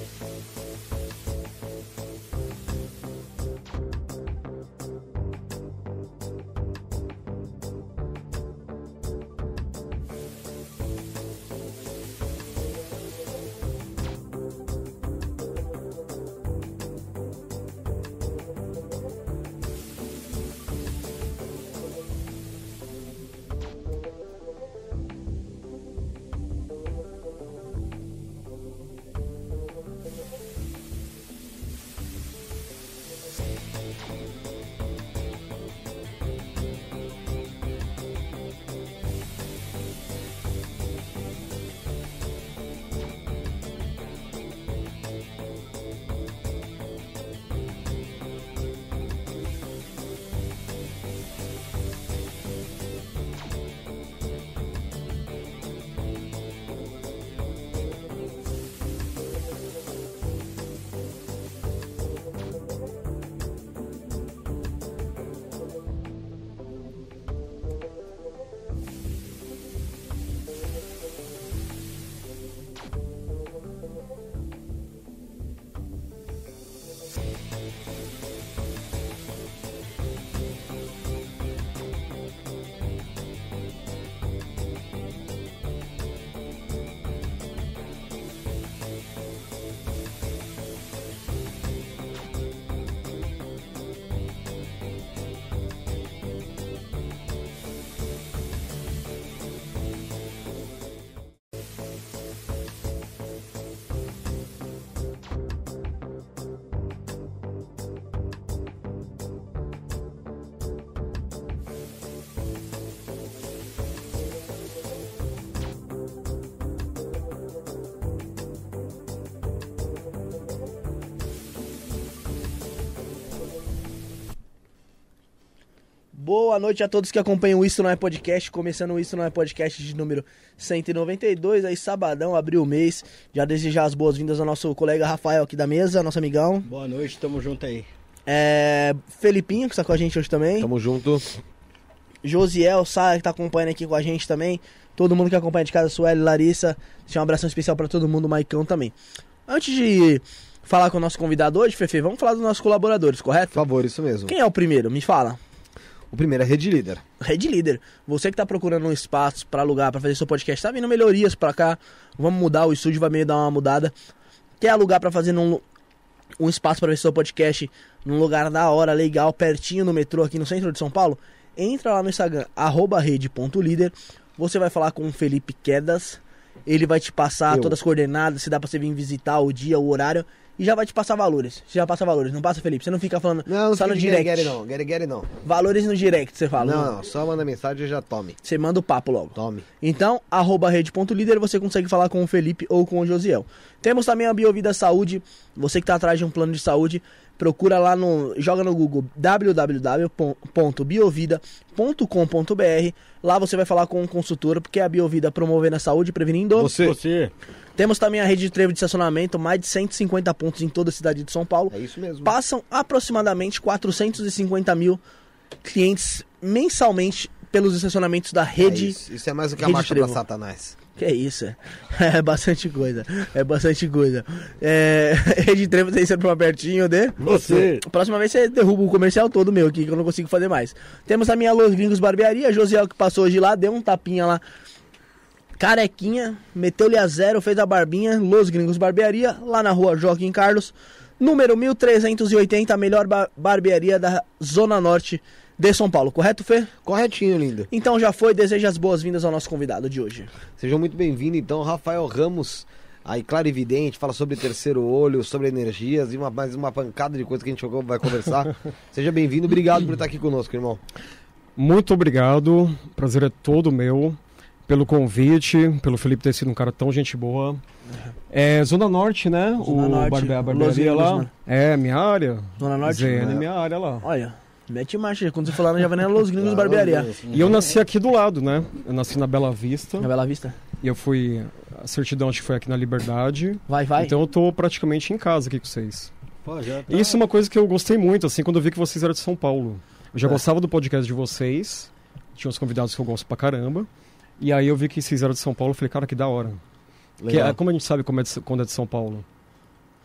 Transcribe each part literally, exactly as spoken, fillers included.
Boa noite a todos que acompanham o Isso Não É Podcast, começando o Isso Não É Podcast de número cento e noventa e dois, aí sabadão, abriu o mês, já desejar as boas-vindas ao nosso colega Rafael aqui da mesa, nosso amigão. Boa noite, tamo junto aí. É, Felipinho, que está com a gente hoje também. Tamo junto. Josiel, Sara, que tá acompanhando aqui com a gente também, todo mundo que acompanha de casa, Sueli, Larissa, deixa um abração especial pra todo mundo, o Maicão também. Antes de falar com o nosso convidado hoje, Fefe, vamos falar dos nossos colaboradores, correto? Por favor, isso mesmo. Quem é o primeiro? Me fala. O primeiro é Rede Líder. Rede Líder. Você que tá procurando um espaço pra alugar, pra fazer seu podcast, tá vindo melhorias pra cá, vamos mudar, o estúdio vai meio dar uma mudada. Quer alugar pra fazer num, um espaço pra ver seu podcast num lugar da hora, legal, pertinho no metrô aqui no centro de São Paulo? Entra lá no Instagram, arroba rede ponto líder. Você vai falar com o Felipe Quedas. Ele vai te passar Eu. todas as coordenadas, se dá pra você vir visitar o dia, o horário. E já vai te passar valores. Você já passa valores, não passa, Felipe? Você não fica falando não, não só no direct. direct. Não, get, get, não. Valores no direct, você fala. Não, não, só manda mensagem e já tome. Você manda o papo logo. Tome. Então, arroba rede ponto líder, você consegue falar com o Felipe ou com o Josiel. Temos também a Biovida Saúde. Você que tá atrás de um plano de saúde, procura lá no... Joga no Google w w w ponto biovida ponto com ponto b r. Lá você vai falar com um consultor, porque é a Biovida promovendo a saúde, prevenindo... Você. Você. Temos também a rede de trevo de estacionamento, mais de cento e cinquenta pontos em toda a cidade de São Paulo. É isso mesmo. Passam aproximadamente quatrocentos e cinquenta mil clientes mensalmente pelos estacionamentos da rede. É isso. isso é mais do que a marcha pra Satanás. Que é isso, é bastante coisa, é bastante coisa. É, rede de trevo tem sempre pra pertinho de... Você. Próxima vez você derruba o comercial todo meu aqui, que eu não consigo fazer mais. Temos a minha Los Gringos Barbearia, Josiel que passou hoje lá, deu um tapinha lá. Carequinha, meteu-lhe a zero, fez a barbinha, Los Gringos Barbearia, lá na rua Joaquim Carlos, número mil trezentos e oitenta, a melhor bar- barbearia da Zona Norte de São Paulo, correto, Fê? Corretinho, lindo. Então já foi, desejo as boas-vindas ao nosso convidado de hoje. Sejam muito bem-vindos, então, Rafael Ramos, aí clarividente, fala sobre terceiro olho, sobre energias e uma, mais uma pancada de coisa que a gente vai conversar. Seja bem-vindo, obrigado por estar aqui conosco, irmão. Muito obrigado, prazer é todo meu. Pelo convite, pelo Felipe ter sido um cara tão gente boa. É Zona Norte, né? Zona o Norte. barbe- a barbearia lá. Né? É, minha área. Zona Norte? Z N, é minha área lá. Olha, mete marcha, quando você falar já vai na Los Gringos Barbearia. E eu nasci aqui do lado, né? Eu nasci na Bela Vista. Na Bela Vista? E eu fui... A certidão acho que foi aqui na Liberdade. Vai, vai. Então eu tô praticamente em casa aqui com vocês. Pô, já tá... E isso é uma coisa que eu gostei muito, assim, quando eu vi que vocês eram de São Paulo. Eu já é. gostava do podcast de vocês. Tinha uns convidados que eu gosto pra caramba. E aí eu vi que vocês eram de São Paulo, eu falei, cara, que da hora. Que é, como a gente sabe como é de, quando é de São Paulo?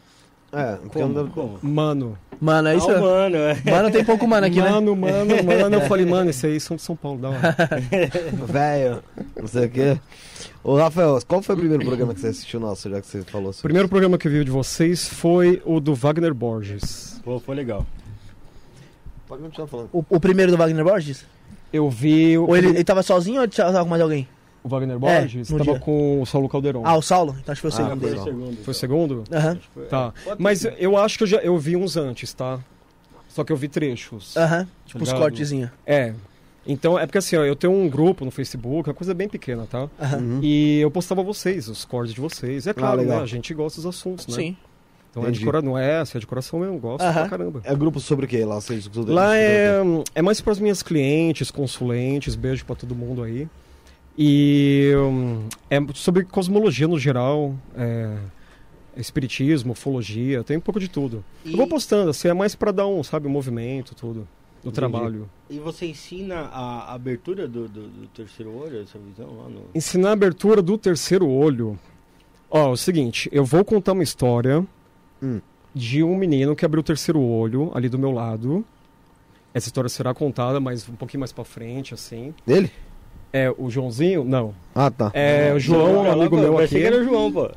É, porque Como? anda... Como? Mano. Mano, é isso? Ah, mano, é. Mano, tem pouco mano aqui, né? Mano, mano, mano. Eu falei, mano, esse aí são de São Paulo, dá uma... Velho, não sei o quê. Ô, Rafael, qual foi o primeiro programa que você assistiu nosso, já que você falou O sobre primeiro programa que eu vi de vocês foi o do Wagner Borges. Pô, foi legal. Pode continuar falando. O, o primeiro do Wagner Borges? Eu vi o, Ou ele, ele tava sozinho ou tava com mais alguém? o Wagner Borges, É, no tava dia. com o Saulo Caldeirão. Ah, o Saulo? Então acho que foi o Ah, segundo Foi dele. o segundo. Foi o segundo? Aham, Foi- Tá. Pode Mas ser. eu acho que eu já eu vi uns antes, tá? Só que eu vi trechos. aham. Tipo os Ligado? cortezinhos. É. Então, é porque assim, ó, eu tenho um grupo no Facebook, é uma coisa bem pequena, tá? Aham. Uhum. E eu postava vocês, os cortes de vocês. É claro, legal. né? A gente gosta dos assuntos, né? Sim. Então é de, Entendi. cora... não é, se é de coração eu gosto Aham. pra caramba. É grupo sobre o quê lá? Vocês estudam- Lá é, estudam- é mais para as minhas clientes, consulentes, beijo pra todo mundo aí. E hum, é sobre cosmologia no geral, é, espiritismo, ufologia, tem um pouco de tudo. E, Eu vou postando, assim, é mais pra dar um, sabe, um movimento, tudo, no Entendi. trabalho. e você ensina a abertura do, do, do terceiro olho, essa visão lá no... Ensinar a abertura do terceiro olho. Ó, é o seguinte, eu vou contar uma história Hum. de um menino que abriu o terceiro olho ali do meu lado. Essa história será contada, mas um pouquinho mais pra frente, assim. Dele? É, o Joãozinho? Não. Ah, tá. É, o João, um amigo meu Eu achei aqui. que era o João, pô.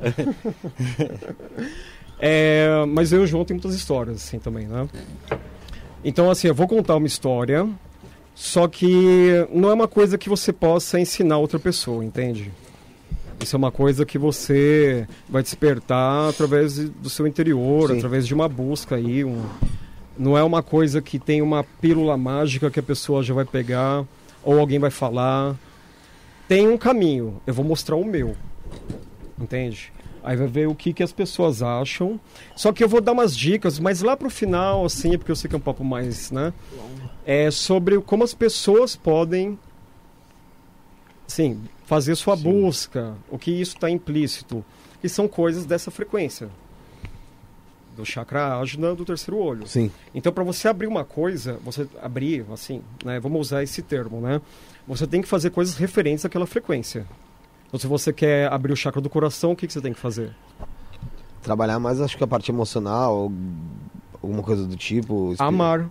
É, mas eu e o João tem muitas histórias, assim, também, né? Então, assim, eu vou contar uma história, só que não é uma coisa que você possa ensinar outra pessoa, entende? Isso é uma coisa que você vai despertar através do seu interior, Sim. através de uma busca aí. Um... Não é uma coisa que tem uma pílula mágica que a pessoa já vai pegar ou alguém vai falar. Tem um caminho, eu vou mostrar o meu, entende? Aí vai ver o que, que as pessoas acham. Só que eu vou dar umas dicas, mas lá pro final, assim, porque eu sei que é um papo mais, né? É sobre como as pessoas podem, sim, fazer sua Sim. busca, o que isso está implícito. E são coisas dessa frequência. Do chakra ágina do terceiro olho. Sim. Então, para você abrir uma coisa, você abrir, assim, né, vamos usar esse termo, né? Você tem que fazer coisas referentes àquela frequência. Então, se você quer abrir o chakra do coração, o que, que você tem que fazer? Trabalhar mais, acho que a parte emocional, alguma coisa do tipo. espí- Amar.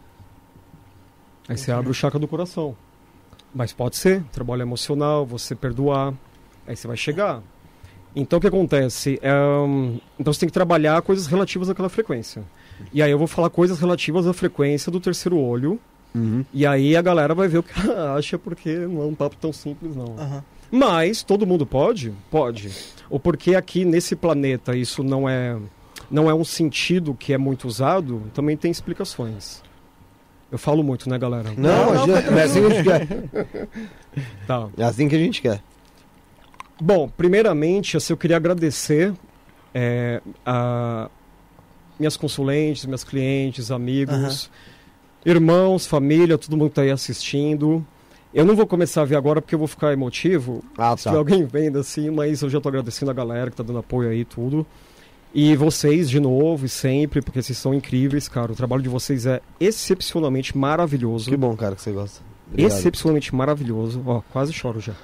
Aí você abre o chakra do coração. Mas pode ser trabalho emocional, você perdoar. Aí você vai chegar. Então, o que acontece? É, hum, então, você tem que trabalhar coisas relativas àquela frequência. E aí eu vou falar coisas relativas à frequência do terceiro olho. Uhum. E aí a galera vai ver o que ela acha, porque não é um papo tão simples, não. Aham. Mas todo mundo pode? Pode. Ou porque aqui nesse planeta isso não é, não é um sentido que é muito usado, também tem explicações. Eu falo muito, né, galera? Não, a gente- é assim que a gente quer. Tá. É assim que a gente quer. Bom, primeiramente, assim, eu queria agradecer é, a minhas consulentes, minhas clientes, amigos, irmãos, família, todo mundo que está aí assistindo. Eu não vou começar a ver agora porque eu vou ficar emotivo. Ah, Se tá. tiver alguém vendo assim, mas eu já tô agradecendo a galera que tá dando apoio aí e tudo. E vocês, de novo, e sempre, porque vocês são incríveis, cara. O trabalho de vocês é excepcionalmente maravilhoso. Que bom, cara, que você gosta. Obrigado. Excepcionalmente maravilhoso. Ó, quase choro já.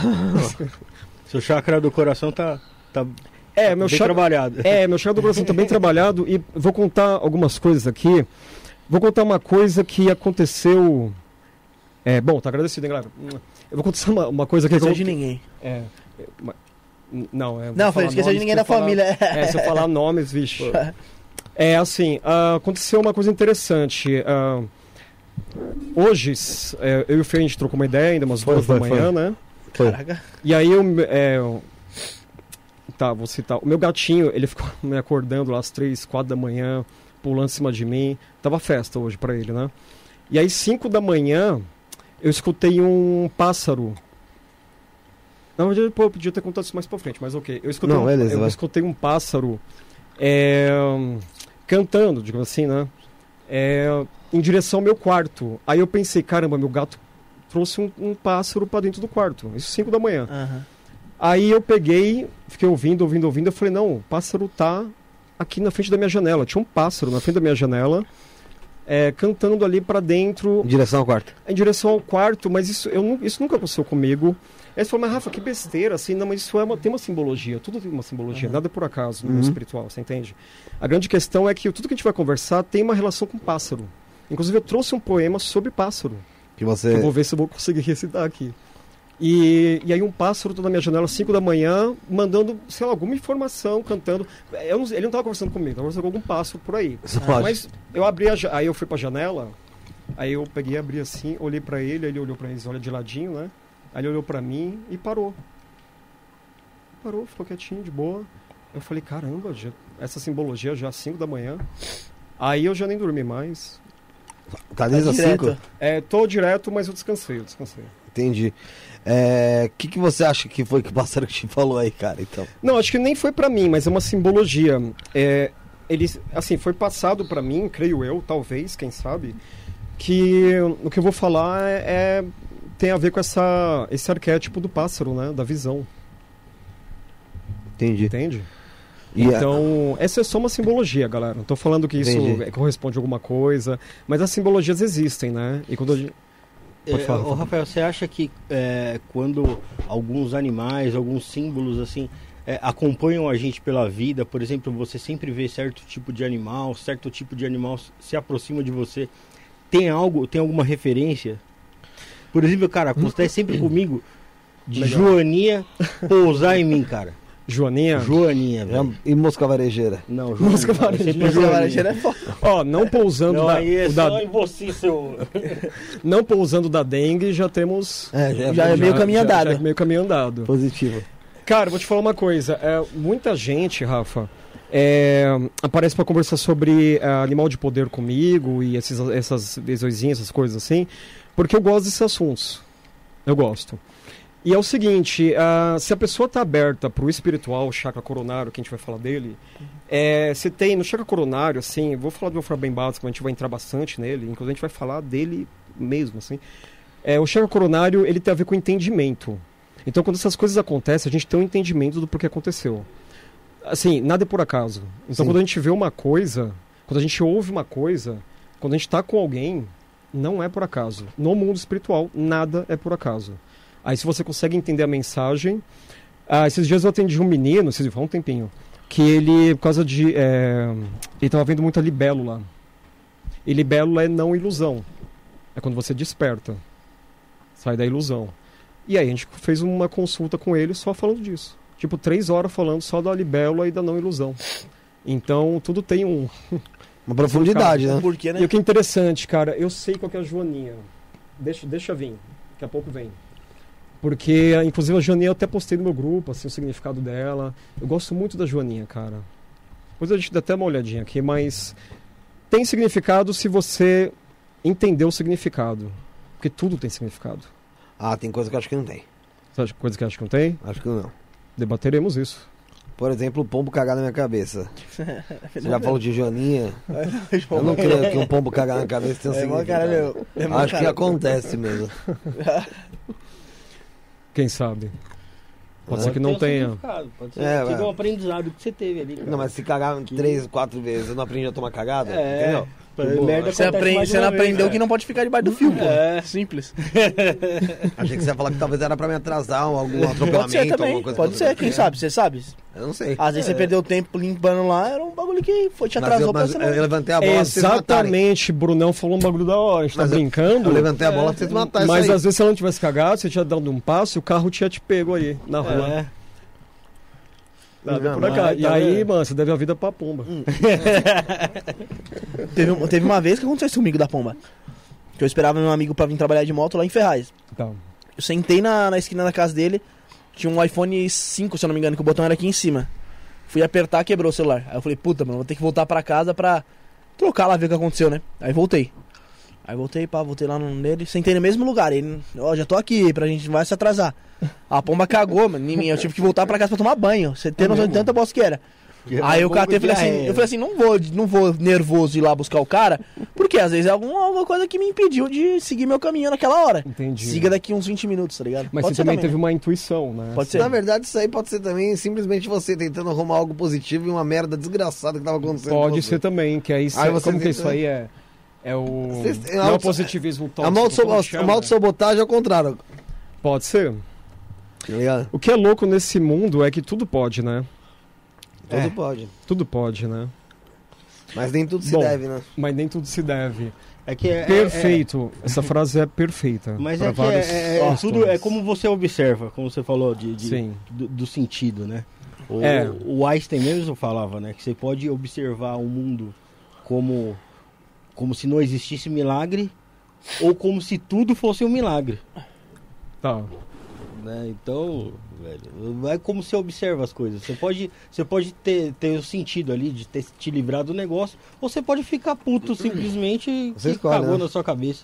Seu chakra do coração tá, tá É, meu bem chakra... trabalhado. É, meu chakra do coração tá bem trabalhado e vou contar algumas coisas aqui. Vou contar uma coisa que aconteceu... É, bom, tá agradecido, hein, galera? Eu vou contar uma, uma coisa que... Esqueceu de ninguém. É, é, uma- n- não, é... vou Não, falar foi, esqueceu de nomes, ninguém da porque eu falar- família. É, se eu falar nomes, vixe. É, assim, ah, aconteceu uma coisa interessante. ah, hoje, s- é, eu e o Fê, a gente trocou uma ideia ainda umas Foi, duas foi, da manhã, né? Foi. Caraca. E aí eu... É, tá, vou citar. O meu gatinho, ele ficou me acordando lá às três, quatro da manhã, pulando em cima de mim. Tava festa hoje pra ele, né? E aí, cinco da manhã, eu escutei um pássaro. Na verdade, pô, eu podia ter contado isso mais pra frente, mas ok. Eu escutei, Não, um, beleza, eu vai. escutei um pássaro é, cantando, digamos assim, né? É, em direção ao meu quarto. Aí eu pensei, caramba, meu gato trouxe um, um pássaro pra dentro do quarto. Isso cinco da manhã. Aham. Aí eu peguei, fiquei ouvindo, ouvindo, ouvindo. Eu falei, não, o pássaro tá aqui na frente da minha janela. Tinha um pássaro na frente da minha janela, é, cantando ali pra dentro, Em direção ao quarto. em direção ao quarto. Mas isso, eu, nu- isso nunca aconteceu comigo. Aí você falou, mas Rafa, que besteira, assim, não, mas isso é uma, tem uma simbologia, tudo tem uma simbologia, Uhum. nada é por acaso no mundo espiritual, você entende? A grande questão é que tudo que a gente vai conversar tem uma relação com pássaro. Inclusive eu trouxe um poema sobre pássaro, Que que você... eu vou ver se eu vou conseguir recitar aqui. E, e aí um pássaro tá na minha janela às cinco da manhã, mandando, sei lá, alguma informação, cantando. Eu não, ele não tava conversando comigo, tava conversando com algum pássaro por aí. Pode. Mas eu abri a, ja- aí eu fui pra janela, aí eu peguei, abri assim, olhei pra ele, aí ele olhou pra eles, olha de ladinho, né? Aí ele olhou pra mim e parou. Parou, ficou quietinho, de boa. Eu falei, caramba, já- essa simbologia já às cinco da manhã. Aí eu já nem dormi mais. Tá desde as direto. cinco? É, tô direto, mas eu descansei, eu descansei. Entendi. É, o que, que você acha que foi que o pássaro te falou aí, cara, então? Não, acho que nem foi pra mim, mas é uma simbologia. É, ele, assim, foi passado pra mim, creio eu, talvez, quem sabe, que o que eu vou falar é, é- tem a ver com essa, esse arquétipo do pássaro, né? Da visão, Entendi. entende? E a- Então, essa é só uma simbologia, galera. Não tô falando que isso Entendi. é- corresponde a alguma coisa, mas as simbologias existem, né? E quando a gente... Pode É, falar, ô, Rafa. Rafael, você acha que é, quando alguns animais, alguns símbolos assim é, acompanham a gente pela vida, por exemplo, você sempre vê certo tipo de animal, certo tipo de animal se aproxima de você, tem algo, tem alguma referência? Por exemplo, cara, acontece sempre comigo de Legal. Joaninha pousar em mim, cara. Joaninha, Joaninha, velho. E mosca varejeira? Não, Mosca Joaninha. varejeira. Sempre Mosca Joaninha. varejeira é foda. ó, não pousando Não, da, aí é o da- só em você, seu... não pousando da dengue, já temos... É, já, Já é meio caminho andado. Já é meio caminho andado. positivo. Cara, vou te falar uma coisa. É, muita gente, Rafa, é, aparece para conversar sobre é, animal de poder comigo e esses, essas exoisinhas, essas coisas assim, porque eu gosto desses assuntos. Eu gosto. E é o seguinte, ah, se a pessoa está aberta para o espiritual, o chakra coronário, que a gente vai falar dele, é, você tem no chakra coronário, assim, vou falar de uma forma bem básica, a gente vai entrar bastante nele, inclusive a gente vai falar dele mesmo, assim. É, o chakra coronário, ele tem a ver com entendimento. Então, quando essas coisas acontecem, a gente tem um entendimento do porquê aconteceu. Assim, nada é por acaso. Então, Sim. quando a gente vê uma coisa, quando a gente ouve uma coisa, quando a gente está com alguém, não é por acaso. No mundo espiritual, nada é por acaso. Aí, se você consegue entender a mensagem... Ah, esses dias eu atendi um menino, esses faz um tempinho, que ele, por causa de... É, ele estava vendo muita libélula. E libélula é não ilusão. É quando você desperta. Sai da ilusão. E aí a gente fez uma consulta com ele só falando disso. Tipo, três horas falando só da libélula e da não ilusão. Então, tudo tem um... Uma profundidade, né? Por quê, né? E o que é interessante, cara, eu sei qual que é a Joaninha. Deixa, deixa vir, daqui a pouco vem. Porque, inclusive, a Joaninha eu até postei no meu grupo, assim, o significado dela. Eu gosto muito da Joaninha, cara. Depois a gente dá até uma olhadinha aqui, mas... Tem significado se você entender o significado. Porque tudo tem significado. Ah, tem coisa que eu acho que não tem. Você acha coisa que acha que não tem? Acho que não. Debateremos isso. Por exemplo, o pombo cagar na minha cabeça. Você já falou de Joaninha? Eu não creio que um pombo cagar na cabeça tenha um É mó significado. cara, meu. É mó Acho que cara. acontece mesmo. Quem sabe? Pode Ah. ser que não Pode ter um tenha. significado, Pode ser É, que ué. um aprendizado que você teve ali. cara. Não, mas se cagar três, quatro vezes, eu não aprendi a tomar cagada? É. Entendeu? Pô, merda Você, acontece aprende, mais você uma não vez, aprendeu cara. que não pode ficar debaixo do fio, pô. É. Simples. Achei que você ia falar que talvez era pra me atrasar um- algum atropelamento, Pode ser também. alguma coisa. Pode que ser, eu- quem sabe? Você sabe? Eu não sei. Às vezes você perdeu tempo limpando lá, era um bagulho que foi, te Mas atrasou eu, pra mas você. eu levantei a bola pra vocês matarem. Exatamente, Brunão falou um bagulho da hora. A gente tá Mas eu- brincando. Eu levantei a bola pra vocês matarem Mas isso aí. às vezes se ela não tivesse cagado, você tinha dado um passo e o carro tinha te pego aí na rua. É. Nada por Mas, acaso. E tá aí, vendo? mano, você deve a vida pra pomba. Teve, um- teve uma vez que aconteceu isso comigo da pomba. Que eu esperava meu amigo pra vir trabalhar de moto lá em Ferraz. Tá. Eu sentei na, na esquina da casa dele, tinha um iPhone cinco, se eu não me engano, que o botão era aqui em cima. Fui apertar, quebrou o celular. Aí eu falei, puta, mano, vou ter que voltar pra casa pra trocar lá, ver o que aconteceu, né? Aí voltei. Aí voltei, pá, voltei lá no, nele, sentei no mesmo lugar. Ele, ó, já tô aqui, pra gente não vai se atrasar. A pomba cagou, mano, em mim. Eu tive que voltar pra casa pra tomar banho. Você tem noção de tanta bosta que era. Aí eu catei e falei assim, eu falei assim, não vou, não vou nervoso ir lá buscar o cara, porque às vezes é alguma, alguma coisa que me impediu de seguir meu caminho naquela hora. Entendi. Siga daqui uns vinte minutos, tá ligado? Mas Pode você ser também teve né? uma intuição, né? Pode ser. Na verdade, isso aí pode ser também simplesmente você tentando arrumar algo positivo e uma merda desgraçada que tava acontecendo. com Pode você. ser também, que aí, Aí você como que tenta- isso aí é? É o... Vocês- é não é o auto- positivismo A tóxico, como que chama? malto-sabotagem é o contrário. Pode ser. Tá ligado? O que é louco nesse mundo é que tudo pode, né? Tudo É. pode. Tudo pode, né? Mas nem tudo se Bom, deve, né? Mas nem tudo se deve. É que é, Perfeito. Essa frase é perfeita. Mas pra é que vários é, é, é questões. tudo é como você observa, como você falou de, de- Sim. do, do sentido, né? O, É. o Einstein mesmo falava, né, que você pode observar o mundo como como se não existisse milagre ou como se tudo fosse um milagre, Tá. né? Então, velho, é como você observa as coisas. Você pode você pode ter, ter o sentido ali de ter te livrado do negócio, ou você pode ficar puto simplesmente Você que escolhe, cagou né? na sua cabeça.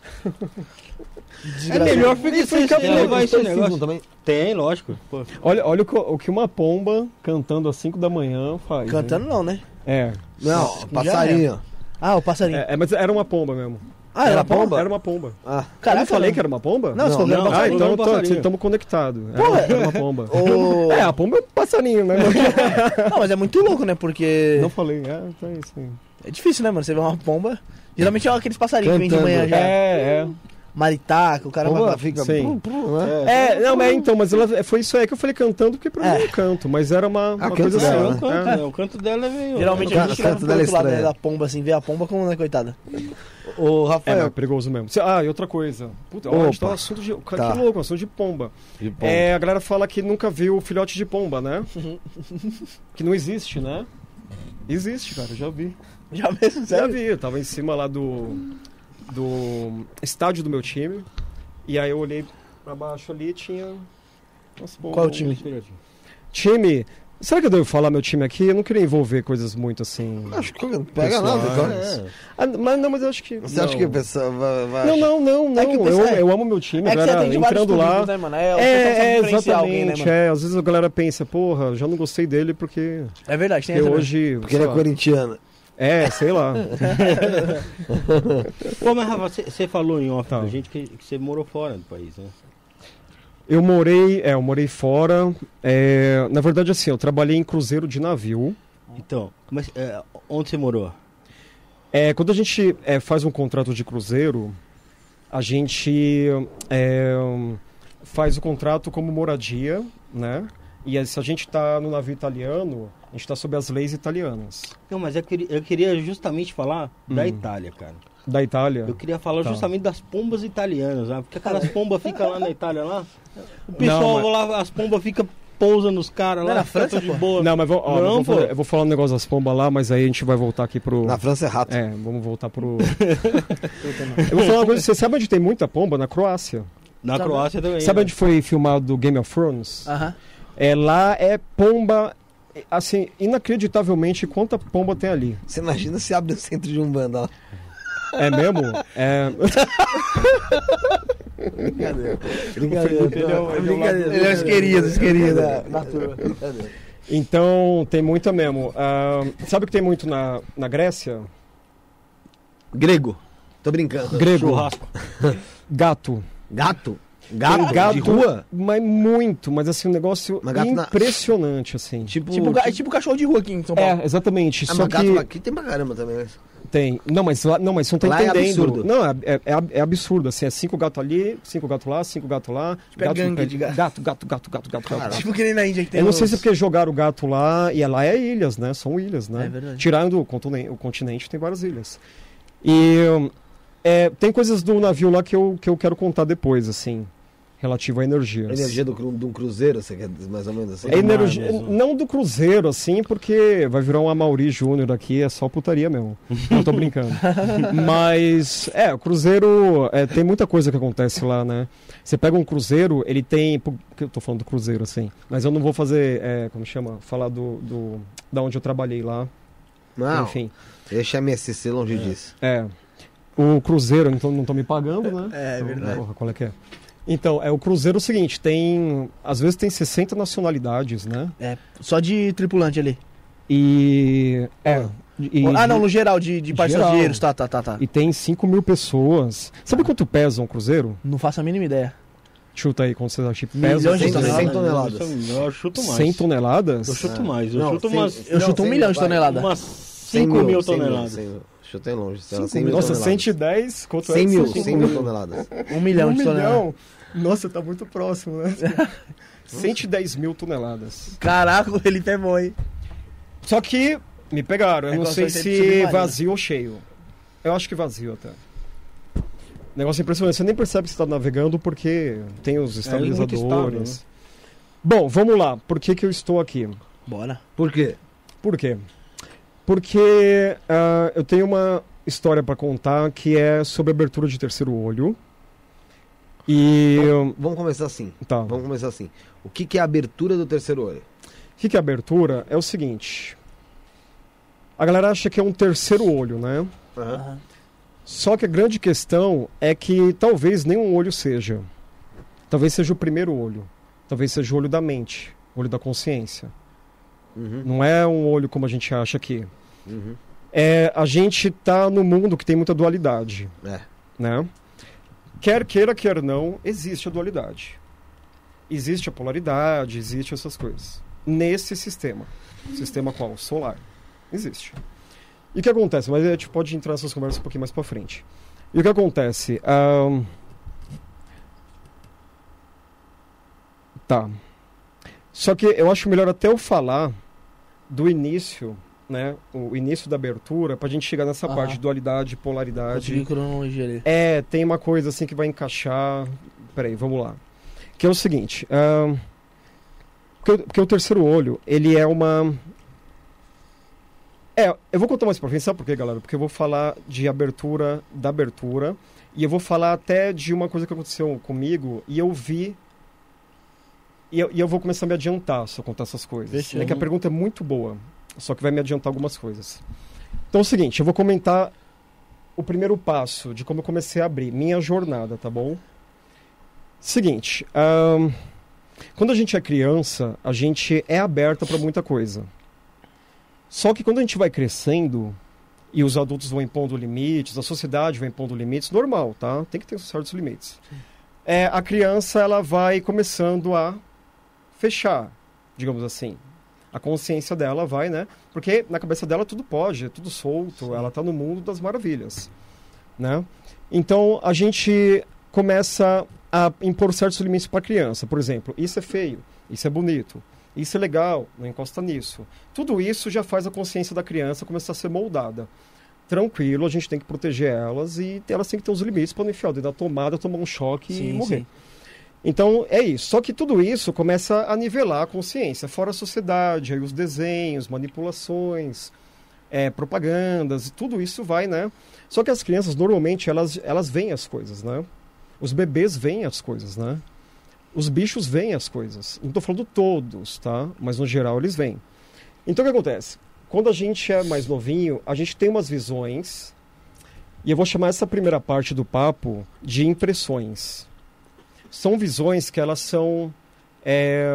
É melhor ficar Isso aí, você cara, levar tem esse cisne negócio. também. Tem, lógico. Pô. Olha, olha o, que, o que uma pomba cantando às cinco da manhã faz. Cantando não, né? Né? Não, Já passarinho. Ah, o passarinho. É. é, mas era uma pomba mesmo. Ah, era pomba? Era uma pomba. Ah, Caraca, eu não falei não. que era uma pomba? Não, você falou que era não. Ah, passarinho. então Era um passarinho. estamos conectados. Pô, Era, era uma pomba. O- É, a pomba é um passarinho, né? Não, mas é muito louco, né? Porque Não falei, é, então é isso aí. é difícil, né, mano? Você vê uma pomba. Geralmente é aqueles passarinhos que vem de Cantando. manhã já. É, é. Maritaca, o caramba. pomba fica... Sim. Prum, prum, né? É, não, mas então, mas ela, foi isso aí que eu falei cantando, porque pra É. mim é um canto, mas era uma, uma canto coisa dela, assim. É, né? o canto, É. né? O canto dela é meio... Geralmente O a gente canto fica pro dela é outro lado, né, estranho. da pomba, assim, vê a pomba como uma coitada. Ô, É, Rafael, mas é perigoso mesmo. Cê- Ah, e outra coisa. Puta, ó, a gente tá Opa. no assunto de. Cara, Tá. que louco, assunto de pomba. de pomba. É, a galera fala que nunca viu filhote de pomba, né? Que não existe, né? Existe, cara, eu já vi. Já mesmo, Já sério? vi, eu tava em cima lá do. do estádio do meu time. E aí eu olhei pra baixo ali e tinha. Nossa, pomba. Qual é o time? Time. Será que eu devo falar meu time aqui? Eu não queria envolver coisas muito assim. Acho que não pega Pessoal, nada, então. É. Ah, mas não, mas eu acho que. Você não. acha que a pessoa vai... vai Não, não, não, não. É que o eu, pessoal- eu amo meu time, É que você galera atende vários entrando lá. públicos, né, mano? É, o pessoal É, sabe é diferenciar alguém, né, exatamente. mano? É, às vezes a galera pensa, porra, já não gostei dele porque, É verdade, tem porque essa hoje. Porque sei ele é lá. corintiano. É, sei lá. Pô, mas Rafa, você falou em off Tá. pra gente que você morou fora do país, né? Eu morei, é, eu morei fora. é, na verdade, assim, eu trabalhei em cruzeiro de navio. Então, mas é, onde você morou? É, quando a gente é, faz um contrato de cruzeiro, a gente é, faz o contrato como moradia, né? E aí, se a gente está no navio italiano, a gente está sob as leis italianas. Não, mas eu queria, eu queria justamente falar da Hum. Itália, cara. Da Itália. Eu queria falar Tá. justamente das pombas italianas, né? Porque aquelas pombas ficam lá na Itália, lá. O pessoal Não, lá, as pombas ficam pousa nos caras Não lá. é na fica França, tudo de pô? boa. Não, mas vou, ó, Não, eu, vou pô. fazer- eu vou falar um negócio das pombas lá, mas aí a gente vai voltar aqui pro... Na França é rato. É, vamos voltar pro... eu vou falar uma coisa, você sabe onde tem muita pomba? Na Croácia. Na Sabe- Croácia também. Sabe né? onde foi filmado Game of Thrones? Aham. É, lá é pomba, assim, inacreditavelmente quanta pomba tem ali. Você imagina se abre o centro de Umbanda lá. É mesmo? É... Brincadeira. Brincadeira. Ele é o- ele é o Brincadeira. Ele é os queridos, os queridos. É, na turma. Brincadeira. Então, tem muita mesmo. Ah, sabe o que tem muito na, na Grécia? Grego. Tô brincando. Grego. Churrasco. Gato. Gato? Tem Gato, gato de rua? Mas muito, mas assim, um negócio Mas gato na- impressionante, assim. Tipo, Tipo, ga- é tipo cachorro de rua aqui em São Paulo. É, exatamente. Ah, só mas que gato aqui tem pra caramba também. Mas... tem. Não, mas lá, não, mas você não tá Lá é entendendo. absurdo. Não, é, é, é ab- é absurdo, assim, é cinco gatos ali, cinco gatos lá, cinco gatos lá. Tipo, é gato, gangue é- de gato. gato, gato, gato, gato, gato, gato. Caraca. Tipo que nem na Índia que tem Eu não os- sei se é porque jogaram o gato lá, e lá é ilhas, né? São ilhas, né? É verdade. Tirando o continente, o continente, tem várias ilhas. E é, tem coisas do navio lá que eu, que eu quero contar depois, assim, relativo a energias. A energia do, cru- de um cruzeiro, você quer dizer mais ou menos assim? É energia, mesmo. não do cruzeiro, assim, porque vai virar um Amaury Júnior aqui, é só putaria mesmo. Não tô brincando. Mas, é, o cruzeiro, é, tem muita coisa que acontece lá, né? Você pega um cruzeiro, ele tem... Por que eu tô falando do cruzeiro, assim? Mas eu não vou fazer, é, como chama? Falar do, do... Da onde eu trabalhei lá. Não, Enfim, deixa a M S C longe disso. é. O cruzeiro, então não estão me pagando, né? É, é Então, verdade. Porra, qual é que é? Então, é o cruzeiro é o seguinte, tem... Às vezes tem sessenta nacionalidades, né? É, só de tripulante ali. E... É. E, ah, não, no geral, de, de passageiros. Tá, tá, tá, tá. E tem cinco mil pessoas. Sabe quanto pesa um cruzeiro? Não faço a mínima ideia. Chuta aí, quando você acha que pesa. Milhões de cem toneladas. toneladas. Eu chuto mais. cem toneladas? Eu chuto Ah. mais. Eu Não, chuto cem- umas, Eu Não, chuto um cem milhão de vai. toneladas. umas cem cinco mil cem toneladas. cem Chutei longe. sei lá, Cinco cem mil. mil Nossa, toneladas. cento e dez? Quanto é? cem mil, Cinco cem mil toneladas. Um milhão um de toneladas. milhão? Nossa, tá muito próximo, né? cento e dez mil toneladas. Caraca, o Felipe é bom, hein? Só que me pegaram. Eu É não igual sei sorteio de se submarino. vazio ou cheio. Eu acho que vazio até. Negócio impressionante. Você nem percebe que você está navegando porque tem os estabilizadores. estável, né? Bom, vamos lá. Por que, que eu estou aqui? Bora. Por quê? Por quê? Porque ah, eu tenho uma história para contar que é sobre abertura de terceiro olho. E... Vamos, vamos começar assim. Tá. Vamos começar assim. O que, que é a abertura do terceiro olho? O que, que é abertura? É o seguinte. A galera acha que é um terceiro olho, né? Aham. Só que a grande questão é que talvez nenhum olho seja. Talvez seja o primeiro olho. Talvez seja o olho da mente, o olho da consciência. Uhum, Não é um olho como a gente acha aqui. uhum. É, a gente tá no mundo que tem muita dualidade, É. né? Quer queira, quer não, existe a dualidade. Existe a polaridade, existe essas coisas. Nesse sistema. Sistema qual? Solar. Existe. E o que acontece? Mas a gente pode entrar nessas conversas um pouquinho mais pra frente. E o que acontece? Ahn, Tá. Só que eu acho melhor até eu falar do início, né? O início da abertura, pra gente chegar nessa Aham. parte de dualidade, polaridade. Consegui cronologia ali. É, tem uma coisa assim que vai encaixar. Peraí, vamos lá. Que é o seguinte. ahn, porque, porque o terceiro olho, ele é uma. É, eu vou contar mais pra frente, sabe por quê, galera? Porque eu vou falar de abertura, da abertura, e eu vou falar até de uma coisa que aconteceu comigo, e eu vi. E eu, e eu vou começar a me adiantar se eu contar essas coisas. Fechou. É que a pergunta é muito boa, só que vai me adiantar algumas coisas. Então é o seguinte, eu vou comentar o primeiro passo de como eu comecei a abrir, minha jornada, tá bom? Seguinte, ahn, quando a gente é criança, a gente é aberta para muita coisa. Só que quando a gente vai crescendo e os adultos vão impondo limites, a sociedade vai impondo limites, normal, tá? Tem que ter certos limites. É, a criança, ela vai começando a fechar, digamos assim. A consciência dela vai, né? Porque na cabeça dela tudo pode, é tudo solto, ela tá no mundo das maravilhas, né? Então, a gente começa a impor certos limites para a criança. Por exemplo, isso é feio, isso é bonito, isso é legal, não encosta nisso. Tudo isso já faz a consciência da criança começar a ser moldada. Tranquilo, a gente tem que proteger elas e elas têm que ter os limites para não enfiar o dedo na tomada, tomar um choque e Sim, morrer. sim. Então, é isso. Só que tudo isso começa a nivelar a consciência. Fora a sociedade, aí os desenhos, manipulações, é, propagandas, tudo isso vai, né? Só que as crianças, normalmente, elas, elas veem as coisas, né? Os bebês veem as coisas, né? Os bichos veem as coisas. Não estou falando todos, tá? Mas, no geral, eles veem. Então, o que acontece? Quando a gente é mais novinho, a gente tem umas visões, e eu vou chamar essa primeira parte do papo de impressões. São visões que elas são é,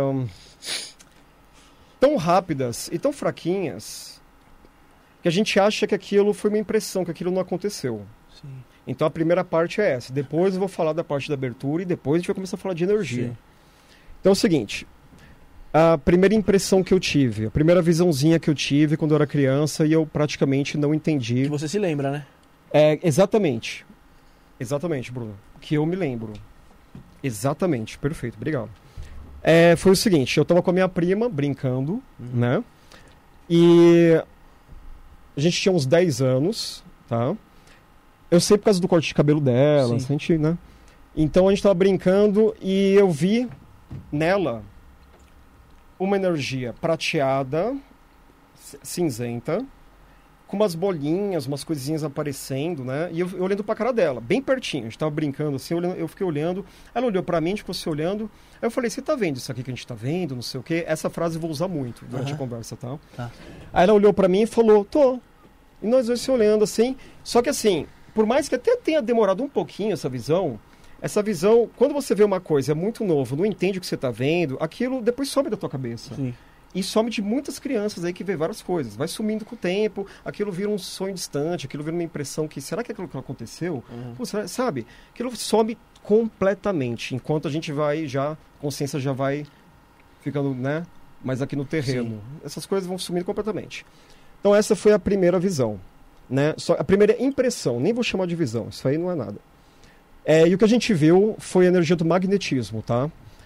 tão rápidas e tão fraquinhas que a gente acha que aquilo foi uma impressão, que aquilo não aconteceu. Sim. Então a primeira parte é essa. Depois eu vou falar da parte da abertura e depois a gente vai começar a falar de energia. Sim. Então é o seguinte, a primeira impressão que eu tive, a primeira visãozinha que eu tive quando eu era criança e eu praticamente não entendi. Que você se lembra, né? É, exatamente. Exatamente, Bruno. Que eu me lembro. Exatamente, perfeito, obrigado. É, foi o seguinte, eu tava com a minha prima brincando, Uhum. né? E a gente tinha uns dez anos, tá? Eu sei por causa do corte de cabelo dela, Sim. a gente, né? Então a gente tava brincando e eu vi nela uma energia prateada, c- cinzenta, com umas bolinhas, umas coisinhas aparecendo, né? E eu, eu olhando pra cara dela, bem pertinho. A gente tava brincando assim, olhando, eu fiquei olhando. Ela olhou pra mim, a gente ficou se olhando. Aí eu falei, você tá vendo isso aqui que a gente tá vendo? Não sei o quê. Essa frase eu vou usar muito durante Aham. a conversa, tá? Tá. Aí ela olhou pra mim e falou, tô. E nós dois se olhando assim. Só que assim, por mais que até tenha demorado um pouquinho essa visão, essa visão, quando você vê uma coisa, é muito novo, não entende o que você tá vendo, aquilo depois some da tua cabeça. Sim. E some de muitas crianças aí que vê várias coisas. Vai sumindo com o tempo, aquilo vira um sonho distante, aquilo vira uma impressão que, será que aquilo que aconteceu? Uhum. Pô, será- sabe? Aquilo some completamente, enquanto a gente vai já, a consciência já vai ficando, né, mais aqui no terreno. Essas coisas vão sumindo completamente. Então essa foi a primeira visão, né? Só a primeira impressão, nem vou chamar de visão, isso aí não é nada. É, e o que a gente viu foi a energia do magnetismo, tá?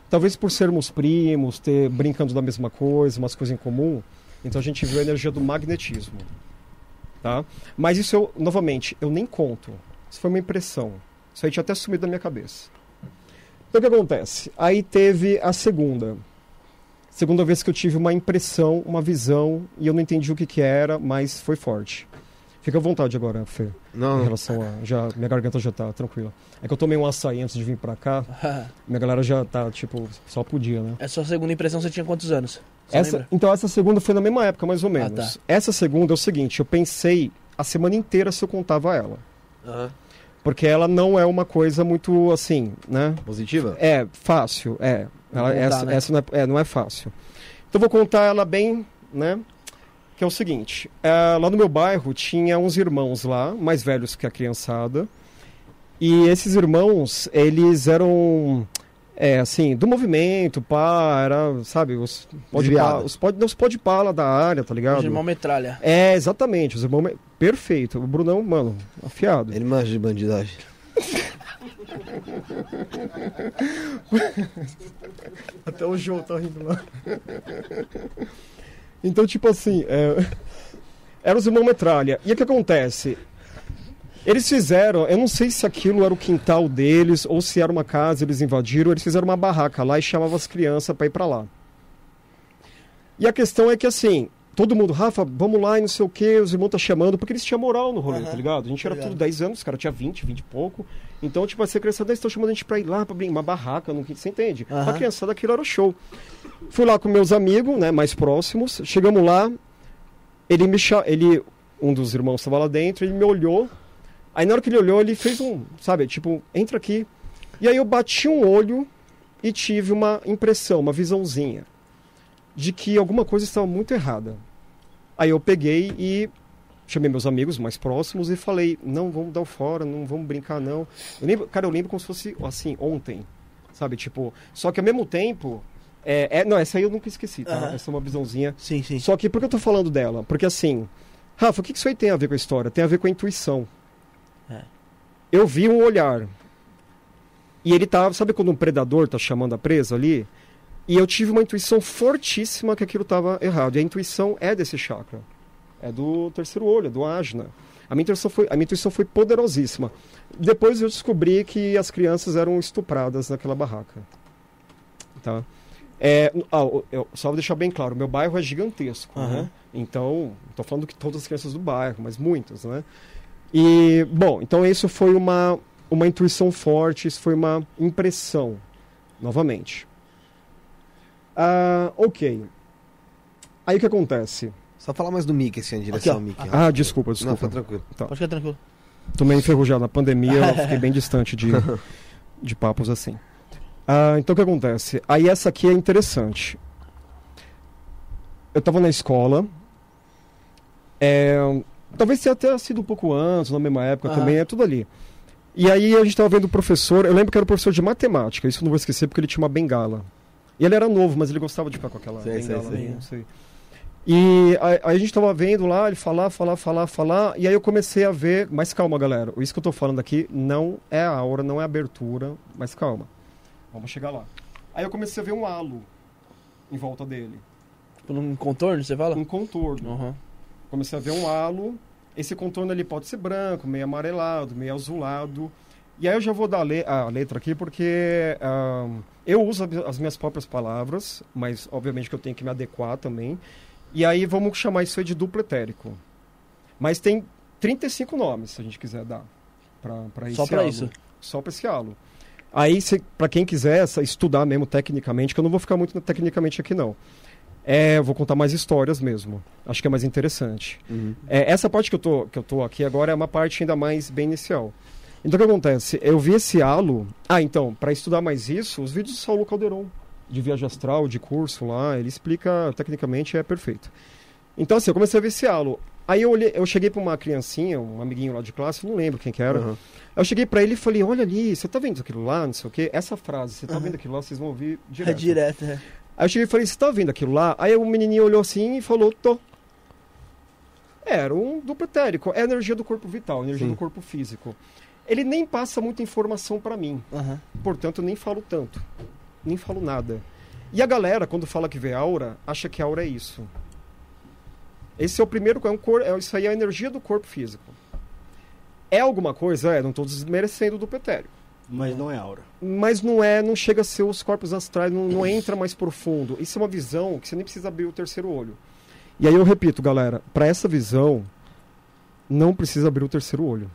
Talvez por sermos primos, ter brincando da mesma coisa, umas coisas em comum, então a gente viu a energia do magnetismo. Tá? Mas isso, eu, novamente, eu nem conto. Isso foi uma impressão. Isso aí tinha até sumido da minha cabeça. Então o que acontece? Aí teve a segunda. Segunda vez que eu tive uma impressão, uma visão, e eu não entendi o que, que era, mas foi forte. Fica à vontade agora, Fê. Não. Em relação a... Já, minha garganta já tá tranquila. É que eu tomei um açaí antes de vir pra cá. Minha galera já tá, tipo, só podia, né? Essa sua segunda impressão, você tinha quantos anos? Você Essa, lembra? então essa segunda foi na mesma época, mais ou menos. Ah, tá. Essa segunda é o seguinte, eu pensei a semana inteira se eu contava ela. Aham. Porque ela não é uma coisa muito, assim, né? Positiva? É, fácil, é. Ela, Vou contar, essa né? essa não, é, é, não é fácil. Então eu vou contar ela bem, né? Que é o seguinte, é, lá no meu bairro tinha uns irmãos lá, mais velhos que a criançada. E esses irmãos, eles eram, é, assim, do movimento, pá, era, sabe, os pode Desviado. pá, os pode, os pode pala da área, tá ligado? Os irmão metralha. É, exatamente, os irmãos, me- perfeito. O Brunão, mano, afiado. Ele manja de bandidagem. Até o João tá rindo lá. Então, tipo assim, é... eram os irmãos metralha. E o que acontece? Eles fizeram, eu não sei se aquilo era o quintal deles ou se era uma casa, eles invadiram, eles fizeram uma barraca lá e chamavam as crianças pra ir pra lá. E a questão é que assim, todo mundo, Rafa, vamos lá e não sei o que, os irmãos tá chamando, porque eles tinham moral no rolê, Aham. tá ligado? A gente era Ligado. tudo dez anos, os caras tinha vinte, vinte e pouco. Então, tipo, assim, a criançada, eles estão chamando a gente pra ir lá, pra brincar, uma barraca, não, você entende? Aham. A criançada, aquilo era o show. Fui lá com meus amigos, né, mais próximos, chegamos lá, ele me cha... ele, um dos irmãos estava lá dentro, ele me olhou, aí na hora que ele olhou, ele fez um, sabe, tipo, entra aqui. E aí eu bati um olho e tive uma impressão, uma visãozinha, de que alguma coisa estava muito errada. Aí eu peguei e chamei meus amigos mais próximos e falei, não, vamos dar o fora, não vamos brincar, não. Eu lembro, cara, eu lembro como se fosse, assim, ontem, sabe, tipo, só que ao mesmo tempo, é, é- não, essa aí eu nunca esqueci, tá? Aham. Essa é uma visãozinha. Sim, sim. Só que por que eu tô falando dela? Porque assim, Rafa, o que que isso aí tem a ver com a história? Tem a ver com a intuição. É. Eu vi um olhar. E ele tava, sabe quando um predador tá chamando a presa ali? E eu tive uma intuição fortíssima que aquilo tava errado. E a intuição é desse chakra. É do terceiro olho, é do ajna. A minha intuição foi, a minha intuição foi poderosíssima. Depois eu descobri que as crianças eram estupradas naquela barraca. Tá? É, ah, eu, só vou deixar bem claro, o meu bairro é gigantesco, Aham. né? Então, estou falando que todas as crianças do bairro, mas muitas, né? E, bom, então isso foi uma, uma intuição forte, isso foi uma impressão, novamente. Ah, ok. Aí o que acontece? Só falar mais do Mickey, assim, em direção ó. ao Mickey. Ah, desculpa, Não, desculpa. fica tranquilo. Pode ficar tranquilo. Tomei enferrujado na pandemia, eu fiquei bem distante de, de papos assim. Ah, então o que acontece? Aí essa aqui é interessante. Eu estava na escola, é, talvez tenha até sido um pouco antes, na mesma época Aham. também, é tudo ali. E aí a gente estava vendo o professor, eu lembro que era o professor de matemática, isso eu não vou esquecer porque ele tinha uma bengala. E ele era novo, mas ele gostava de ficar com aquela Sei, sei, bengala, sei. né? Não sei. E aí aí a gente tava vendo lá, ele falar, falar, falar, falar, e aí eu comecei a ver, mas calma galera, isso que eu tô falando aqui não é a aura, não é a abertura, mas calma, vamos chegar lá. Aí eu comecei a ver um halo em volta dele, Tipo, num contorno, você fala? um contorno. Uhum. Comecei a ver um halo, esse contorno ele pode ser branco, meio amarelado, meio azulado. E aí eu já vou dar a, le a letra aqui porque ah, eu uso as minhas próprias palavras, mas obviamente que eu tenho que me adequar também. E aí vamos chamar isso aí de duplo etérico. Mas tem trinta e cinco nomes, se a gente quiser dar, para esse Só pra halo. isso? Só para esse halo. Aí, para quem quiser essa- estudar mesmo tecnicamente, que eu não vou ficar muito tecnicamente aqui não. É, eu vou contar mais histórias mesmo. Acho que é mais interessante. Uhum. É, essa parte que eu, tô, que eu tô aqui agora é uma parte ainda mais bem inicial. Então o que acontece? Eu vi esse halo... Ah, então, para estudar mais isso, os vídeos do Saulo Calderon, de viagem astral, de curso lá, ele explica tecnicamente, é perfeito. Então assim, eu comecei a ver esse halo. Aí eu, olhei, eu cheguei para uma criancinha, um amiguinho lá de classe, não lembro quem que era. Uhum. Aí eu cheguei para ele e falei, olha ali, você tá vendo aquilo lá, não sei o quê? Essa frase, você tá Uhum. vendo aquilo lá, vocês vão ouvir É direto. direto, é. Aí eu cheguei e falei, você tá vendo aquilo lá? Aí o menininho olhou assim e falou, tô. Era um duplo etérico, é a energia do corpo vital, a energia Sim. do corpo físico. Ele nem passa muita informação para mim, Aham. portanto eu nem falo tanto. nem falo nada. E a galera, quando fala que vê aura, acha que aura é isso. Esse é o primeiro, é um cor, é, isso aí é a energia do corpo físico. É alguma coisa? É, não estou desmerecendo do pretérito. Mas não é aura. Mas não é, não chega a ser os corpos astrais, não, não entra mais profundo. Isso é uma visão que você nem precisa abrir o terceiro olho. E aí eu repito, galera, para essa visão, não precisa abrir o terceiro olho.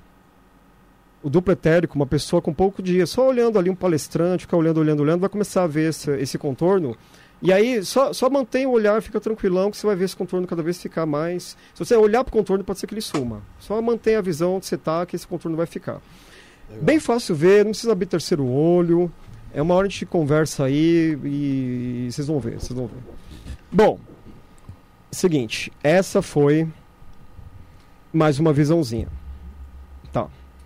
O duplo etérico, uma pessoa com pouco dia, só olhando ali um palestrante, fica olhando, olhando, olhando, vai começar a ver esse, esse contorno. E aí, só, só mantém o olhar, fica tranquilão, que você vai ver esse contorno cada vez ficar mais... Se você olhar para o contorno, pode ser que ele suma. Só mantém a visão onde você está, que esse contorno vai ficar. Legal. Bem fácil ver, não precisa abrir terceiro olho. É uma hora a gente conversa aí e, e vocês vão ver, vocês vão ver. Bom, seguinte, essa foi mais uma visãozinha. Tá.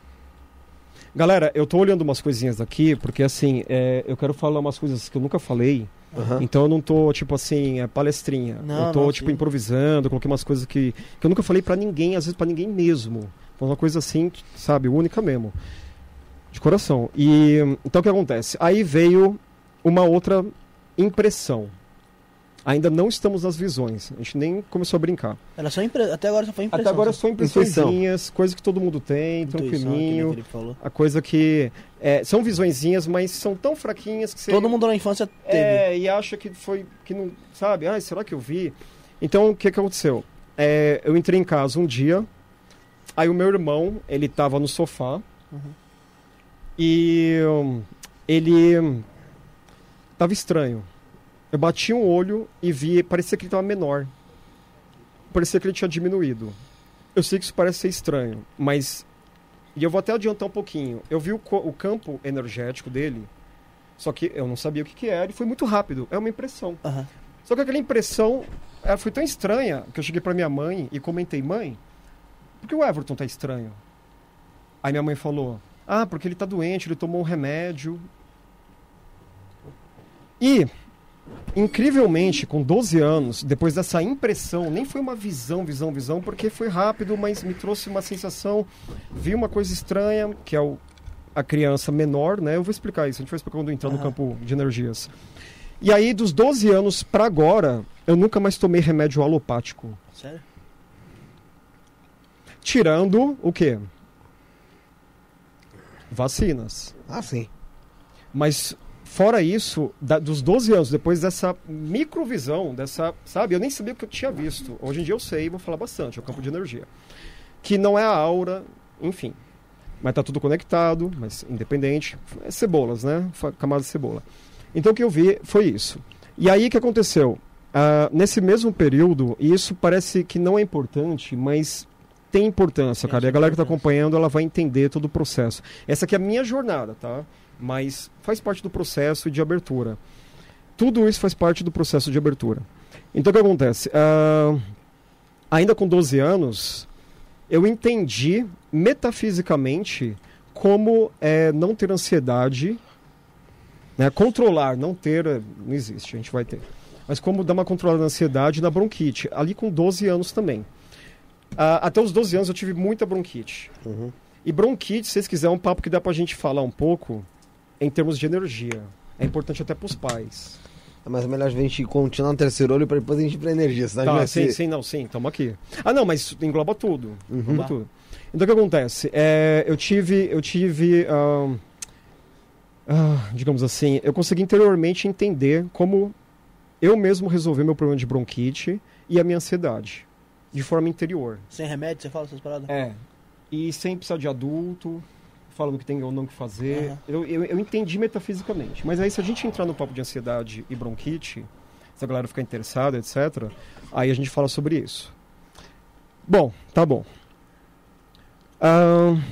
Galera, eu tô olhando umas coisinhas aqui, porque assim, é, eu quero falar umas coisas que eu nunca falei. Uhum. Então eu não tô, tipo assim, é, palestrinha. Não, eu tô, não, tipo, sim. improvisando, coloquei umas coisas que, que eu nunca falei pra ninguém, às vezes pra ninguém mesmo. Foi uma coisa assim, sabe, única mesmo. De coração. E então o que acontece? Aí veio uma outra impressão. Ainda não estamos nas visões. A gente nem começou a brincar. Era só impre... Até agora só foi impressão. Até agora só impressõezinhas, coisas que todo mundo tem, Intuição, tranquilinho. A coisa que... É, são visõezinhas, mas são tão fraquinhas que você... Todo mundo na infância teve. É, e acha que foi... que não sabe? Ah, será que eu vi? Então, o que, que aconteceu? É, eu entrei em casa um dia, aí o meu irmão, ele tava no sofá, uhum. e um, ele tava estranho. Eu bati um olho e vi, parecia que ele estava menor. Parecia que ele tinha diminuído. Eu sei que isso parece ser estranho, mas... E eu vou até adiantar um pouquinho. Eu vi o, o campo energético dele, só que eu não sabia o que, que era, e foi muito rápido. É uma impressão. Uhum. Só que aquela impressão ela foi tão estranha que eu cheguei para minha mãe e comentei, mãe, por que o Everton tá estranho? Aí minha mãe falou, ah, porque ele tá doente, ele tomou um remédio. E... incrivelmente, com doze anos, depois dessa impressão, nem foi uma visão, visão, visão, porque foi rápido, mas me trouxe uma sensação, vi uma coisa estranha, que é o, a criança menor, né? Eu vou explicar isso, a gente vai explicar quando entrar uhum. no campo de energias. E aí, dos doze anos para agora, eu nunca mais tomei remédio alopático. Sério? Tirando o quê? Vacinas. Ah, sim. Mas... fora isso, da, dos doze anos, depois dessa microvisão, dessa, sabe, eu nem sabia o que eu tinha visto. Hoje em dia eu sei, vou falar bastante, é o campo de energia. Que não é a aura, enfim. Mas tá tudo conectado, mas independente. É cebolas, né? Camada de cebola. Então o que eu vi foi isso. E aí o que aconteceu? Uh, nesse mesmo período, e isso parece que não é importante, mas tem importância, cara. E a galera que tá acompanhando, ela vai entender todo o processo. Essa aqui é a minha jornada, tá? Mas faz parte do processo de abertura. Tudo isso faz parte do processo de abertura. Então, o que acontece? Uh, ainda com doze anos, eu entendi metafisicamente como é, não ter ansiedade, né, controlar, não ter, não existe, a gente vai ter. Mas como dar uma controlada na ansiedade na bronquite, ali com doze anos também. Uh, até os doze anos eu tive muita bronquite. Uhum. E bronquite, se vocês quiserem, é um papo que dá pra gente falar um pouco... em termos de energia. É importante até para os pais. Mas é melhor a gente continuar no terceiro olho para depois a gente ir para energia. Tá, sim, ser... sim, não, sim, estamos aqui. Ah, não, mas engloba tudo. Uhum. Engloba tudo. Então, o que acontece? É, eu tive, eu tive uh, uh, digamos assim, eu consegui interiormente entender como eu mesmo resolver meu problema de bronquite e a minha ansiedade. De forma interior. Sem remédio, você fala essas paradas? É. E sem precisar de adulto... falando o que tem ou não que fazer. Uhum. Eu, eu, eu entendi metafisicamente. Mas aí, se a gente entrar no papo de ansiedade e bronquite, se a galera ficar interessada, etcétera, aí a gente fala sobre isso. Bom, tá bom. Uh...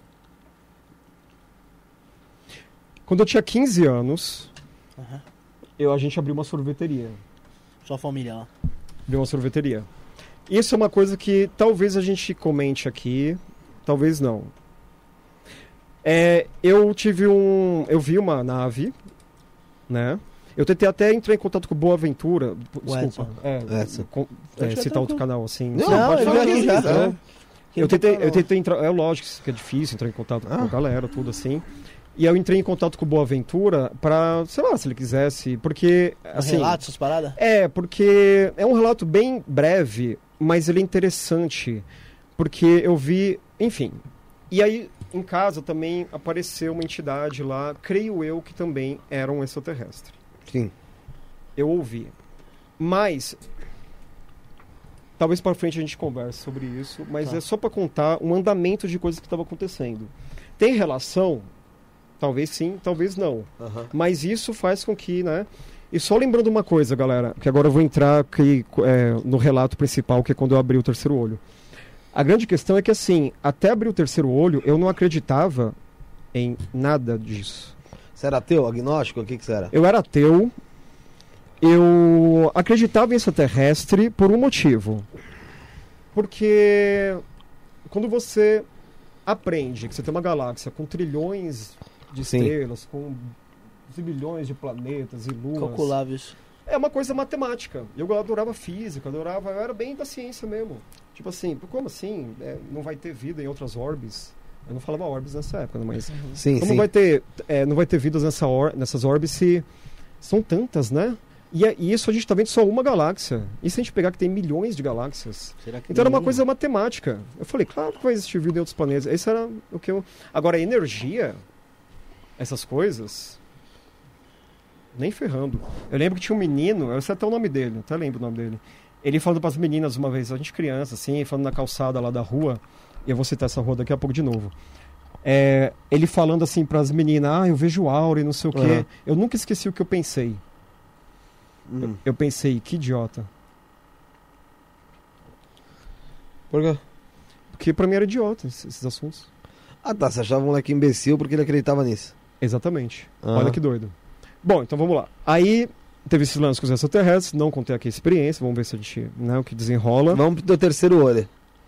Quando eu tinha quinze anos, uhum. eu, a gente abriu uma sorveteria. Sua família lá? Abriu uma sorveteria. Isso é uma coisa que talvez a gente comente aqui, talvez não. É, eu tive um... Eu vi uma nave, né? Eu tentei até entrar em contato com o Boa Ventura. Desculpa. É, com, é, citar outro canal assim. Não, não pode falar aqui já. Né? Eu tentei, eu tentei entrar... É lógico que é difícil entrar em contato ah. com a galera, tudo assim. E eu entrei em contato com o Boaventura pra, sei lá, se ele quisesse, porque... Assim, relatos, essas paradas? É, porque é um relato bem breve, mas ele é interessante, porque eu vi, enfim. E aí, em casa também apareceu uma entidade lá, creio eu que também era um extraterrestre. Sim. Eu ouvi. Mas, talvez para frente a gente converse sobre isso, mas Tá. é só para contar um andamento de coisas que estavam acontecendo. Tem relação? Talvez sim, talvez não. Aham. Mas isso faz com que, né? E só lembrando uma coisa, galera, que agora eu vou entrar aqui, é, no relato principal, que é quando eu abri o terceiro olho. A grande questão é que, assim, até abrir o terceiro olho, eu não acreditava em nada disso. Você era ateu, agnóstico? O que que você era? Eu era ateu, eu acreditava em extraterrestre por um motivo. Porque quando você aprende que você tem uma galáxia com trilhões de Sim. estrelas, com bilhões de planetas e luas... Calculáveis. É uma coisa matemática. Eu adorava física, adorava... Eu era bem da ciência mesmo. Tipo assim, como assim? É, não vai ter vida em outras orbes? Eu não falava orbes nessa época, mas... Sim, Como sim. vai ter, é, não vai ter vidas nessa or, nessas orbes se são tantas, né? E, é- e isso a gente está vendo só uma galáxia. E se a gente pegar que tem milhões de galáxias? Será que Então era uma nenhum? coisa matemática. Eu falei, claro que vai existir vida em outros planetas. Esse era o que eu... Agora, a energia, essas coisas, nem ferrando. Eu lembro que tinha um menino, eu sei até o nome dele, até lembro o nome dele. Ele falando para as meninas uma vez, a gente criança, assim, falando na calçada lá da rua, e eu vou citar essa rua daqui a pouco de novo. É, ele falando assim para as meninas, ah, eu vejo aura e não sei o quê. Uhum. Eu nunca esqueci o que eu pensei. Hum. Eu, eu pensei, que idiota. Por quê? Porque pra mim era idiota esses, esses assuntos. Ah tá, você achava um moleque imbecil porque ele acreditava nisso. Exatamente. Aham. Olha que doido. Bom, então vamos lá. Aí teve esse lance com os extraterrestres, não contei aqui a experiência, vamos ver se a gente, né, o que desenrola. Vamos pro teu terceiro olho.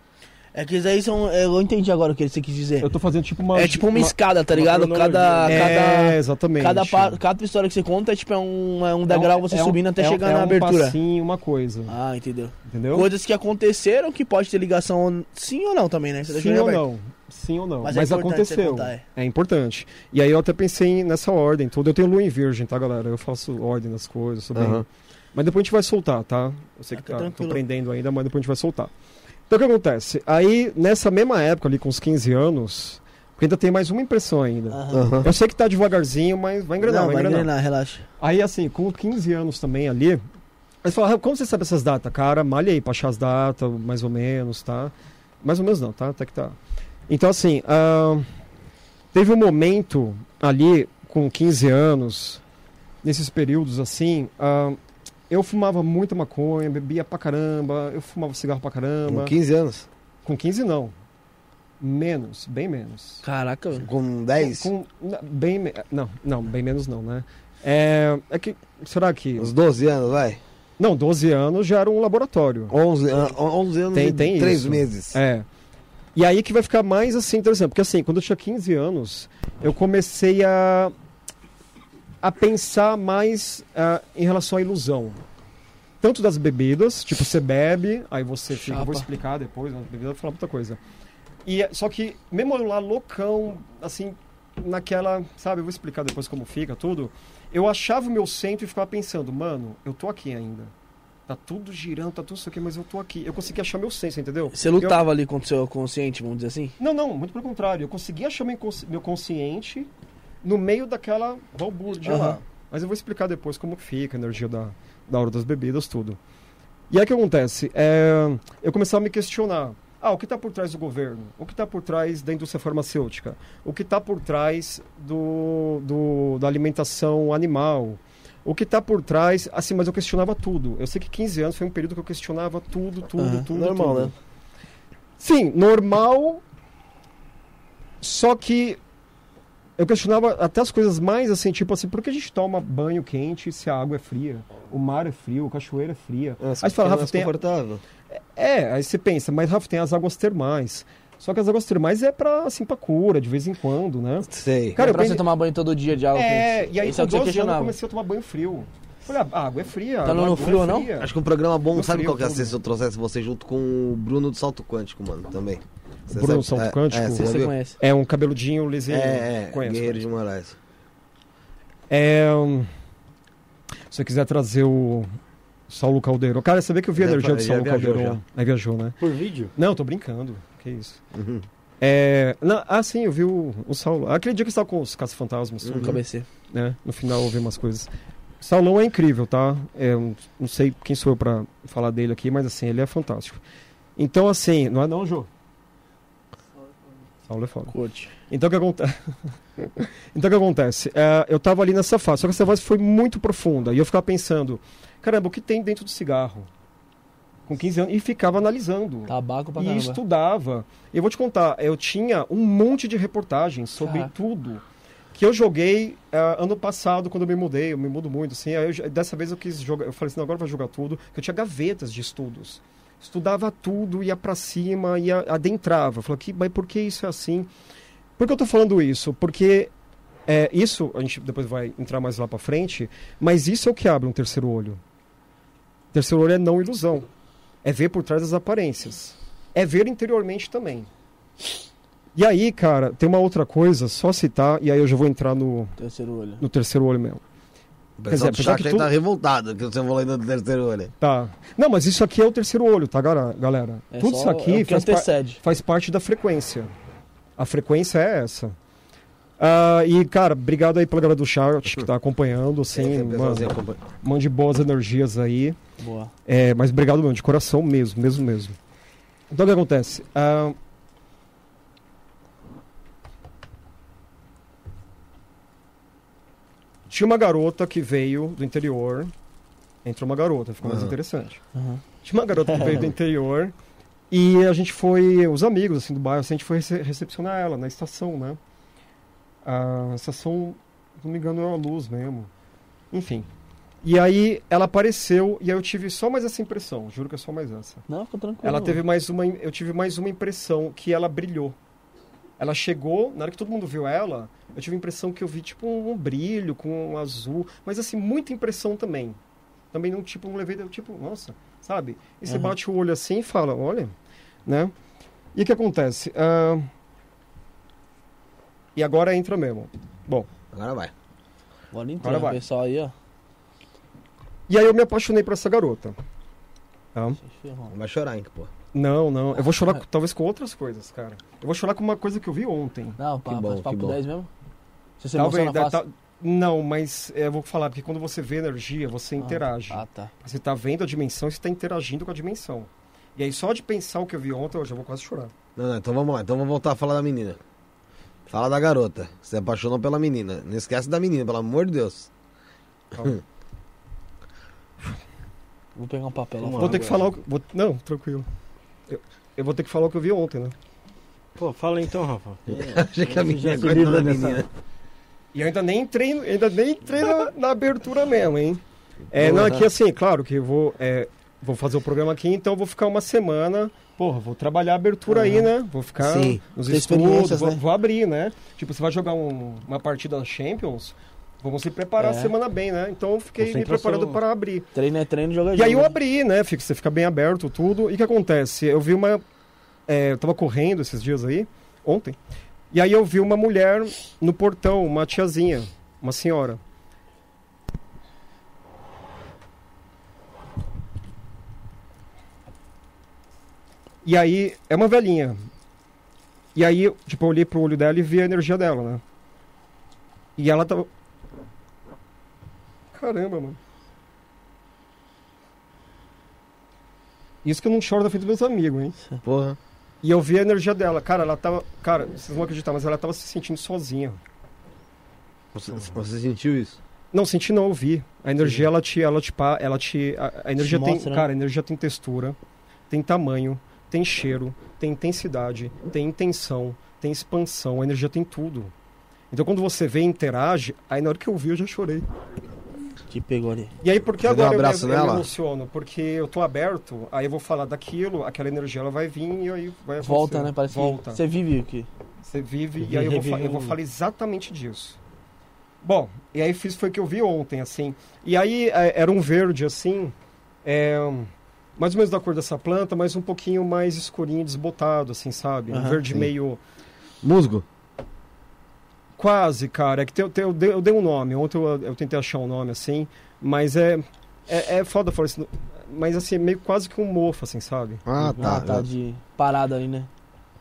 É que isso aí são. Eu entendi agora o que você quis dizer. Eu tô fazendo tipo uma... É tipo uma escada, tá ligado? uma Cada. cronologia. cada É, exatamente. Cada, pa- cada história que você conta é tipo é um, é um degrau você É um- subindo até é um- chegar é na um abertura. passinho, uma coisa, Ah, entendeu? entendeu? Coisas que aconteceram que pode ter ligação sim ou não também, né? Você deixou Sim em ou aberto. não. Sim ou não. Mas Mas, é importante você aconteceu. contar, é. É importante. E aí eu até pensei nessa ordem toda. Eu tenho lua em virgem, tá, galera? Eu faço ordem das coisas, sou bem... Aham. Mas depois a gente vai soltar, tá? Eu sei Ah, que tá tá, tô tranquilo. prendendo ainda, mas depois a gente vai soltar. Então o que acontece? Aí, nessa mesma época, ali com uns quinze anos, porque ainda tem mais uma impressão ainda. Aham. Aham. Eu sei que tá devagarzinho, mas vai engrenar, Não, vai vai engrenar. engrenar, relaxa. Aí, assim, com quinze anos também ali, aí você fala, "Ah, como você sabe essas datas? Cara, malha aí pra achar as datas, mais ou menos, tá? Mais ou menos não, tá? Até que tá. Então, assim, ah, teve um momento ali, com quinze anos, nesses períodos assim, ah, eu fumava muita maconha, bebia pra caramba, eu fumava cigarro pra caramba. Com quinze anos. Com quinze não. Menos, bem menos. Caraca, velho. Com dez. Com, na- bem, me- não, não, bem menos não, né? É, é que, será que... Uns doze anos, vai. Não, doze anos já era um laboratório. onze, an- onze anos Tem- e tem três isso. meses. É. E aí que vai ficar mais assim interessante, porque assim, quando eu tinha quinze anos, eu comecei a a pensar mais ah, em relação à ilusão. Tanto das bebidas, tipo, você bebe, aí você fica, Chapa. vou explicar depois, né, bebida eu vou falar muita coisa. E só que mesmo eu lá loucão, assim, naquela, sabe, eu vou explicar depois como fica tudo. Eu achava o meu centro e ficava pensando, mano, eu tô aqui ainda. Tá tudo girando, tá tudo isso aqui, mas eu tô aqui. Eu consegui achar meu senso, entendeu? Você lutava ali contra o seu consciente, vamos dizer assim? Não, não, muito pelo contrário. Eu consegui achar meu, inconsci- meu consciente no meio daquela balbúrdia Aham. lá. Mas eu vou explicar depois como que fica a energia da, da hora das bebidas, tudo. E aí o que acontece? É, eu começava a me questionar. Ah, o que está por trás do governo? O que está por trás da indústria farmacêutica? O que está por trás do, do, da alimentação animal? O que está por trás... Assim, mas eu questionava tudo. Eu sei que quinze anos foi um período que eu questionava tudo, tudo, Aham. tudo, Normal, tudo. né? Sim, normal. Só que eu questionava até as coisas mais assim, tipo assim, por que a gente toma banho quente se a água é fria? O mar é frio, a cachoeira é fria. É, Aí você fala, é Rafa, mais tem... confortável. É, aí você pensa, mas Rafa, tem as águas termais. Só que as águas termais é pra, assim, pra cura, de vez em quando, né? Sei. Cara, é eu pra pense- você tomar banho todo dia de água É, quente. e aí Isso é com o que você doze anos eu questionava. comecei a tomar banho frio. Falei, ah, a água é fria. Tá a no lagoa frio, é não? fria. Acho que um programa bom, No sabe frio, qual que ia tudo. ser se eu trouxesse você junto com o Bruno do Salto Quântico, mano, também. Você Bruno sabe- Salto Quântico. É, Você, você já você viu? conhece. É um cabeludinho lisinho. É, é, Conheço, Guerreiro conheço. de Moraes. É, hum, se você quiser trazer o Saulo Caldeirão. Cara, você vê que eu vi a Já energia fa- do já Saulo viajou, Caldeirão. Aí viajou, né? Por vídeo? Não, tô brincando. Que isso. Uhum. É, não, ah, sim, eu vi o, o Saulo. Aquele dia que você estava com os caça-fantasmas, No tudo, K B C. né? No final eu vi umas coisas. Saulão é incrível, tá? É, um- não sei quem sou eu pra falar dele aqui, mas assim, ele é fantástico. Então, assim, não é não, Jô? Saulo é foda. Curte. Então o que acontece? Então o que acontece? É, eu tava ali nessa fase, só que essa fase foi muito profunda. E eu ficava pensando, caramba, o que tem dentro do cigarro? Com quinze anos, e ficava analisando. Tabaco pra E caramba. estudava. Eu vou te contar, eu tinha um monte de reportagens sobre Caraca. tudo. Que eu joguei ah, ano passado, quando eu me mudei. Eu me mudo muito, assim. Aí eu- dessa vez eu quis jogar. Eu falei assim, não, agora vai jogar tudo. Que eu tinha gavetas de estudos. Estudava tudo, ia pra cima, ia adentrava. Eu falei, que, mas por que isso é assim? Por que eu tô falando isso? Porque é, isso, a gente depois vai entrar mais lá pra frente, mas isso é o que abre um terceiro olho. Terceiro olho é não ilusão. É ver por trás das aparências. É ver interiormente também. E aí, cara, tem uma outra coisa, só citar, e aí eu já vou entrar no, Terceiro olho. no terceiro olho mesmo. O Quer pessoal dizer, do apesar chat que aí tu- tá revoltado que você falou ainda do terceiro olho. Tá. Não, mas isso aqui é o terceiro olho, tá, gara- galera? É Tudo só- isso é aqui o que faz, par- antecede. faz parte da frequência. A frequência é essa. Ah, e, cara, obrigado aí pela galera do chat que tá acompanhando, assim, É, que o pessoalzinho mano, acompanha. mande boas energias aí. Boa. É, mas obrigado mesmo, de coração mesmo, mesmo, mesmo. Então o que acontece? Ah, tinha uma garota que veio do interior. Entrou uma garota, ficou mais Aham. interessante. Uhum. Tinha uma garota que veio do interior e a gente foi, os amigos assim do bairro, assim, a gente foi rece- recepcionar ela na estação, né? A estação, se não me engano, era a Luz mesmo. Enfim. E aí ela apareceu e aí eu tive só mais essa impressão, juro que é só mais essa. Não, fica tranquilo. Ela teve mais uma, eu tive mais uma impressão que ela brilhou. Ela chegou, na hora que todo mundo viu ela, eu tive a impressão que eu vi tipo um, um brilho com um azul, mas assim, muita impressão também. Também não, tipo, não levei, tipo, nossa, sabe? E você Uhum. bate o olho assim e fala, olha, né? E o que acontece? Ah, E agora entra mesmo. Bom, Agora vai. Agora entrou, Agora vai. pessoal aí, ó. e aí eu me apaixonei por essa garota. Tá? Se ferrou. Vai chorar, hein, pô. Não, não, eu vou chorar com- talvez com outras coisas, cara. Eu vou chorar com uma coisa que eu vi ontem. Não, pá, bom, faz que papo bom. dez mesmo? Você se Talvez, emociona da- fácil? ta- Não, mas é, eu vou falar, porque quando você vê energia, você interage. Ah, tá. Você tá vendo a dimensão e você tá interagindo com a dimensão. E aí, só de pensar o que eu vi ontem, eu já vou quase chorar. Não, não, então vamos lá. Então vamos voltar a falar da menina. Fala da garota. Você apaixonou pela menina. Não esquece da menina, pelo amor de Deus. Calma. Vou pegar um papel lá. Vamos Vou lá. ter que falar o que... vou- Não, tranquilo. Eu, eu vou ter que falar o que eu vi ontem, né? Pô, fala então, Rafa. Achei que a menina Já ia se cuidar livra da dessa- menina. E eu ainda nem entrei, no- ainda nem entrei na, na abertura mesmo, hein? É, Boa, não, tá. aqui assim, claro que eu vou, é, vou fazer o programa aqui, então eu vou ficar uma semana. Porra, vou trabalhar a abertura aí, né? Vou ficar Sim. nos Ter estudos, experiências, vou, né? vou abrir, né? Tipo, você vai jogar um- uma partida da Champions, vamos se preparar É. a semana bem, né? Então eu fiquei me Concentração. preparando para abrir. Treino é treino, jogo é E jogo. aí eu abri, né? Fica- Você fica bem aberto, tudo. E o que acontece? Eu vi uma... é, eu tava correndo esses dias aí, ontem. E aí eu vi uma mulher no portão, uma tiazinha, uma senhora. E aí, é uma velhinha. E aí, tipo, eu olhei pro olho dela e vi a energia dela, né? E ela tava... Caramba, mano. Isso que eu não choro da frente dos meus amigos, hein? Porra. E eu vi a energia dela. Cara, ela tava... Cara, vocês não vão acreditar, mas ela tava se sentindo sozinha. Você, você sentiu isso? Não, senti não, eu vi. A energia, ela te... Ela te, pa- ela te a, a energia Te tem... mostra, né? Cara, a energia tem textura, tem tamanho, tem cheiro, tem intensidade, tem intenção, tem expansão. A energia tem tudo. Então, quando você vê e interage, aí na hora que eu vi, eu já chorei. Te pegou ali. E aí, por que Você deu um agora eu, abraço me, eu me nela? emociono? Porque eu tô aberto, aí eu vou falar daquilo, aquela energia ela vai vir e aí vai acontecer. Volta, né? Parece Volta. que você vive aqui. Você vive Você e aí eu vou, fa- reviveu eu vou um- falar exatamente disso. Bom, e aí fiz foi o que eu vi ontem, assim. E aí é, era um verde, assim, é, mais ou menos da cor dessa planta, mas um pouquinho mais escurinho, desbotado, assim, sabe? Um Aham, verde sim. meio... Musgo? Quase, cara. É que tem, tem, eu, dei, eu dei um nome. Ontem eu, eu tentei achar um nome, assim, mas é... É, é foda falar isso, mas assim, meio quase que um mofo, assim, sabe? Ah, tá. Ah, tá de parada aí, né?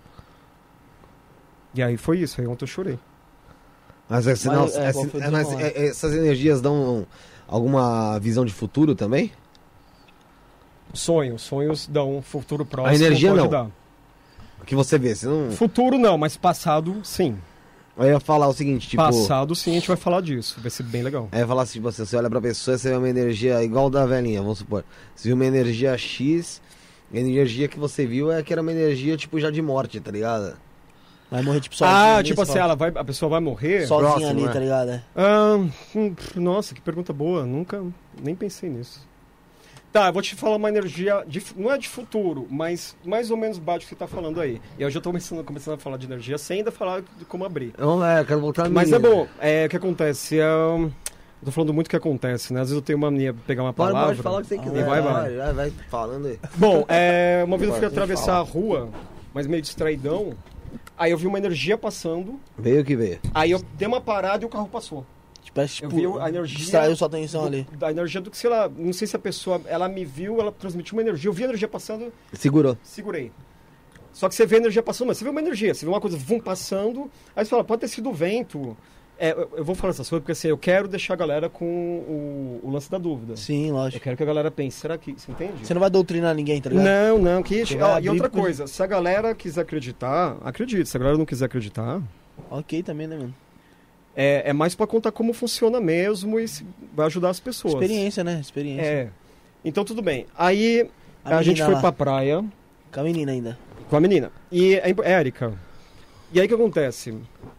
E aí foi isso, aí ontem eu chorei. Mas, é, Mas, não, é, é, qual foi o é, mas desenrolar? é, essas energias dão alguma visão de futuro também? Sonhos, sonhos dão um futuro próximo. A energia pode não. dar. O que você vê, você não... Futuro não, mas passado, sim. Eu ia falar o seguinte, tipo... Passado, sim, a gente vai falar disso. Vai ser bem legal. Aí eu ia falar assim, tipo assim, você olha pra pessoa e você vê uma energia igual da velhinha, vamos supor. Você viu uma energia X, e a energia que você viu é que era uma energia, tipo, já de morte, tá ligado? Vai morrer, tipo, sozinha. Ah, ali, tipo você assim, fala, ela vai, a pessoa vai morrer? sozinha próximo, ali, né? tá ligado? É. Ah, hum, nossa, que pergunta boa. Nunca, nem pensei nisso. Tá, eu vou te falar uma energia, de, não é de futuro, mas mais ou menos bate o que você tá falando aí. E eu já tô começando, começando a falar de energia sem ainda falar de como abrir. Não, é, eu quero voltar na Mas minha. é bom, é o que acontece. É, eu tô falando muito o que acontece, né? Às vezes eu tenho uma mania de pegar uma Pode, palavra. pode falar o que você quiser. E vai, vai. vai, vai falando aí. Bom, é, uma vez eu fui Pode atravessar falar. a rua, mas meio distraidão. Aí eu vi uma energia passando, Veio que veio. aí eu dei uma parada e o carro passou. Tipo, é, tipo, vi a energia- distraiu sua atenção ali. Da energia do que, sei lá, não sei se a pessoa, ela me viu, ela transmitiu uma energia, eu vi a energia passando, Segurou. segurei. Só que você vê a energia passando, mas você vê uma energia, você vê uma coisa, vum, passando, aí você fala, pode ter sido o vento. É, eu, eu vou falar essas coisas porque assim, eu quero deixar a galera com o, o lance da dúvida. Sim, Eu lógico. quero que a galera pense, será que, você entende? Você não vai doutrinar ninguém, tá ligado? Não, não, que Você ó, vai e abrir outra porque- coisa, se a galera quiser acreditar, acredite, se a galera não quiser acreditar, Ok também, né, mano? é, é mais pra contar como funciona mesmo e se- vai ajudar as pessoas. Experiência, né? Experiência. É. Então tudo bem. Aí A a, gente menina foi lá. pra praia Com a menina ainda. com a menina. E é imp- Érica. E aí o que acontece?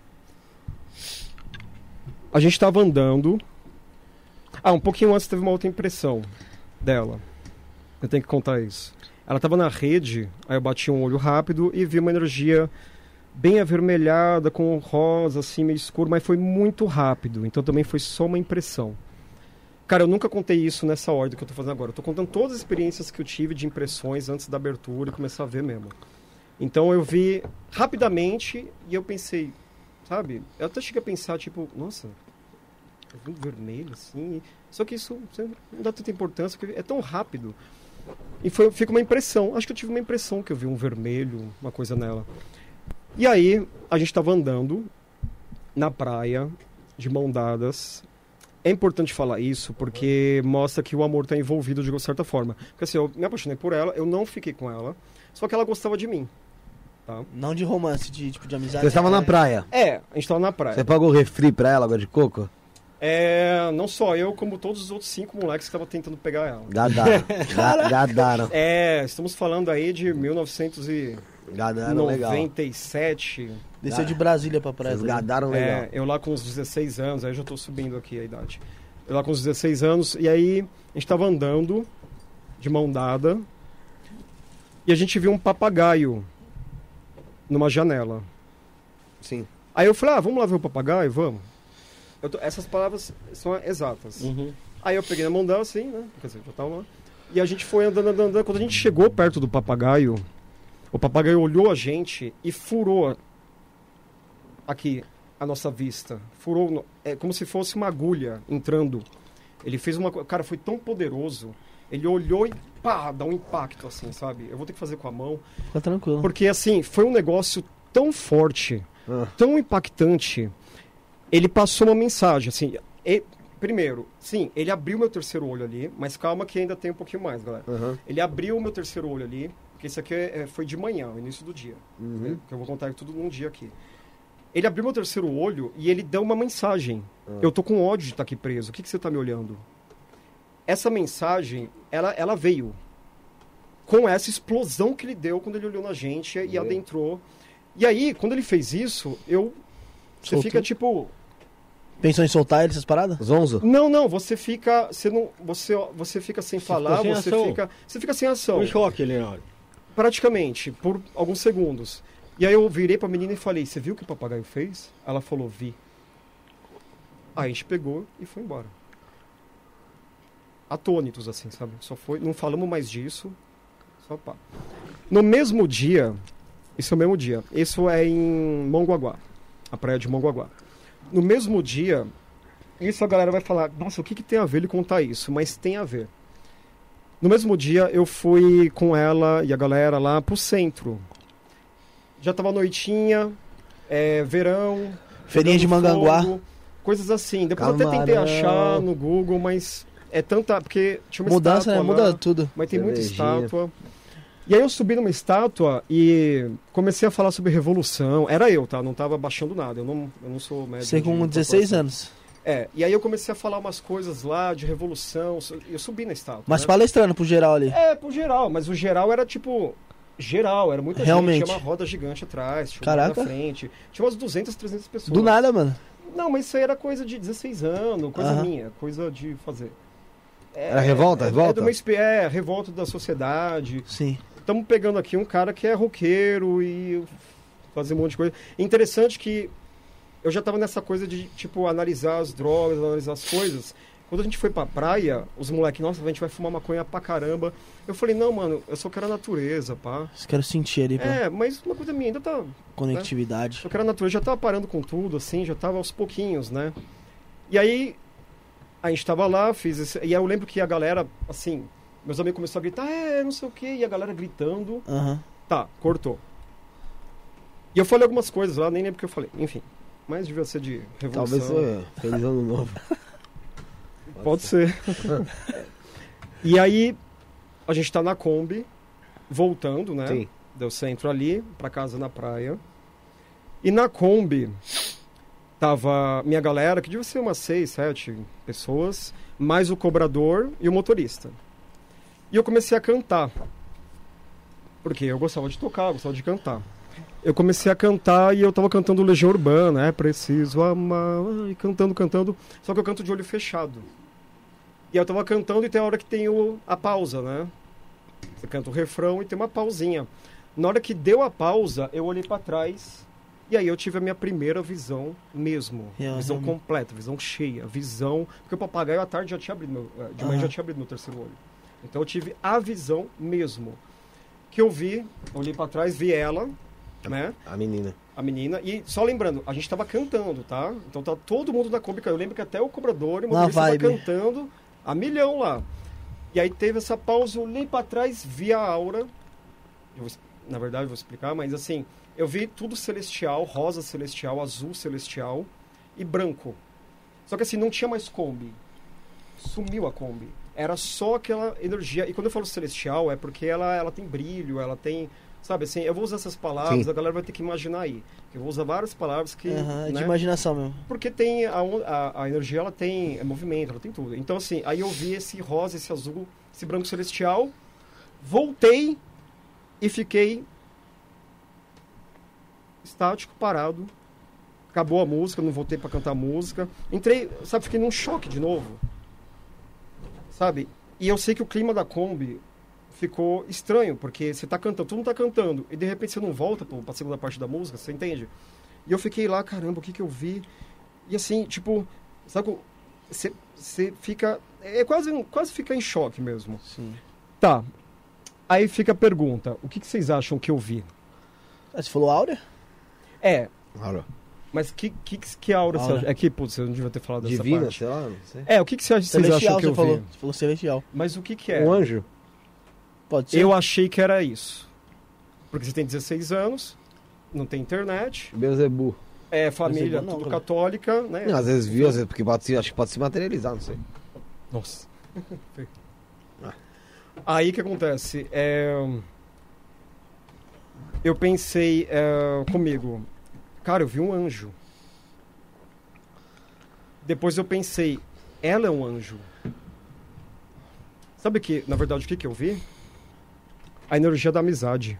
A gente tava andando. Ah, um pouquinho antes teve uma outra impressão dela. Eu tenho que contar isso. Ela tava na rede, aí eu bati um olho rápido e vi uma energia bem avermelhada, com rosa, assim, meio escuro, mas foi muito rápido. Então também foi só uma impressão. Cara, eu nunca contei isso nessa ordem que eu tô fazendo agora. Eu tô contando todas as experiências que eu tive de impressões antes da abertura e começar a ver mesmo. Então eu vi rapidamente e eu pensei, sabe? Eu até cheguei a pensar, tipo, nossa, eu vi um vermelho, assim. Só que isso você não dá tanta importância, porque é tão rápido. E foi, fica uma impressão. Acho que eu tive uma impressão que eu vi um vermelho, uma coisa nela. E aí, a gente estava andando na praia, de mão dadas. É importante falar isso, porque mostra que o amor está envolvido de uma certa forma. Porque assim, eu me apaixonei por ela, eu não fiquei com ela, só que ela gostava de mim. Tá? Não de romance, de tipo de amizade. Você estava na É. praia. É, a gente estava na praia. Você pagou refri pra ela, água de coco? É, não só eu, como todos os outros cinco moleques que estavam tentando pegar ela. Gadaram. Ga- Gadaram. É, estamos falando aí de mil novecentos e Gadaram legal. noventa e sete. Desceu de Brasília pra praia. Vocês tá ligado? gadaram legal. É, eu lá com uns dezesseis anos, aí eu já tô subindo aqui a idade. Eu lá com uns dezesseis anos, e aí a gente tava andando de mão dada e a gente viu um papagaio numa janela. Sim. Aí eu falei, ah, vamos lá ver o papagaio? Vamos. Eu tô- essas palavras são exatas. Uhum. Aí eu peguei na mão dela assim, né? Quer dizer, já tava lá. E a gente foi andando, andando, andando. Quando a gente chegou perto do papagaio, o papagaio olhou a gente e furou aqui a nossa vista. Furou, no- é como se fosse uma agulha entrando. Ele fez uma coisa. Cara, foi tão poderoso. Ele olhou e pá, dá um impacto assim, sabe? Eu vou ter que fazer com a mão. Fica tranquilo. Porque assim, foi um negócio tão forte, Ah. tão impactante. Ele passou uma mensagem, assim. E, primeiro, sim, ele abriu meu terceiro olho ali, mas calma que ainda tem um pouquinho mais, galera. Aham. Ele abriu o meu terceiro olho ali, porque isso aqui é- é- foi de manhã, o início do dia. Uhum. Né? Que eu vou contar tudo num dia aqui. Ele abriu meu terceiro olho e ele deu uma mensagem. Ah. Eu tô com ódio de estar aqui preso. O que, que você tá me olhando? Essa mensagem, ela, ela veio com essa explosão que ele deu quando ele olhou na gente e Meu. adentrou. E aí, quando ele fez isso, eu... Você Soltou? fica tipo... Pensou em soltar ele, essas paradas? Zonzo? Não, não, você fica... Você, não, você, você fica sem falar, sem você ação. fica... Você fica sem ação. Um choque ali na hora. Praticamente, por alguns segundos. E aí eu virei pra menina e falei, você viu o que o papagaio fez? Ela falou, vi. Aí a gente pegou e foi embora. atônitos, assim, sabe? Só foi, não falamos mais disso, só pá. No mesmo dia, isso é o mesmo dia, isso é em Mongaguá, a praia de Mongaguá. No mesmo dia, isso a galera vai falar, nossa, o que, que tem a ver ele contar isso? Mas tem a ver. No mesmo dia, eu fui com ela e a galera lá pro centro. Já tava noitinha, é, verão... Feirinha de Mongaguá. Fogo, coisas assim. Depois eu Camarão. até tentei achar no Google, mas é tanta... Porque tinha uma Mudança, né? estátua lá, Muda tudo. mas tem muita Cervejinha. estátua. E aí eu subi numa estátua e comecei a falar sobre revolução. Era eu, tá? Não tava baixando nada. Eu não, eu não sou médico. Você com de dezesseis corporação. anos. É, e aí eu comecei a falar umas coisas lá de revolução. Eu subi na estátua. Mas né? palestrando pro geral ali. É, pro geral. Mas o geral era tipo... Geral, era muita Realmente. gente. Tinha uma roda gigante atrás, tinha uma Caraca. na frente. Tinha umas duzentas, trezentas pessoas. Do nada, mano. Não, mas isso aí era coisa de dezesseis anos, coisa Aham. minha, coisa de fazer. É, Era revolta, é, revolta? É, de uma, espe- é, revolta da sociedade. Sim. Estamos pegando aqui um cara que é roqueiro e fazer um monte de coisa. Interessante que eu já estava nessa coisa de, tipo, analisar as drogas, analisar as coisas. Quando a gente foi pra praia, os moleques, nossa, a gente vai fumar maconha pra caramba. Eu falei, não, mano, eu só quero a natureza, pá. Só quero sentir ali, pô. É, mas uma coisa minha ainda tá... Conectividade. Eu quero a natureza, já tava parando com tudo, assim, já tava aos pouquinhos, né? E aí, a gente tava lá, fiz esse... E aí eu lembro que a galera, assim, meus amigos começaram a gritar, é, não sei o quê, e a galera gritando. Aham. Tá, cortou. E eu falei algumas coisas lá, nem lembro o que eu falei. Enfim, mas devia ser de revolução. Talvez seja Feliz Ano Novo. Pode ser. E aí, a gente tá na Kombi, voltando, né? Sim. Do centro ali, pra casa na praia. E na Kombi, tava minha galera, que devia ser umas seis, sete pessoas, mais o cobrador e o motorista. E eu comecei a cantar. Porque eu gostava de tocar, eu gostava de cantar. Eu comecei a cantar e eu tava cantando Legião Urbana, é preciso amar, e cantando, cantando. Só que eu canto de olho fechado. E eu tava cantando e tem a hora que tem o, a pausa, né? Você canta o refrão e tem uma pausinha. Na hora que deu a pausa, eu olhei pra trás e aí eu tive a minha primeira visão mesmo. Real, visão realmente. completa, visão cheia, visão... Porque o papagaio à tarde já tinha abrido, meu, eh, de manhã Aham. já tinha abrido meu terceiro olho. Então eu tive a visão mesmo. Que eu vi, olhei pra trás, vi ela, né? A menina. A menina. E só lembrando, a gente tava cantando, tá? Então tá todo mundo na Kombi. Eu lembro que até o cobrador e o Na motorista tava vibe. cantando a milhão lá. E aí teve essa pausa, eu olhei pra trás, vi a aura. Eu vou, na verdade, eu vou explicar, mas assim, eu vi tudo celestial, rosa celestial, azul celestial e branco. Só que assim, não tinha mais Kombi. Sumiu a Kombi. Era só aquela energia. E quando eu falo celestial, é porque ela, ela tem brilho, ela tem... Sabe assim, eu vou usar essas palavras, Sim. a galera vai ter que imaginar aí. Eu vou usar várias palavras que... Aham, de né? imaginação mesmo. Porque tem a, on- a, a energia, ela tem é movimento, ela tem tudo. Então, assim, aí eu vi esse rosa, esse azul, esse branco celestial, voltei e fiquei estático, parado. Acabou a música, não voltei pra cantar música. Entrei, sabe, fiquei num choque de novo. Sabe? E eu sei que o clima da Kombi ficou estranho, porque você tá cantando, todo mundo tá cantando, e de repente você não volta pô, pra segunda parte da música, você entende? E eu fiquei lá, caramba, o que que eu vi? E assim, tipo, sabe, você, você fica, é quase, quase fica em choque mesmo. Sim. Tá, aí fica a pergunta, o que que vocês acham que eu vi? Ah, você falou Áurea? É, Claro. mas que, que, que aura, você Aura. acha? É que, putz, eu não devia ter falado dessa Divina, parte. sei lá, não sei. É, o que que vocês vocês Celestial, acham que você eu falou. vi? Você falou celestial. Mas o que que é? Um anjo? Pode ser? Eu achei que era isso. Porque você tem dezesseis anos, não tem internet, Beuzebu. é família Não, tudo cara. católica, né? Não, às vezes viu, às vezes, porque pode se, acho que pode se materializar, não sei. Nossa. Aí o que acontece? É, eu pensei é, comigo, cara, eu vi um anjo. Depois eu pensei, ela é um anjo. Sabe que, na verdade, o que, que eu vi? A energia da amizade.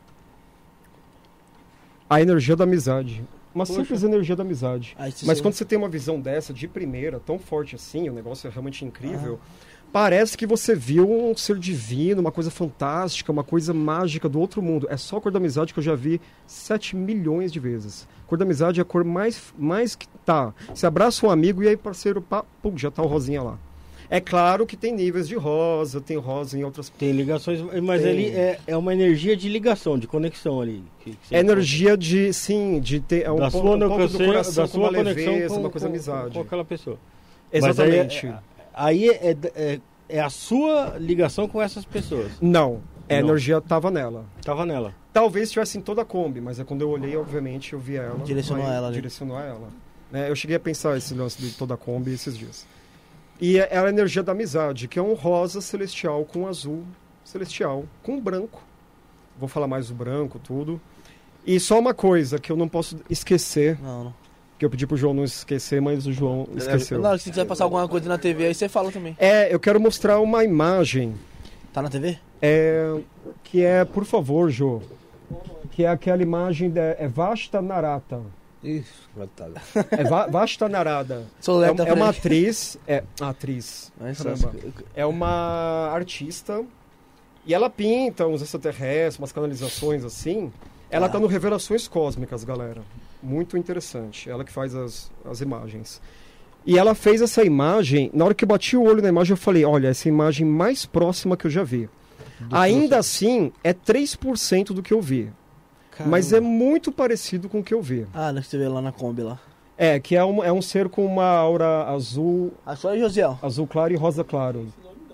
A energia da amizade. Uma Poxa. simples energia da amizade. Aí você- Mas quando você tem uma visão dessa, de primeira, tão forte assim, o negócio é realmente incrível, parece que você viu um ser divino, uma coisa fantástica, uma coisa mágica do outro mundo. É só a cor da amizade que eu já vi sete milhões de vezes. Cor da amizade é a cor mais, mais que tá. Você abraça um amigo e aí, parceiro, pá, pum, já tá o rosinha lá. É claro que tem níveis de rosa, tem rosa em outras... Tem ligações, mas Tem. ele é, é uma energia de ligação, de conexão ali. Que, que você- É energia de, sim, de ter... É um da ponto, sua, um ponto do conexão- coração da com uma sua conexão leveza, com, uma coisa com- amizade. com aquela pessoa. Exatamente. Mas aí, é, aí é, é, é a sua ligação com essas pessoas. Não, a Não. energia tava nela. Tava nela. Talvez estivesse em toda a Kombi, mas é quando eu olhei, obviamente, eu vi ela. Direcionou aí ela ali. Direcionou ela. Né, eu cheguei a pensar esse lance de toda a Kombi esses dias. E é é a energia da amizade, que é um rosa celestial com azul celestial, com branco. Vou falar mais do branco, tudo. E só uma coisa que eu não posso esquecer, Não, não. que eu pedi pro João não esquecer, mas o João esqueceu. Não, se quiser passar alguma coisa na T V aí, você fala também. É, eu quero mostrar uma imagem Tá na T V? é, que é, por favor, Jô, que é aquela imagem de é Vashta Narata. Isso, coitado. É Va Vashta Narada. Sou É, lento é uma atriz, é atriz, Mas, samba. É uma artista e ela pinta uns extraterrestres, umas canalizações assim. Ela Ah. tá no Revelações Cósmicas, galera. Muito interessante. Ela que faz as, as imagens. E ela fez essa imagem, na hora que eu bati o olho na imagem, eu falei, olha, essa é a imagem mais próxima que eu já vi. Ainda assim, é três por cento do que eu vi. Mas é muito parecido com o que eu vi. Ah, não, que você vê lá na Kombi lá. É, que é um, é um ser com uma aura azul, Ah, só aí, Josiel. azul claro e rosa claro.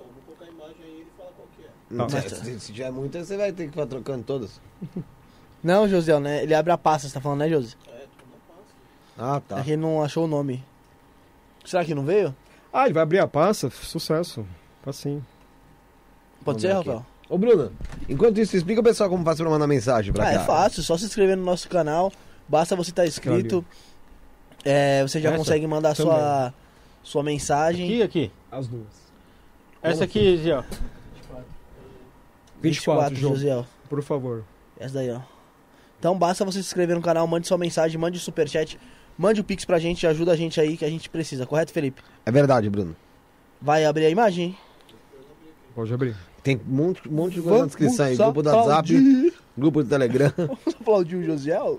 Não, Tá. se, se- se tiver muita, você vai ter que ficar trocando todas. Não, Josiel, né? Ele abre a pasta, você tá falando, né, Josi? Ah, tá. É que ele não achou o nome. Será que não veio? Ah, ele vai abrir a pasta? Sucesso. Assim. Pode Vamos ser, ver aqui. Rafael? Ô, Bruno, enquanto isso, explica o pessoal como faz pra mandar mensagem pra Ah, cá. é fácil, só se inscrever no nosso canal. Basta você estar inscrito. É, você já Essa? consegue mandar sua, sua mensagem. Aqui, aqui. As duas. Essa aqui, Zé, ó. vinte e quatro, João. Josiel. Por favor. Essa daí, ó. Então basta você se inscrever no canal, mande sua mensagem, mande o superchat, mande o Pix pra gente, ajuda a gente aí que a gente precisa, correto, Felipe? É verdade, Bruno. Vai abrir a imagem, hein? Pode abrir. Tem um monte, um monte de coisa na Vamos descrição aí. Grupo do WhatsApp, aplaudir. grupo do Telegram. Vamos aplaudir o Josiel?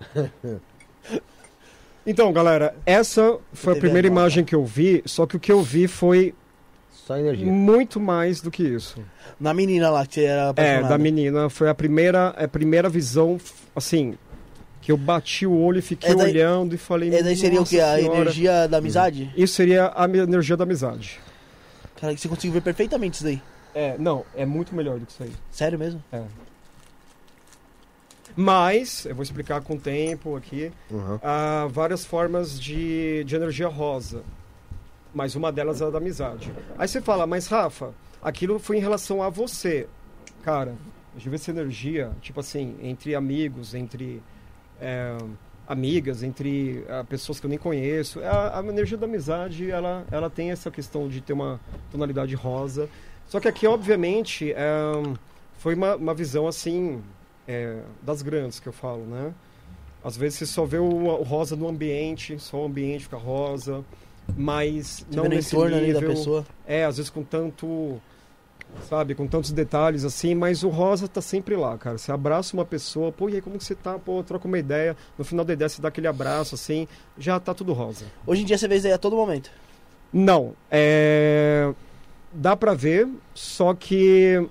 Então, galera, essa foi a Teve primeira a nota. imagem que eu vi, só que o que eu vi foi Só energia. muito mais do que isso. Na menina lá que você era É, apaixonado. da menina, foi a primeira, a primeira visão, assim, que eu bati o olho e fiquei É daí- olhando e falei, E daí seria o "Nossa que? A Senhora." energia da amizade? Isso seria a minha energia da amizade. Cara, você conseguiu ver perfeitamente isso daí. É, não, é muito melhor do que isso aí. Sério mesmo? É. Mas, eu vou explicar com o tempo aqui, Uhum. há várias formas de, de energia rosa. Mas uma delas é a da amizade. Aí você fala, mas Rafa, aquilo foi em relação a você. Cara, eu tive essa energia, tipo assim, entre amigos, entre é, amigas, entre ah, pessoas que eu nem conheço. A, a energia da amizade, ela, ela tem essa questão de ter uma tonalidade rosa. Só que aqui, obviamente, é, foi uma, uma visão assim, é, das grandes que eu falo, né? Às vezes você só vê o, o rosa no ambiente, só o ambiente fica rosa, mas Você não vê no nesse entorno ali da nível. pessoa. É, às vezes com tanto, sabe, com tantos detalhes assim, mas o rosa tá sempre lá, cara. Você abraça uma pessoa, pô, e aí como que você tá? Pô, troca uma ideia. No final da ideia você dá aquele abraço assim, já tá tudo rosa. Hoje em dia você vê isso aí a todo momento. Não, é... dá pra ver, só que...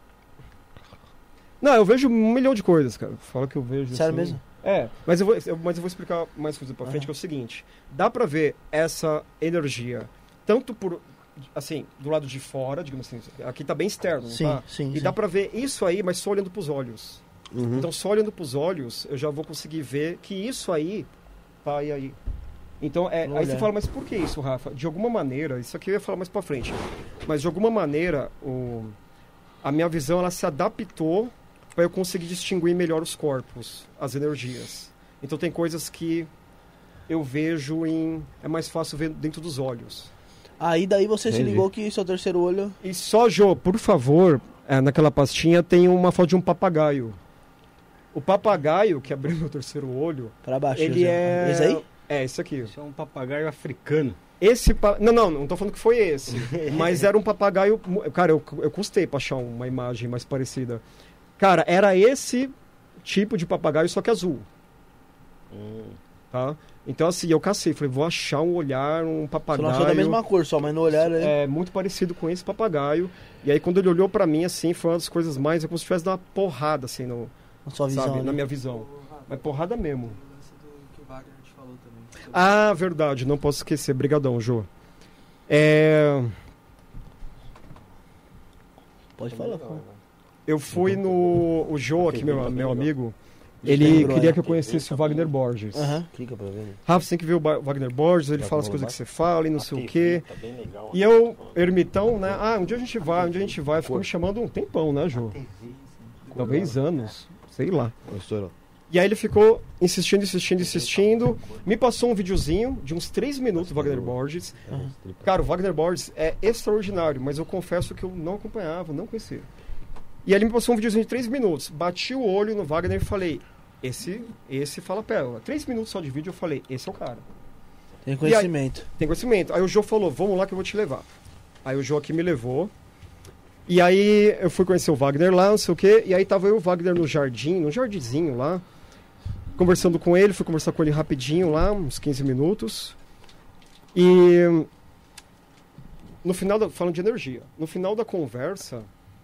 Não, eu vejo um milhão de coisas, cara. Fala que eu vejo Sério assim... mesmo? É, mas eu, vou, eu- mas eu vou explicar mais coisa pra frente, Aham. que é o seguinte. Dá pra ver essa energia, tanto por, assim, do lado de fora, digamos assim, aqui tá bem externo, Sim, tá? sim, E sim. dá pra ver isso aí, mas só olhando pros olhos. Uhum. Então, só olhando pros olhos, eu já vou conseguir ver que isso aí tá aí. aí. Então, é, Vou aí você olhar. fala, mas por que isso, Rafa? De alguma maneira, isso aqui eu ia falar mais pra frente, mas de alguma maneira, o, a minha visão, ela se adaptou para eu conseguir distinguir melhor os corpos, as energias. Então, tem coisas que eu vejo em... É mais fácil ver dentro dos olhos. Aí daí você se Entendi. ligou que seu terceiro olho... E só, Jô, por favor, é, naquela pastinha tem uma foto de um papagaio. O papagaio, que abriu meu terceiro olho, Pra baixo. ele José. é... Esse aí? É, esse aqui. Isso é um papagaio africano. Esse pa... Não, não, não tô falando que foi esse. Mas era um papagaio... mu- Cara, eu, eu custei pra achar uma imagem mais parecida. Cara, era esse tipo de papagaio, só que azul. tá? Então, assim, eu cacei. Falei, vou achar um olhar, um Você papagaio... não achou da mesma cor só, mas no olhar... É... É, muito parecido com esse papagaio. E aí, quando ele olhou pra mim, assim, foi uma das coisas mais... É como se tivesse dado uma porrada, assim, no, Na sua visão, sabe? né? Na minha visão. Mas porrada mesmo. Ah, verdade. Não posso esquecer. Brigadão, Jô. É... Pode falar, pô. Eu fui no... O Jô aqui, meu, meu amigo, ele Lembrou, queria é. que eu conhecesse o Wagner Borges. Aham. Clica pra ver. né? Rafa, você tem que ver o Ba- Wagner Borges, ele Vai fala as rolar. coisas que você fala e não sei o quê. Tá bem legal. E eu, ermitão, né? Ah, um dia a gente vai, um dia a gente vai. Ficou me chamando um tempão, né, Jô? Talvez anos, sei lá. Estourou. E aí ele ficou insistindo, insistindo, insistindo. Me passou um videozinho de uns três minutos do Wagner Borges. Cara, o Wagner Borges é extraordinário, mas eu confesso que eu não acompanhava, não conhecia. E aí ele me passou um videozinho de três minutos. Bati o olho no Wagner e falei, esse, esse fala pérola. Três minutos só de vídeo eu falei, esse é o cara. Tem conhecimento. Tem conhecimento. Aí o Jô falou, vamos lá que eu vou te levar. Aí o Jô aqui me levou. E aí eu fui conhecer o Wagner lá, não sei o quê. E aí tava eu e o Wagner no jardim, no jardinzinho lá. Conversando com ele, fui conversar com ele rapidinho lá, uns quinze minutos. E no final, da, falando de energia, no final da conversa,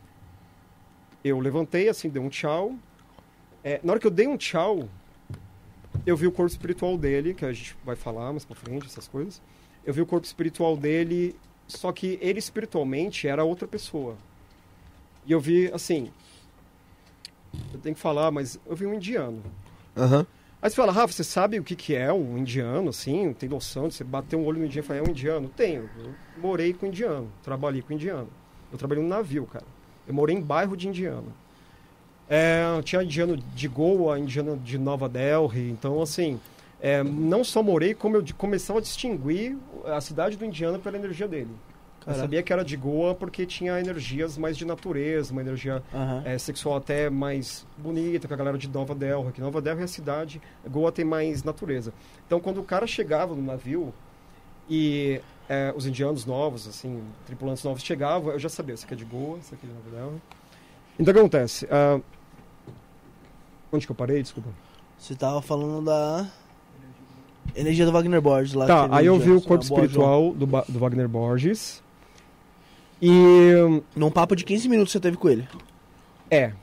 eu levantei assim, dei um tchau. É, na hora que eu dei um tchau, eu vi o corpo espiritual dele, que a gente vai falar mais pra frente, essas coisas. Eu vi o corpo espiritual dele, só que ele espiritualmente era outra pessoa. E eu vi, assim, eu tenho que falar, mas eu vi um indiano. Aham. Aí você fala, Rafa, você sabe o que, que é um indiano, assim? Tem noção de você bater um olho no indiano e falar, é um indiano? Tenho. Eu morei com indiano, trabalhei com indiano. Eu trabalhei no navio, cara. Eu morei em bairro de indiano. É, tinha indiano de Goa, indiano de Nova Delhi. Então, assim, é, não só morei, como eu de- começava a distinguir a cidade do indiano pela energia dele. Eu Caraca. sabia que era de Goa porque tinha energias mais de natureza, uma energia Aham. é, sexual até mais bonita, com a galera de Nova Delhi. Que Nova Delhi é a cidade, Goa tem mais natureza. Então, quando o cara chegava no navio e é, os indianos novos, assim, tripulantes novos chegavam, eu já sabia, esse aqui é de Goa, esse aqui é de Nova Delhi. Então, o que acontece? Ah, onde que eu parei? Desculpa. Você tava falando da energia do Wagner Borges lá. Tá, que aí eu ele vi o já- corpo uma boa, espiritual do, Ba- do Wagner Borges. E João. Num papo de quinze minutos você teve com ele. é.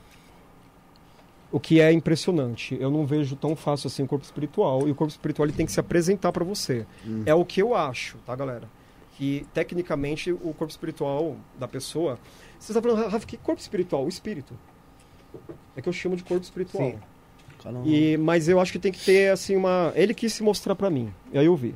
O que é impressionante. Eu não vejo tão fácil assim o corpo espiritual. E o corpo espiritual ele tem que se apresentar pra você. Hum. É o que eu acho, tá, galera? Que, tecnicamente, o corpo espiritual da pessoa... Você está falando, Rafa, que corpo espiritual? O espírito. É que eu chamo de corpo espiritual. Sim. Cada um- E, mas eu acho que tem que ter, assim, uma... Ele quis se mostrar pra mim. E aí eu vi.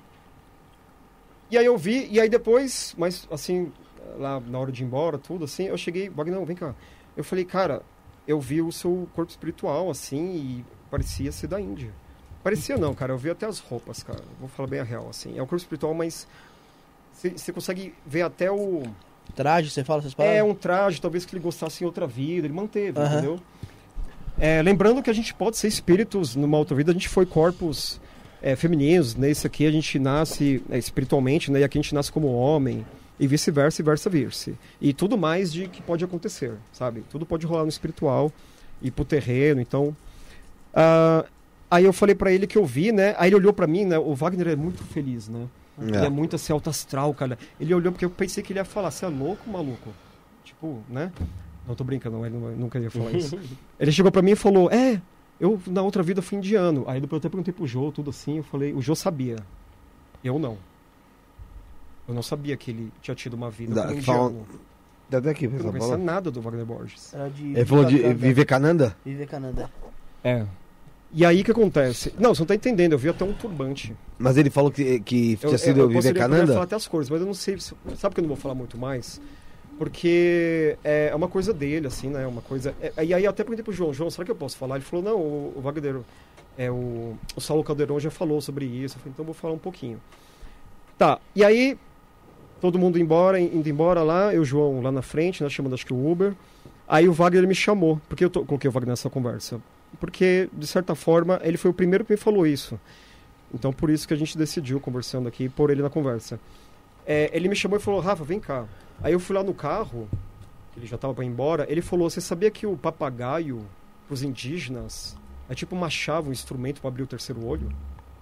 E aí eu vi, e aí depois, mas assim, lá na hora de ir embora, tudo assim, eu cheguei, Wagner, não, vem cá. Eu falei, cara, eu vi o seu corpo espiritual, assim, e parecia ser da Índia. Parecia não, cara, eu vi até as roupas, cara. Vou falar bem a real, assim. É um corpo espiritual, mas você consegue ver até o... Traje, você fala essas palavras? É um traje, talvez que ele gostasse em outra vida, ele manteve, Aham. entendeu? É, lembrando que a gente pode ser espíritos numa outra vida, a gente foi corpos é, femininos, né? Isso aqui a gente nasce é, espiritualmente, né? E aqui a gente nasce como homem, e vice-versa, e versa-versa. E tudo mais de que pode acontecer, sabe? Tudo pode rolar no espiritual, ir pro terreno, então... ah, aí eu falei pra ele que eu vi, né? Aí ele olhou pra mim, né? O Wagner é muito feliz, né? Ele é muito assim, alto astral, cara. Ele olhou porque eu pensei que ele ia falar, você é louco, maluco? Tipo, né? Não, tô brincando, ele não- nunca ia falar isso. Ele chegou pra mim e falou, é, eu na outra vida fui indiano. Aí depois eu até perguntei pro Jô, tudo assim, eu falei, o Jô sabia. Eu não. Eu não sabia que ele tinha tido uma vida Da- como fala- indiano. Dá até aqui, Eu não essa conhecia bola. nada do Wagner Borges. Era de Ele falou de Vivekananda. Vivekananda? Vivekananda. É. E aí o que acontece? Não, você não tá entendendo, eu vi até um turbante. Mas ele falou que, que Eu, tinha sido eu, eu poderia, poderia Vivekananda? falar até as cores, mas eu não sei. se- Sabe que eu não vou falar muito mais? Porque é uma coisa dele, assim, né? Uma coisa. é- e aí até perguntei pro João, João, será que eu posso falar? Ele falou, não, o, o Wagner, é, o, o Saulo Caldeirão já falou sobre isso. Eu falei, então eu vou falar um pouquinho. Tá, e aí, todo mundo embora, indo embora lá, eu e o João lá na frente, né? Chamando acho que o Uber. Aí o Wagner me chamou. Por que eu tô, coloquei o Wagner nessa conversa? Porque, de certa forma, ele foi o primeiro que me falou isso. Então, por isso que a gente decidiu, conversando aqui, pôr ele na conversa. É, ele me chamou e falou, Rafa, vem cá. Aí eu fui lá no carro, ele já estava para ir embora, ele falou, você sabia que o papagaio, para os indígenas, é tipo uma chave, um instrumento para abrir o terceiro olho?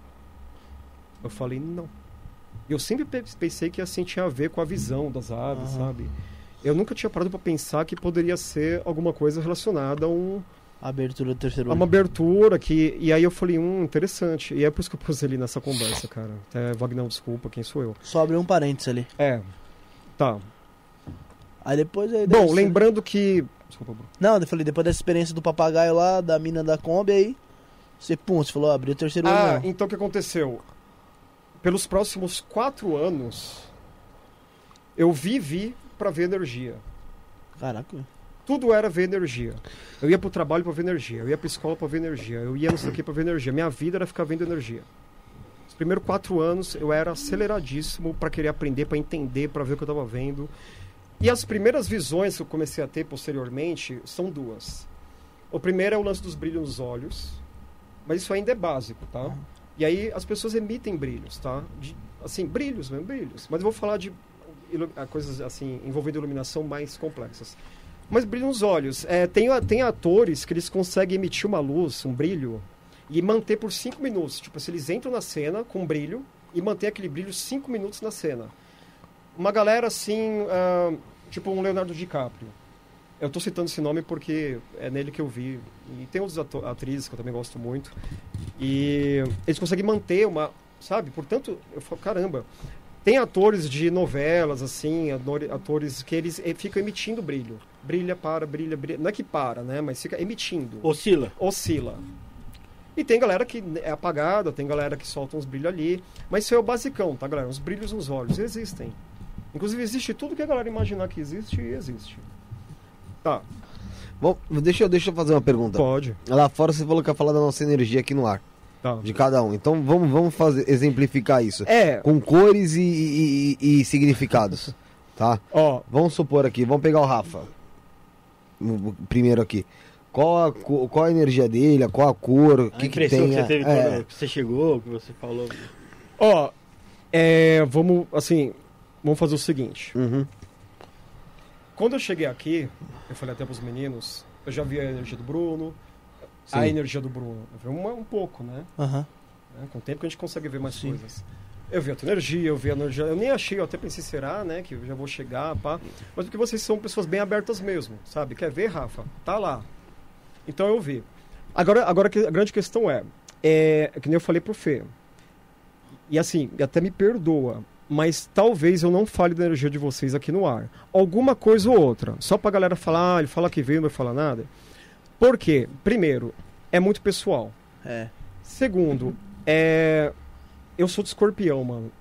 Eu falei, não. Eu sempre pensei que assim tinha a ver com a visão das aves, uhum. sabe? Eu nunca tinha parado para pensar que poderia ser alguma coisa relacionada a um... Abertura do terceiro olho. A uma abertura que... E aí eu falei, hum, interessante. E é por isso que eu pus ali nessa conversa, cara. Até, Vagnão, desculpa, quem sou eu? Só abrir um parênteses ali. É, tá. Aí depois... Aí Bom, lembrando que... Desculpa, Bruno. Não, eu falei, depois dessa experiência do papagaio lá, da mina da Kombi, aí... Você, pum, você falou, abriu o terceiro olho. Ah, não. então o que aconteceu? Pelos próximos quatro anos, eu vivi para ver energia. Caraca. Tudo era ver energia. Eu ia pro trabalho para ver energia, eu ia pra escola para ver energia, eu ia não sei o que para ver energia. Minha vida era ficar vendo energia. Os primeiros quatro anos eu era aceleradíssimo para querer aprender, para entender, para ver o que eu estava vendo. E as primeiras visões que eu comecei a ter posteriormente são duas. O primeiro é o lance dos brilhos nos olhos, mas isso ainda é básico, tá? Uhum. E aí as pessoas emitem brilhos, tá? De, assim, brilhos mesmo, brilhos. Mas eu vou falar de coisas assim, envolvendo iluminação mais complexas. Mas brilho nos olhos. É, tem, tem atores que eles conseguem emitir uma luz, um brilho, e manter por cinco minutos. Tipo, se eles entram na cena com brilho e manter aquele brilho cinco minutos na cena. Uma galera assim, uh, tipo um Leonardo DiCaprio. Eu estou citando esse nome porque é nele que eu vi. E tem outras atrizes que eu também gosto muito. E eles conseguem manter uma... Sabe? Portanto, eu falo, caramba. Tem atores de novelas, assim, atores que eles ficam emitindo brilho. Brilha, para, brilha, brilha. Não é que para, né? Mas fica emitindo. Oscila. Oscila. E tem galera que é apagada, tem galera que solta uns brilhos ali. Mas isso é o basicão, tá, galera? Os brilhos nos olhos existem. Inclusive, existe tudo que a galera imaginar que existe e existe. Tá. Bom, deixa eu, deixa eu fazer uma pergunta. Pode. Lá fora você falou que ia falar da nossa energia aqui no ar. Tá. De cada um. Então vamos, vamos fazer, exemplificar isso. É. Com cores e, e, e, e significados. Tá? Ó. Vamos supor aqui, vamos pegar o Rafa. Primeiro aqui. Qual a, qual a energia dele, qual a cor, o que, que tem. Que você teve é. quando você chegou, que você falou. Ó, é, vamos, assim, vamos fazer o seguinte. Uhum. Quando eu cheguei aqui, eu falei até pros meninos, eu já vi a energia do Bruno, Sim. a energia do Bruno. Eu vi uma, um pouco, né? Uhum. né? Com o tempo que a gente consegue ver mais Sim. coisas. Eu vi a tua energia, eu vi a energia... Eu nem achei, eu até pensei, será, né? Que eu já vou chegar, pá. Mas porque vocês são pessoas bem abertas mesmo, sabe? Quer ver, Rafa? Tá lá. Então eu vi. Agora, agora a grande questão é, é... Que nem eu falei pro Fê. E assim, até me perdoa... Mas talvez eu não fale da energia de vocês aqui no ar. Alguma coisa ou outra. Só pra galera falar, ah, ele fala que veio, não vai falar nada. Por quê? Primeiro, é muito pessoal. É. Segundo, é... eu sou de escorpião, mano.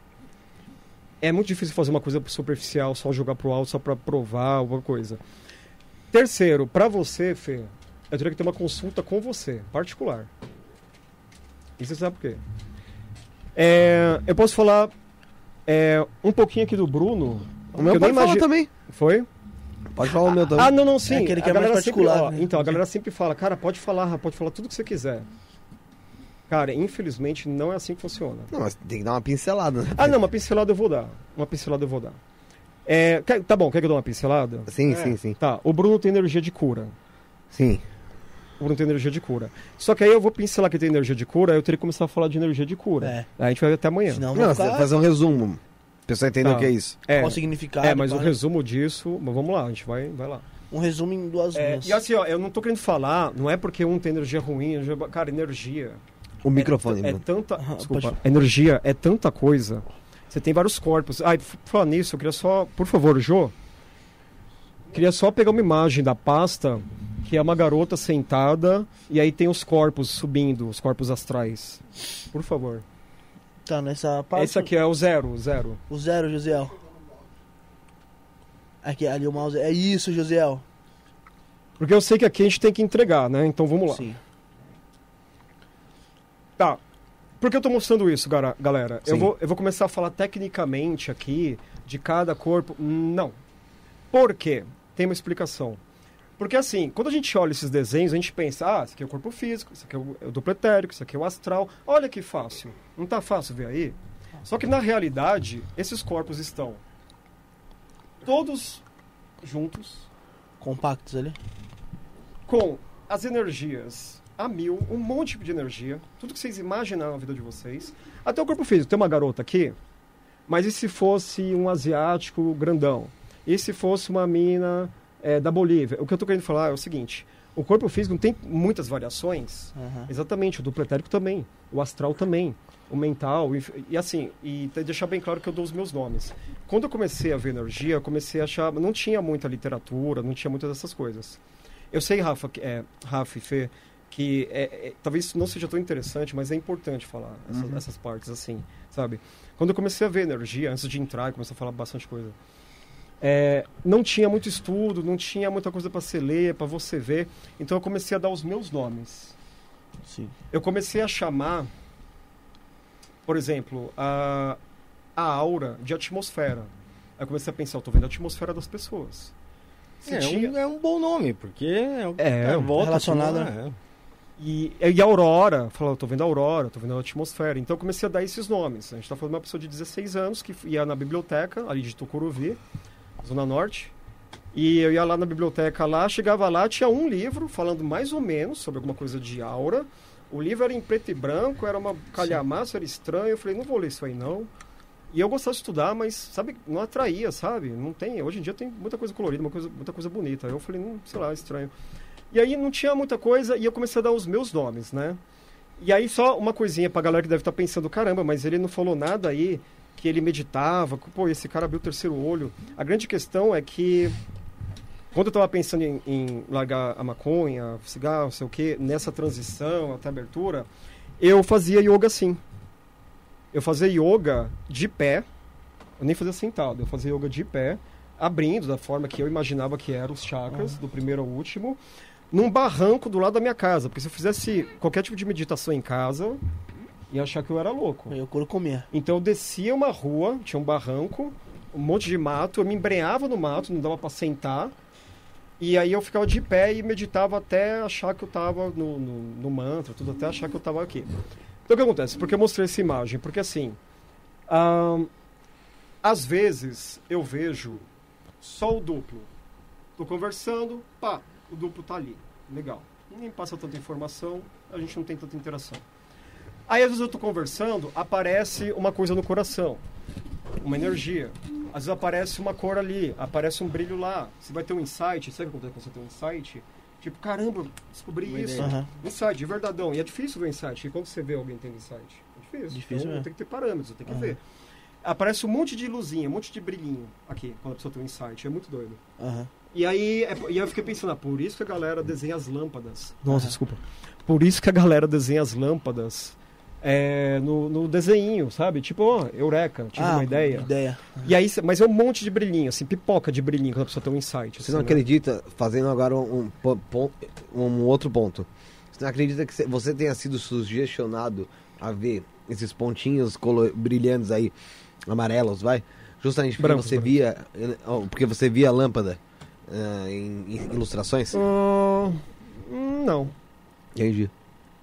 É muito difícil fazer uma coisa superficial, só jogar pro alto, só pra provar alguma coisa. Terceiro, pra você, Fê, eu teria que ter uma consulta com você, particular. E você sabe por quê? É... Eu posso falar... É, um pouquinho aqui do Bruno. O meu pode falar também. Foi? Pode falar o meu também. Ah, não, não, sim. É aquele que a é mais galera particular, sempre, ó, né? Então, a galera sempre fala, cara, pode falar, pode falar tudo que você quiser. Cara, infelizmente, não é assim que funciona. Não, mas tem que dar uma pincelada, né? Ah, não, uma pincelada eu vou dar. Uma pincelada eu vou dar. É, quer, tá bom, quer que eu dê uma pincelada? Sim, é. sim, sim. Tá, o Bruno tem energia de cura. Sim. O Bruno tem energia de cura. Só que aí eu vou pincelar que tem energia de cura, aí eu teria que começar a falar de energia de cura. É. Aí a gente vai até amanhã. Senão Não, vai você ficar... vai fazer um resumo. O pessoal entender Tá. o que é isso. É, Qual o significado. é, mas o para- resumo disso... Mas vamos lá, a gente vai, vai lá. Um resumo em duas É, linhas. e assim, ó, eu não tô querendo falar, não é porque um tem energia ruim, energia... cara, energia... O microfone, É, é Bruno. tanta... Aham, Desculpa, pode- energia é tanta coisa. Você tem vários corpos. Ah, por falar nisso, eu queria só... Por favor, Jô. Queria só pegar uma imagem da pasta, que é uma garota sentada, e aí tem os corpos subindo, os corpos astrais. Por favor. Tá nessa parte. Esse aqui é o zero, o zero. O zero, Josiel. Aqui, ali o mouse. É isso, Josiel. Porque eu sei que aqui a gente tem que entregar, né? Então vamos lá. Sim. Tá. Por que eu tô mostrando isso, gara- galera? Eu Sim. vou, eu vou começar a falar tecnicamente aqui de cada corpo. Não. Por quê? Tem uma explicação. Porque assim, quando a gente olha esses desenhos, a gente pensa, ah, isso aqui é o corpo físico, isso aqui é o, é o duplo etérico, isso aqui é o astral. Olha que fácil. Não tá fácil ver aí? Só que na realidade, esses corpos estão todos juntos, Compactos ali. com as energias a mil, um monte de energia, tudo que vocês imaginaram na vida de vocês, até o corpo físico. Tem uma garota aqui, mas e se fosse um asiático grandão? E se fosse uma mina é, da Bolívia? O que eu tô querendo falar é o seguinte, o corpo físico não tem muitas variações, uhum. Exatamente, o duplo etérico também, o astral também, o mental, e, e assim, e deixar bem claro que eu dou os meus nomes. Quando eu comecei a ver energia, eu comecei a achar, não tinha muita literatura, não tinha muitas dessas coisas. Eu sei, Rafa, é, Rafa e Fê, que é, é, talvez isso não seja tão interessante, mas é importante falar essa, uhum. essas partes assim, sabe? Quando eu comecei a ver energia, antes de entrar, eu comecei a falar bastante coisa. É, não tinha muito estudo, não tinha muita coisa para você ler, para você ver. Então eu comecei a dar os meus nomes. Sim. Eu comecei a chamar, por exemplo, a, a aura de atmosfera. Aí eu comecei a pensar, eu tô vendo a atmosfera das pessoas. É, tinha... um, é um bom nome, porque é, é, é volta relacionado. É. E, e a aurora, falou, eu tô vendo a aurora, tô vendo a atmosfera. Então eu comecei a dar esses nomes. A gente tá falando de uma pessoa de dezesseis anos que ia na biblioteca, ali de Tucuruvi, Zona Norte. E eu ia lá na biblioteca lá, chegava lá, tinha um livro falando mais ou menos sobre alguma coisa de aura. O livro era em preto e branco, era uma calhamaço, era estranho. Eu falei, não vou ler isso aí não. E eu gostava de estudar, mas, sabe, não atraía, sabe? Não tem, hoje em dia tem muita coisa colorida, uma coisa, muita coisa bonita. Eu falei, não, sei lá, estranho. E aí não tinha muita coisa e eu comecei a dar os meus nomes, né? E aí só uma coisinha pra galera que deve estar pensando, caramba, mas ele não falou nada aí, que ele meditava, pô, esse cara abriu o terceiro olho. A grande questão é que, quando eu tava pensando em, em largar a maconha, cigarro, não sei o quê, nessa transição até a abertura, eu fazia yoga assim. Eu fazia yoga de pé, eu nem fazia sentado, eu fazia yoga de pé, abrindo da forma que eu imaginava que eram os chakras, uhum. do primeiro ao último, num barranco do lado da minha casa. Porque se eu fizesse qualquer tipo de meditação em casa, ia achar que eu era louco. Eu quero comer. Então eu descia uma rua, tinha um barranco, um monte de mato, eu me embrenhava no mato, não dava pra sentar, e aí eu ficava de pé e meditava até achar que eu tava no, no, no mantra, tudo, até achar que eu tava aqui. Então o que acontece? Por que eu mostrei essa imagem? Porque assim, hum, às vezes eu vejo só o duplo. Tô conversando, pá, o duplo tá ali. Legal. Ninguém passa tanta informação, a gente não tem tanta interação. Aí às vezes eu tô conversando, aparece uma coisa no coração, uma energia. Às vezes aparece uma cor ali, aparece um brilho lá. Você vai ter um insight, sabe o que acontece quando você tem um insight? Tipo, caramba, descobri uma isso. Uhum. Insight, de verdadão. E é difícil ver insight. E quando você vê alguém tendo insight? É difícil. Difícil então, mesmo. Tem que ter parâmetros, tem que uhum. ver. Aparece um monte de luzinha, um monte de brilhinho aqui, quando a pessoa tem um insight. É muito doido. Uhum. E aí, é, e aí eu fiquei pensando, ah, por isso que a galera desenha as lâmpadas. Nossa, uhum. desculpa. Por isso que a galera desenha as lâmpadas é, no, no desenho, sabe? Tipo, ó, eureka, tive ah, uma ideia. ideia. Uhum. E aí, mas é um monte de brilhinho, assim, pipoca de brilhinho quando a pessoa tem um insight. Você assim, não né? acredita, fazendo agora um, um, um outro ponto, você não acredita que você tenha sido sugestionado a ver esses pontinhos brilhantes aí, amarelos, vai? Justamente porque Brancos, você brancos. via porque você via a lâmpada uh, em, em ilustrações? Uh, não. Entendi.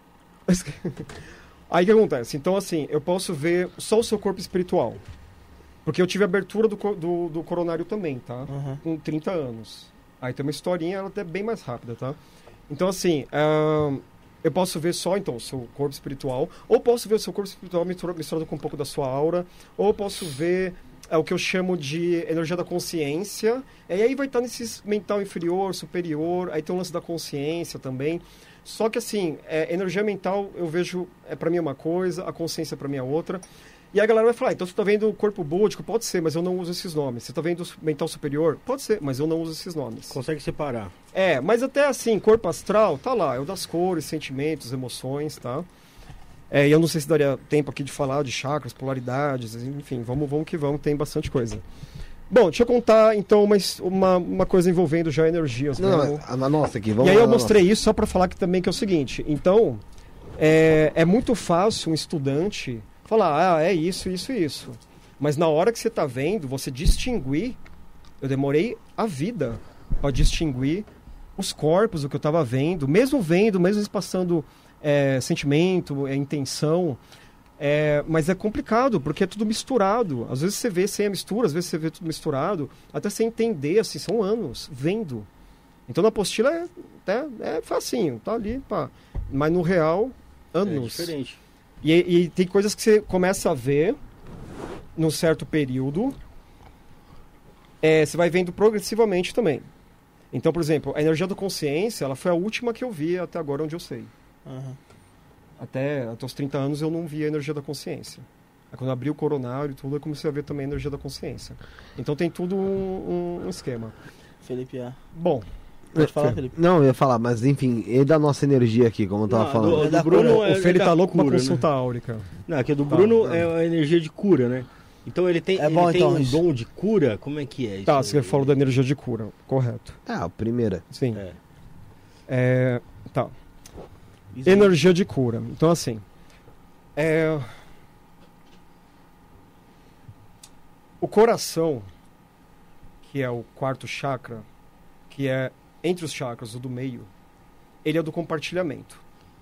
Aí o que acontece? Então, assim, eu posso ver só o seu corpo espiritual. Porque eu tive abertura do, do, do coronário também, tá? Uhum. Com trinta anos. Aí tem uma historinha, ela até bem mais rápida, tá? Então, assim, uh, eu posso ver só, então, o seu corpo espiritual, ou posso ver o seu corpo espiritual misturado, misturado com um pouco da sua aura, ou posso ver é, o que eu chamo de energia da consciência, e aí vai estar nesse mental inferior, superior, aí tem o lance da consciência também. Só que, assim, é, energia mental, eu vejo, é para mim uma coisa, a consciência para mim é outra. E a galera vai falar, então você está vendo o corpo búdico? Pode ser, mas eu não uso esses nomes. Você está vendo o mental superior? Pode ser, mas eu não uso esses nomes. Consegue separar. É, mas até assim, corpo astral, tá lá, é o das cores, sentimentos, emoções, tá? É, e eu não sei se daria tempo aqui de falar de chakras, polaridades, enfim, vamos, vamos que vamos, tem bastante coisa. Bom, deixa eu contar então uma, uma, uma coisa envolvendo já energias. Não, né? a, a nossa aqui, vamos E aí lá, eu mostrei nossa. isso só para falar que também que é o seguinte, então, é, é muito fácil um estudante falar, ah, é isso, isso e isso. Mas na hora que você está vendo, você distinguir, eu demorei a vida para distinguir os corpos, o que eu estava vendo, mesmo vendo, mesmo passando é, sentimento, é, intenção, é, mas é complicado, porque é tudo misturado. Às vezes você vê sem a mistura, às vezes você vê tudo misturado, até você entender, assim, são anos vendo. Então na apostila é, é, é facinho, tá ali, pá. Mas no real, É anos. diferente. E, e tem coisas que você começa a ver num certo período, é, você vai vendo progressivamente também. Então, por exemplo, a energia da consciência, ela foi a última que eu vi até agora, onde eu sei. Aham. Até, até os trinta anos eu não via a energia da consciência. Aí, quando eu abri o coronário e tudo, eu comecei a ver também a energia da consciência. Então tem tudo um, um esquema. Felipe, é. Bom, Pode falar, Fê. Felipe. Não, eu ia falar, mas enfim, e da nossa energia aqui, como eu tava Não, falando. do, da do Bruno cura. é, o Felipe é tá da louco pra cura, consulta áurica. Né? Não, aqui do Tá, Bruno tá. é a energia de cura, né? Então ele tem, É ele bom, tem então, um isso. dom de cura? Como é que é isso? Tá, aí? você falou da energia de cura, correto. Ah, a primeira. Sim. É. É, tá. Isso. Energia de cura. Então, assim. É... O coração, que é o quarto chakra, que é entre os chakras, o do meio, ele é do compartilhamento.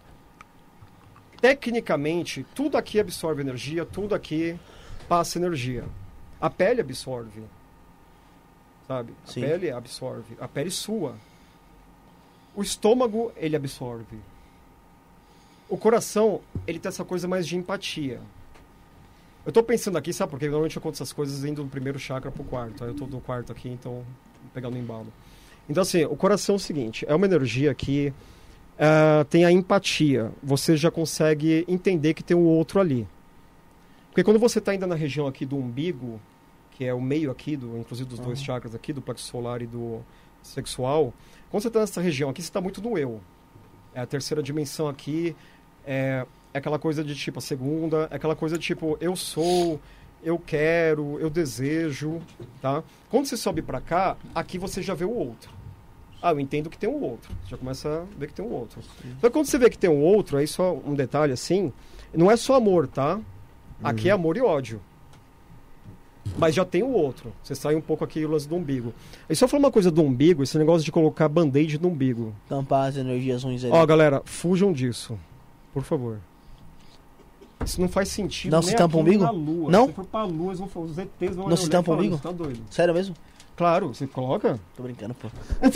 Tecnicamente, tudo aqui absorve energia, tudo aqui passa energia. A pele absorve. Sabe? A Sim. pele absorve. A pele sua. O estômago, ele absorve. O coração, ele tem essa coisa mais de empatia. Eu tô pensando aqui, sabe? Porque normalmente eu conto essas coisas indo do primeiro chakra pro quarto. Aí eu tô no quarto aqui, então vou pegar no embalo. Então, assim, o coração é o seguinte. É uma energia que uh, tem a empatia. Você já consegue entender que tem o outro ali. Porque quando você tá ainda na região aqui do umbigo, que é o meio aqui, do, inclusive dos dois chakras aqui, do plexo solar e do sexual, quando você tá nessa região aqui, você tá muito no eu. É a terceira dimensão aqui, é, é aquela coisa de tipo, a segunda, é aquela coisa de tipo, eu sou, eu quero, eu desejo, tá? Quando você sobe pra cá, aqui você já vê o outro. Ah, eu entendo que tem um outro. Você já começa a ver que tem um outro. Então, quando você vê que tem um outro, aí só um detalhe assim, não é só amor, tá? Aqui é amor e ódio. Mas já tem o outro. Você sai um pouco aqui o lance do umbigo. E só falar uma coisa do umbigo, esse negócio de colocar band-aid no umbigo. Tampar as energias ruins ali. Ó, galera, fujam disso. Por favor. Isso não faz sentido. Não nem se tampa o aqui, nem umbigo? na Lua. Não? Se for pra Lua, eles vão falar, os E Tês vão Não se olhar e tampa o falar, umbigo? "Você tá doido?" Sério mesmo? Claro, você coloca. Tô brincando, pô.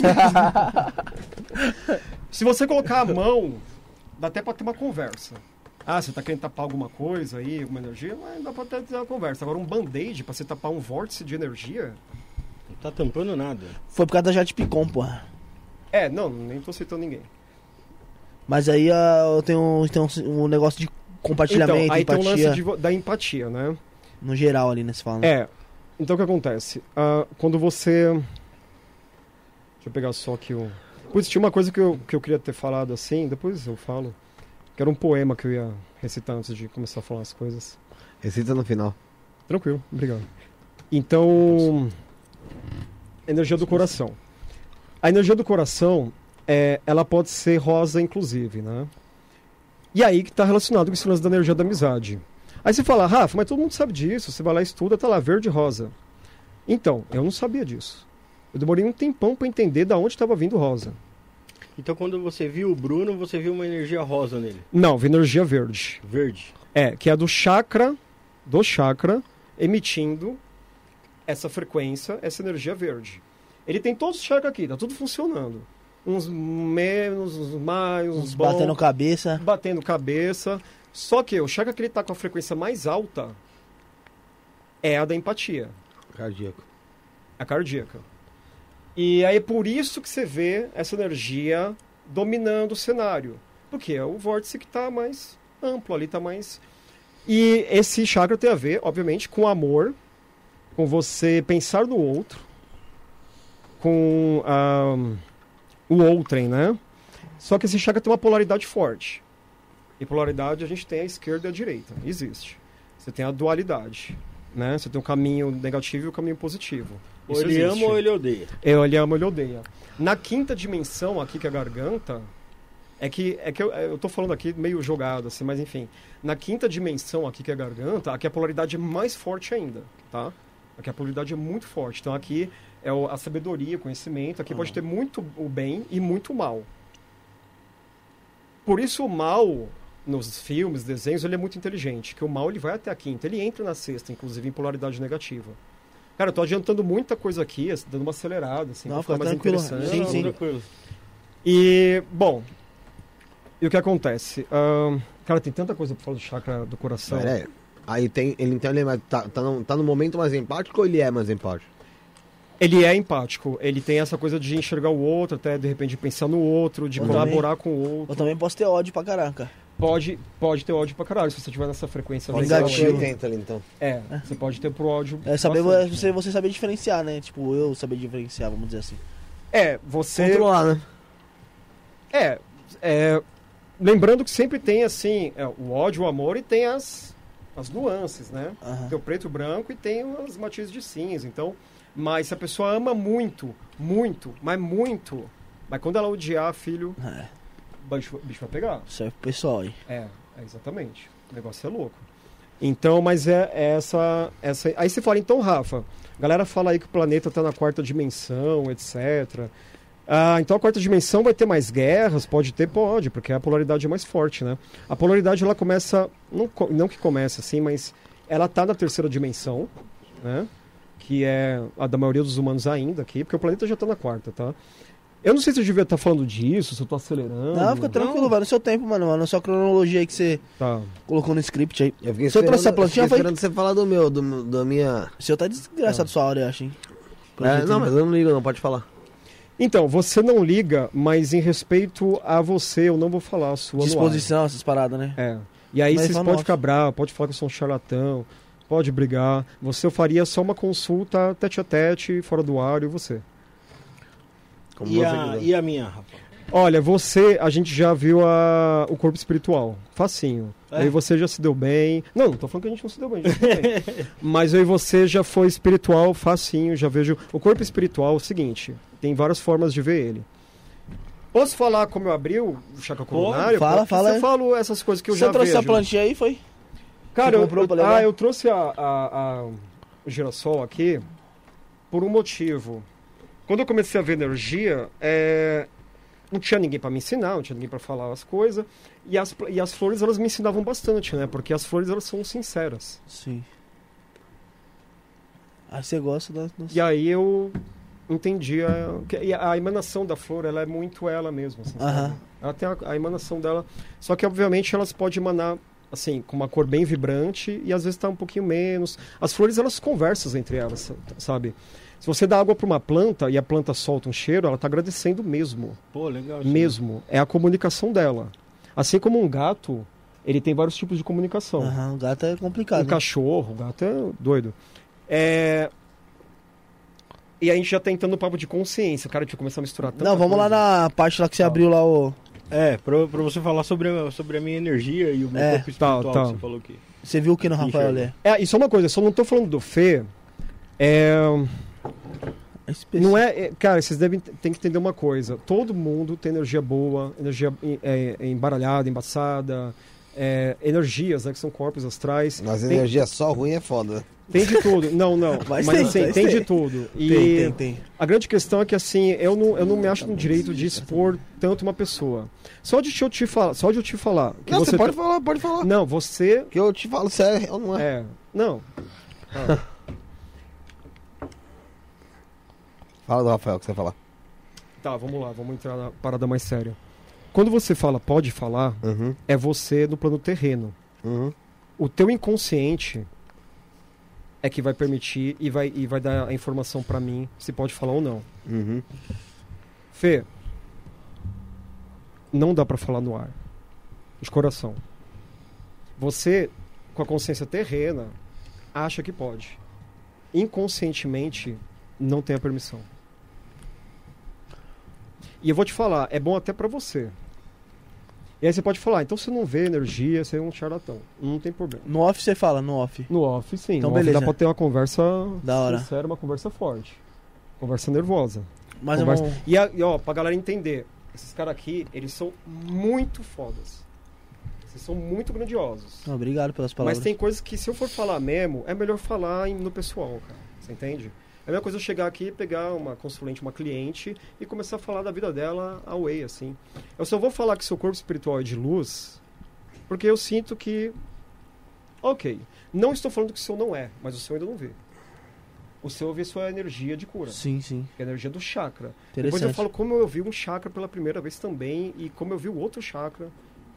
Se você colocar a mão, dá até pra ter uma conversa. Ah, você tá querendo tapar alguma coisa aí, alguma energia? Mas dá pra até ter uma conversa. Agora, um band-aid pra você tapar um vórtice de energia... Não tá tampando nada. Foi por causa da Jade Picon, porra. É, não, nem tô citando ninguém. Mas aí ah, eu tenho, tenho um, um negócio de compartilhamento, Então, aí empatia, tem o lance de vo- da empatia, né? no geral ali, né, você fala. né? É, então o que acontece? Ah, quando você... Deixa eu pegar só aqui o... Putz, tinha uma coisa que eu, que eu queria ter falado assim, depois eu falo. Que era um poema que eu ia recitar antes de começar a falar as coisas. Recita no final. Tranquilo, obrigado. Então, energia do coração. A energia do coração, é, ela pode ser rosa, inclusive, né? E aí que está relacionado com esse lance da energia da amizade. Aí você fala, Rafa, mas todo mundo sabe disso. Você vai lá e estuda, tá lá, verde e rosa. Então, eu não sabia disso. Eu demorei um tempão para entender de onde estava vindo rosa. Então quando você viu o Bruno, você viu uma energia rosa nele. Não, vi energia verde. Verde. É, que é do chakra, do chakra, emitindo essa frequência, essa energia verde. Ele tem todos os chakras aqui, tá tudo funcionando. Uns menos, uns mais, uns Uns bons, batendo cabeça. batendo cabeça. Só que o chakra que ele tá com a frequência mais alta é a da empatia, Cardíaco. a cardíaca. E aí é por isso que você vê essa energia dominando o cenário. Porque é o vórtice que está mais amplo ali, está mais... E esse chakra tem a ver, obviamente, com amor, com você pensar no outro, com um, o outrem, né? Só que esse chakra tem uma polaridade forte. E polaridade a gente tem a esquerda e a direita. Existe. Você tem a dualidade, né? Você tem o caminho negativo e o caminho positivo. Ou Isso ele existe. ama ou ele odeia. Eu, ele ama, ele odeia. Na quinta dimensão, aqui que é a garganta, é que, é que eu, eu tô falando aqui meio jogado, assim, mas enfim. Na quinta dimensão, aqui que é a garganta, aqui a polaridade é mais forte ainda, tá? Aqui a polaridade é muito forte. Então aqui é o, a sabedoria, o conhecimento. Aqui Uhum. pode ter muito o bem e muito o mal. Por isso o mal, nos filmes, desenhos, ele é muito inteligente. Que o mal ele vai até a quinta. Ele entra na sexta, inclusive, em polaridade negativa. Cara, eu tô adiantando muita coisa aqui, dando uma acelerada, assim, Não, pra ficar fica mais tranquilo. interessante. Sim, Não, sim. tranquilo. E, bom, E o que acontece? Ah, cara, tem tanta coisa pra falar do chakra do coração. É. Aí tem, ele então ele é mais- tá, tá, no, tá no momento mais empático ou ele é mais empático? Ele é empático, ele tem essa coisa de enxergar o outro, até de repente pensar no outro, de Eu colaborar com o outro. Eu também posso ter ódio pra caraca. Pode, pode ter ódio pra caralho, se você estiver nessa frequência Pode legal. Negativo. aí. oitenta ali então. É, você pode ter pro ódio. É saber bastante, você, você saber diferenciar, né? Tipo, eu saber diferenciar, vamos dizer assim. É, você. Controlar, né? É, é, lembrando que sempre tem assim, é, o ódio, o amor e tem as, as nuances, né? Aham. Tem o preto e o branco e tem as matizes de cinza. Então, mas se a pessoa ama muito, muito, mas muito, mas quando ela odiar, filho, É, o bicho, o bicho vai pegar. serve pro pessoal aí. É, é exatamente. O negócio é louco. Então, mas é, é essa, essa. Aí você fala, então, Rafa, a galera fala aí que o planeta está na quarta dimensão, etcétera. Ah, então a quarta dimensão vai ter mais guerras? Pode ter, pode, porque a polaridade é mais forte, né? A polaridade ela começa, não, co- não que comece assim, mas ela tá na terceira dimensão, né? Que é a da maioria dos humanos ainda aqui, porque o planeta já tá na quarta, tá? Eu não sei se eu devia estar falando disso, se eu tô acelerando. Não, fica tranquilo, vai no seu tempo, mano. Na sua cronologia aí que você Tá. colocou no script aí. Eu fiquei Se eu trouxe a esperando- plantinha, eu fiquei foi- esperando você falar do meu, do, da minha... O seu tá desgraçado sua hora, eu acho, hein? É, não, mas eu não ligo não, pode falar. Então, você não liga, mas em respeito a você, eu não vou falar a sua no ar. Disposição, essas paradas, né? É. E aí Mas vocês fala podem nosso. ficar bravos, pode falar que eu sou um charlatão, pode brigar. Você eu faria só uma consulta tete a tete, fora do ar, e você. Como E você a, quiser. e a minha, Rafa? Olha, você, a gente já viu a, o corpo espiritual, facinho. É? Aí você já se deu bem. Não, não tô falando que a gente não se deu bem, a gente se deu bem. Mas aí você já foi espiritual, facinho, já vejo. O corpo espiritual é o seguinte, tem várias formas de ver ele. Posso falar como eu abri o chakra coronário? fala, Porque fala Eu aí. falo essas coisas que eu Você já trouxe vejo. a plantinha aí, foi? Cara, Você eu, comprou eu- pra levar? ah, eu trouxe a, a- a- o girassol aqui por um motivo. Quando eu comecei a ver energia, é, não tinha ninguém para me ensinar, não tinha ninguém para falar as coisas. E as, pl- e as flores, elas me ensinavam bastante, né? Porque as flores, elas são sinceras. Sim. Aí você gosta da... das- E aí eu entendi a, que- e a emanação da flor, ela é muito ela mesma, assim, sabe? Aham. Ela tem a, a emanação dela. Só que, obviamente, elas podem emanar, assim, com uma cor bem vibrante e às vezes tá um pouquinho menos. As flores, elas conversam entre elas, sabe? Se você dá água para uma planta e a planta solta um cheiro, ela tá agradecendo mesmo. Pô, legal. isso. Mesmo. É a comunicação dela. Assim como um gato, ele tem vários tipos de comunicação. Aham, o gato é complicado. Um né? cachorro, o gato é doido. É... E a gente já tá entrando no papo de consciência. Cara, a gente vai começar a misturar tanta Não, vamos lá coisa. na parte lá que você Tá. abriu lá o... É, pra, pra você falar sobre a, sobre a minha energia e o meu É. corpo espiritual Tá, tá. que você falou aqui. Você viu o que no Rafael Enxerga. ali? É, isso é uma coisa, eu só não tô falando do Fê. É... É específico. Não é, é- cara, vocês devem tem que entender uma coisa. Todo mundo tem energia boa, energia é, é, embaralhada, embaçada, é, energias, né, que são corpos astrais. Mas Tem- energia só ruim é foda. Tem de tudo. Não, não. Mas Mas, tem, assim, mas tem, tem. de tudo. E Tem, tem, tem. a grande questão é que assim, eu não, eu não me acho no direito de expor tanto uma pessoa. Só de eu te falar, só de eu te falar que Não, você, você pode tá- falar, pode falar. Não, você Que eu te falo sério, não é. é, não. Ah, Fala do Rafael que você vai falar. tá, vamos lá, vamos entrar na parada mais séria. Quando você fala pode falar, Uhum, é você no plano terreno. uhum. O teu inconsciente é que vai permitir e vai, e vai dar a informação pra mim se pode falar ou não. Uhum. Fê, não dá pra falar no ar. De coração. Você, com a consciência terrena, acha que pode. Inconscientemente, não tem a permissão. E eu vou te falar, é bom até pra você. E aí você pode falar, então você não vê energia, você é um charlatão. Não tem problema. No off você fala, no off. No off, sim. Então, no off beleza. dá pra ter uma conversa Da hora. sincera, uma conversa forte. Conversa nervosa. Mas é Conversa- uma... E, a- e ó, pra galera entender, esses caras aqui, eles são muito fodas. Vocês são muito grandiosos. Não, obrigado pelas palavras. Mas tem coisas que, se eu for falar mesmo, é melhor falar em- no pessoal, cara. Você entende? É a mesma coisa eu chegar aqui, pegar uma consulente, uma cliente e começar a falar da vida dela away, assim. Eu só vou falar que seu corpo espiritual é de luz porque eu sinto que... Ok, não estou falando que o seu não é, mas o seu ainda não vê. O seu vê sua energia de cura. Sim, sim. Que é a energia do chakra. Interessante. Depois eu falo como eu vi um chakra pela primeira vez também e como eu vi o outro chakra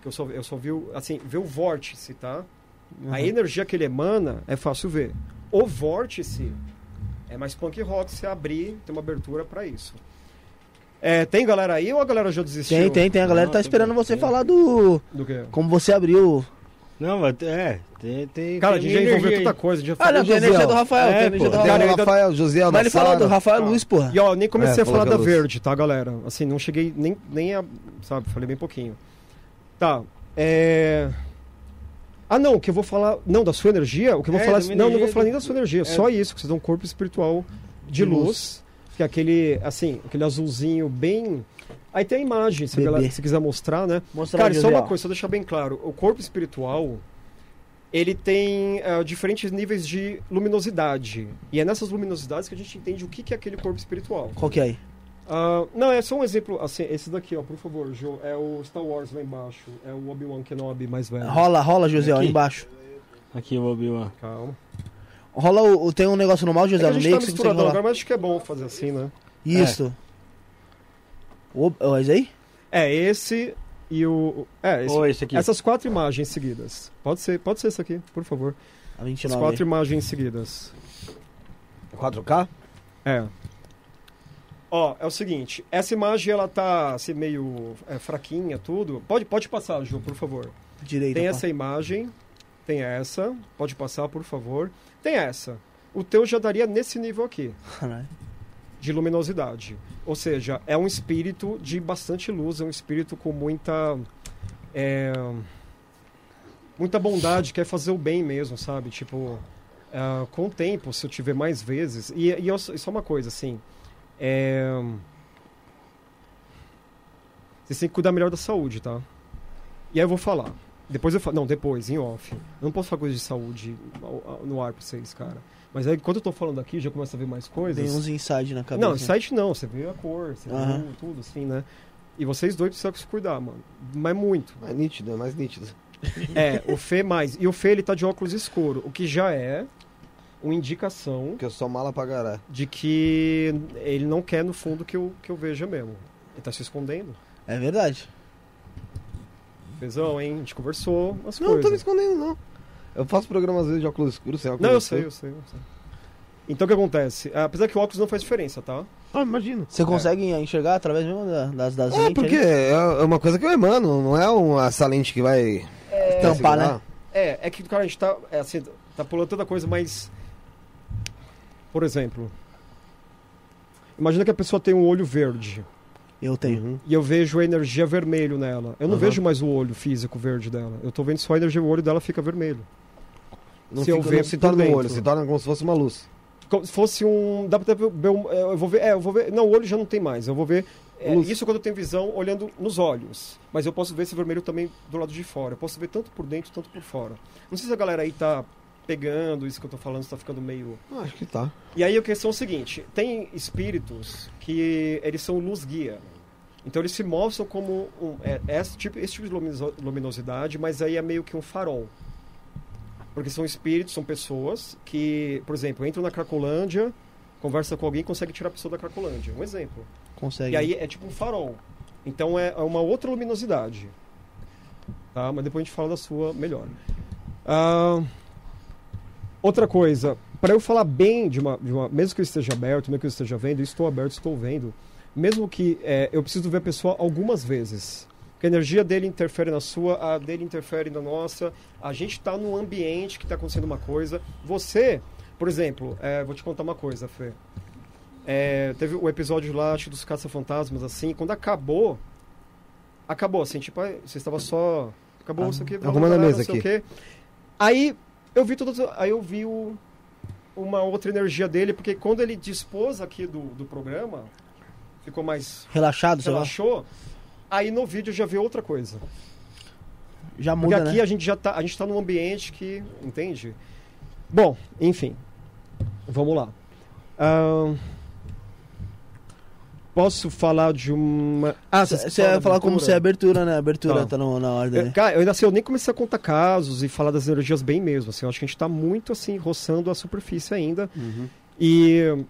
que eu só, eu só vi, o- assim, ver o vórtice, tá? A energia que ele emana é fácil ver. O vórtice é mais punk rock, você abrir, tem uma abertura pra isso. É, tem galera aí ou a galera já desistiu? Tem, tem, tem. A galera Não, tá tem, esperando você tem. falar do... Do quê? Como você abriu... Não, mas é, tem, tem. Cara, a tem gente já energia envolveu aí. tanta coisa. A gente já Ah, falou não, tem a de- energia do Rafael. É, tem a energia pô, do Tem Rafael. Cara, o ainda- Rafael, Josiel Mas da ele falou do Sara. Rafael Luz, porra. E ó, nem comecei É, a falar falou da que é luz. verde, tá, galera? Assim, não cheguei nem, nem a... Sabe, falei bem pouquinho. Tá, é... Ah, não, o que eu vou falar... Não, da sua energia? O que eu vou É, falar... da minha Não, não vou energia falar do- nem da sua energia. É. Só isso, que você tem um corpo espiritual de De luz. luz. Que é aquele, assim, aquele azulzinho bem... Aí tem a imagem, se, a Bebê. galera, se quiser mostrar, né? Mostrar, Cara, só José, uma ó. coisa, só deixar bem claro. O corpo espiritual, ele tem eh, diferentes níveis de luminosidade. E é nessas luminosidades que a gente entende o que, que é aquele corpo espiritual. Qual que é aí? Ah, não, é só um exemplo, assim, esse daqui, ó, por favor, Jô, é o Star Wars lá embaixo, é o Obi-Wan Kenobi mais velho. Rola, rola, José, ó, Aqui. embaixo. Aqui, o Obi-Wan. Calma. Rola o, o- tem um negócio normal, É que José, a no gente meio tá que você consegue misturadão rolar. agora, mas acho que é bom fazer assim, né? Isso. O, ó, esse aí? É, esse e o... É, esse, Ou esse aqui. essas quatro imagens seguidas. Pode ser, pode ser esse aqui, por favor. A vinte e As nove. quatro imagens seguidas. quatro K? É. Ó, é o seguinte, essa imagem ela tá assim meio é, fraquinha, tudo. Pode, pode passar, Ju, por favor. Direita. Tem pá. essa imagem, tem essa, pode passar, por favor. Tem essa. O teu já daria nesse nível aqui, Caralho. de luminosidade. Ou seja, é um espírito de bastante luz, é um espírito com muita... é, muita bondade, quer fazer o bem mesmo, sabe? Tipo, é, com o tempo, se eu tiver mais vezes... E, e eu, só uma coisa, assim... É, vocês têm que cuidar melhor da saúde, tá? E aí eu vou falar. Depois eu falo. Não, depois, em off. Eu não posso falar coisa de saúde ao- ao- no ar pra vocês, cara. Mas aí, quando eu tô falando aqui, já começa a ver mais coisas. Tem uns inside na cabeça. Não, site não, você vê a cor, você Aham. vê tudo, assim, né? E vocês dois precisam se cuidar, mano. Mas muito. Mais nítido, é mais nítido. É, o Fê mais. E o Fê, ele tá de óculos escuro, o que já é uma indicação Porque eu sou mala pra caralho. de que ele não quer, no fundo, que eu, que eu veja mesmo. Ele tá se escondendo. É verdade. Fezão, hein? A gente conversou umas Não, não tô me coisas. escondendo, não. Eu faço programa às vezes de óculos escuros, sem óculos Não, eu escuros. sei, eu sei, eu sei. Então o que acontece? Apesar que o óculos não faz diferença, tá? Ah, imagina. Você consegue enxergar através mesmo da- das, das É, lentes porque ali? é uma coisa que eu emano, não é uma essa lente que vai... Tampar, né? segurar. É, é que, cara, a gente tá, é, assim, tá pulando tanta coisa, mas... Por exemplo... Imagina que a pessoa tem um olho verde Eu tenho. Uhum. e eu vejo a energia vermelho nela. Eu não Aham. vejo mais o olho físico verde dela. Eu tô vendo só a energia, o olho dela fica vermelho. Não, Se eu fica, ver não se por torna um dentro. olho, se torna como se fosse uma luz. Como se fosse um... Dá pra ver um... é, Eu vou ver... É, eu vou ver... Não, o olho já não tem mais. Eu vou ver... é, Luz. isso quando eu tenho visão olhando nos olhos. Mas eu posso ver esse vermelho também do lado de fora. Eu posso ver tanto por dentro, tanto por fora. Não sei se a galera aí tá pegando isso que eu tô falando, se tá ficando meio... Ah, acho que tá. E aí a questão é o seguinte, tem espíritos que eles são luz guia. Então eles se mostram como um, é, esse, tipo, esse tipo de luminoso- luminosidade, mas aí é meio que um farol. Porque são espíritos, são pessoas que, por exemplo, entram na Cracolândia, conversa com alguém e consegue tirar a pessoa da Cracolândia. Um exemplo. Consegue. E aí é tipo um farol. Então é é uma outra luminosidade. Tá? Mas depois a gente fala da sua melhor. Ah, outra coisa, para eu falar bem de uma, de uma. Mesmo que eu esteja aberto, mesmo que eu esteja vendo, e estou aberto, estou vendo. Mesmo que é, eu preciso ver a pessoa algumas vezes. Porque a energia dele interfere na sua, a dele interfere na nossa. A gente está num ambiente que está acontecendo uma coisa. Você, por exemplo, é, vou te contar uma coisa, Fê. É, teve o episódio lá, acho, dos caça-fantasmas, assim, quando acabou, acabou, assim, tipo, aí, você estava só, acabou Ah, isso aqui, arrumando a galera, mesa não sei o aqui. quê. Aí, eu vi todas, aí eu vi o, uma outra energia dele, porque quando ele dispôs aqui do, do programa, ficou mais, Relaxado, sei lá. relaxou, aí no vídeo eu já vi outra coisa. Já Porque muda, aqui né? a gente já tá, a gente tá num ambiente que, entende? Bom, enfim, vamos lá. Ahn, posso falar de uma... Ah, Você vai falar como se é abertura, né? Abertura Tá. tá, no- na ordem. Eu, né? cara, eu ainda assim, eu nem comecei a contar casos e falar das energias bem mesmo. Assim, eu acho que a gente tá muito assim, roçando a superfície ainda. Uhum. E.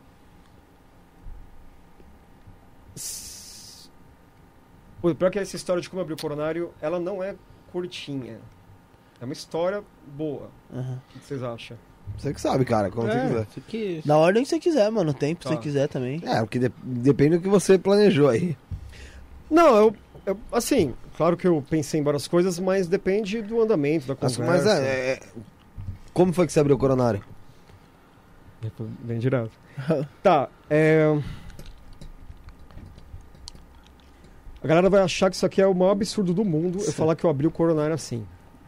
S- O pior é que essa história de como abrir o coronário, ela não é curtinha. É uma história boa. Uhum. O que vocês acham? Você que sabe, cara, como É, você quiser. isso que... Da ordem que você quiser, mano. O tempo que Tá. você quiser também. É, porque de- depende do que você planejou aí. Não, eu, eu... Assim, claro que eu pensei em várias coisas, mas depende do andamento, da Mas, conversa. mas é, é- Como foi que você abriu o coronário? Bem direto. Tá, é... A galera vai achar que isso aqui é o maior absurdo do mundo, eu falar que eu abri o coronário assim.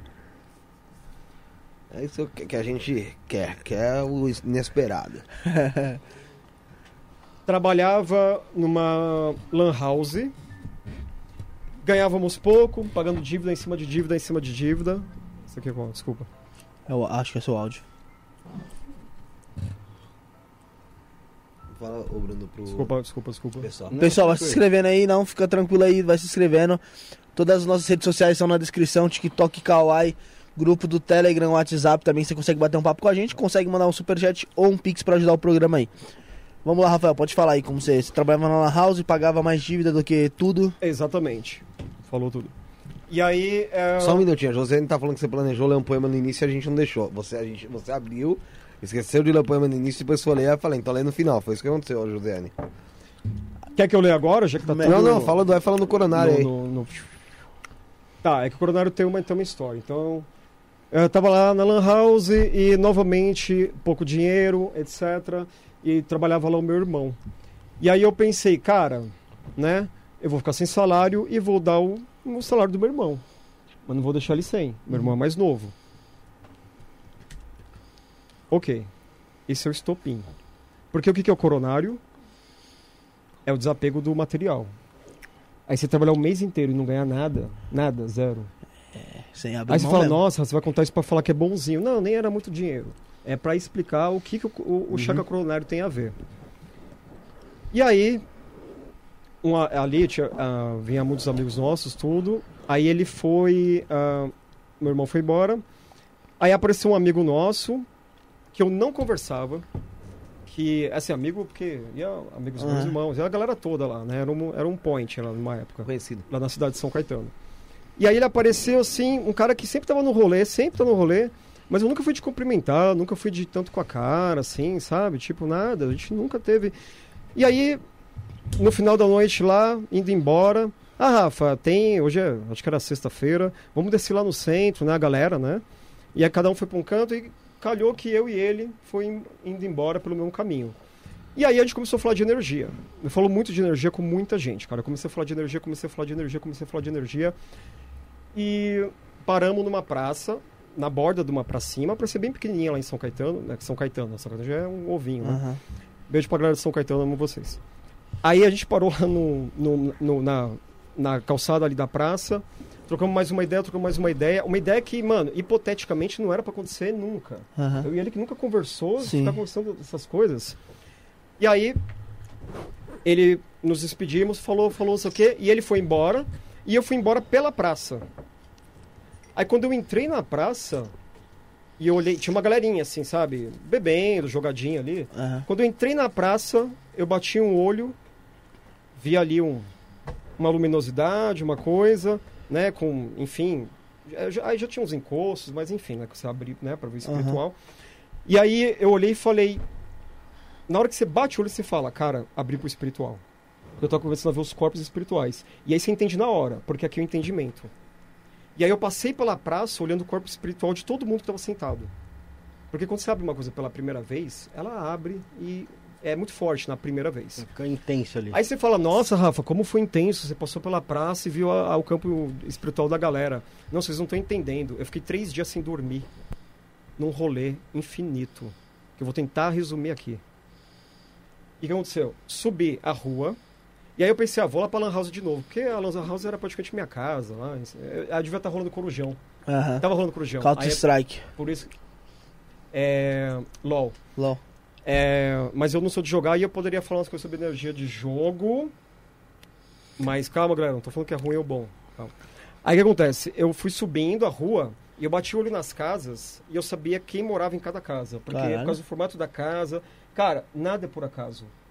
É isso que que a gente quer, que é o inesperado. Trabalhava numa lan house, ganhávamos pouco, pagando dívida em cima de dívida em cima de dívida. Isso aqui é qual? Desculpa. Eu acho que é seu áudio. Fala, ô Bruno, pro Desculpa, desculpa, desculpa. pessoal. Não, Pessoal, vai se tranquilo. inscrevendo aí, não, fica tranquilo aí, vai se inscrevendo. Todas as nossas redes sociais estão na descrição, TikTok, Kawaii, grupo do Telegram, WhatsApp também, você consegue bater um papo com a gente, consegue mandar um superchat ou um pix pra ajudar o programa aí. Vamos lá, Rafael, pode falar aí como você, você trabalhava na lan house, pagava mais dívida do que tudo. Exatamente. Falou tudo. E aí... É... Só um minutinho, a Josiane tá falando que você planejou ler um poema no início e a gente não deixou. Você, a gente, você abriu, esqueceu de ler o poema no início e depois foi ler e falei, então lê no final. Foi isso que aconteceu, Josiane. Quer que eu leia agora, já que tá tudo... Não, não, fala do, vai falando do coronário no, aí. no, no... Tá, é que o coronário tem uma, tem uma história. Então, eu tava lá na lan house e, novamente, pouco dinheiro, etcétera. E trabalhava lá o meu irmão. E aí eu pensei, cara, né? Eu vou ficar sem salário e vou dar o, o salário do meu irmão. Mas não vou deixar ele sem. Meu irmão é mais novo. Ok. Esse é o estopim. Porque o que que é o coronário? É o desapego do material. Aí você trabalhar o mês inteiro e não ganhar nada, nada, zero. Sem abrir Aí você mão fala, mesmo. nossa, você vai contar isso pra falar que é bonzinho. Não, nem era muito dinheiro. É pra explicar o que, que o, o, o chaca coronário tem a ver. E aí, uma, ali tinha, uh, vinha muitos amigos nossos, tudo. Aí ele foi, uh, meu irmão foi embora. Aí apareceu um amigo nosso, que eu não conversava, que, assim, amigo, porque ia amigos dos meus Uhum. irmãos, ia a galera toda lá, né? Era um, era um point lá numa época, Conhecido. lá na cidade de São Caetano. E aí ele apareceu, assim, um cara que sempre tava no rolê, sempre tá no rolê, mas eu nunca fui de cumprimentar, nunca fui de tanto com a cara, assim, sabe? Tipo, nada, a gente nunca teve... E aí, no final da noite lá, indo embora... Ah, Rafa, tem... Hoje é... Acho que era sexta-feira. Vamos descer lá no centro, né? A galera, né? E aí cada um foi pra um canto e calhou que eu e ele foi indo embora pelo mesmo caminho. E aí a gente começou a falar de energia. Eu falo muito de energia com muita gente, cara. Eu comecei a falar de energia, comecei a falar de energia, comecei a falar de energia. E paramos numa praça, na borda de uma pracinha, uma praça bem pequenininha lá em São Caetano, né? São Caetano, São Caetano já é um ovinho, né? Uhum. Beijo pra galera de São Caetano, amo vocês. Aí a gente parou lá no, no, no- na, na calçada ali da praça, trocamos mais uma ideia, trocamos mais uma ideia. Uma ideia que, mano, hipoteticamente não era pra acontecer nunca. Uhum. Eu e ele que nunca conversou, Sim. ficar conversando dessas coisas. E aí, ele nos despedimos, falou, falou não sei o quê, e ele foi embora, e eu fui embora pela praça. Aí quando eu entrei na praça, e eu olhei, tinha uma galerinha assim, sabe, bebendo, jogadinha ali. Uhum. Quando eu entrei na praça, eu bati um olho, vi ali um, uma luminosidade, uma coisa, né, com, enfim, já- já- aí já tinha uns encostos, mas enfim, né, que você abre, né, para ver espiritual. E aí eu olhei e falei, na hora que você bate o olho, você fala, cara, abri pro espiritual. Eu tô começando a ver os corpos espirituais. E aí você entende na hora, porque aqui é o entendimento. E aí eu passei pela praça olhando o corpo espiritual de todo mundo que estava sentado. Porque quando você abre uma coisa pela primeira vez, ela abre e é muito forte na primeira vez. Fica intenso ali. Aí você fala, nossa, Rafa, como foi intenso. Você passou pela praça e viu a- a- o campo espiritual da galera. Não, vocês não estão entendendo. Eu fiquei três dias sem dormir. Num rolê infinito. Que eu vou tentar resumir aqui. E o que aconteceu? Subi a rua. E aí eu pensei, ah, vou lá pra Lan House de novo. Porque a Lan House era praticamente minha casa. Lá. Ela devia estar rolando Corujão. Uhum. Tava rolando Corujão. Counter Aí, Strike. por isso... É... LOL. LOL. É, mas eu não sou de jogar e eu poderia falar umas coisas sobre energia de jogo. Mas calma, galera, não tô falando que é ruim ou bom. Calma. Aí o que acontece? Eu fui subindo a rua e eu bati o olho nas casas e eu sabia quem morava em cada casa. Porque Caralho. por causa do formato da casa. Cara, nada é por acaso.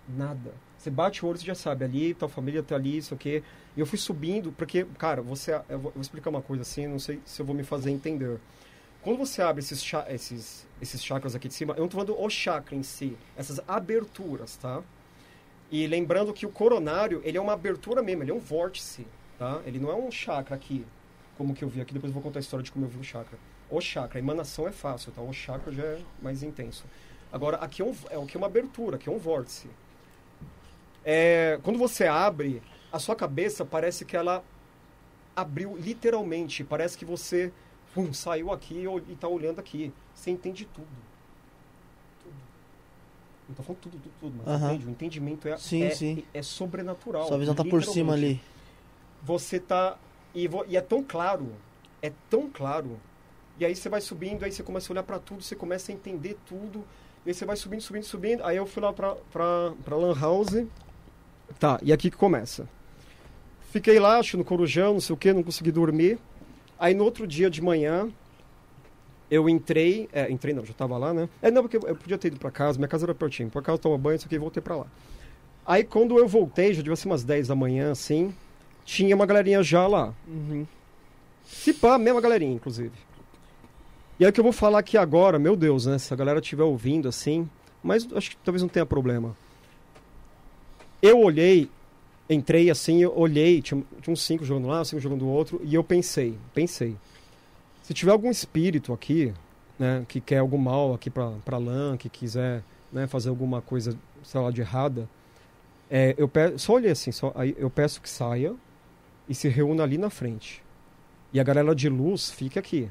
Nada. Você bate o olho, você já sabe, ali, tal família tá ali, isso aqui. E eu fui subindo, porque, cara, você, eu vou, eu vou explicar uma coisa assim, não sei se eu vou me fazer entender. Quando você abre esses, cha- esses, esses chakras aqui de cima, eu não tô falando o chakra em si, essas aberturas, tá? E lembrando que o coronário, ele é uma abertura mesmo, ele é um vórtice, tá? Ele não é um chakra aqui, como que eu vi aqui, depois eu vou contar a história de como eu vi o chakra. O chakra, a emanação é fácil, tá? O chakra já é mais intenso. Agora, aqui é, um, é, aqui é uma abertura, aqui é um vórtice. É, quando você abre, a sua cabeça parece que ela abriu literalmente, parece que você pum, saiu aqui e está olhando aqui. Você entende tudo. Tudo. Não estou falando tudo, tudo, tudo, mas Uhum. entende? O entendimento é, Sim, é, sim. é sobrenatural. Sua visão tá por cima ali. Você tá... E, vo, e é tão claro, é tão claro. E aí você vai subindo, aí você começa a olhar para tudo, você começa a entender tudo. E aí você vai subindo, subindo, subindo. Aí eu fui lá pra, pra, pra Lan House. Tá, e aqui que começa. Fiquei lá, acho, no Corujão, não sei o que, não consegui dormir. Aí no outro dia de manhã, eu entrei... É, entrei não, já tava lá, né? É, não, porque eu podia ter ido pra casa, minha casa era pertinho. Por casa, tomar banho, isso aqui, e voltei pra lá. Aí quando eu voltei, já devia ser umas dez da manhã, assim, tinha uma galerinha já lá. Uhum. Se pá, a mesma galerinha, inclusive. E aí o que eu vou falar aqui agora, meu Deus, né? Se a galera estiver ouvindo, assim... Mas acho que talvez não tenha problema. Eu olhei, entrei assim, eu olhei, tinha, tinha uns cinco jogando lá, cinco jogando do outro, e eu pensei, pensei, se tiver algum espírito aqui, né, que quer algum mal aqui pra, pra lã, que quiser, né, fazer alguma coisa, sei lá, de errada, é, eu peço, só olhei assim, só, aí eu peço que saia e se reúna ali na frente. E a galera de luz fica aqui.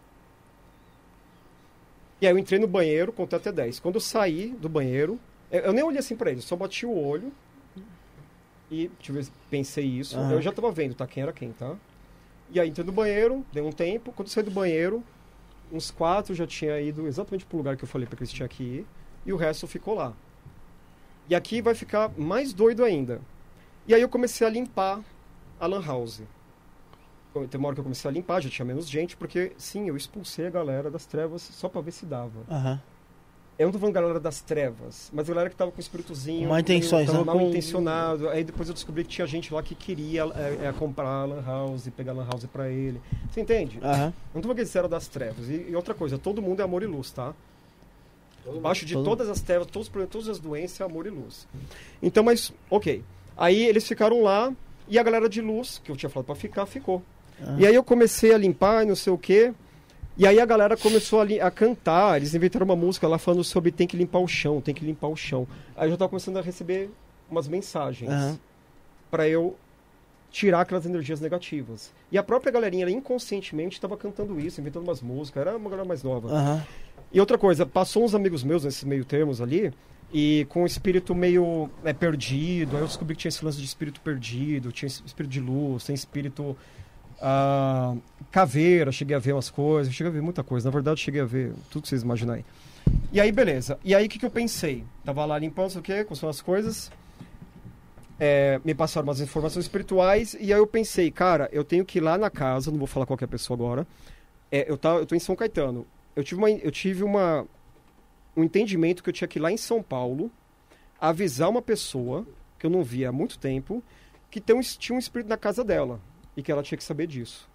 E aí eu entrei no banheiro, contei até dez. Quando eu saí do banheiro, eu, eu nem olhei assim pra eles, só bati o olho. E tive, pensei isso. Uhum. Eu já tava vendo, tá? Quem era quem, tá? E aí entrei no banheiro, dei um tempo. Quando eu saí do banheiro, uns quatro já tinha ido exatamente pro lugar que eu falei pra que eles tinham que ir. E o resto ficou lá. E aqui vai ficar mais doido ainda. E aí eu comecei a limpar a Lan House. Tem uma hora que eu comecei a limpar, já tinha menos gente, porque sim, eu expulsei a galera das trevas só pra ver se dava. Aham. Eu não tô falando galera das trevas, mas galera que tava com espíritozinho. Mal intenções, tava né? mal Com- intencionado. Aí depois eu descobri que tinha gente lá que queria é, é, comprar a Lan House, pegar a Lan House pra ele. Você entende? Aham. Eu não tô falando que eles eram das trevas. E, e outra coisa, todo mundo é amor e luz, tá? Abaixo de todo- todas as trevas, todos os problemas, todas as doenças é amor e luz. Então, mas, ok. Aí eles ficaram lá e a galera de luz, que eu tinha falado pra ficar, ficou. Ah. E aí eu comecei a limpar e não sei o quê. E aí a galera começou a, li- a cantar, eles inventaram uma música lá falando sobre tem que limpar o chão, tem que limpar o chão. Aí eu já tava começando a receber umas mensagens Aham. pra eu tirar aquelas energias negativas. E a própria galerinha, ela inconscientemente estava cantando isso, inventando umas músicas, era uma galera mais nova. Aham. E outra coisa, passou uns amigos meus nesses meio termos ali, e com o espírito meio é, perdido, aí eu descobri que tinha esse lance de espírito perdido, tinha esse espírito de luz, tem espírito ah, caveira, cheguei a ver umas coisas, cheguei a ver muita coisa, na verdade cheguei a ver tudo que vocês imaginarem. E aí, beleza. E aí, o que, que eu pensei? Tava lá limpando, sei o quê, com as coisas, é, me passaram umas informações espirituais, e aí eu pensei, cara, eu tenho que ir lá na casa, não vou falar qualquer pessoa agora, é, eu, tá, eu tô em São Caetano, eu tive, uma, eu tive uma, um entendimento que eu tinha que ir lá em São Paulo, avisar uma pessoa, que eu não via há muito tempo, que tem um, tinha um espírito na casa dela, e que ela tinha que saber disso.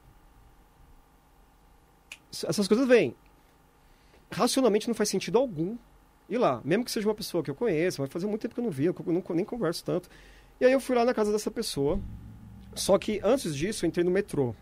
Essas coisas vêm. Racionalmente não faz sentido algum ir lá. Mesmo que seja uma pessoa que eu conheço, vai fazer muito tempo que eu não via, eu não, nem converso tanto. E aí eu fui lá na casa dessa pessoa. Só que antes disso eu entrei no metrô.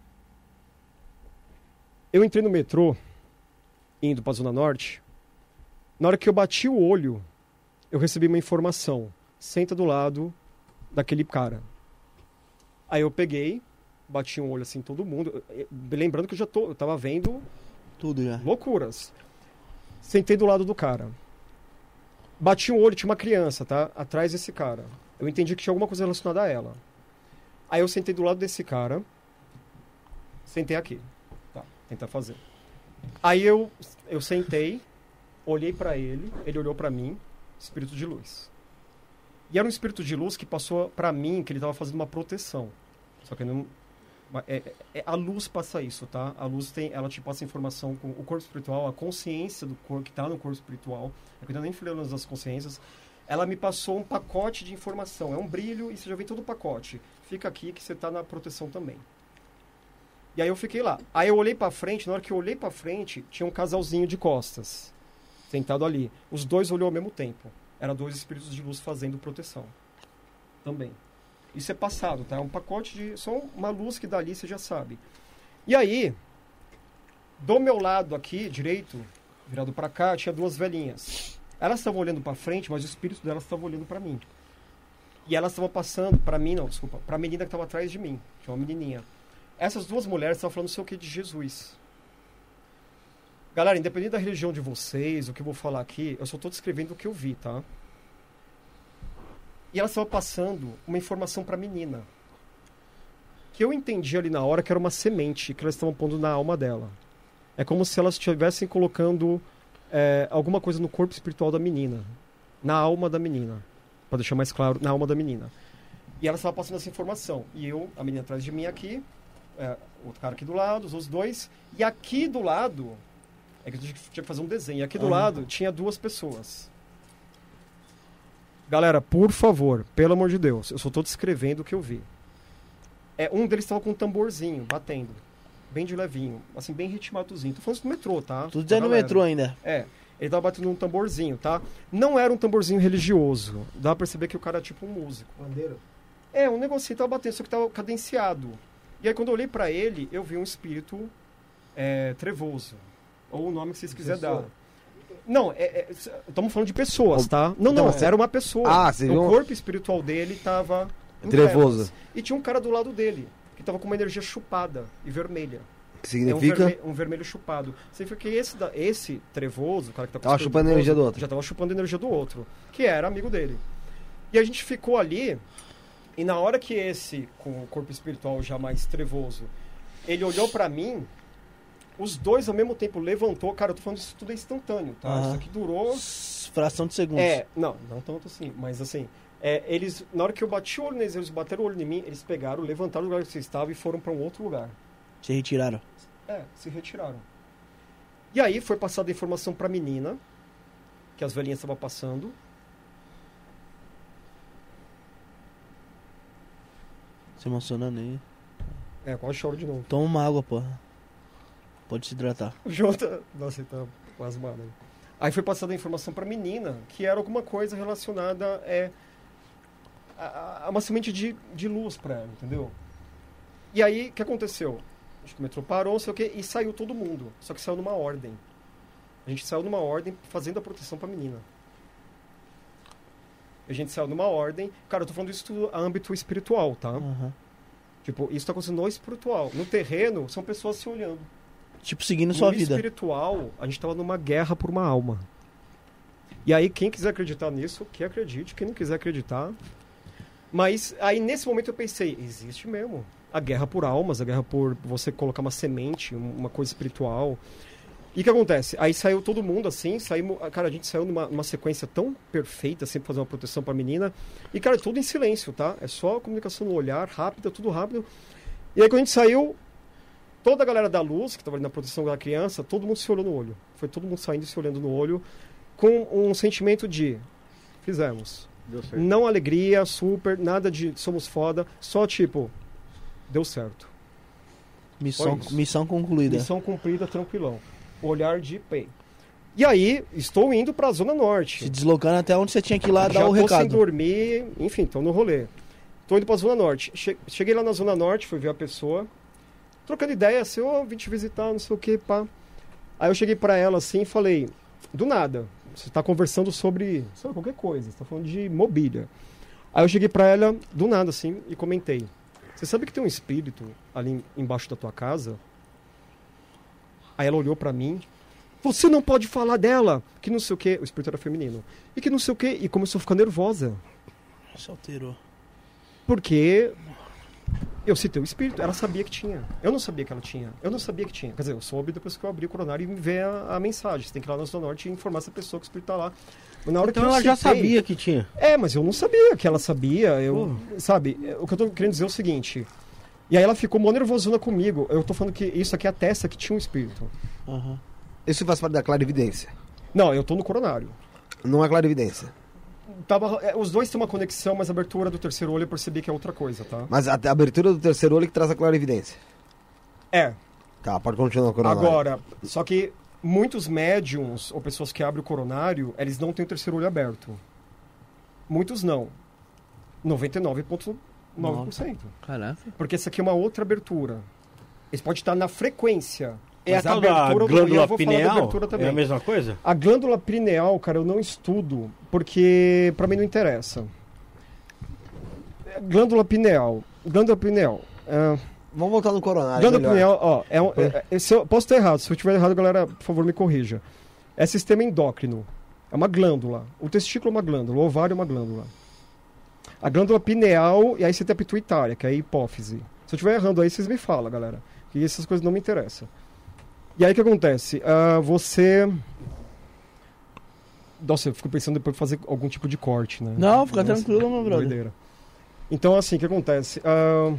Eu entrei no metrô, indo pra Zona Norte. Na hora que eu bati o olho, eu recebi uma informação. Senta do lado daquele cara. Aí eu peguei, bati um olho assim em todo mundo. Lembrando que eu já tô, eu tava vendo Tudo já. loucuras. Sentei do lado do cara. Bati um olho, tinha uma criança, tá? Atrás desse cara. Eu entendi que tinha alguma coisa relacionada a ela. Aí eu sentei do lado desse cara. Sentei aqui. Tá, tentar fazer. Aí eu, eu sentei, olhei pra ele, ele olhou pra mim, espírito de luz. E era um espírito de luz que passou pra mim que ele tava fazendo uma proteção. Só que não... É, é, a luz passa isso, tá? A luz tem, ela te passa informação com o corpo espiritual, a consciência do corpo que está no corpo espiritual, é cuidando da influência das consciências, ela me passou um pacote de informação. É um brilho e você já vem todo o pacote. Fica aqui que você tá na proteção também. E aí eu fiquei lá. Aí eu olhei pra frente, na hora que eu olhei pra frente, tinha um casalzinho de costas, sentado ali. Os dois olhou ao mesmo tempo. Eram dois espíritos de luz fazendo proteção. Também. Isso é passado, tá? É um pacote de... Só uma luz que dali você já sabe. E aí, do meu lado aqui, direito, virado pra cá, tinha duas velhinhas. Elas estavam olhando pra frente, mas o espírito delas estava olhando pra mim. E elas estavam passando, pra mim não, desculpa, pra menina que estava atrás de mim. Tinha uma menininha. Essas duas mulheres estavam falando não sei o que de Jesus. Galera, independente da religião de vocês, o que eu vou falar aqui, eu só estou descrevendo o que eu vi, tá? E elas estavam passando uma informação pra menina. Que eu entendi ali na hora que era uma semente que elas estavam pondo na alma dela. É como se elas estivessem colocando... É, alguma coisa no corpo espiritual da menina, na alma da menina, para deixar mais claro, na alma da menina. E ela estava passando essa informação. E eu, a menina atrás de mim aqui, é, outro cara aqui do lado, os outros dois. E aqui do lado, é que eu tinha que fazer um desenho. E aqui do uhum. lado tinha duas pessoas. Galera, por favor, pelo amor de Deus, eu só estou descrevendo o que eu vi. É, um deles estava com um tamborzinho, batendo. Bem de levinho, assim, bem ritmadozinho. Tô falando isso no metrô, tá? Tudo já no metrô ainda. É. Ele tava batendo num tamborzinho, tá? Não era um tamborzinho religioso. Dá pra perceber que o cara é tipo um músico. Bandeira? É, um negocinho tava batendo, só que tava cadenciado. E aí, quando eu olhei pra ele, eu vi um espírito é, trevoso. Ou o nome que vocês quiserem dar. Não, estamos é, é, falando de pessoas, tá? Não, não, não era uma pessoa. Ah, você o viu? corpo espiritual dele tava... trevoso. E tinha um cara do lado dele, que tava com uma energia chupada e vermelha. Que significa? É um, verme, um vermelho chupado. Significa que esse, da, esse trevoso, o cara que tá com tava chupando a energia do outro. Já tava chupando a energia do outro, que era amigo dele. E a gente ficou ali, e na hora que esse, com o corpo espiritual já mais trevoso, ele olhou pra mim, os dois ao mesmo tempo levantou. Cara, eu tô falando isso tudo é instantâneo, tá? Uhum. Isso aqui durou... Fração de segundos. É, não, não tanto assim, mas assim... É, eles, na hora que eu bati o olho neles, eles bateram o olho em mim, eles pegaram, levantaram do lugar que você estava e foram para um outro lugar. Se retiraram? É, se retiraram. E aí foi passada a informação para a menina, que as velhinhas estavam passando. Se emocionando aí. É, quase choro de novo. Toma uma água, porra. Pode se hidratar. O João tá... Nossa, ele tá quase mal aí. Aí foi passada a informação para a menina, que era alguma coisa relacionada é, a, a uma semente de, de luz para ela, entendeu? E aí, o que aconteceu? Acho que o metrô parou, não sei o quê, e saiu todo mundo. Só que saiu numa ordem. A gente saiu numa ordem fazendo a proteção para a menina. A gente saiu numa ordem... Cara, eu tô falando isso tudo a âmbito espiritual, tá? Uhum. Tipo, isso tá acontecendo no espiritual. No terreno, são pessoas se olhando. Tipo, seguindo sua vida. No espiritual, a gente tava numa guerra por uma alma. E aí, quem quiser acreditar nisso, que acredite. Quem não quiser acreditar... Mas aí, nesse momento, eu pensei, existe mesmo. A guerra por almas, a guerra por você colocar uma semente, uma coisa espiritual. E o que acontece? Aí saiu todo mundo, assim, saímos... Cara, a gente saiu numa, numa sequência tão perfeita, assim, pra fazer uma proteção pra menina. E, cara, tudo em silêncio, tá? É só comunicação no olhar, rápida, tudo rápido. E aí, quando a gente saiu... Toda a galera da luz, que estava ali na proteção da criança, todo mundo se olhou no olho. Foi todo mundo saindo e se olhando no olho com um sentimento de... Fizemos. Deu certo. Não alegria, super, nada de somos foda. Só tipo... Deu certo. Missão, missão concluída. Missão cumprida, tranquilão. Olhar de pei. E aí, estou indo para a Zona Norte. Se deslocando até onde você tinha que ir lá Já dar o tô recado. sem dormir, enfim, estou no rolê. Estou indo para a Zona Norte. Che- Cheguei lá na Zona Norte, fui ver a pessoa... Trocando ideia, assim, ó, oh, vim te visitar, não sei o que, pá. Aí eu cheguei pra ela, assim, e falei, do nada, você tá conversando sobre, sobre qualquer coisa, você tá falando de mobília. Aí eu cheguei pra ela, do nada, assim, e comentei, você sabe que tem um espírito ali embaixo da tua casa? Aí ela olhou pra mim, você não pode falar dela, que não sei o que, o espírito era feminino, e que não sei o que, e começou a ficar nervosa. Se alterou. Porque... Eu citei o espírito, ela sabia que tinha. Eu não sabia que ela tinha. Eu não sabia que tinha. Quer dizer, eu soube depois que eu abri o coronário e me ver a, a mensagem. Você tem que ir lá na Zona Norte e informar essa pessoa que o espírito tá lá. Mas na hora Então que eu ela já citei, sabia que tinha. É, mas eu não sabia que ela sabia. Eu, sabe, o que eu tô querendo dizer é o seguinte. E aí ela ficou mó nervosona comigo. Eu tô falando que isso aqui atesta que tinha um espírito. Uhum. Isso faz parte da clarividência. Não, eu tô no coronário. Não é clarividência. Tava, é, os dois têm uma conexão, mas a abertura do terceiro olho eu percebi que é outra coisa, tá? Mas a, a abertura do terceiro olho que traz a clarividência. É. Tá, pode continuar, coronário. Agora, só que muitos médiums, ou pessoas que abrem o coronário, eles não têm o terceiro olho aberto. Muitos não. noventa e nove vírgula nove por cento. Caraca. Porque essa aqui é uma outra abertura. Eles podem estar na frequência. É mas a tal da do- glândula eu vou falar da pineal? abertura também. É a mesma coisa? A glândula pineal, cara, eu não estudo, porque pra mim não interessa. Glândula pineal. Glândula pineal. É, Vamos voltar no coronário. glândula melhor. pineal, ó, é um, é, é, se eu, posso estar errado. Se eu estiver errado, galera, por favor, me corrija. É sistema endócrino. É uma glândula. O testículo é uma glândula, o ovário é uma glândula. A glândula pineal, e aí você tem a pituitária, que é a hipófise. Se eu estiver errando aí, vocês me falam, galera. Que essas coisas não me interessam. E aí o que acontece? Ah, você... Nossa, eu fico pensando depois em fazer algum tipo de corte, né? Não, fica Nossa, tranquilo, meu brother. doideira. Então, assim, o que acontece? Ah,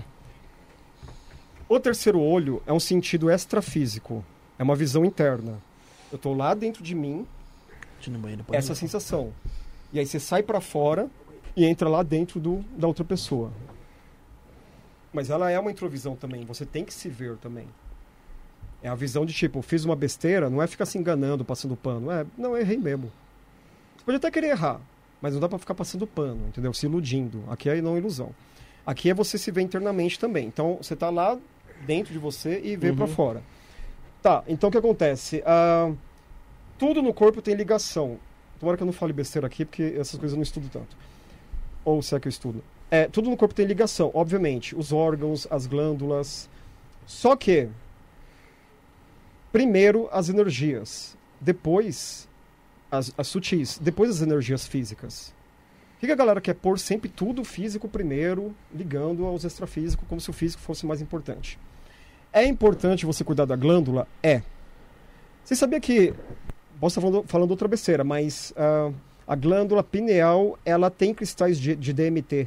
o terceiro olho é um sentido extrafísico. É uma visão interna. Eu tô lá dentro de mim, Deixa eu ir no banheiro, pode essa ir. sensação. E aí você sai pra fora e entra lá dentro do, da outra pessoa. Mas ela é uma introvisão também. Você tem que se ver também. É a visão de tipo, fiz uma besteira, não é ficar se enganando, passando pano. É, não, eu errei mesmo. Você pode até querer errar, mas não dá pra ficar passando pano, entendeu? Se iludindo. Aqui é não ilusão. Aqui é você se ver internamente também. Então, você tá lá dentro de você e vê Uhum. pra fora. Tá, então o que acontece? Ah, tudo no corpo tem ligação. Tomara que eu não fale besteira aqui, porque essas coisas eu não estudo tanto. Ou se é que eu estudo. É, tudo no corpo tem ligação, obviamente. Os órgãos, as glândulas. Só que, primeiro as energias, depois as, as sutis, depois as energias físicas. O que que a galera quer pôr sempre tudo físico primeiro, ligando aos extrafísicos, como se o físico fosse mais importante. É importante você cuidar da glândula? É. Você sabia que... Posso estar falando, falando outra besteira, mas ah, a glândula pineal, ela tem cristais de, de D M T.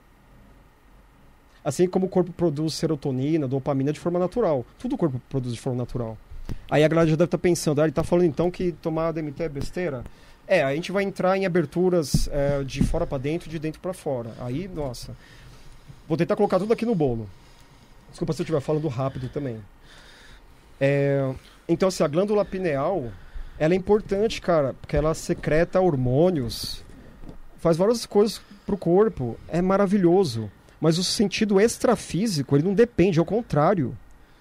Assim como o corpo produz serotonina, dopamina de forma natural. Tudo o corpo produz de forma natural. Aí a galera já deve estar pensando, ah, ele está falando então que tomar D M T é besteira? É, a gente vai entrar em aberturas é, de fora para dentro e de dentro para fora. Aí, nossa. Vou tentar colocar tudo aqui no bolo. Desculpa se eu estiver falando rápido também. É, então, assim, a glândula pineal, ela é importante, cara, porque ela secreta hormônios, faz várias coisas pro corpo. É maravilhoso. Mas o sentido extrafísico, ele não depende, ao contrário.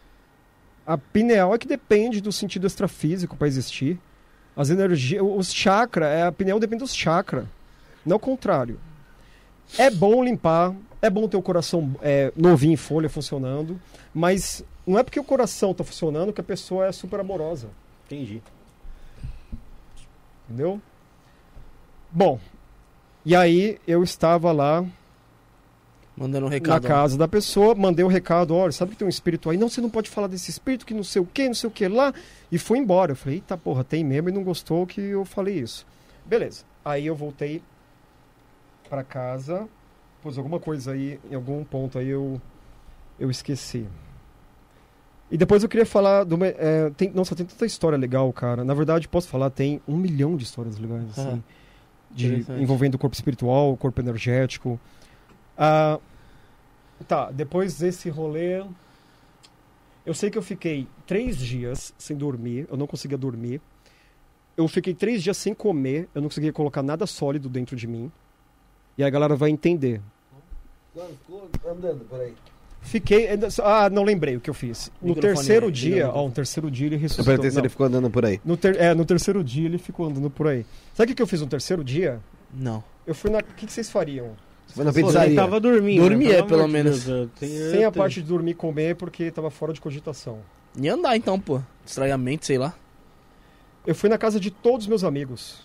A pineal é que depende do sentido extrafísico para existir. As energias, os chakras, a pineal depende dos chakras, não ao contrário. É bom limpar, é bom ter o coração é, novinho em folha funcionando, mas não é porque o coração está funcionando que a pessoa é super amorosa. Entendi. Entendeu? Bom, e aí eu estava lá Mandando um na recado. ó. casa da pessoa, mandei um recado, olha, sabe que tem um espírito aí? Não, você não pode falar desse espírito, que não sei o que, não sei o que lá. E fui embora. Eu falei, eita porra, tem mesmo e não gostou que eu falei isso. Beleza. Aí eu voltei pra casa, pus alguma coisa aí, em algum ponto aí eu, eu esqueci. E depois eu queria falar, do, é, tem, nossa, tem tanta história legal, cara. Na verdade, posso falar, tem um milhão de histórias legais, assim, Ah, de, interessante. envolvendo o corpo espiritual, o corpo energético. Ah, tá, depois desse rolê, eu sei que eu fiquei três dias sem dormir, eu não conseguia dormir. Eu fiquei três dias sem comer, eu não conseguia colocar nada sólido dentro de mim. E aí a galera vai entender. Não, ficou andando por aí. Fiquei. Ah, não lembrei o que eu fiz. No Microfone, terceiro né? dia, Liga o ó, no terceiro dia ele Eu ressuscitou. perguntei se Não, ele ficou andando por aí. no, ter, é, no terceiro dia ele ficou andando por aí. Sabe o que, que eu fiz no terceiro dia? Não. Eu fui na. O que, que vocês fariam? Foi na Pô, ele pizzaria. tava dormindo. Dormir, né? é, Pelo pelo amor de menos. Deus, eu tenho- Sem eu a tenho- parte de dormir e comer, porque tava fora de cogitação. E andar então, pô. Distrair a mente, sei lá. Eu fui na casa de todos os meus amigos.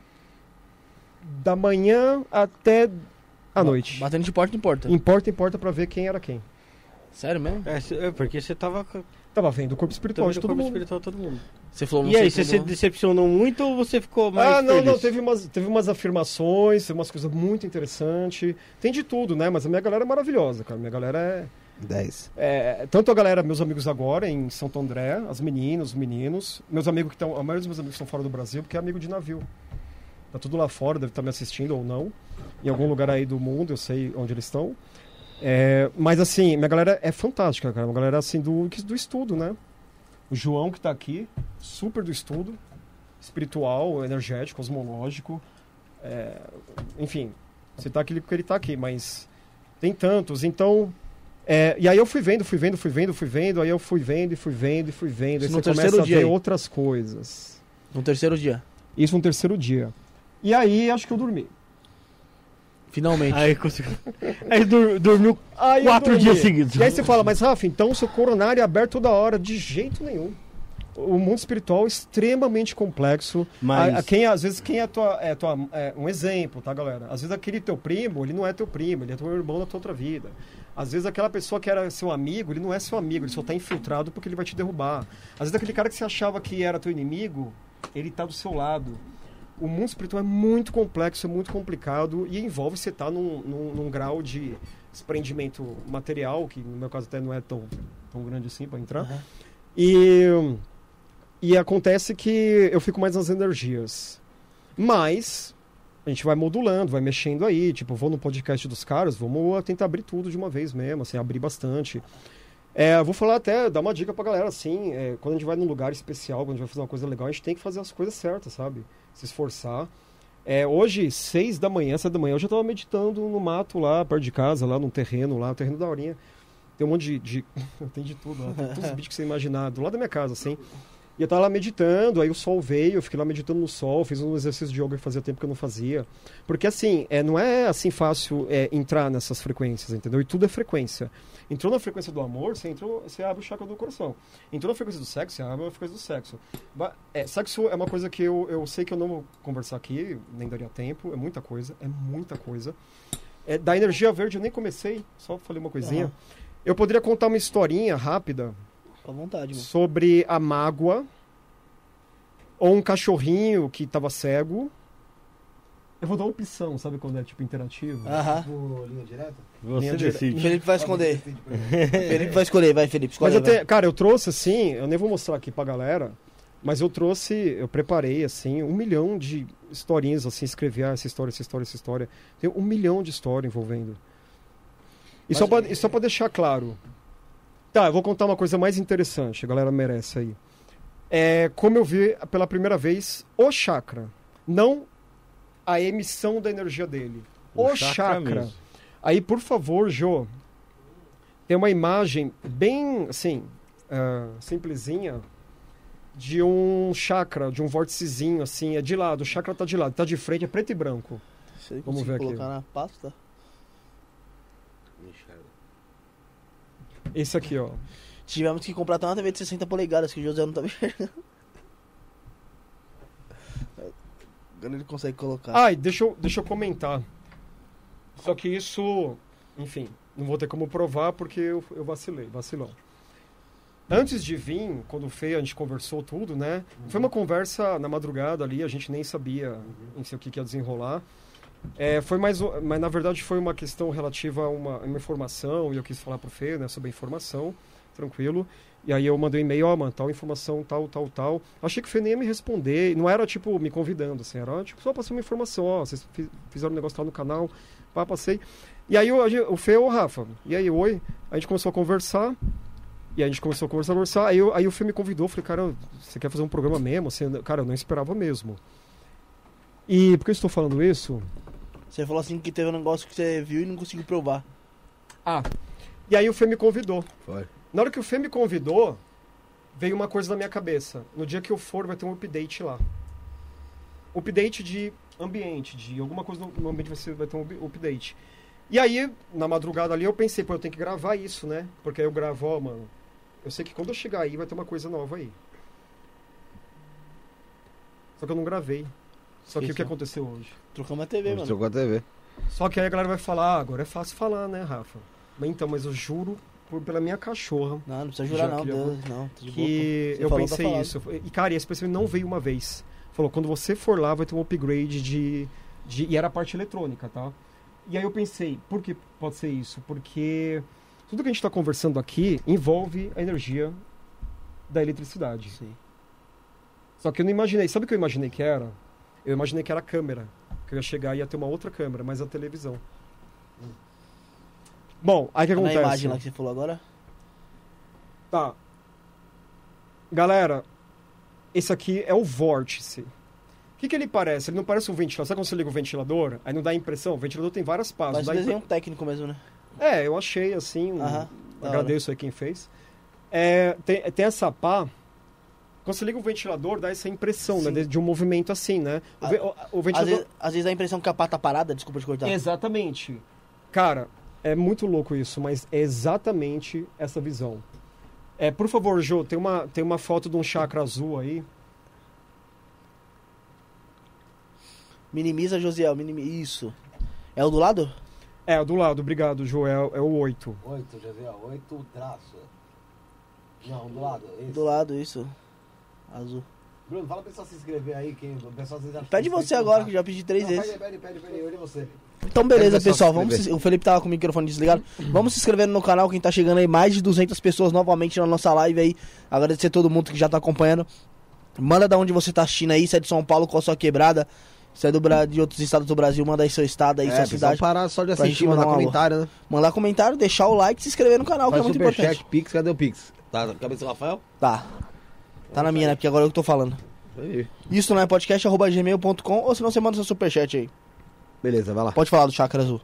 Da manhã até a noite. Batendo de porta em porta. Em porta em porta pra ver quem era quem. Sério mesmo? É, cê- é, porque você tava com Tava vendo o corpo espiritual tava de do todo corpo mundo. espiritual todo mundo. Você falou não E aí, sei você se como- decepcionou muito ou você ficou mais Ah, não, feliz? não, teve umas, teve umas afirmações, teve umas coisas muito interessantes. Tem de tudo, né? Mas a minha galera é maravilhosa, cara. Minha galera é... dez. é tanto a galera, meus amigos agora em Santo André, as meninas, os meninos. Meus amigos que estão... A maioria dos meus amigos estão fora do Brasil, porque é amigo de navio. Tá tudo lá fora, deve estar me assistindo ou não. Em algum lugar aí do mundo, eu sei onde eles estão. É, mas assim, minha galera é fantástica, cara. Uma galera assim do, do estudo, né? O João que tá aqui, super do estudo. Espiritual, energético, cosmológico. É, enfim, você tá aqui porque ele tá aqui, mas tem tantos. Então, é, e aí eu fui vendo, fui vendo, fui vendo, fui vendo. Aí eu fui vendo e fui vendo e fui vendo. Isso aí no você terceiro começa a dia ver aí? outras coisas. No terceiro dia. Isso no terceiro dia. E aí, acho que eu dormi. Finalmente. Aí conseguiu. Aí dur- dormiu Aí eu quatro dormi. dias seguidos. E aí você fala, mas Rafa, então o seu coronário é aberto toda hora. De jeito nenhum. O mundo espiritual é extremamente complexo. Mas- A, a quem, às vezes, quem é, tua, é, tua, é um exemplo, tá, galera? Às vezes aquele teu primo, ele não é teu primo, ele é teu irmão da tua outra vida. Às vezes aquela pessoa que era seu amigo, ele não é seu amigo, ele só tá infiltrado porque ele vai te derrubar. Às vezes aquele cara que você achava que era teu inimigo, ele tá do seu lado. O mundo espiritual é muito complexo, é muito complicado e envolve você estar num, num, num grau de desprendimento material, que no meu caso até não é tão, tão grande assim para entrar. Uhum. E, e acontece que eu fico mais nas energias. Mas a gente vai modulando, vai mexendo aí. Tipo, vou no podcast dos caras, vamos tentar abrir tudo de uma vez mesmo, assim, abrir bastante. É, vou falar até, dar uma dica pra galera, assim, é, quando a gente vai num lugar especial, quando a gente vai fazer uma coisa legal, a gente tem que fazer as coisas certas, sabe? Se esforçar. É, hoje, seis da manhã, sete da manhã, eu já tava meditando no mato lá, perto de casa, lá no terreno, lá, no terreno da horinha. Tem um monte de... de... tem de tudo lá, tem todos os bichos que você imaginar, do lado da minha casa, assim. E eu tava lá meditando, aí o sol veio, eu fiquei lá meditando no sol, fiz um exercício de yoga que fazia tempo que eu não fazia. Porque assim, é, não é assim fácil é, entrar nessas frequências, entendeu? E tudo é frequência. Entrou na frequência do amor, você, entrou, você abre o chakra do coração. Entrou na frequência do sexo, você abre a frequência do sexo. Ba- É, sexo é uma coisa que eu, eu sei que eu não vou conversar aqui, nem daria tempo, é muita coisa, é muita coisa. É, da energia verde eu nem comecei, só falei uma coisinha. Uhum. Eu poderia contar uma historinha rápida Fica à vontade, mano. sobre a mágoa ou um cachorrinho que tava cego. Eu vou dar uma opção, sabe quando é tipo interativo? Aham. Tipo, linha direta? Você Minha decide. Felipe vai esconder. Felipe vai escolher, vai, Felipe. Escolhe. Mas eu vai. tenho, cara, eu trouxe assim, eu nem vou mostrar aqui pra galera, mas eu trouxe, eu preparei assim, um milhão de historinhas, assim, escrevi ah, essa história, essa história, essa história. Tem um milhão de histórias envolvendo. E só pra, e só pra deixar claro. Tá, eu vou contar uma coisa mais interessante, a galera merece aí. É como eu vi pela primeira vez o chakra, não a emissão da energia dele. O, O chakra. chakra mesmo. Aí, por favor, Jô, tem uma imagem bem, assim, ah, simplesinha de um chakra, de um vórticezinho, assim, é de lado. O chakra tá de lado, tá de frente, é preto e branco. Se ele Vamos conseguir ver aqui. colocar na pasta. Esse aqui, ó. Tivemos que comprar até uma T V de sessenta polegadas, que o José não tá enxergando. Agora ele consegue colocar. Ah, e deixa eu, deixa eu comentar. Só que isso, enfim, não vou ter como provar porque eu, eu vacilei, vacilão. Antes de vir, quando o Fê, a gente conversou tudo, né? Foi uma conversa na madrugada ali, a gente nem sabia em si o que, que ia desenrolar. É, foi mais, o- mas na verdade foi uma questão relativa a uma, uma informação, e eu quis falar pro Fê, né, sobre a informação, tranquilo. E aí eu mandei um e-mail, ó, mano, tal informação, tal, tal, tal. Achei que o Fê nem ia me responder, e não era, tipo, me convidando, assim, era, tipo, só passei uma informação, ó, vocês fi- fizeram um negócio lá no canal, pá, passei. E aí o, a gente- o Fê, ô, Rafa, e aí, oi? A gente começou a conversar, e a gente começou a conversar, conversar, aí, eu, aí o Fê me convidou, falei, cara, você quer fazer um programa mesmo? Você, cara, eu não esperava mesmo. E por que eu estou falando isso? Você falou assim que teve um negócio que você viu e não conseguiu provar. Ah, e aí o Fê me convidou. Foi. Na hora que o Fê me convidou, veio uma coisa na minha cabeça. No dia que eu for, vai ter um update lá. Update de ambiente, de alguma coisa no ambiente vai, ser, vai ter um up- update. E aí, na madrugada ali, eu pensei, pô, eu tenho que gravar isso, né? Porque aí eu gravo, ó, mano, eu sei que quando eu chegar aí vai ter uma coisa nova aí. Só que eu não gravei. Só que o que Esqueceu. aconteceu hoje? Trocamos a T V, Você mano. trocou a T V. Só que aí a galera vai falar, ah, agora é fácil falar, né, Rafa? Mas então, mas eu juro por, pela minha cachorra Não, não precisa jurar Já não, que eu- Deus, não. Tá de boa, que pô. Você eu falou, tá pensei falado. isso. E, cara, e esse pensamento não veio uma vez. Falou, quando você for lá, vai ter um upgrade de... de e era a parte eletrônica, tá? E aí eu pensei, por que pode ser isso? Porque tudo que a gente está conversando aqui envolve a energia da eletricidade. Sim. Só que eu não imaginei. Sabe o que eu imaginei que era? Eu imaginei que era a câmera. Que eu ia chegar e ia ter uma outra câmera, mas a televisão. Bom, aí o que Na acontece? imagem lá que você falou agora. Tá. Galera, esse aqui é o vórtice. O que, que ele parece? Ele não parece um ventilador. Sabe quando você liga o ventilador? Aí não dá impressão? O ventilador tem várias pasas. Mas dá desenho impre- técnico mesmo, né? É, eu achei assim. Um... Aham. Da Agradeço aí quem fez. É, tem, tem essa pá. Quando você liga o ventilador, dá essa impressão, né? De, de um movimento assim, né? O, ve- o, o Às ventilador. vezes, às vezes dá a impressão que a pá tá parada, desculpa te cortar. Exatamente. Cara, é muito louco isso, mas é exatamente essa visão. É, por favor, Jô, tem uma, tem uma foto de um chakra azul aí. Minimiza, Josiel, minimiza. Isso. É o do lado? É, do lado, obrigado, Jô, é, é o oito. Oito, José, oito traço. Não, do lado. Esse. Do lado, isso. Azul. Bruno, fala pro pessoal se inscrever aí, quem o pessoal já Pede você agora, que eu já pedi três Não, vezes. Pede, pede, pede, pede, olha você. Então, beleza, Pede pessoal pessoal. se Vamos inscrever. se- O Felipe tava com o microfone desligado. Vamos se inscrevendo no canal, quem tá chegando aí. Mais de duzentas pessoas novamente na nossa live aí. Agradecer a todo mundo que já tá acompanhando. Manda da onde você tá assistindo aí. Se é de São Paulo, qual a sua quebrada. Se é do, Bra- de outros estados do Brasil, manda aí seu estado aí, É, sua pessoal, cidade. parar só de pra assistir, gente mandar mandar um alô. comentário, né? Mandar comentário, deixar o like e se inscrever no canal, que é Faz muito superchat, importante. Pix, cadê o Pix? Tá na cabeça do Rafael? Tá. Tá na minha, né? Porque agora eu que tô falando. Aí. Isso não é podcast, arroba gmail ponto com, ou senão você manda seu superchat aí. Beleza, vai lá. Pode falar do Chakra Azul.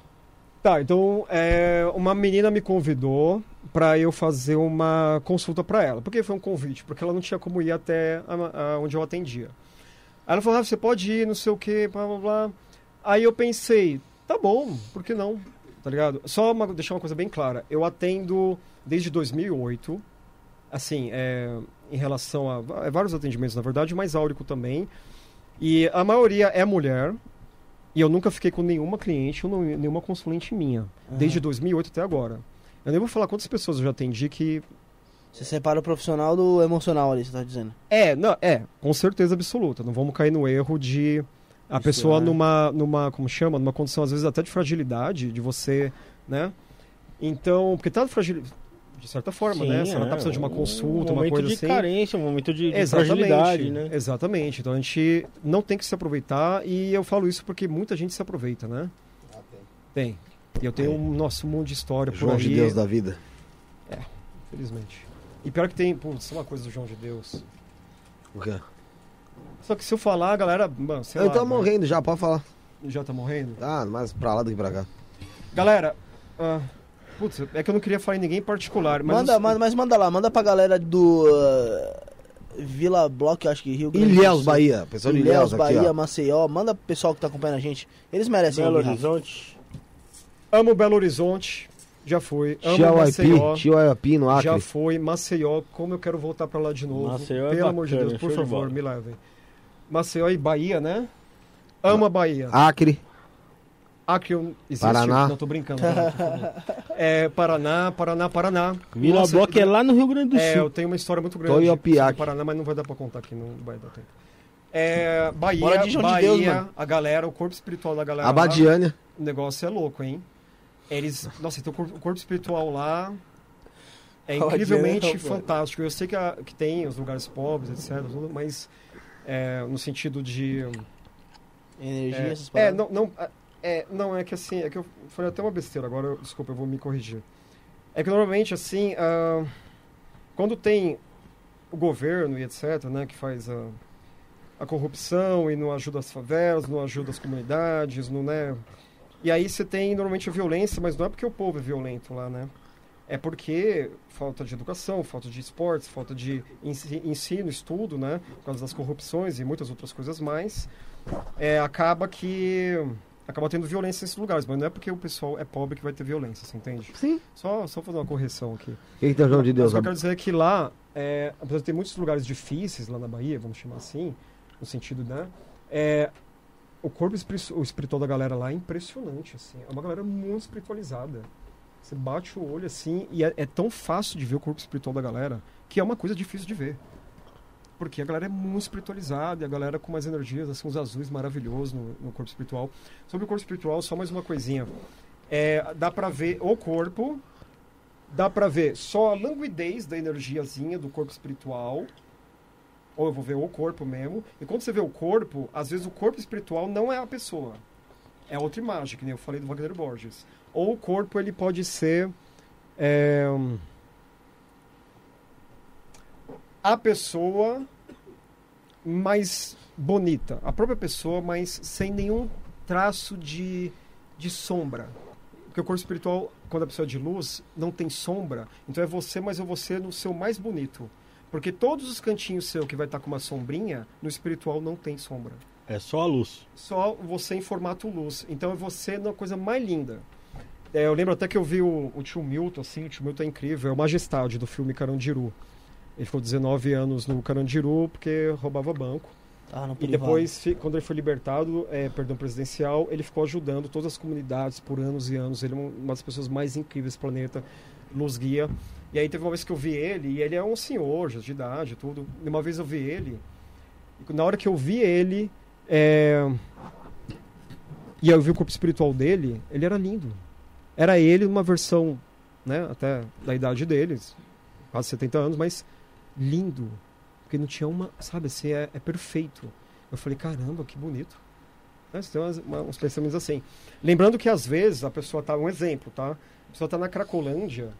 Tá, então é, uma menina me convidou pra eu fazer uma consulta pra ela. Por que foi um convite? Porque ela não tinha como ir até a, a, onde eu atendia. Aí ela falou, ah, você pode ir, não sei o que, blá blá blá. Aí eu pensei, tá bom, por que não? Tá ligado? Só uma, deixar uma coisa bem clara. Eu atendo desde dois mil e oito, assim, é, em relação a, a vários atendimentos, na verdade, mas áurico também. E a maioria é mulher. E eu nunca fiquei com nenhuma cliente ou não- nenhuma consulente minha. Desde dois mil e oito até agora. Eu nem vou falar quantas pessoas eu já atendi que... Você separa o profissional do emocional ali, você tá dizendo. É, não, é, com certeza absoluta. Não vamos cair no erro de a Isso, pessoa é. numa, numa, como chama? Numa condição, às vezes, até de fragilidade, de você, né? Então, porque tá fragil... de certa forma, Sim, né? Se ela tá é, precisando de uma um consulta, uma momento coisa de assim... carência, um momento de, de Exatamente, fragilidade, né? exatamente. Então a gente não tem que se aproveitar, e eu falo isso porque muita gente se aproveita, né? Tem. E eu tenho um nosso mundo de história por João aí. de Deus da vida. Infelizmente. E pior que tem, putz, uma coisa do João de Deus. O quê? Só que se eu falar, a galera, mano, sei Eu lá, tô vai- morrendo já, pode falar. já tá morrendo. Ah, mais pra lá do que pra cá. Galera, ah, putz, é que eu não queria falar em ninguém em particular, mas Manda, eu- manda, mas manda lá, manda pra galera do uh, Vila Bloco, acho que Rio Grande do Ilhéus, Sul. Bahia. Pessoal de Ilhéus Ilhéus, aqui, Bahia, ó. Maceió. Manda pro pessoal que tá acompanhando a gente. Eles merecem Belo ouvir, Rafa. Horizonte. amo Belo Horizonte, já foi. Amo Chiauaipi, Maceió, Chiauaipi no Acre. já foi. Maceió, como eu quero voltar pra lá de novo. Maceió é Pelo amor de bacana, Deus, por show de favor, bola. me levem. Maceió e Bahia, né? Amo a Bahia. Acre. Acre eu- existe? Paraná. Não, tô brincando. Não, tô falando. é, Paraná, Paraná, Paraná. Vila Nossa, Bloco é lá no Rio Grande do É, eu Sul. tenho uma história muito grande Toiopiaque. sobre Paraná, mas não vai dar pra contar aqui, não vai dar tempo. É, Bahia, Bora de João de Bahia, Deus, mano. a galera, o corpo espiritual da galera lá, Abadiânia. o negócio é louco, hein? Eles, nossa, então o corpo, o corpo espiritual lá é Abadiânia, incrivelmente não, fantástico. Eu sei que, a- que tem os lugares pobres, etcétera, tudo, mas é, no sentido de... Energia, É, essas é, paradas. não, não, é, não, é que assim, é que eu falei até uma besteira, agora, eu- desculpa, eu vou me corrigir. É que normalmente, assim, ah, quando tem o governo e etcétera, né, que faz a, a corrupção e não ajuda as favelas, não ajuda as comunidades, não, né... E aí você tem, normalmente, a violência, mas não é porque o povo é violento lá, né? É porque falta de educação, falta de esportes, falta de ensi- ensino, estudo, né? Por causa das corrupções e muitas outras coisas mais. É, acaba que... Acaba tendo violência nesses lugares, mas não é porque o pessoal é pobre que vai ter violência, você entende? Sim. Só, só fazer uma correção aqui. Quem que tem o João de Deus? Mas o que eu quero dizer é que lá, é, apesar de ter muitos lugares difíceis lá na Bahia, vamos chamar assim, no sentido, né? É, o corpo espiri- o espiritual da galera lá é impressionante, assim. É uma galera muito espiritualizada. Você bate o olho, assim, e é, é tão fácil de ver o corpo espiritual da galera que é uma coisa difícil de ver. Porque a galera é muito espiritualizada, e a galera com umas energias, assim, uns azuis maravilhosos no, no corpo espiritual. Sobre o corpo espiritual, só mais uma coisinha. É, dá pra ver o corpo, dá pra ver só a languidez da energiazinha do corpo espiritual, Ou eu vou ver o corpo mesmo. E quando você vê o corpo, às vezes o corpo espiritual não é a pessoa. É outra imagem, que nem eu falei do Wagner Borges. Ou o corpo, ele pode ser... É, a pessoa mais bonita. A própria pessoa, mas sem nenhum traço de, de sombra. Porque o corpo espiritual, quando a pessoa é de luz, não tem sombra. Então é você, mas é você no seu mais bonito. Porque todos os cantinhos seu que vai estar com uma sombrinha, no espiritual não tem sombra. É só a luz. Só você em formato luz. Então é você na coisa mais linda. É, eu lembro até que eu vi o, o tio Milton, assim, o tio Milton é incrível, é o Majestade do filme Carandiru. Ele ficou dezenove anos no Carandiru porque roubava banco. Ah, não E depois, quando ele foi libertado, é, perdão presidencial, ele ficou ajudando todas as comunidades por anos e anos. Ele é uma das pessoas mais incríveis do planeta, luz guia. E aí teve uma vez que eu vi ele, e ele é um senhor, já de idade, tudo. E uma vez eu vi ele, e na hora que eu vi ele, é... e aí eu vi o corpo espiritual dele, ele era lindo. Era ele numa versão, né, até da idade deles, quase setenta anos, mas lindo. Porque não tinha uma, sabe, assim, é, é perfeito. Eu falei, caramba, que bonito. Né? Você tem umas, uma, uns pensamentos assim. Lembrando que às vezes a pessoa tá, um exemplo, tá? A pessoa tá na Cracolândia,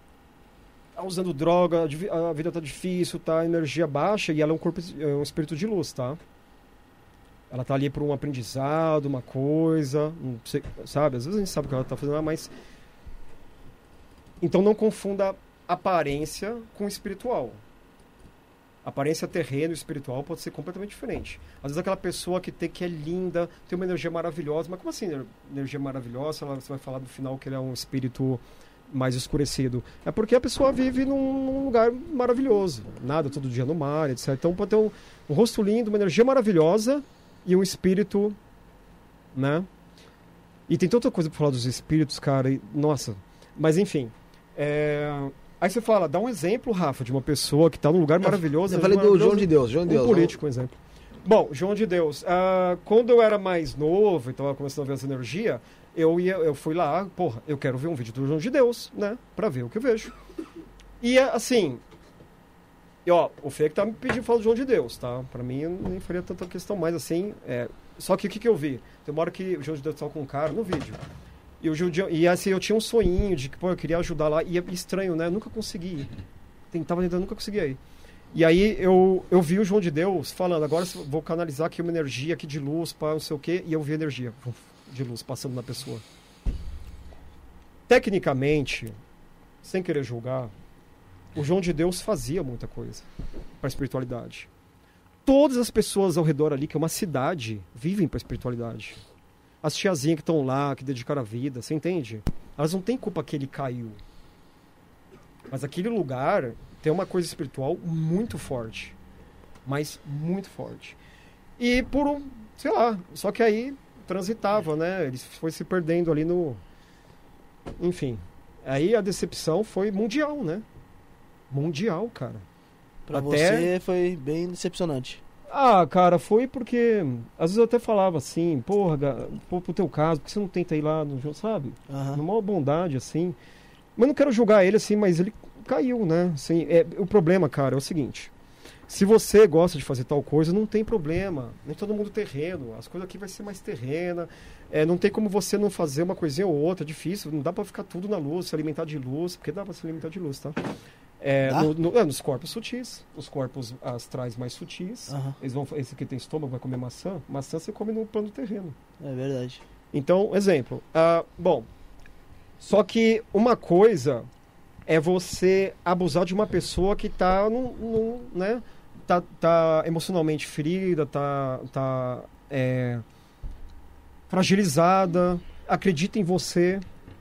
tá usando droga, a vida tá difícil, tá energia baixa, e ela é um corpo, é um espírito de luz, tá? Ela tá ali por um aprendizado, uma coisa, não sei, sabe? Às vezes a gente sabe o que ela tá fazendo, mas... Então não confunda aparência com espiritual. Aparência terreno e espiritual pode ser completamente diferente. Às vezes aquela pessoa que, tem, que é linda, tem uma energia maravilhosa, mas como assim energia maravilhosa? Ela, você vai falar no final que ele é um espírito mais escurecido. É porque a pessoa vive num, num lugar maravilhoso. Nada todo dia no mar, etcétera. Então pode ter um, um rosto lindo, uma energia maravilhosa e um espírito, né? E tem tanta coisa pra falar dos espíritos, cara. E, nossa. Mas enfim. É... Aí você fala, dá um exemplo, Rafa, de uma pessoa que está num lugar maravilhoso. Eu falei do João de Deus, João de um Deus. político, um exemplo. Bom, João de Deus. Uh, quando eu era mais novo, então eu começando a ver essa energia, eu, ia, eu fui lá, porra, eu quero ver um vídeo do João de Deus, né? Pra ver o que eu vejo. E assim, e, ó, o Fê que tá me pedindo falar do João de Deus, tá? Pra mim, eu nem faria tanta questão mais assim. É... Só que o que, que eu vi? Tem uma hora que o João de Deus estava com um cara no vídeo. E, o Judião, e assim, eu tinha um sonhinho de que, pô, eu queria ajudar lá. E é estranho, né? Eu nunca consegui ir. Tentava tentando, nunca conseguia ir. E aí eu, eu vi o João de Deus falando, agora vou canalizar aqui uma energia aqui de luz, para não sei o quê. E eu vi a energia de luz passando na pessoa. Tecnicamente, sem querer julgar, o João de Deus fazia muita coisa para a espiritualidade. Todas as pessoas ao redor ali, que é uma cidade, vivem para a espiritualidade. As tiazinhas que estão lá, que dedicaram a vida, você entende? Elas não têm culpa que ele caiu. Mas aquele lugar tem uma coisa espiritual muito forte. Mas muito forte. E por um, sei lá, só que aí transitava, né? Ele foi se perdendo ali no... Enfim. Aí a decepção foi mundial, né? Mundial, cara. Pra Até... você foi bem decepcionante. Ah, cara, foi porque... Às vezes eu até falava assim, porra, pô, pro teu caso, por que você não tenta ir lá no jogo, sabe? Uhum. Numa bondade, assim. Mas não quero julgar ele, assim, mas ele caiu, né? Assim, é, o problema, cara, é o seguinte. Se você gosta de fazer tal coisa, não tem problema. Nem todo mundo terreno. As coisas aqui vai ser mais terrena. É, não tem como você não fazer uma coisinha ou outra. É difícil. Não dá pra ficar tudo na luz, se alimentar de luz. Porque dá pra se alimentar de luz, tá? É, no, no, é, nos corpos sutis. Os corpos astrais mais sutis. Uhum. Eles vão, esse aqui tem estômago, vai comer maçã. Maçã você come no plano terreno. É verdade. Então, exemplo. Uh, bom, só que uma coisa é você abusar de uma pessoa que tá, num, num, né, tá, tá emocionalmente ferida, tá, tá é, fragilizada, acredita em você.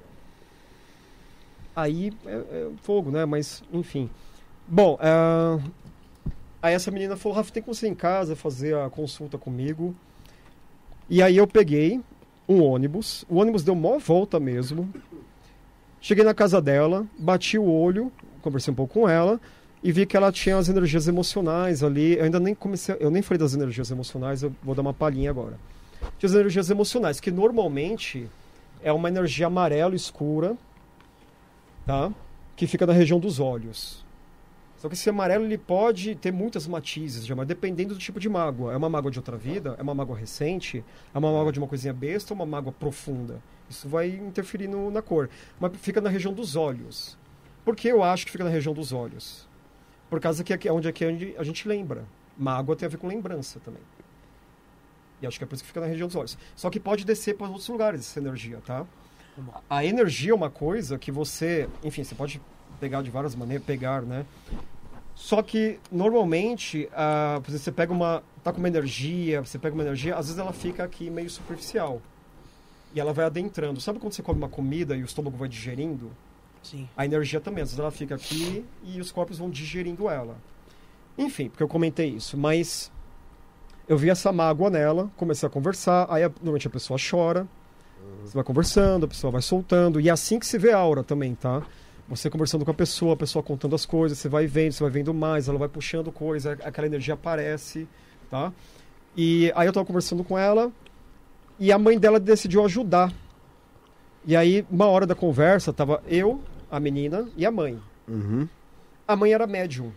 Aí é, é fogo, né? Mas, enfim. Bom, uh, aí essa menina falou, Rafa, tem que você ir em casa fazer a consulta comigo. E aí eu peguei um ônibus. O ônibus deu mó volta mesmo. Cheguei na casa dela, bati o olho, conversei um pouco com ela e vi que ela tinha as energias emocionais ali. Eu ainda nem comecei, eu nem falei das energias emocionais, eu vou dar uma palhinha agora. Tinha as energias emocionais, que normalmente é uma energia amarela escura, tá? Que fica na região dos olhos. Só que esse amarelo ele pode ter muitas matizes, já, mas dependendo do tipo de mágoa. É uma mágoa de outra vida? É uma mágoa recente? É uma mágoa de uma coisinha besta ou uma mágoa profunda? Isso vai interferir no, na cor. Mas fica na região dos olhos. Por que eu acho que fica na região dos olhos? Por causa que aqui é onde, aqui é onde a gente lembra. Mágoa tem a ver com lembrança também. E acho que é por isso que fica na região dos olhos. Só que pode descer para outros lugares essa energia, tá? A energia é uma coisa que você... Enfim, você pode pegar de várias maneiras, pegar, né? Só que, normalmente, ah, você pega uma... Tá com uma energia, você pega uma energia, às vezes ela fica aqui meio superficial. E ela vai adentrando. Sabe quando você come uma comida e o estômago vai digerindo? Sim. A energia também. Às vezes ela fica aqui e os corpos vão digerindo ela. Enfim, porque eu comentei isso. Mas eu vi essa mágoa nela, comecei a conversar. Aí, normalmente, a pessoa chora. Uhum. Você vai conversando, a pessoa vai soltando. E é assim que se vê a aura também, tá? Você conversando com a pessoa, a pessoa contando as coisas, você vai vendo, você vai vendo mais, ela vai puxando coisa, aquela energia aparece, tá? E aí eu tava conversando com ela e a mãe dela decidiu ajudar. E aí, uma hora da conversa, tava eu, a menina e a mãe. Uhum. A mãe era médium.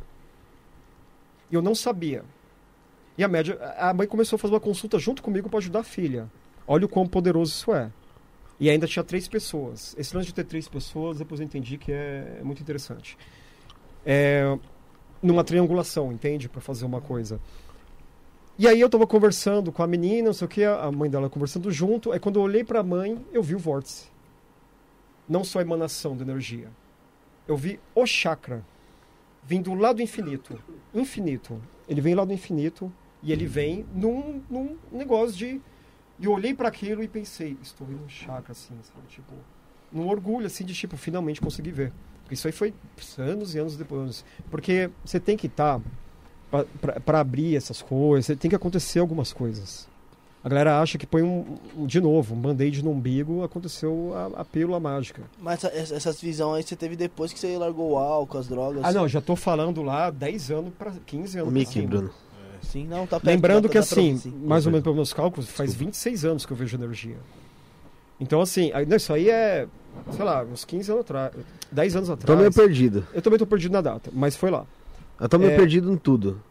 E eu não sabia. E a, médium, a mãe começou a fazer uma consulta junto comigo para ajudar a filha. Olha o quão poderoso isso é. E ainda tinha três pessoas. Esse lance de ter três pessoas, depois eu entendi que é, é muito interessante. É, numa triangulação, entende? Para fazer uma coisa. E aí eu tava conversando com a menina, não sei o que, a mãe dela conversando junto. Aí quando eu olhei para a mãe, eu vi o vórtice. Não só a emanação de energia. Eu vi o chakra vindo lá do infinito. Infinito. Ele vem lá do infinito e ele vem num, num negócio de... E eu olhei para aquilo e pensei, estou vendo um chakra, assim, sabe? Tipo, num orgulho, assim, de, tipo, finalmente conseguir ver. Porque isso aí foi anos e anos depois. Porque você tem que estar, tá, para abrir essas coisas, você tem que acontecer algumas coisas. A galera acha que põe um, um de novo, um band-aid no umbigo, aconteceu a, a pílula mágica. Mas essa, essas visões aí você teve depois que você largou o álcool, as drogas? Ah, não, já tô falando lá dez anos para quinze anos. O Mickey, Bruno. Sim, não, tá perto, Lembrando tá, que, tá assim, pra... mais ou menos pelos meus cálculos, faz vinte e seis anos que eu vejo energia. Então, assim, aí, isso aí é, sei lá, uns quinze anos atrás, dez anos atrás. Tô meio perdido. Eu também tô perdido na data, mas foi lá. Eu tô meio É... perdido em tudo.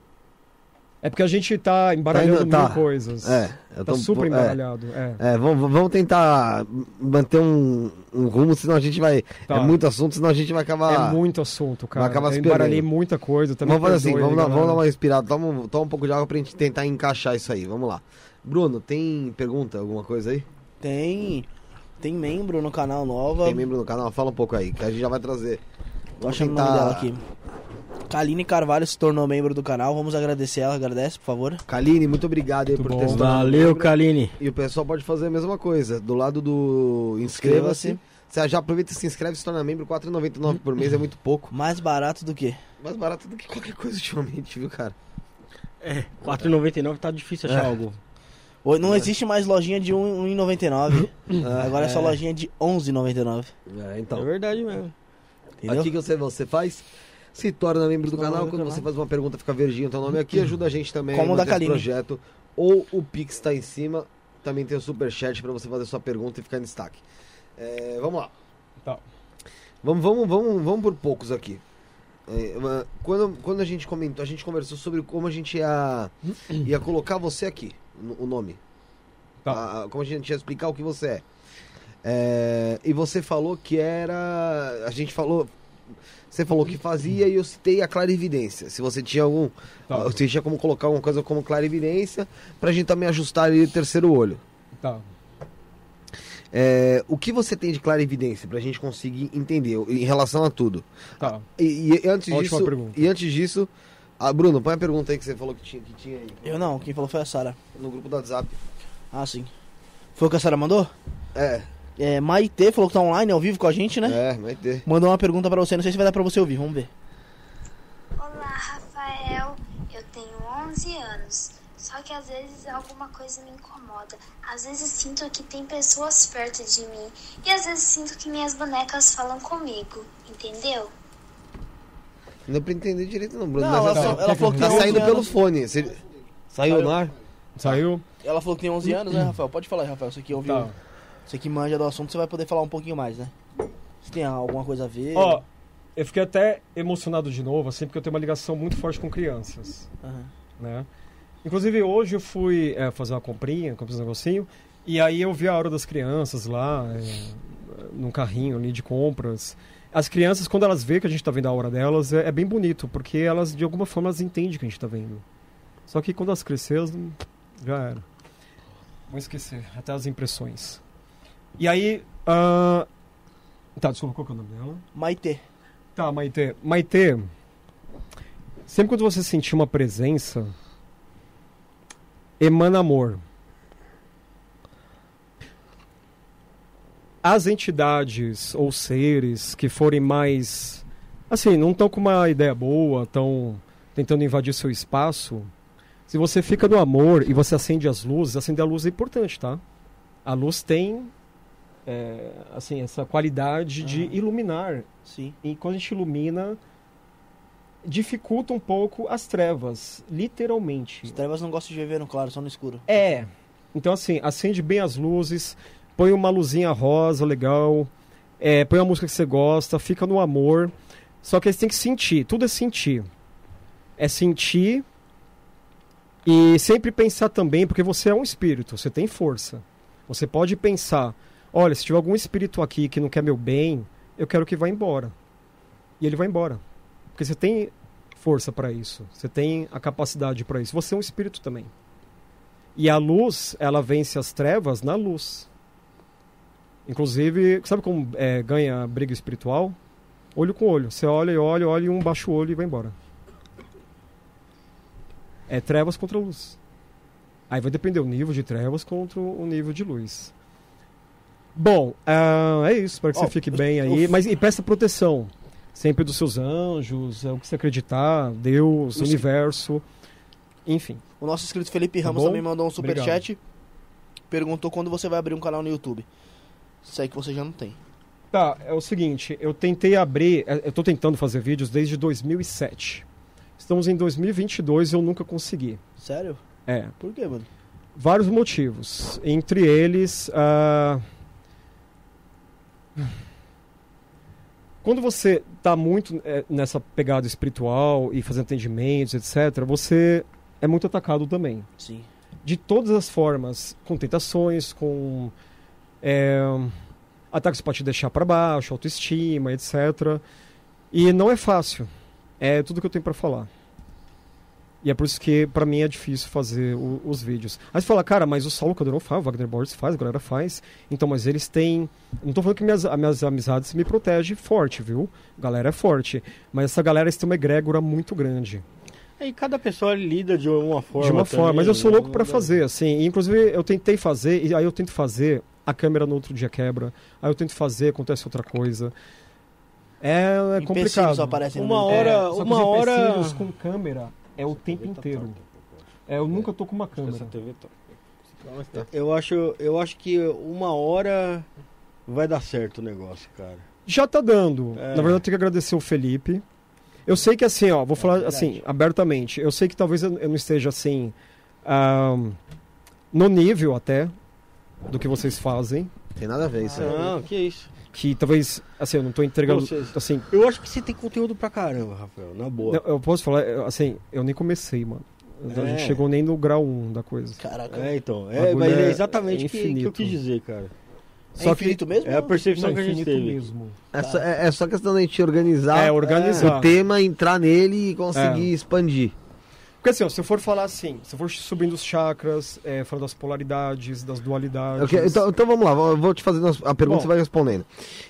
É porque a gente tá embaralhando tá, mil coisas. É, eu tô tá super é, embaralhado. É, é vamos, vamos tentar manter um, um rumo, senão a gente vai... Tá. É muito assunto, senão a gente vai acabar... É muito assunto, cara. Vai acabar eu se embaralhei perdendo. muita coisa. Também Vamos fazer assim, perdoe, vamos, dar, galera. vamos dar uma respirada, toma, toma um pouco de água pra gente tentar encaixar isso aí, vamos lá. Bruno, tem pergunta, alguma coisa aí? Tem, tem membro no canal nova. Tem membro no canal? Fala um pouco aí, que a gente já vai trazer. Tô achando tentar... o nome dela aqui. Kaline Carvalho se tornou membro do canal, vamos agradecer ela, agradece, por favor. Kaline, muito obrigado aí Muito por bom. ter se tornado Valeu, membro. Kaline. E o pessoal pode fazer a mesma coisa, do lado do inscreva-se. Inscreva-se. Você já aproveita e se inscreve e se torna membro, quatro reais e noventa e nove por mês é muito pouco. Mais barato do que? Mais barato do que qualquer coisa ultimamente, viu, cara? É, quatro reais e noventa e nove tá difícil achar É. algo. Não existe mais lojinha de um real e noventa e nove. É, Agora é só lojinha de onze reais e noventa e nove. É, É então. verdade mesmo. Entendeu? Aqui que você, você faz, se torna membro do Se torna canal. membro do Quando canal. você faz uma pergunta, fica verdinho o teu nome aqui. Ajuda a gente também Como a da manter esse Kaline. projeto. Ou o Pix tá em cima. Também tem o superchat pra você fazer sua pergunta e ficar em destaque. É, vamos lá. Tá. Vamos, vamos, vamos, vamos por poucos aqui. É, uma- quando, quando a gente comentou, a gente conversou sobre como a gente ia, ia colocar você aqui, no- o nome. Tá. A- a- como a gente ia explicar o que você é. É, e você falou que era. A gente falou. Você falou que fazia e eu citei a clarividência. Se você tinha algum. Tá. Você tinha como colocar alguma coisa como clarividência pra gente também ajustar ali o terceiro olho. Tá. É, o que você tem de clarividência pra gente conseguir entender em relação a tudo? Tá. E, e antes Ótima disso. pergunta. E antes disso. Ah, Bruno, põe a pergunta aí que você falou que tinha, que tinha aí. Eu não, quem falou foi a Sara. No grupo do WhatsApp. Ah, sim. Foi o que a Sara mandou? É, É, Maitê falou que tá online, ao vivo com a gente, né? é, vai ter. Mandou uma pergunta pra você, não sei se vai dar pra você ouvir, vamos ver. Olá, Rafael. Eu tenho onze anos. Só que às vezes alguma coisa me incomoda. Às vezes sinto que tem pessoas perto de mim. E às vezes sinto que minhas bonecas falam comigo. Entendeu? Não deu pra entender direito, não, Bruno. Não, mas ela, assim, só- ela falou que tá tem onze saindo anos. pelo fone. Você... Saiu Saiu. no ar? Saiu? Ela falou que tem onze anos, né, Rafael? Pode falar aí, Rafael. Você que ouviu, Tá. você que manja do assunto, você vai poder falar um pouquinho mais, né? Se tem alguma coisa a ver. Ó, eu fiquei até emocionado de novo, assim, porque eu tenho uma ligação muito forte com crianças, Aham. né? Inclusive, hoje eu fui é, fazer uma comprinha, comprei um negocinho, e aí eu vi a hora das crianças lá, é, num carrinho ali de compras. As crianças, quando elas veem que a gente tá vendo a hora delas, é, é bem bonito, porque elas, de alguma forma, elas entendem que a gente tá vendo. Só que quando elas cresceram, elas não- já era. Vou esquecer, até as impressões. E aí... ah, Tá, desculpa, qual que é o nome dela? Maitê. Tá, Maitê. Maitê, sempre quando você sentir uma presença, emana amor. As entidades ou seres que forem mais... Assim, não estão com uma ideia boa, estão tentando invadir seu espaço. Se você fica no amor e você acende as luzes, acender a luz é importante, tá? A luz tem... é, assim, essa qualidade de Aham. iluminar. Sim. E quando a gente ilumina, dificulta um pouco as trevas, literalmente. As trevas não gostam de viver no claro, só no escuro. É. Então, assim, acende bem as luzes, põe uma luzinha rosa legal, é, põe uma música que você gosta, fica no amor. Só que aí você tem que sentir, tudo é sentir. É sentir e sempre pensar também, porque você é um espírito, você tem força. Você pode pensar, olha, se tiver algum espírito aqui que não quer meu bem, eu quero que vá embora. E ele vai embora. Porque você tem força para isso. Você tem a capacidade para isso. Você é um espírito também. E a luz, ela vence as trevas na luz. Inclusive, sabe como é, ganha briga espiritual? Olho com olho. Você olha e olha, olha e um baixa o olho e vai embora. É trevas contra luz. Aí vai depender o nível de trevas contra o nível de luz. Bom, uh, é isso. Espero que Ó, você fique bem aí. eu- Mas e peça proteção. Sempre dos seus anjos, é o que você acreditar, Deus, Eu- universo, enfim. O nosso inscrito Felipe Tá Ramos bom? também mandou um Obrigado. superchat. Perguntou quando você vai abrir um canal no YouTube. Isso aí que você já não tem. Tá, é o seguinte, eu tentei abrir, é, eu tô tentando fazer vídeos desde dois mil e sete. Estamos em dois mil e vinte e dois e eu nunca consegui. Sério? É, Por quê, mano? vários motivos. Entre eles, ah, quando você tá muito é, nessa pegada espiritual e fazendo atendimentos, etcétera, você é muito atacado também. Sim. De todas as formas, com tentações, com é, ataques para te deixar para baixo, autoestima, etcétera. E não é fácil. É tudo que eu tenho para falar. E é por isso que para mim é difícil fazer o- os vídeos. Aí você fala, cara, mas o Saulo Caldeirão faz, o Wagner Borges faz, a galera faz. Então, mas eles têm... Não tô falando que minhas, as minhas amizades me protegem forte, viu? A galera é forte. Mas essa galera eles têm uma egrégora muito grande. Aí cada pessoa lida de uma forma. De uma também, forma, mas eu sou né? louco pra fazer, assim. Inclusive, eu tentei fazer, e aí eu tento fazer, a câmera no outro dia quebra. Aí eu tento fazer, acontece outra coisa. É, é Empecilhos complicado. aparecem no Uma meio. hora- É, só que uma os hora- empecilhos com câmera é o tempo inteiro. É, eu nunca tô com uma câmera. Essa T V tá- Eu acho, eu acho que uma hora vai dar certo o negócio, cara. Já tá dando. É. Na verdade, eu tenho que agradecer o Felipe. Eu sei que assim, ó, vou falar verdade. assim, abertamente. Eu sei que talvez eu eu não esteja assim, ahn, no nível até do que vocês fazem. Tem nada a ver isso aí. Não, que isso. Que talvez, assim, eu não tô entregando, Vocês- assim... Eu acho que você tem conteúdo pra caramba, Rafael, na boa. Eu, eu posso falar, eu, assim, eu nem comecei, mano. A gente É. chegou nem no grau um da coisa. Caraca. É, então. O É, bagulho mas é é- exatamente é o que, que eu infinito. quis dizer, cara. É infinito mesmo? É a percepção Não, que a gente infinito teve. mesmo. É só, é, é só questão da gente organizar É, organizar. o tema, entrar nele e conseguir É. expandir. Porque assim, ó, se eu for falar assim, se eu for subindo os chakras, é, falando das polaridades, das dualidades... Ok, então, então vamos lá, eu vou te fazer a pergunta e Bom. você vai respondendo.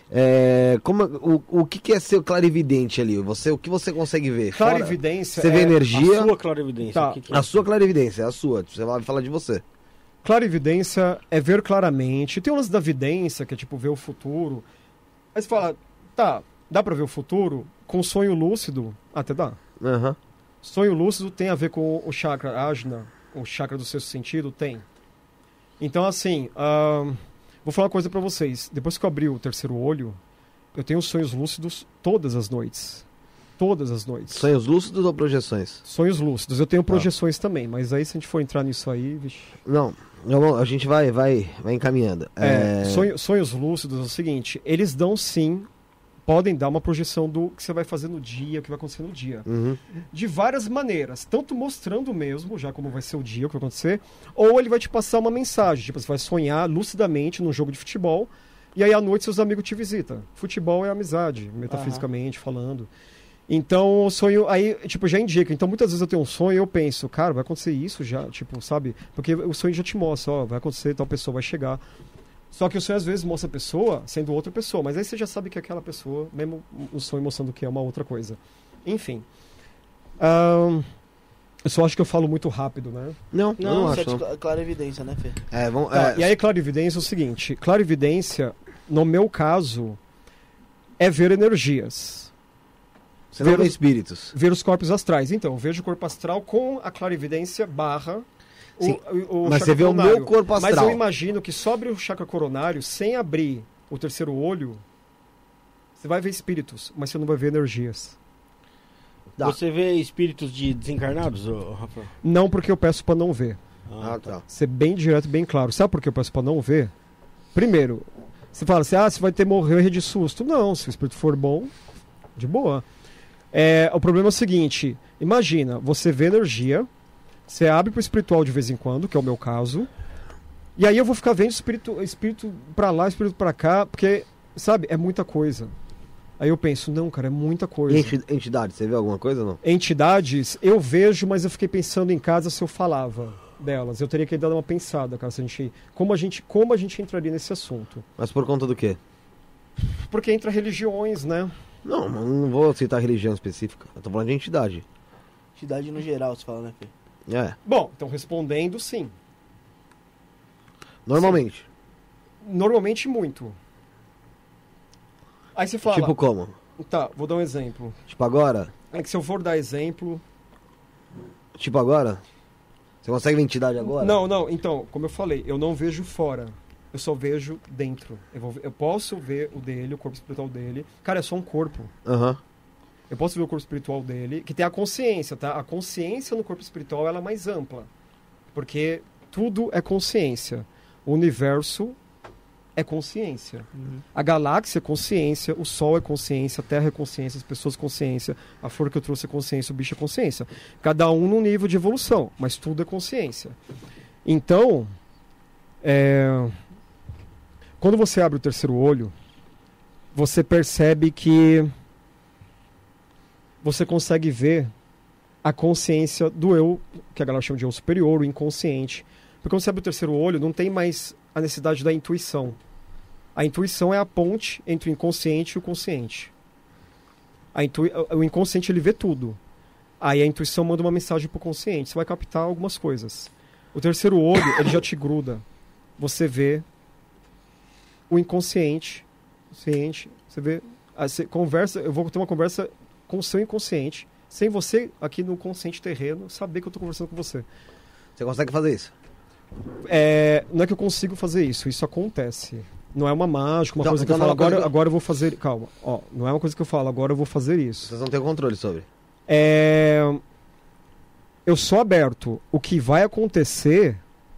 É, como, o, o que, que é ser clarividente ali? Você, o que você consegue ver? Fora- Clarividência Você vê é... energia, A sua clarividência. Tá. o que que é? a sua clarividência, a sua. Você vai falar de você. Clarividência é ver claramente. Tem o lance da vidência, que é tipo ver o futuro. Aí você fala, tá, dá pra ver o futuro? Com sonho lúcido, até dá. Aham. Sonho lúcido tem a ver com o chakra ajna, o chakra do sexto sentido? Tem. Então, assim, ahn, vou falar uma coisa pra vocês. Depois que eu abri o terceiro olho, eu tenho sonhos lúcidos todas as noites. Todas as noites. Sonhos lúcidos ou projeções? Sonhos lúcidos. Eu tenho projeções também, mas aí se a gente for entrar nisso aí, vixe... Não, não, a gente vai, vai, vai encaminhando. É, sonho- sonhos lúcidos é o seguinte, eles dão sim podem dar uma projeção do que você vai fazer no dia, o que vai acontecer no dia. Uhum. De várias maneiras, tanto mostrando mesmo, já como vai ser o dia, o que vai acontecer, ou ele vai te passar uma mensagem, tipo, você vai sonhar lucidamente num jogo de futebol, e aí à noite seus amigos te visitam. Futebol é amizade, metafisicamente uhum. falando. Então, o sonho, aí, tipo, já indica. Então, muitas vezes eu tenho um sonho e eu penso, cara, vai acontecer isso já, tipo, sabe? Porque o sonho já te mostra, ó, vai acontecer, tal pessoa vai chegar. Só que o sonho às vezes mostra a pessoa sendo outra pessoa, mas aí você já sabe que é aquela pessoa, mesmo o sonho mostrando que é uma outra coisa. Enfim. Um, eu só acho que eu falo muito rápido, né? Não, Não, eu não isso acho. é não. de clara evidência, né, Fê? É, vamos, Tá, é, e aí, clarividência é o seguinte: clarividência, no meu caso, é ver energias. você não ver vê os- espíritos. Ver os corpos astrais. Então, eu vejo o corpo astral com a clarividência barra o, Sim, o, o mas chakra você vê o coronário. meu corpo Mas astral. eu imagino que sobre o chakra coronário, sem abrir o terceiro olho, você vai ver espíritos, mas você não vai ver energias. Tá. Você vê espíritos de desencarnados, ô, Rafael? Não porque eu peço pra não ver. Ah, tá. Ser bem direto e bem claro. Sabe por que eu peço pra não ver? Primeiro, você fala assim, ah, você vai ter morrer de susto. Não, se o espírito for bom, de boa. É, o problema é o seguinte, imagina, você vê energia, você abre pro espiritual de vez em quando, que é o meu caso, e aí eu vou ficar vendo espírito, espírito pra lá, espírito pra cá, porque, sabe, é muita coisa. Aí eu penso, não, cara, é muita coisa. E enti- entidade, você vê alguma coisa ou não? Entidades, eu vejo, mas eu fiquei pensando em casa se eu falava delas. Eu teria que dar uma pensada, cara, se a gente, como a gente, como a gente entraria nesse assunto. Mas por conta do quê? Porque entra religiões, né? Não, mas não vou citar religião específica. Eu tô falando de entidade. Entidade no geral, você fala, né, Fê? É, Bom, então respondendo, sim. normalmente. Normalmente muito. Aí você fala, Tipo como? tá, vou dar um exemplo. Tipo agora? É que se eu for dar exemplo... Tipo agora? Você consegue ver entidade agora? Não, não, então, como eu falei, eu não vejo fora. Eu só vejo dentro. Eu, vou, eu posso ver o dele, o corpo espiritual dele. Cara, é só um corpo. Aham. Eu posso ver o corpo espiritual dele, que tem a consciência, tá? A consciência no corpo espiritual ela é mais ampla. Porque tudo é consciência. O universo é consciência. Uhum. A galáxia é consciência, o Sol é consciência, a Terra é consciência, as pessoas é consciência, a flor que eu trouxe é consciência, o bicho é consciência. Cada um num nível de evolução, mas tudo é consciência. Então, é... quando você abre o terceiro olho, você percebe que você consegue ver a consciência do eu, que a galera chama de eu superior, o inconsciente. Porque quando você abre o terceiro olho, não tem mais a necessidade da intuição. A intuição é a ponte entre o inconsciente e o consciente. A intui... O inconsciente ele vê tudo. Aí a intuição manda uma mensagem pro consciente. Você vai captar algumas coisas. O terceiro olho, ele já te gruda. Você vê o inconsciente. Consciente. Você vê... Você conversa... Eu vou ter uma conversa com o seu inconsciente. Sem você, aqui no consciente terreno, saber que eu tô conversando com você. Você consegue fazer isso? É, não é que eu consigo fazer isso, isso acontece. Não é uma mágica, uma Então- coisa que então eu falo, não é uma coisa agora, que- agora eu vou fazer. Calma, ó, não é uma coisa que eu falo, agora eu vou fazer isso. Vocês não têm controle sobre. É, eu sou aberto. O que vai acontecer.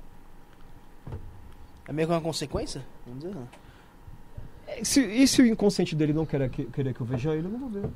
É meio que uma consequência? Vamos dizer, não. é, Se, e se o inconsciente dele não querer que, querer que eu veja ele, eu não vou ver.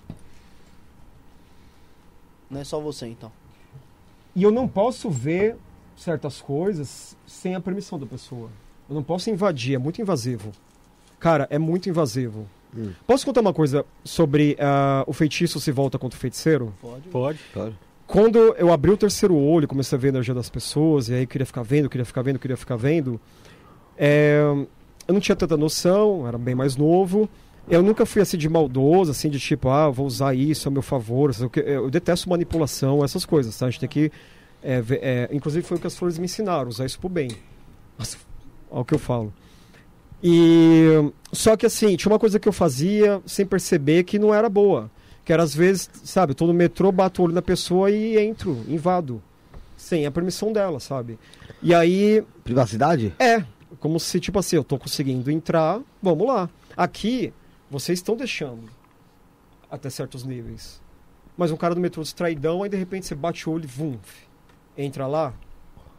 Não é só você, então. E eu não posso ver certas coisas sem a permissão da pessoa. Eu não posso invadir, é muito invasivo. Cara, é muito invasivo. Hum. Posso contar uma coisa sobre ah, o feitiço se volta contra o feiticeiro? Pode. Pode. Claro. Quando eu abri o terceiro olho, comecei a ver a energia das pessoas, e aí eu queria ficar vendo, queria ficar vendo, queria ficar vendo, é, eu não tinha tanta noção, era bem mais novo. Eu nunca fui assim de maldoso, assim de tipo, ah, vou usar isso a meu favor. Eu detesto manipulação, essas coisas, tá? A gente tem que... É, ver- é, inclusive foi o que as flores me ensinaram, usar isso pro bem. Nossa, olha o que eu falo. E só que assim, tinha uma coisa que eu fazia sem perceber que não era boa. Que era às vezes, sabe, eu tô no metrô, bato o olho na pessoa e entro, invado. Sem a permissão dela, sabe? E aí, Privacidade? é, como se tipo assim, eu tô conseguindo entrar, vamos lá. Aqui, vocês estão deixando até certos níveis. Mas um cara do metrô distraidão, aí de repente você bate o olho e vum, entra lá.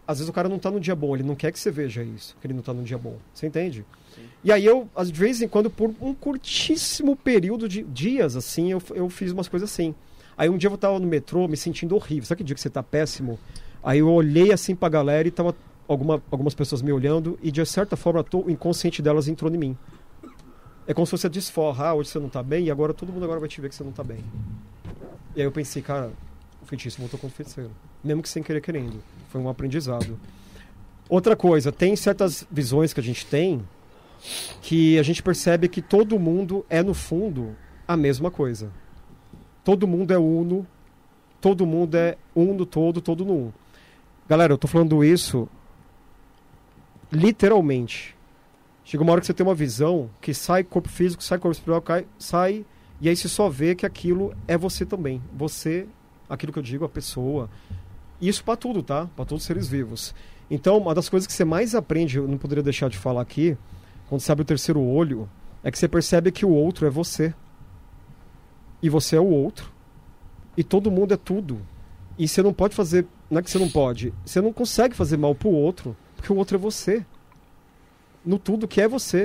às vezes o cara não tá no dia bom, ele não quer que você veja isso, que ele não tá no dia bom. Você entende? Sim. E aí eu, às vezes em quando, por um curtíssimo período de dias, assim, eu, eu fiz umas coisas assim. Aí um dia eu tava no metrô me sentindo horrível. Sabe que dia que você tá péssimo? Aí eu olhei assim pra galera e tava alguma, algumas pessoas me olhando e de certa forma o inconsciente delas entrou em mim. É como se você desforra, ah, hoje você não tá bem e agora todo mundo agora vai te ver que você não tá bem. E aí eu pensei, cara, o feitiço voltou contra o feiticeiro. Mesmo que sem querer querendo. Foi um aprendizado. Outra coisa, tem certas visões que a gente tem que a gente percebe que todo mundo é, no fundo, a mesma coisa. Todo mundo é uno, todo mundo é um no todo, todo no um. Galera, eu tô falando isso literalmente. Chega uma hora que você tem uma visão que sai corpo físico, sai corpo espiritual, cai, sai, e aí você só vê que aquilo é você também. Você, aquilo que eu digo, a pessoa. Isso para tudo, tá? Para todos os seres vivos. Então, uma das coisas que você mais aprende, eu não poderia deixar de falar aqui, quando você abre o terceiro olho, é que você percebe que o outro é você. E você é o outro. E todo mundo é tudo. E você não pode fazer... Não é que você não pode. Você não consegue fazer mal pro outro, porque o outro é você. No tudo que é você.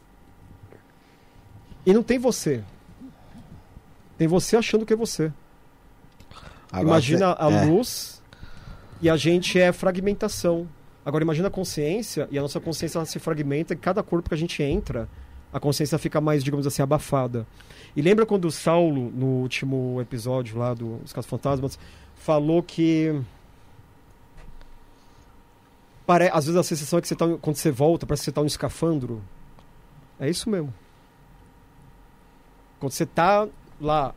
E não tem você. Tem você achando que é você. Agora imagina você... a é. luz e a gente é fragmentação. Agora imagina a consciência e a nossa consciência ela se fragmenta e cada corpo que a gente entra, a consciência fica mais, digamos assim, abafada. E lembra quando o Saulo, no último episódio lá dos Casos Fantasmas, falou que pare... às vezes a sensação é que você tá... quando você volta, parece que você está no escafandro. É isso mesmo. Quando você está lá,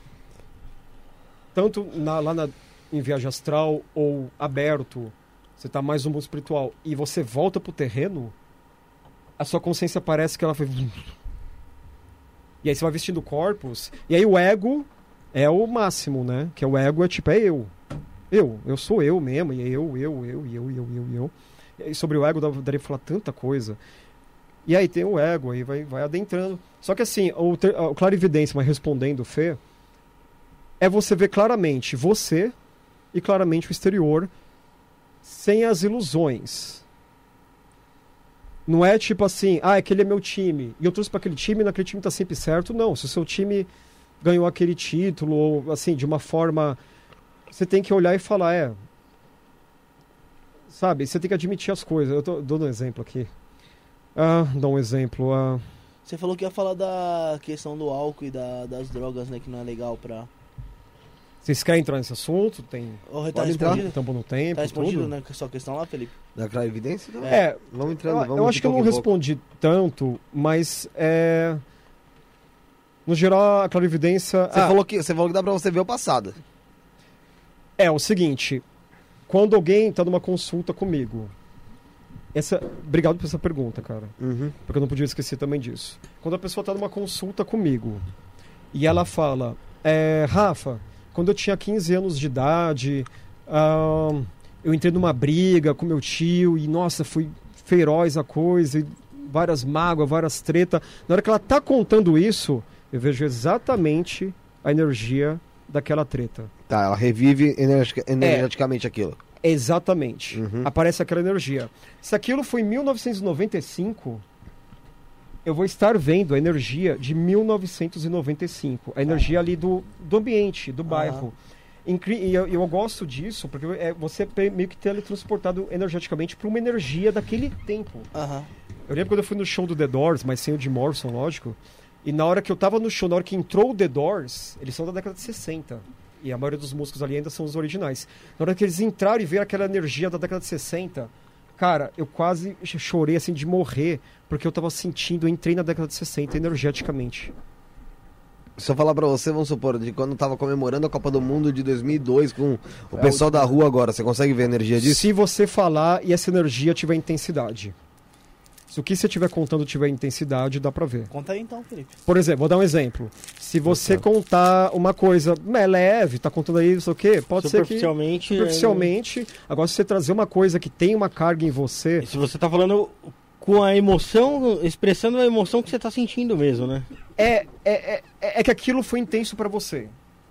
tanto na, lá na, em viagem astral ou aberto, você está mais no mundo espiritual, e você volta pro terreno, a sua consciência parece que ela foi... E aí você vai vestindo corpos, e aí o ego é o máximo, né? Que é o ego é tipo, é eu. Eu, eu sou eu mesmo, e eu, eu, eu, eu, eu, eu, eu. E sobre o ego daria pra falar tanta coisa. E aí tem o ego, aí vai, vai adentrando. Só que assim, o, ter, o clarividência, mas respondendo o Fê, é você ver claramente você e claramente o exterior, sem as ilusões. Não é tipo assim, ah, aquele é meu time, e eu trouxe para aquele time e naquele time tá sempre certo. Não, se o seu time ganhou aquele título, ou assim, de uma forma... Você tem que olhar e falar, é... Sabe, você tem que admitir as coisas. Eu tô dando um exemplo aqui. Ah, dá um exemplo. Ah... Você falou que ia falar da questão do álcool e da, das drogas, né, que não é legal pra... Vocês querem entrar nesse assunto? Tem... Oh, tá respondido? Tampo no tempo, tá respondido, tudo? né? Sua questão lá, Felipe? Da clarividência? Então? É, vamos entrando. Eu, vamos eu acho que eu não respondi tanto, mas é... No geral, a clarividência... Você, ah, falou que, você falou que dá pra você ver o passado. É, o seguinte... Quando alguém tá numa consulta comigo... Essa... Obrigado por essa pergunta, cara. Uhum. Porque eu não podia esquecer também disso. Quando a pessoa tá numa consulta comigo e ela fala... É, Rafa... Quando eu tinha quinze anos de idade, uh, eu entrei numa briga com meu tio e, nossa, foi feroz a coisa, e várias mágoas, várias tretas. Na hora que ela tá contando isso, eu vejo exatamente a energia daquela treta. Tá, ela revive energetica, energeticamente é, aquilo. Exatamente. Uhum. Aparece aquela energia. Se aquilo foi em mil novecentos e noventa e cinco... eu vou estar vendo a energia de mil novecentos e noventa e cinco. A energia ali do, do ambiente, do bairro. Uhum. E eu, eu gosto disso, porque é, você é meio que teletransportado energeticamente para uma energia daquele tempo. Uhum. Eu lembro quando eu fui no show do The Doors, mas sem o Jim Morrison, lógico. E na hora que eu tava no show, na hora que entrou o The Doors, eles são da década de sessenta. E a maioria dos músicos ali ainda são os originais. Na hora que eles entraram e viram aquela energia da década de sessenta... Cara, eu quase chorei assim de morrer, porque eu tava sentindo, eu entrei na década de sessenta energeticamente. Se eu falar pra você, vamos supor, de quando eu tava comemorando a Copa do Mundo de dois mil e dois com o é pessoal da rua agora, você consegue ver a energia disso? Se você falar e essa energia tiver intensidade. Se o que você estiver contando tiver intensidade, dá pra ver. Conta aí então, Felipe. Por exemplo, vou dar um exemplo. Se você contar uma coisa é leve, tá contando aí, não sei o quê, pode ser que... Superficialmente... Superficialmente. Agora, se você trazer uma coisa que tem uma carga em você... E se você tá falando com a emoção, expressando a emoção que você tá sentindo mesmo, né? É, é, é, é que aquilo foi intenso pra você.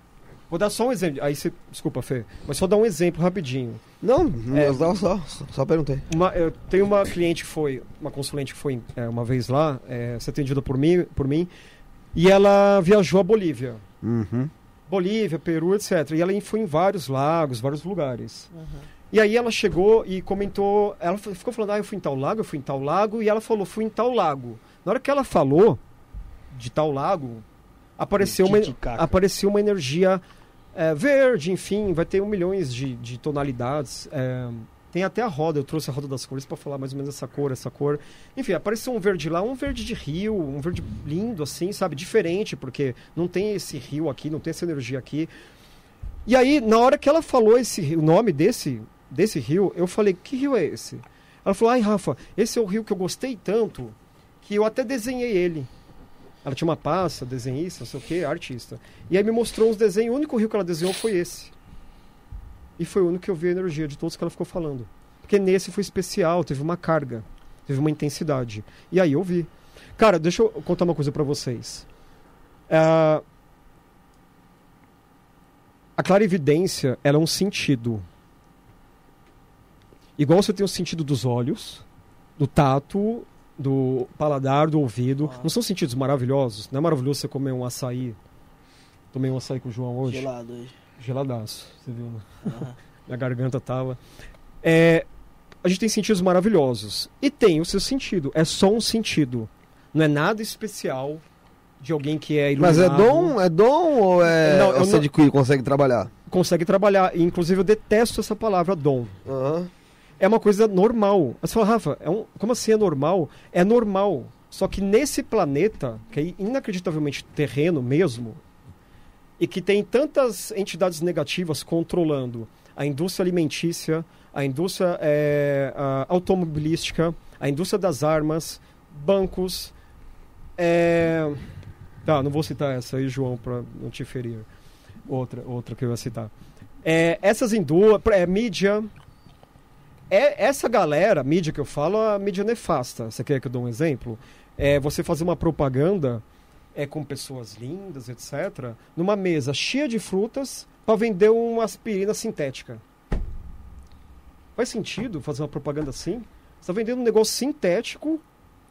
Vou dar só um exemplo. Aí você, desculpa, Fê, mas só dar um exemplo rapidinho. Não, É. eu só, só, só perguntei. Uma, eu tenho uma cliente que foi, uma consulente que foi é, uma vez lá, é, ser atendida por mim, por mim, e ela viajou à Bolívia. Uhum. Bolívia, Peru, etcétera. E ela foi em vários lagos, vários lugares. E aí ela chegou e comentou, ela f- ficou falando, ah, eu fui em tal lago, eu fui em tal lago, e ela falou, fui em tal lago. Na hora que ela falou de tal lago, apareceu uma, Titicaca. apareceu uma energia é, verde, enfim, vai ter um milhões de, de tonalidades. é, tem até a roda, eu trouxe a roda das cores para falar mais ou menos essa cor, essa cor. Enfim, apareceu um verde lá, um verde de rio, um verde lindo, assim, sabe? Diferente, porque não tem esse rio aqui, não tem essa energia aqui. E aí, na hora que ela falou esse, rio- o nome desse, desse rio, eu falei, que rio é esse? Ela falou, ai, Rafa, esse é o rio que eu gostei tanto que eu até desenhei ele. Ela tinha uma pasta, desenhista, não sei o que, artista. E aí me mostrou uns desenhos, o único rio que ela desenhou foi esse. E foi o único que eu vi a energia de todos que ela ficou falando. Porque nesse foi especial, teve uma carga, teve uma intensidade. E aí eu vi. Cara, deixa eu contar uma coisa pra vocês. Ah, a clarividência, ela é um sentido. Igual você tem o sentido dos olhos, do tato, do paladar, do ouvido. Ah. Não são sentidos maravilhosos? Não é maravilhoso você comer um açaí? Tomei um açaí com o João hoje. Gelado hoje. Geladaço, você viu, né? Aham. Minha garganta tava. É, a gente tem sentidos maravilhosos. E tem o seu sentido. É só um sentido. Não é nada especial de alguém que é Mas iluminado. é dom? É dom ou é Não, eu você não- de que consegue trabalhar? Consegue trabalhar. E, inclusive, eu detesto essa palavra dom. Aham. É uma coisa normal. Aí você fala, Rafa, é um, como assim é normal? É normal. Só que nesse planeta, que é inacreditavelmente terreno mesmo, e que tem tantas entidades negativas controlando a indústria alimentícia, a indústria é, a automobilística, a indústria das armas, bancos. é, Tá, não vou citar essa aí, João, para não te ferir. Outra, outra que eu ia citar. É, essas indústrias, é, mídia. É, essa galera, mídia que eu falo, é a mídia nefasta. Você quer que eu dê um exemplo? É você fazer uma propaganda é, com pessoas lindas, etcétera, numa mesa cheia de frutas para vender uma aspirina sintética. Faz sentido fazer uma propaganda assim? Você está vendendo um negócio sintético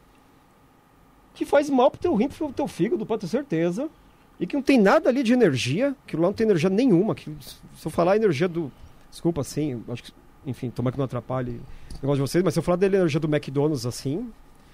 que faz mal pro teu rim, pro teu fígado, pode ter certeza. E que não tem nada ali de energia, que lá não tem energia nenhuma. Que, se eu falar a energia do... Desculpa, assim, acho que... Enfim, tomara que não atrapalhe o negócio de vocês, mas se eu falar da energia do McDonald's assim...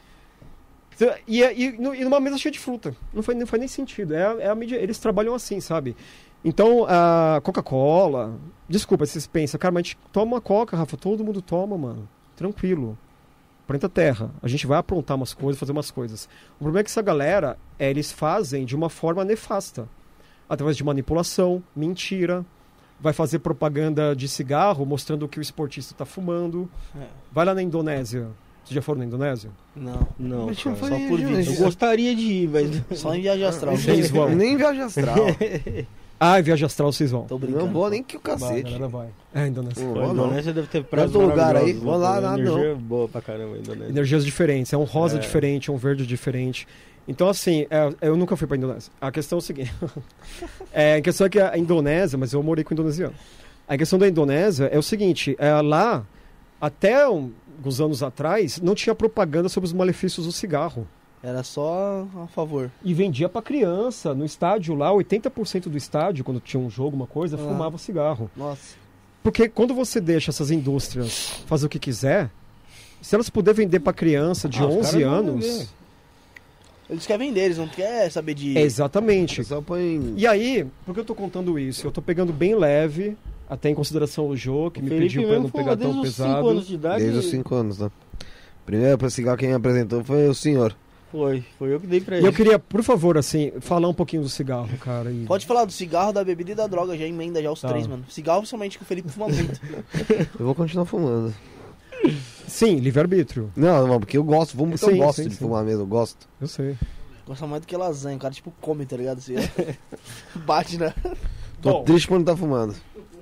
E, e, e numa mesa cheia de fruta. Não faz, não faz nem sentido. É, a- é a mídia, eles trabalham assim, sabe? Então, a Coca-Cola... Desculpa, vocês pensam, cara, mas a gente toma uma Coca, Rafa. Todo mundo toma, mano. Tranquilo. Planeta Terra. A gente vai aprontar umas coisas, fazer umas coisas. O problema é que essa galera, é, eles fazem de uma forma nefasta. Através de manipulação, mentira. Vai fazer propaganda de cigarro, mostrando que o esportista está fumando. É. Vai lá na Indonésia. Vocês já foram na Indonésia? Não. Não, Mas cara. foi- Só por gente, vídeo. Eu gostaria de ir, mas... Só em viagem astral. Vocês vão. Nem viagem astral. Ah, viagem astral vocês vão. Tô brincando. Não vou nem que o Vai, a cacete. galera vai. É, Indonésia. Não A vou, não. Indonésia deve ter praias Outro lugar aí, maravilhosas, vou lá, né? nada, Energia boa pra caramba a Indonésia. Energias diferentes. É um rosa É. diferente, é um verde diferente. Então, assim, é, eu nunca fui pra Indonésia. A questão é o seguinte. é, a questão é que a Indonésia, mas eu morei com indonesiano. A questão da Indonésia é o seguinte, é, lá, até um- alguns anos atrás, não tinha propaganda sobre os malefícios do cigarro. Era só a favor. E vendia pra criança. No estádio lá, oitenta por cento do estádio, quando tinha um jogo, uma coisa, Ah. fumava cigarro. Nossa. Porque quando você deixa essas indústrias fazer o que quiser, se elas puderem vender pra criança de Ah, os onze caras vão anos... vender. Eles querem vender, eles não querem saber de... É, exatamente. Só põe... E aí, por que eu tô contando isso? Eu tô pegando bem leve, até em consideração o Jô, que O me Felipe pediu pra mesmo não fuma pegar desde tão os cinco pesado. anos de idade. Desde os cinco anos, né? Primeiro pra cigarro quem me apresentou foi o senhor. Foi, foi eu que dei pra E ele. eu queria, por favor, assim, falar um pouquinho do cigarro, cara. E... Pode falar do cigarro, da bebida e da droga, já emenda já os Tá. três, mano. Cigarro, principalmente, que o Felipe fuma muito. Eu vou continuar fumando. Sim, livre-arbítrio. Não, não, porque eu gosto, fumo porque Sim, eu gosto sim, de sim. fumar mesmo, eu gosto. Eu sei. Gosta mais do que lasanha, o cara tipo come, tá ligado? Assim, bate, né? Tô Bom, triste por não estar fumando.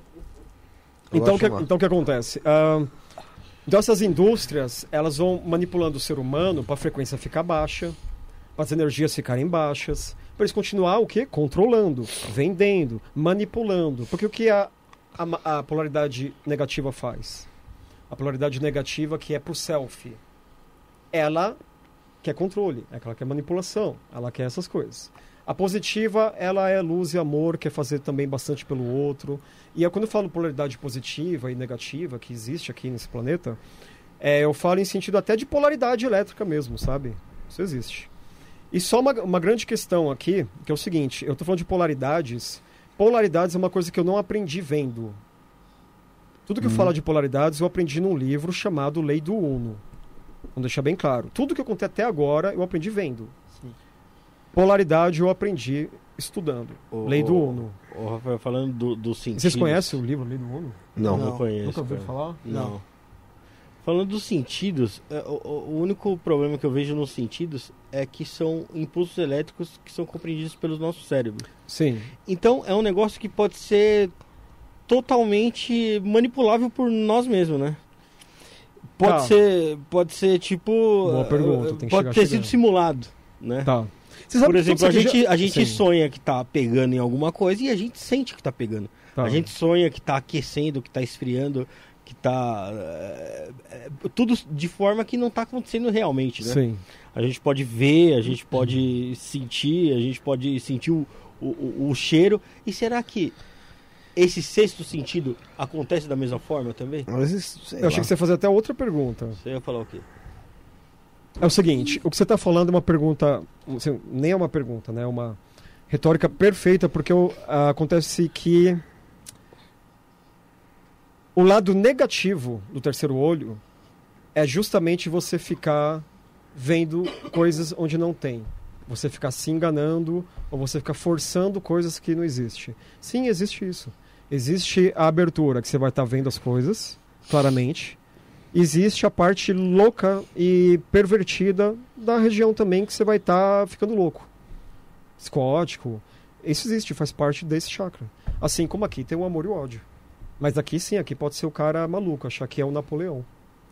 Eu Então o gosto que, de fumar. então o que acontece? Ah, então essas indústrias, elas vão manipulando o ser humano para a frequência ficar baixa, para as energias ficarem baixas, para eles continuar o quê? Controlando, vendendo, manipulando. Porque o que a, a, a polaridade negativa faz? A polaridade negativa que é pro self. Ela quer controle, ela quer manipulação, ela quer essas coisas. A positiva, ela é luz e amor, quer fazer também bastante pelo outro. E é quando eu falo polaridade positiva e negativa, que existe aqui nesse planeta, é, eu falo em sentido até de polaridade elétrica mesmo, sabe? Isso existe. E só uma, uma grande questão aqui, que é o seguinte, eu tô falando de polaridades. Polaridades é uma coisa que eu não aprendi vendo. Tudo que hum. eu falo de polaridades, eu aprendi num livro chamado Lei do Uno. Vamos deixar bem claro. Tudo que eu contei até agora, eu aprendi vendo. Sim. Polaridade eu aprendi estudando. O, Lei do Uno. O Rafael, falando do, do sentido. Vocês conhecem o livro Lei do Uno? Não, não, não conheço. Nunca ouviram falar? Não. não. Falando dos sentidos, o, o único problema que eu vejo nos sentidos é que são impulsos elétricos que são compreendidos pelo nosso cérebro. Sim. Então é um negócio que pode ser totalmente manipulável por nós mesmos, né? Pode tá. ser, pode ser tipo, boa pergunta, tem que pode ter chegando. sido simulado, né? Tá. Por exemplo, a gente, já... a gente Sim. sonha que tá pegando em alguma coisa e a gente sente que tá pegando. Tá. A gente sonha que tá aquecendo, que tá esfriando, que tá é, é, tudo de forma que não tá acontecendo realmente, né? Sim. A gente pode ver, a gente pode sentir, a gente pode sentir o, o, o cheiro. E será que esse sexto sentido acontece da mesma forma também? Mas isso, Eu achei que você ia fazer até outra pergunta. Você ia falar o quê? É o seguinte, o que você está falando é uma pergunta, assim, nem é uma pergunta, né? É uma retórica perfeita, porque uh, acontece que o lado negativo do terceiro olho é justamente você ficar vendo coisas onde não tem. Você ficar se enganando ou você ficar forçando coisas que não existem. Sim, existe isso. Existe a abertura, que você vai estar vendo as coisas, claramente. Existe a parte louca e pervertida da região também, que você vai estar ficando louco. Psicótico. Isso existe, faz parte desse chakra. Assim como aqui tem o amor e o ódio. Mas aqui sim, aqui pode ser o cara maluco, achar que é o Napoleão.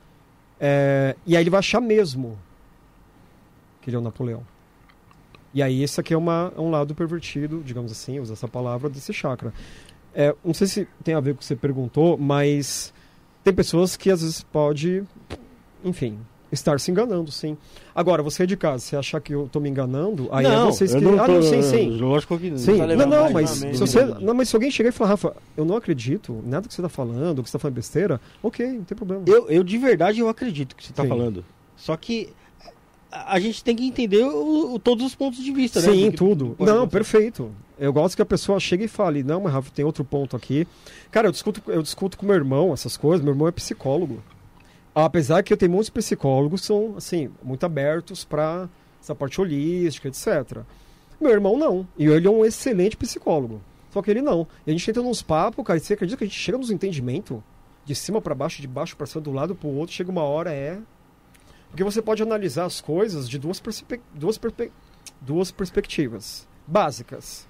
É, e aí ele vai achar mesmo que ele é o Napoleão. E aí esse aqui é, uma, é um lado pervertido, digamos assim, usa essa palavra, desse chakra. É, não sei se tem a ver com o que você perguntou, mas tem pessoas que às vezes pode, enfim, estar se enganando, sim. Agora, você é de casa, você achar que eu estou me enganando, aí não, é vocês que... Eu não ah, tô, não, sim, sim. Lógico que sim. Tá Não, não, mais mas uma se, mente, você, né? não, mas se alguém chegar e falar, Rafa, eu não acredito, nada que você está falando, que você está falando besteira, ok, não tem problema. Eu, eu de verdade eu acredito que você está Sim. falando. Só que a, a gente tem que entender o, o, todos os pontos de vista, né? Sim, Do que- tudo. do que pode Não, acontecer. perfeito. Eu gosto que a pessoa chegue e fale, não, mas Rafa, tem outro ponto aqui. Cara, eu discuto, eu discuto com meu irmão essas coisas, meu irmão é psicólogo. Apesar que eu tenho muitos psicólogos que são, assim, muito abertos para essa parte holística, etcétera. Meu irmão não. E ele é um excelente psicólogo. Só que ele não. E a gente entra nos papos, cara, e você acredita que a gente chega nos entendimentos? De cima para baixo, de baixo para cima, do lado para o outro, chega uma hora, é... Porque você pode analisar as coisas de duas, perspe... duas, perspe... duas perspectivas básicas.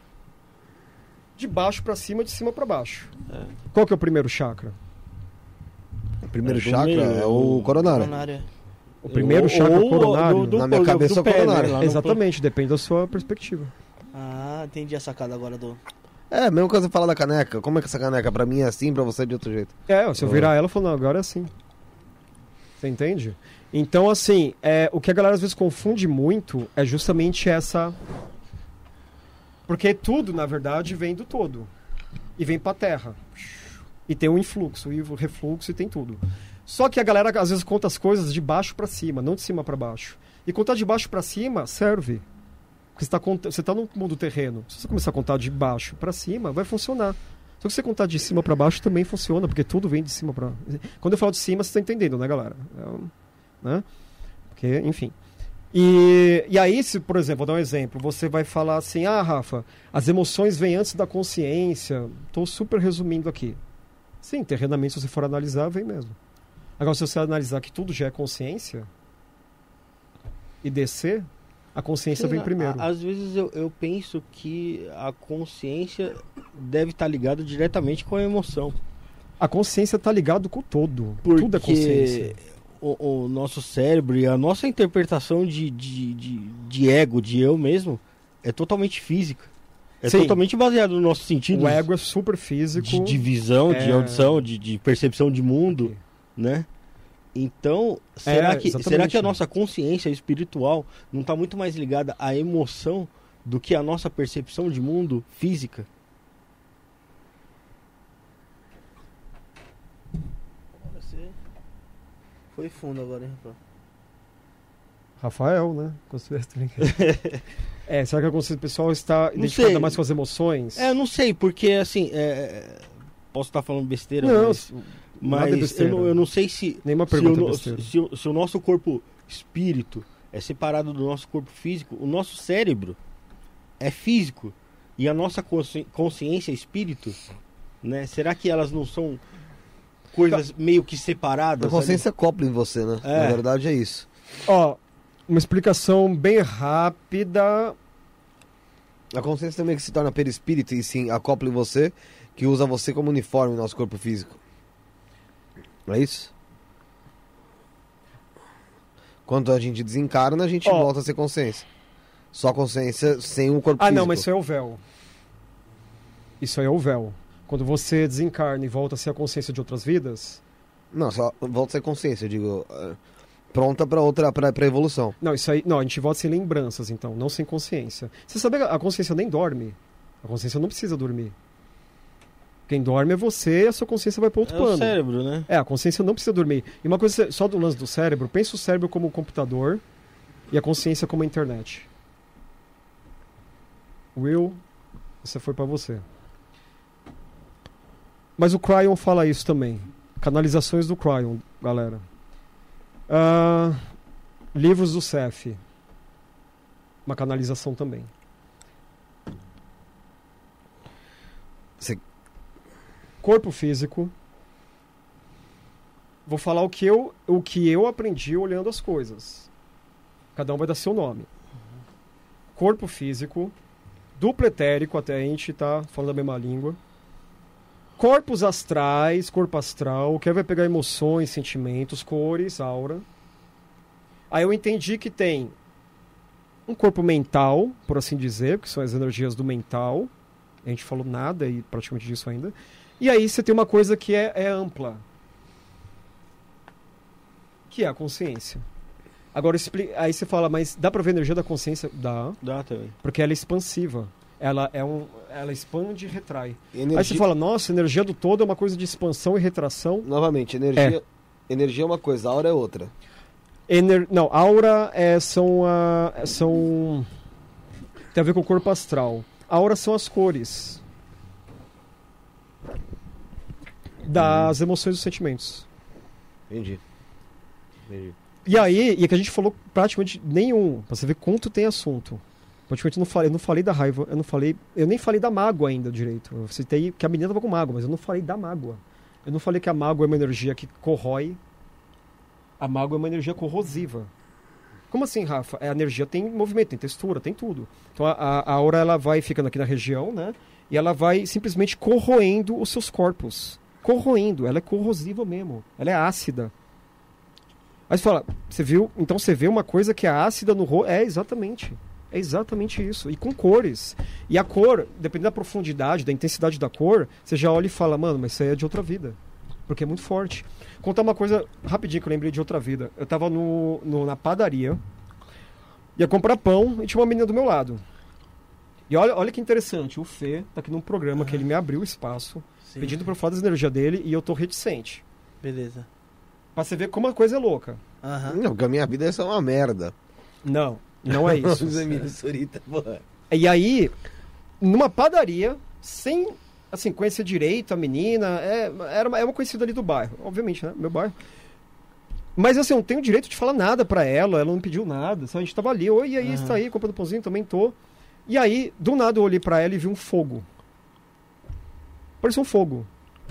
De baixo para cima, de cima para baixo. É. Qual que é o primeiro chakra? O primeiro É do chakra meio, é o coronário. Coronária. O primeiro Ou- chakra ou coronário? do- Na minha cabeça é o pé, né? coronário. Lá no- Exatamente, depende da sua perspectiva. Ah, entendi a sacada agora do... É, mesma coisa falar da caneca. Como é que essa caneca pra mim é assim, pra você é de outro jeito? É, se eu virar ela, eu falo, não, agora é assim. Você entende? Então, assim, é, o que a galera às vezes confunde muito é justamente essa... Porque tudo, na verdade, vem do todo. E vem pra terra. E tem o influxo, e o refluxo, e tem tudo. Só que a galera, às vezes, conta as coisas de baixo pra cima, não de cima pra baixo. E contar de baixo pra cima serve. Porque você tá, cont... você tá no mundo terreno. Se você começar a contar de baixo pra cima, vai funcionar. Só que se você contar de cima pra baixo também funciona, porque tudo vem de cima pra... Quando eu falo de cima, você tá entendendo, né, galera? É, um- né? Porque, enfim. E, e aí, se, por exemplo, vou dar um exemplo. Você vai falar assim, ah, Rafa, as emoções vêm antes da consciência. Tô super resumindo aqui. Sim, terrenamente, se você for analisar, vem mesmo. Agora, se você analisar que tudo já é consciência e descer, a consciência Sei vem lá, primeiro. a- Às vezes eu, eu penso que a consciência deve estar ligada diretamente com a emoção. A consciência tá ligado com o todo. Porque Tudo é consciência. o, o nosso cérebro e a nossa interpretação de, de, de, de ego, de eu mesmo, é totalmente física. É Sim. totalmente baseado no nosso sentido. O ego é super físico. De, de visão, é... de audição, de, de percepção de mundo, Aqui. né? Então, será, É, que, exatamente. será que a nossa consciência espiritual não está muito mais ligada à emoção do que a nossa percepção de mundo física? Você foi fundo agora, hein, Rafael? Rafael, né? Consciência É, será que a consciência pessoal está Não identificada sei. mais com as emoções? É, eu não sei, porque assim, é, posso estar falando besteira, Não, mas, nada é mas eu, besteira. não, eu não sei se, Nenhuma se, o, pergunta é no- besteira. se o- se o nosso corpo espírito é separado do nosso corpo físico, o nosso cérebro é físico e a nossa consci- consciência é espírito, né? Será que elas não são coisas meio que A separadas? consciência copla em você, né? É. Na verdade é isso. Ó, uma explicação bem rápida. A consciência também que se torna perispírito e sim acopla em você, que usa você como uniforme no nosso corpo físico. Não é isso? Quando a gente desencarna, a gente Ó. volta a ser consciência. Só consciência sem um corpo Ah, físico. não, mas isso é o véu. Isso aí é o véu. Quando você desencarna e volta a ser a consciência de outras vidas. Não, só volta a ser consciência, eu digo. eh, Pronta pra outra, pra, pra evolução. Não, isso aí. Não, a gente volta sem lembranças, então, não sem consciência. Você sabe que a consciência nem dorme. A consciência não precisa dormir. Quem dorme é você e a sua consciência vai para outro É o plano. cérebro, né? É, a consciência não precisa dormir. E uma coisa só do lance do cérebro, pensa o cérebro como um computador e a consciência como a internet. Will, essa foi pra você. Mas o Cryon fala isso também. Canalizações do Cryon, galera. Ah, livros do C E F. Uma canalização também. Você- Corpo físico. Vou falar o que, eu, o que eu aprendi olhando as coisas. Cada um vai dar seu nome. Corpo físico. Duplo etérico, até a gente tá falando a mesma língua. Corpos astrais, corpo astral, que aí vai pegar emoções, sentimentos, cores, aura. Aí eu entendi que tem um corpo mental, por assim dizer, que são as energias do mental. A gente falou nada e praticamente disso ainda. E aí você tem uma coisa que é, é ampla, que é a consciência. Agora, expli- aí você fala, mas dá pra ver a energia da consciência? Dá, Dá também. porque ela é expansiva. Ela, é um, ela expande e retrai. Energia... Aí você fala, nossa, a energia do todo é uma coisa de expansão e retração. Novamente, energia... energia é uma coisa, aura é outra. Ener... Não, aura é, são, a, são... tem a ver com o corpo astral. Aura são as cores das emoções e dos sentimentos. Entendi. Entendi. E aí, e é que a gente falou praticamente nenhum, pra você ver quanto tem assunto. Praticamente eu não falei, eu não falei da raiva, eu não falei, eu nem falei da mágoa ainda direito. Eu citei que a menina tava com mágoa, mas eu não falei da mágoa. Eu não falei que a mágoa é uma energia que corrói. A mágoa é uma energia corrosiva. Como assim, Rafa? A energia tem movimento, tem textura, tem tudo. Então a, a, a aura ela vai ficando aqui na região, né? E ela vai simplesmente corroendo os seus corpos. Corroendo, ela é corrosiva mesmo. Ela é ácida. Aí você fala, você viu? Então você vê uma coisa que é ácida no rosto. É, exatamente. É exatamente isso. E com cores. E a cor, dependendo da profundidade, da intensidade da cor, você já olha e fala, mano, mas isso aí é de outra vida. Porque é muito forte. Contar uma coisa rapidinho que eu lembrei de outra vida. Eu tava no, no, na padaria, ia comprar pão e tinha uma menina do meu lado. E olha, olha que interessante, o Fê tá aqui num programa que ele me abriu o espaço, Sim. pedindo pra eu falar das energias dele e eu tô reticente. Beleza. Pra você ver como a coisa é louca. Aham. Não, porque a minha vida é só uma merda. Não, não é isso. Os amigos Surita, porra. E aí, numa padaria, sem, assim, conhecer direito a menina, é, era uma, é uma conhecida ali do bairro, obviamente, né? Meu bairro. Mas assim, eu não tenho direito de falar nada pra ela, ela não pediu nada, só a gente tava ali, oi, e aí, Uhum. você tá aí comprando pãozinho? Também tô. E aí, do nada eu olhei pra ela e vi um fogo. Parecia um fogo.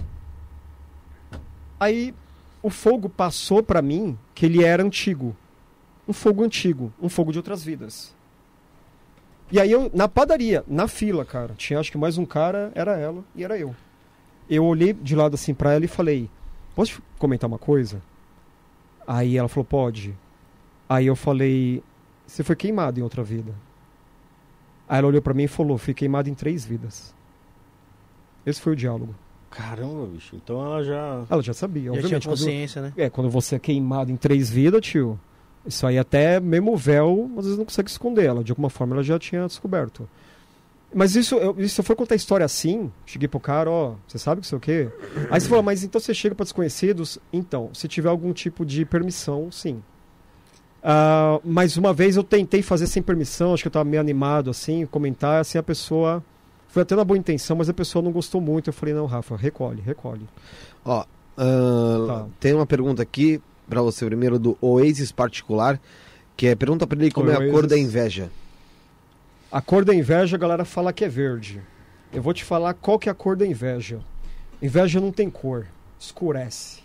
Aí, o fogo passou pra mim que ele era antigo. Um fogo antigo, um fogo de outras vidas. E aí eu, na padaria, na fila, cara, tinha acho que mais um cara, era ela e era eu. Eu olhei de lado assim pra ela e falei, posso te comentar uma coisa? Aí ela falou, pode. Aí eu falei, você foi queimado em outra vida. Aí ela olhou pra mim e falou, fui queimado em três vidas. Esse foi o diálogo. Caramba, bicho. Então ela já... Ela já sabia, Já obviamente. tinha consciência, quando, né? É, quando você é queimado em três vidas, tio, isso aí até mesmo o véu, às vezes não consegue esconder ela. De alguma forma ela já tinha descoberto. Mas isso, eu, se eu for contar a história assim, cheguei pro cara, ó, você sabe que sei o quê? Aí você falou, mas então você chega pra desconhecidos? Então, se tiver algum tipo de permissão, sim. Uh, mas uma vez eu tentei fazer sem permissão, acho que eu tava meio animado, assim, comentar, assim, a pessoa... Foi até na boa intenção, mas a pessoa não gostou muito. Eu falei, não, Rafa, recolhe, recolhe. Ó, uh, Tá. tem uma pergunta aqui pra você primeiro do Oasis Particular, que é, pergunta pra ele como é a Oasis. cor da inveja. A cor da inveja, a galera fala que é verde. Eu vou te falar qual que é a cor da inveja. Inveja não tem cor, escurece.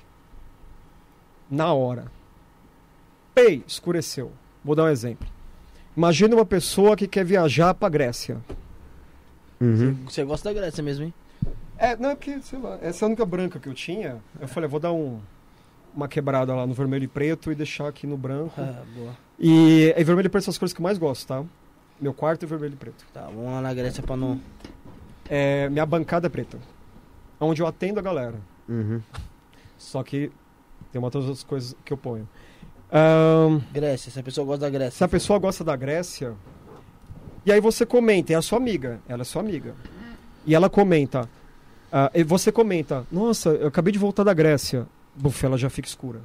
Na hora. Pei, escureceu. Vou dar um exemplo. Imagina uma pessoa que quer viajar pra Grécia. Uhum. Você gosta da Grécia mesmo, hein? É, não é porque, sei lá, essa é a única branca que eu tinha. Eu falei, vou dar um, uma quebrada lá no vermelho e preto e deixar aqui no branco. Ah, boa. E, e vermelho e preto são as cores que eu mais gosto, tá? Meu quarto é vermelho e preto. Tá, vamos lá na Grécia pra não... É, minha bancada é preta. Onde eu atendo a galera. Uhum. Só que tem uma outras coisas que eu ponho. Ahn, Grécia, se a pessoa gosta da Grécia. se a pessoa gosta da Grécia, e aí você comenta, é a sua amiga, ela é sua amiga. E ela comenta, ah, e você comenta, nossa, eu acabei de voltar da Grécia. Buf, ela já fica escura.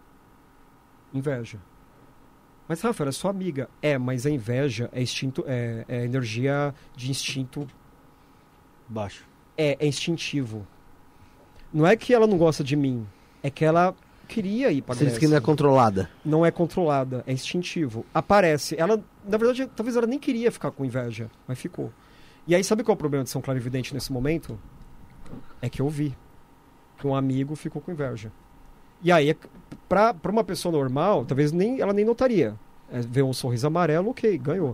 Inveja. Mas, Rafa, ela é sua amiga. É, mas a inveja é instinto, é, é energia de instinto. Baixo. É, é instintivo. Não é que ela não gosta de mim, é que ela queria ir pra Você disse Grécia. que não é controlada. Não é controlada, é instintivo. Aparece. Ela, na verdade, talvez ela nem queria ficar com inveja, mas ficou. E aí, sabe qual é o problema de ser um clarividente nesse momento? É que eu vi que um amigo ficou com inveja. E aí, pra, pra uma pessoa normal, talvez nem, ela nem notaria. É, ver um sorriso amarelo, ok, ganhou.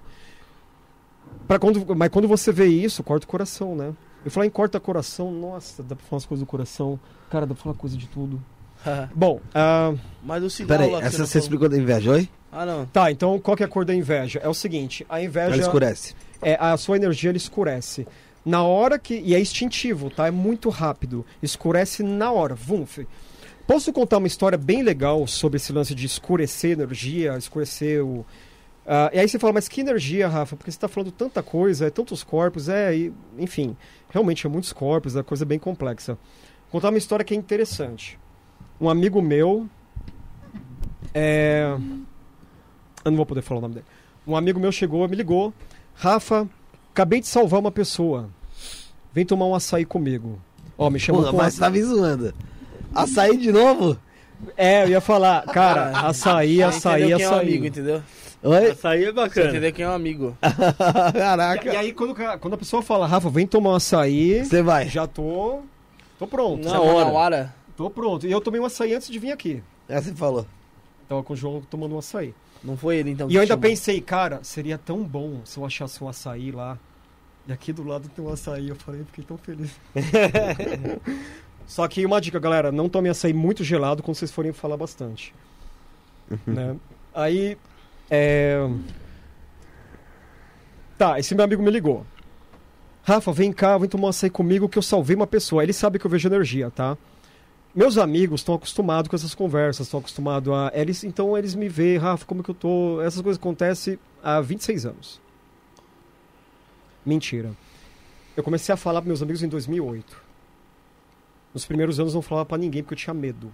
Pra quando, mas quando você vê isso, corta o coração, né? Eu falar em corta coração, nossa, dá pra falar umas coisas do coração. Cara, dá pra falar coisa de tudo. Bom, ah, Mas o sinal Peraí, lá que essa não você falou- explicou da inveja, oi? Ah, não. tá, então qual que é a cor da inveja? É o seguinte, a inveja... Ela escurece. É, a sua energia ela escurece. Na hora que... E é instintivo, tá? É muito rápido. Escurece na hora. Vumf. Posso contar uma história bem legal sobre esse lance de escurecer energia, escurecer o... Ah, e aí você fala, mas que energia, Rafa? Porque você está falando tanta coisa, é tantos corpos, é... E, enfim, realmente é muitos corpos, é uma coisa bem complexa. Vou contar uma história que é interessante. Um amigo meu... É... Eu não vou poder falar o nome dele. Um amigo meu chegou, me ligou. Rafa, acabei de salvar uma pessoa. Vem tomar um açaí comigo. Ó, me chamou Porra, com... mas tá me zoando. Açaí de novo? É, eu ia falar, cara, açaí, Você açaí, entendeu quem é um açaí. amigo, entendeu? Oi? Essa aí é Você bacana. entendeu quem é um amigo. E, Caraca. e aí, quando, o cara- quando a pessoa fala, Rafa, vem tomar um açaí, Você vai. já tô... Tô pronto. Na hora. Tô pronto. E eu tomei um açaí antes de vir aqui. É, você falou. Tava com o João tomando um açaí. Não foi ele, então. E eu que ainda chamou. pensei, cara, seria tão bom se eu achasse um açaí lá. E aqui do lado tem um açaí. Eu falei, eu fiquei tão feliz. Só que uma dica, galera, não tomem açaí muito gelado quando vocês forem falar bastante. Né? Aí, é... Tá, esse meu amigo me ligou. Rafa, vem cá, vem tomar um açaí comigo que eu salvei uma pessoa. Ele sabe que eu vejo energia, tá? Meus amigos estão acostumados com essas conversas, estão acostumados a... Eles, então eles me veem, Rafa, como que eu tô... Essas coisas acontecem há vinte e seis anos. Mentira. Eu comecei a falar para meus amigos em dois mil e oito. Nos primeiros anos eu não falava para ninguém porque eu tinha medo.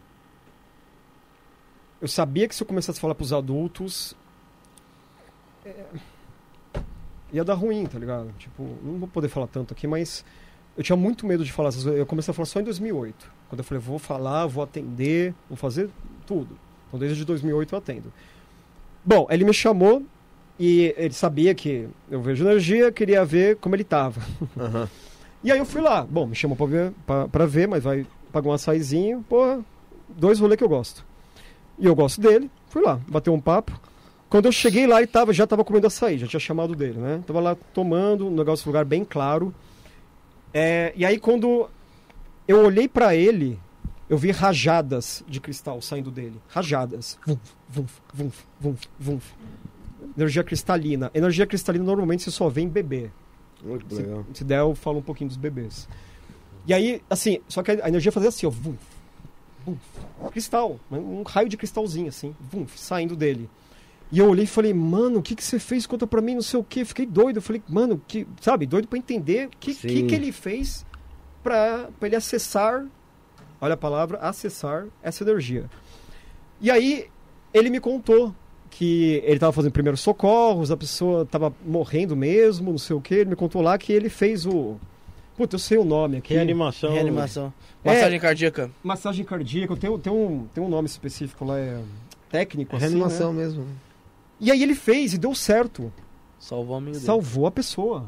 Eu sabia que se eu começasse a falar para os adultos... É... ia dar ruim, tá ligado? Tipo, não vou poder falar tanto aqui, mas... Eu tinha muito medo de falar essas coisas. Eu comecei a falar só em dois mil e oito. Quando eu falei, vou falar, vou atender, vou fazer tudo. Então, desde dois mil e oito eu atendo. Bom, ele me chamou e ele sabia que eu vejo energia, queria ver como ele tava. Aham. E aí eu fui lá. Bom, me chamou pra ver, pra, pra ver mas vai pagar um açaizinho. Porra, dois rolês que eu gosto. E eu gosto dele. Fui lá, bateu um papo. Quando eu cheguei lá, ele tava, já tava comendo açaí, já tinha chamado dele, né? Tava lá tomando, um negócio, um lugar bem claro. É, e aí quando eu olhei pra ele, eu vi rajadas de cristal saindo dele. Rajadas. Vum, vum, vum, vum, vum. Energia cristalina. Energia cristalina normalmente você só vê em bebê. Muito Se, legal. se der, eu falo um pouquinho dos bebês. E aí, assim, só que a energia fazia assim, ó. Vum, vum, cristal. Um raio de cristalzinho, assim. Vum, saindo dele. E eu olhei e falei, mano, o que, que você fez? Conta pra mim, não sei o quê. Fiquei doido. Eu falei, mano, que, sabe, doido pra entender o que, que, que ele fez pra, pra ele acessar, olha a palavra, acessar essa energia. E aí, ele me contou que ele tava fazendo primeiros socorros, a pessoa tava morrendo mesmo, não sei o quê. Ele me contou lá que ele fez o... Puta, eu sei o nome aqui. Reanimação. Reanimação. É. Massagem cardíaca. Massagem cardíaca. Tem, tem, um, tem um nome específico lá, é técnico, assim, Reanimação né? mesmo. E aí ele fez e deu certo. Salvou o amigo dele. Salvou a pessoa.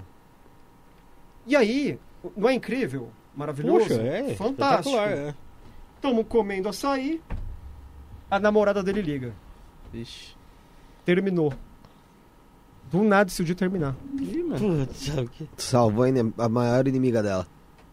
E aí, não é incrível? Maravilhoso? Puxa, é. Fantástico. espetacular, é. Estamos comendo açaí, a namorada dele liga. Vixe. Terminou. Do nada decidiu terminar. Ih, mano. Putz, sabe o que? Salvou a, ine- a maior inimiga dela.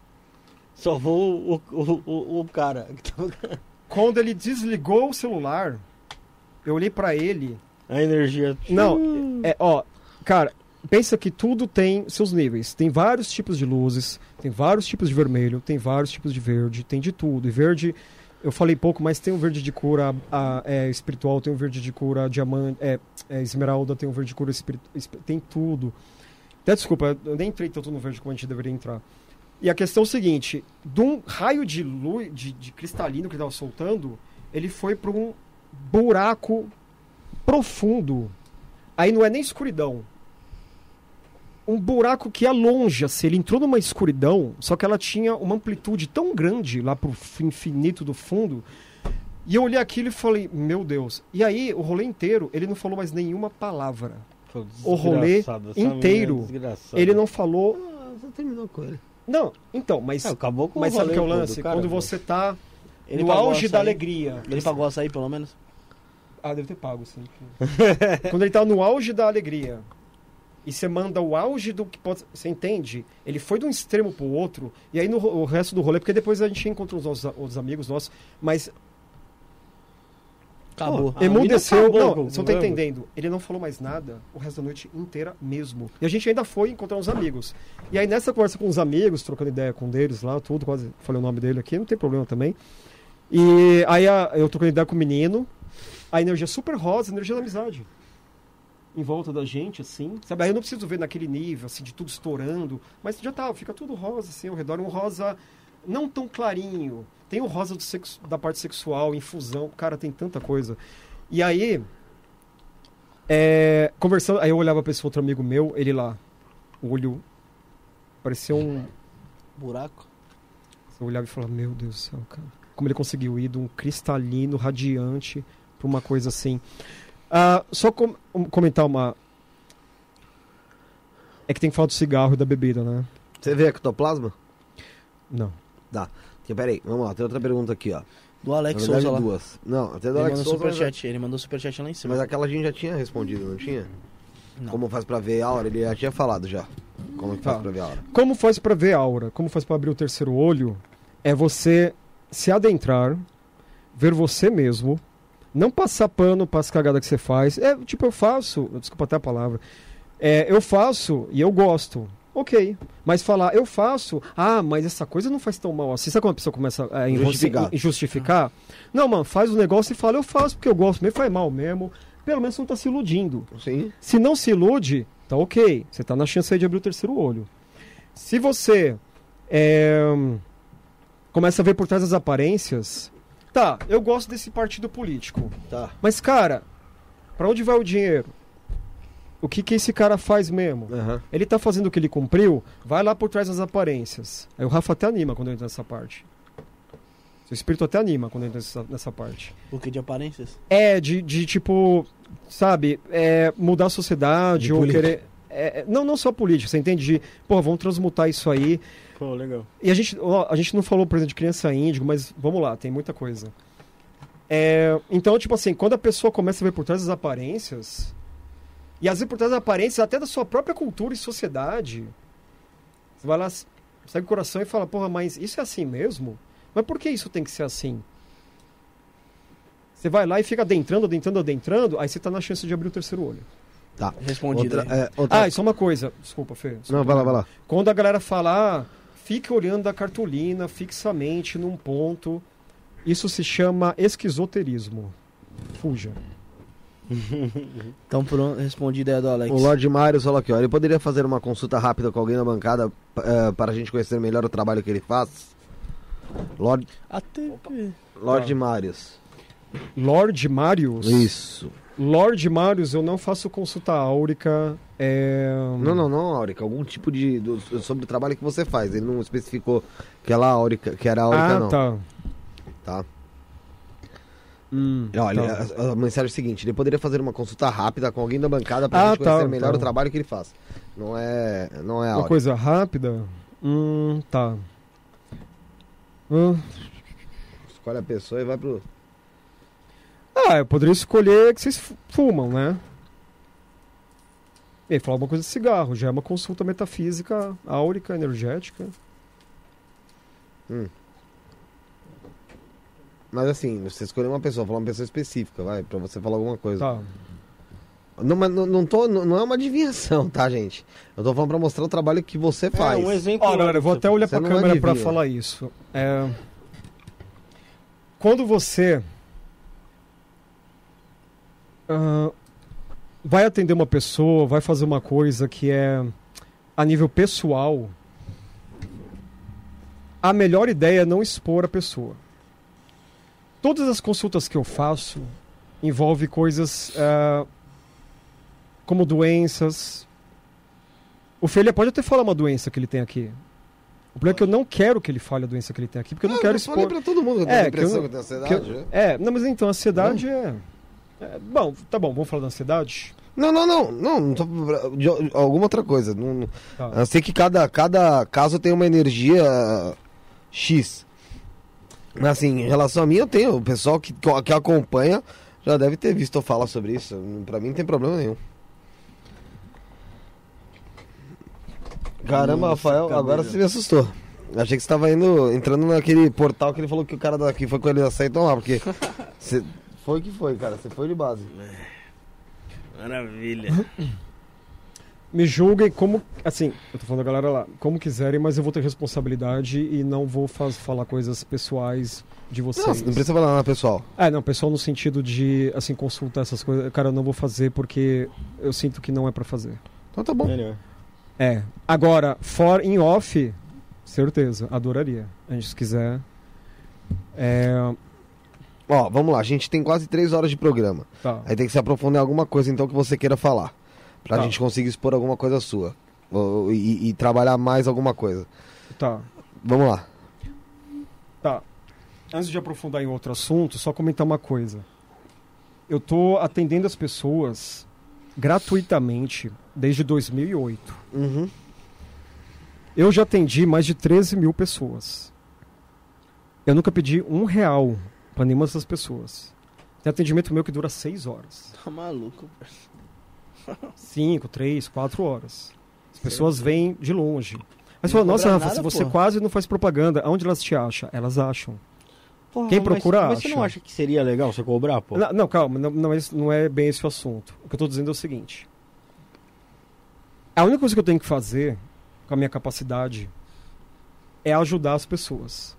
Salvou o, o, o, o cara. Quando ele desligou o celular, eu olhei pra ele. A energia. Não, é, ó, cara, pensa que tudo tem seus níveis. Tem vários tipos de luzes, tem vários tipos de vermelho, tem vários tipos de verde, tem de tudo. E verde, eu falei pouco, mas tem um verde de cura a, é, espiritual, tem um verde de cura diamante, é, é, esmeralda, tem um verde de cura espiritual, tem tudo. Até desculpa, eu nem entrei tanto no verde como a gente deveria entrar. E a questão é o seguinte, de um raio de luz, de, de cristalino que ele estava soltando, ele foi para um buraco profundo. Aí não é nem escuridão. Um buraco que é longe, assim. Ele entrou numa escuridão, só que ela tinha uma amplitude tão grande lá pro infinito do fundo. E eu olhei aquilo e falei, meu Deus. E aí, o rolê inteiro, ele não falou mais nenhuma palavra. Pô, O rolê desgraçado, essa inteiro, menina é desgraçada. Ele não falou... Ah, você terminou com ele. Não, então, mas... É, acabou com mas o sabe o que é o rolê, pô, lance? do cara, Quando pô. você tá Ele no pagou auge açaí? da alegria. Ele pagou açaí, pelo menos? Ah, deve ter pago, sim. Quando ele tá no auge da alegria e você manda o auge do que pode... Você entende? Ele foi de um extremo pro outro e aí no ro- o resto do rolê, porque depois a gente encontra os nossos outros amigos nossos, mas Acabou. A emudeceu. vida acabou Não, com o você não tá programa. entendendo. Ele não falou mais nada o resto da noite inteira mesmo. E a gente ainda foi encontrar uns amigos. E aí nessa conversa com os amigos, trocando ideia com um deles lá, tudo, quase falei o nome dele aqui, não tem problema também. E aí a- eu trocando ideia com o menino, a energia super rosa, a energia da amizade. Em volta da gente, assim. Sabe? Aí eu não preciso ver naquele nível, assim, de tudo estourando. Mas já tá, fica tudo rosa, assim, ao redor. Um rosa não tão clarinho. Tem o rosa do sexo, da parte sexual, infusão. Cara, tem tanta coisa. E aí, é, conversando, aí eu olhava pra esse outro amigo meu, ele lá, o olho parecia um... Buraco. Eu olhava e falava, meu Deus do céu, cara. Como ele conseguiu ir de um cristalino radiante pra uma coisa assim. Ah, só com, um, comentar uma... É que tem que falar do cigarro e da bebida, né? Você vê ectoplasma? Não. Tá. Então, peraí, vamos lá, tem outra pergunta aqui, ó. Do Alex Na verdade, Souza lá. duas. Não, até do Ele Alex mandou Souza. Mas, superchat. Ele mandou superchat lá em cima. mas aquela a gente já tinha respondido, não tinha? Não. Como faz pra ver a aura? Ele já tinha falado já. Como que Tá. faz pra ver a aura? Como faz pra ver a aura? Como faz pra abrir o terceiro olho? É você se adentrar, ver você mesmo, não passar pano para as cagadas que você faz. É, tipo, eu faço, desculpa até a palavra, é, eu faço e eu gosto. Ok, mas falar, eu faço, ah, mas essa coisa não faz tão mal assim. Sabe quando a pessoa começa a Justificar. justificar? justificar? Não, mano, faz o negócio e fala, eu faço porque eu gosto mesmo, faz mal mesmo. Pelo menos você não tá se iludindo. Sim. Se não se ilude, tá ok. Você tá na chance aí de abrir o terceiro olho. Se você é, começa a ver por trás das aparências, tá, eu gosto desse partido político. Tá. Mas, cara, pra onde vai o dinheiro? O que que esse cara faz mesmo? Aham. Ele tá fazendo o que ele cumpriu? Vai lá por trás das aparências. Aí o Rafa até anima quando entra nessa parte. Seu espírito até anima quando entra nessa, nessa parte. O que de aparências? É, de, de tipo, sabe, é, mudar a sociedade De ou política. querer... é, não, não só política, você entende? De, pô, vamos transmutar isso aí. Pô, legal. E a gente, ó, a gente não falou, por exemplo, de criança índigo, mas vamos lá, tem muita coisa. É, então, tipo assim, quando a pessoa começa a ver por trás das aparências, e às vezes por trás das aparências até da sua própria cultura e sociedade, você vai lá, segue o coração e fala, porra, mas isso é assim mesmo? Mas por que isso tem que ser assim? Você vai lá e fica adentrando, adentrando, adentrando, aí você tá na chance de abrir o terceiro olho. Tá. Respondido. Outra, aí. é, outra... Ah, e só uma coisa. Desculpa, Fê. Desculpa. Não, vai lá, vai lá. Quando a galera fala, ah, fique olhando a cartolina fixamente num ponto, isso se chama esquizoterismo. Fuja. Então, pronto, respondido aí do Alex. O Lord Marius falou aqui, ó. Ele poderia fazer uma consulta rápida com alguém na bancada uh, para a gente conhecer melhor o trabalho que ele faz? Lord, Até... Lord Ah. Marius. Lord Marius? Isso. Lord Marius, eu não faço consulta áurica. É... Não, não, não, Áurica. Algum tipo de... Do, sobre o trabalho que você faz. Ele não especificou que, ela áurica, que era áurica, Ah, não. tá. Tá. Hum, Olha, tá. a, a mensagem é a seguinte: ele poderia fazer uma consulta rápida com alguém da bancada pra Ah, gente conhecer tá, melhor tá. o trabalho que ele faz. Não é, não é Uma áurica. coisa rápida? Hum, tá. Hum. Escolhe a pessoa e vai pro... Ah, eu poderia escolher que vocês fu- fumam, né? E aí, falar alguma coisa de cigarro. Já é uma consulta metafísica, áurica, energética. Hum. Mas assim, você escolheu uma pessoa, falar uma pessoa específica, vai, pra você falar alguma coisa. Tá. Não, mas não, não, tô, não, não é uma adivinhação, tá, gente? Eu tô falando pra mostrar o trabalho que você faz. É, um exemplo. Ó, galera, eu vou até olhar Você pra não câmera pra adivinha. falar isso. É... Quando você ah, vai atender uma pessoa, vai fazer uma coisa que é a nível pessoal, a melhor ideia é não expor a pessoa. Todas as consultas que eu faço envolvem coisas ah, como doenças. O Fê pode até falar uma doença que ele tem aqui. O problema é que eu não quero que ele fale a doença que ele tem aqui, porque eu não, quero eu falei expor. pra todo mundo que eu É, tenho que eu depressão, não- que eu tenho que eu- ansiedade. né? É, não, mas então, a ansiedade é... é... Bom, tá bom, vamos falar da ansiedade? Não, não, não, não, não tô, de alguma outra coisa. Não, não- Tá. eu sei que cada, cada caso tem uma energia X. Mas assim, em relação a mim, eu tenho. O pessoal que, que acompanha já deve ter visto eu falar sobre isso. Pra mim não tem problema nenhum. Caramba, Nossa, Rafael, cabelo. agora você me assustou. Achei que você tava indo, entrando naquele portal que ele falou que o cara daqui foi com ele aceitam lá, porque você foi que foi, cara. Você foi de base. Maravilha. Me julguem como... Assim, eu tô falando da galera lá, como quiserem, mas eu vou ter responsabilidade e não vou faz, falar coisas pessoais de vocês. Não, não precisa falar nada, pessoal. É, não, pessoal no sentido de, assim, consultar essas coisas. Cara, eu não vou fazer porque eu sinto que não é pra fazer. Então tá bom. Melhor. É. Agora, for in off, certeza, adoraria. A gente se quiser. É... Ó, vamos lá, a gente tem quase três horas de programa. Tá. Aí tem que se aprofundar em alguma coisa então que você queira falar. Pra Tá. gente conseguir expor alguma coisa sua. Ou- e, e trabalhar mais alguma coisa. Tá. Vamos lá. Tá. Antes de aprofundar em outro assunto, só comentar uma coisa. Eu tô atendendo as pessoas gratuitamente desde dois mil e oito. Uhum. Eu já atendi mais de treze mil pessoas. Eu nunca pedi um real pra nenhuma dessas pessoas. Tem atendimento meu que dura seis horas. Tá maluco, parceiro. Cinco, três, quatro horas. As pessoas vêm de longe. Mas Não falam, nossa, cobra Rafa, nada, você pô." quase não faz propaganda. Aonde elas te acham? Elas acham. Porra, Quem mas- procura mas, você acha. não acha que seria legal você cobrar, pô? Não, não, calma, não, não, é, esse- não é bem esse o assunto. O que eu tô dizendo é o seguinte. A única coisa que eu tenho que fazer com a minha capacidade é ajudar as pessoas.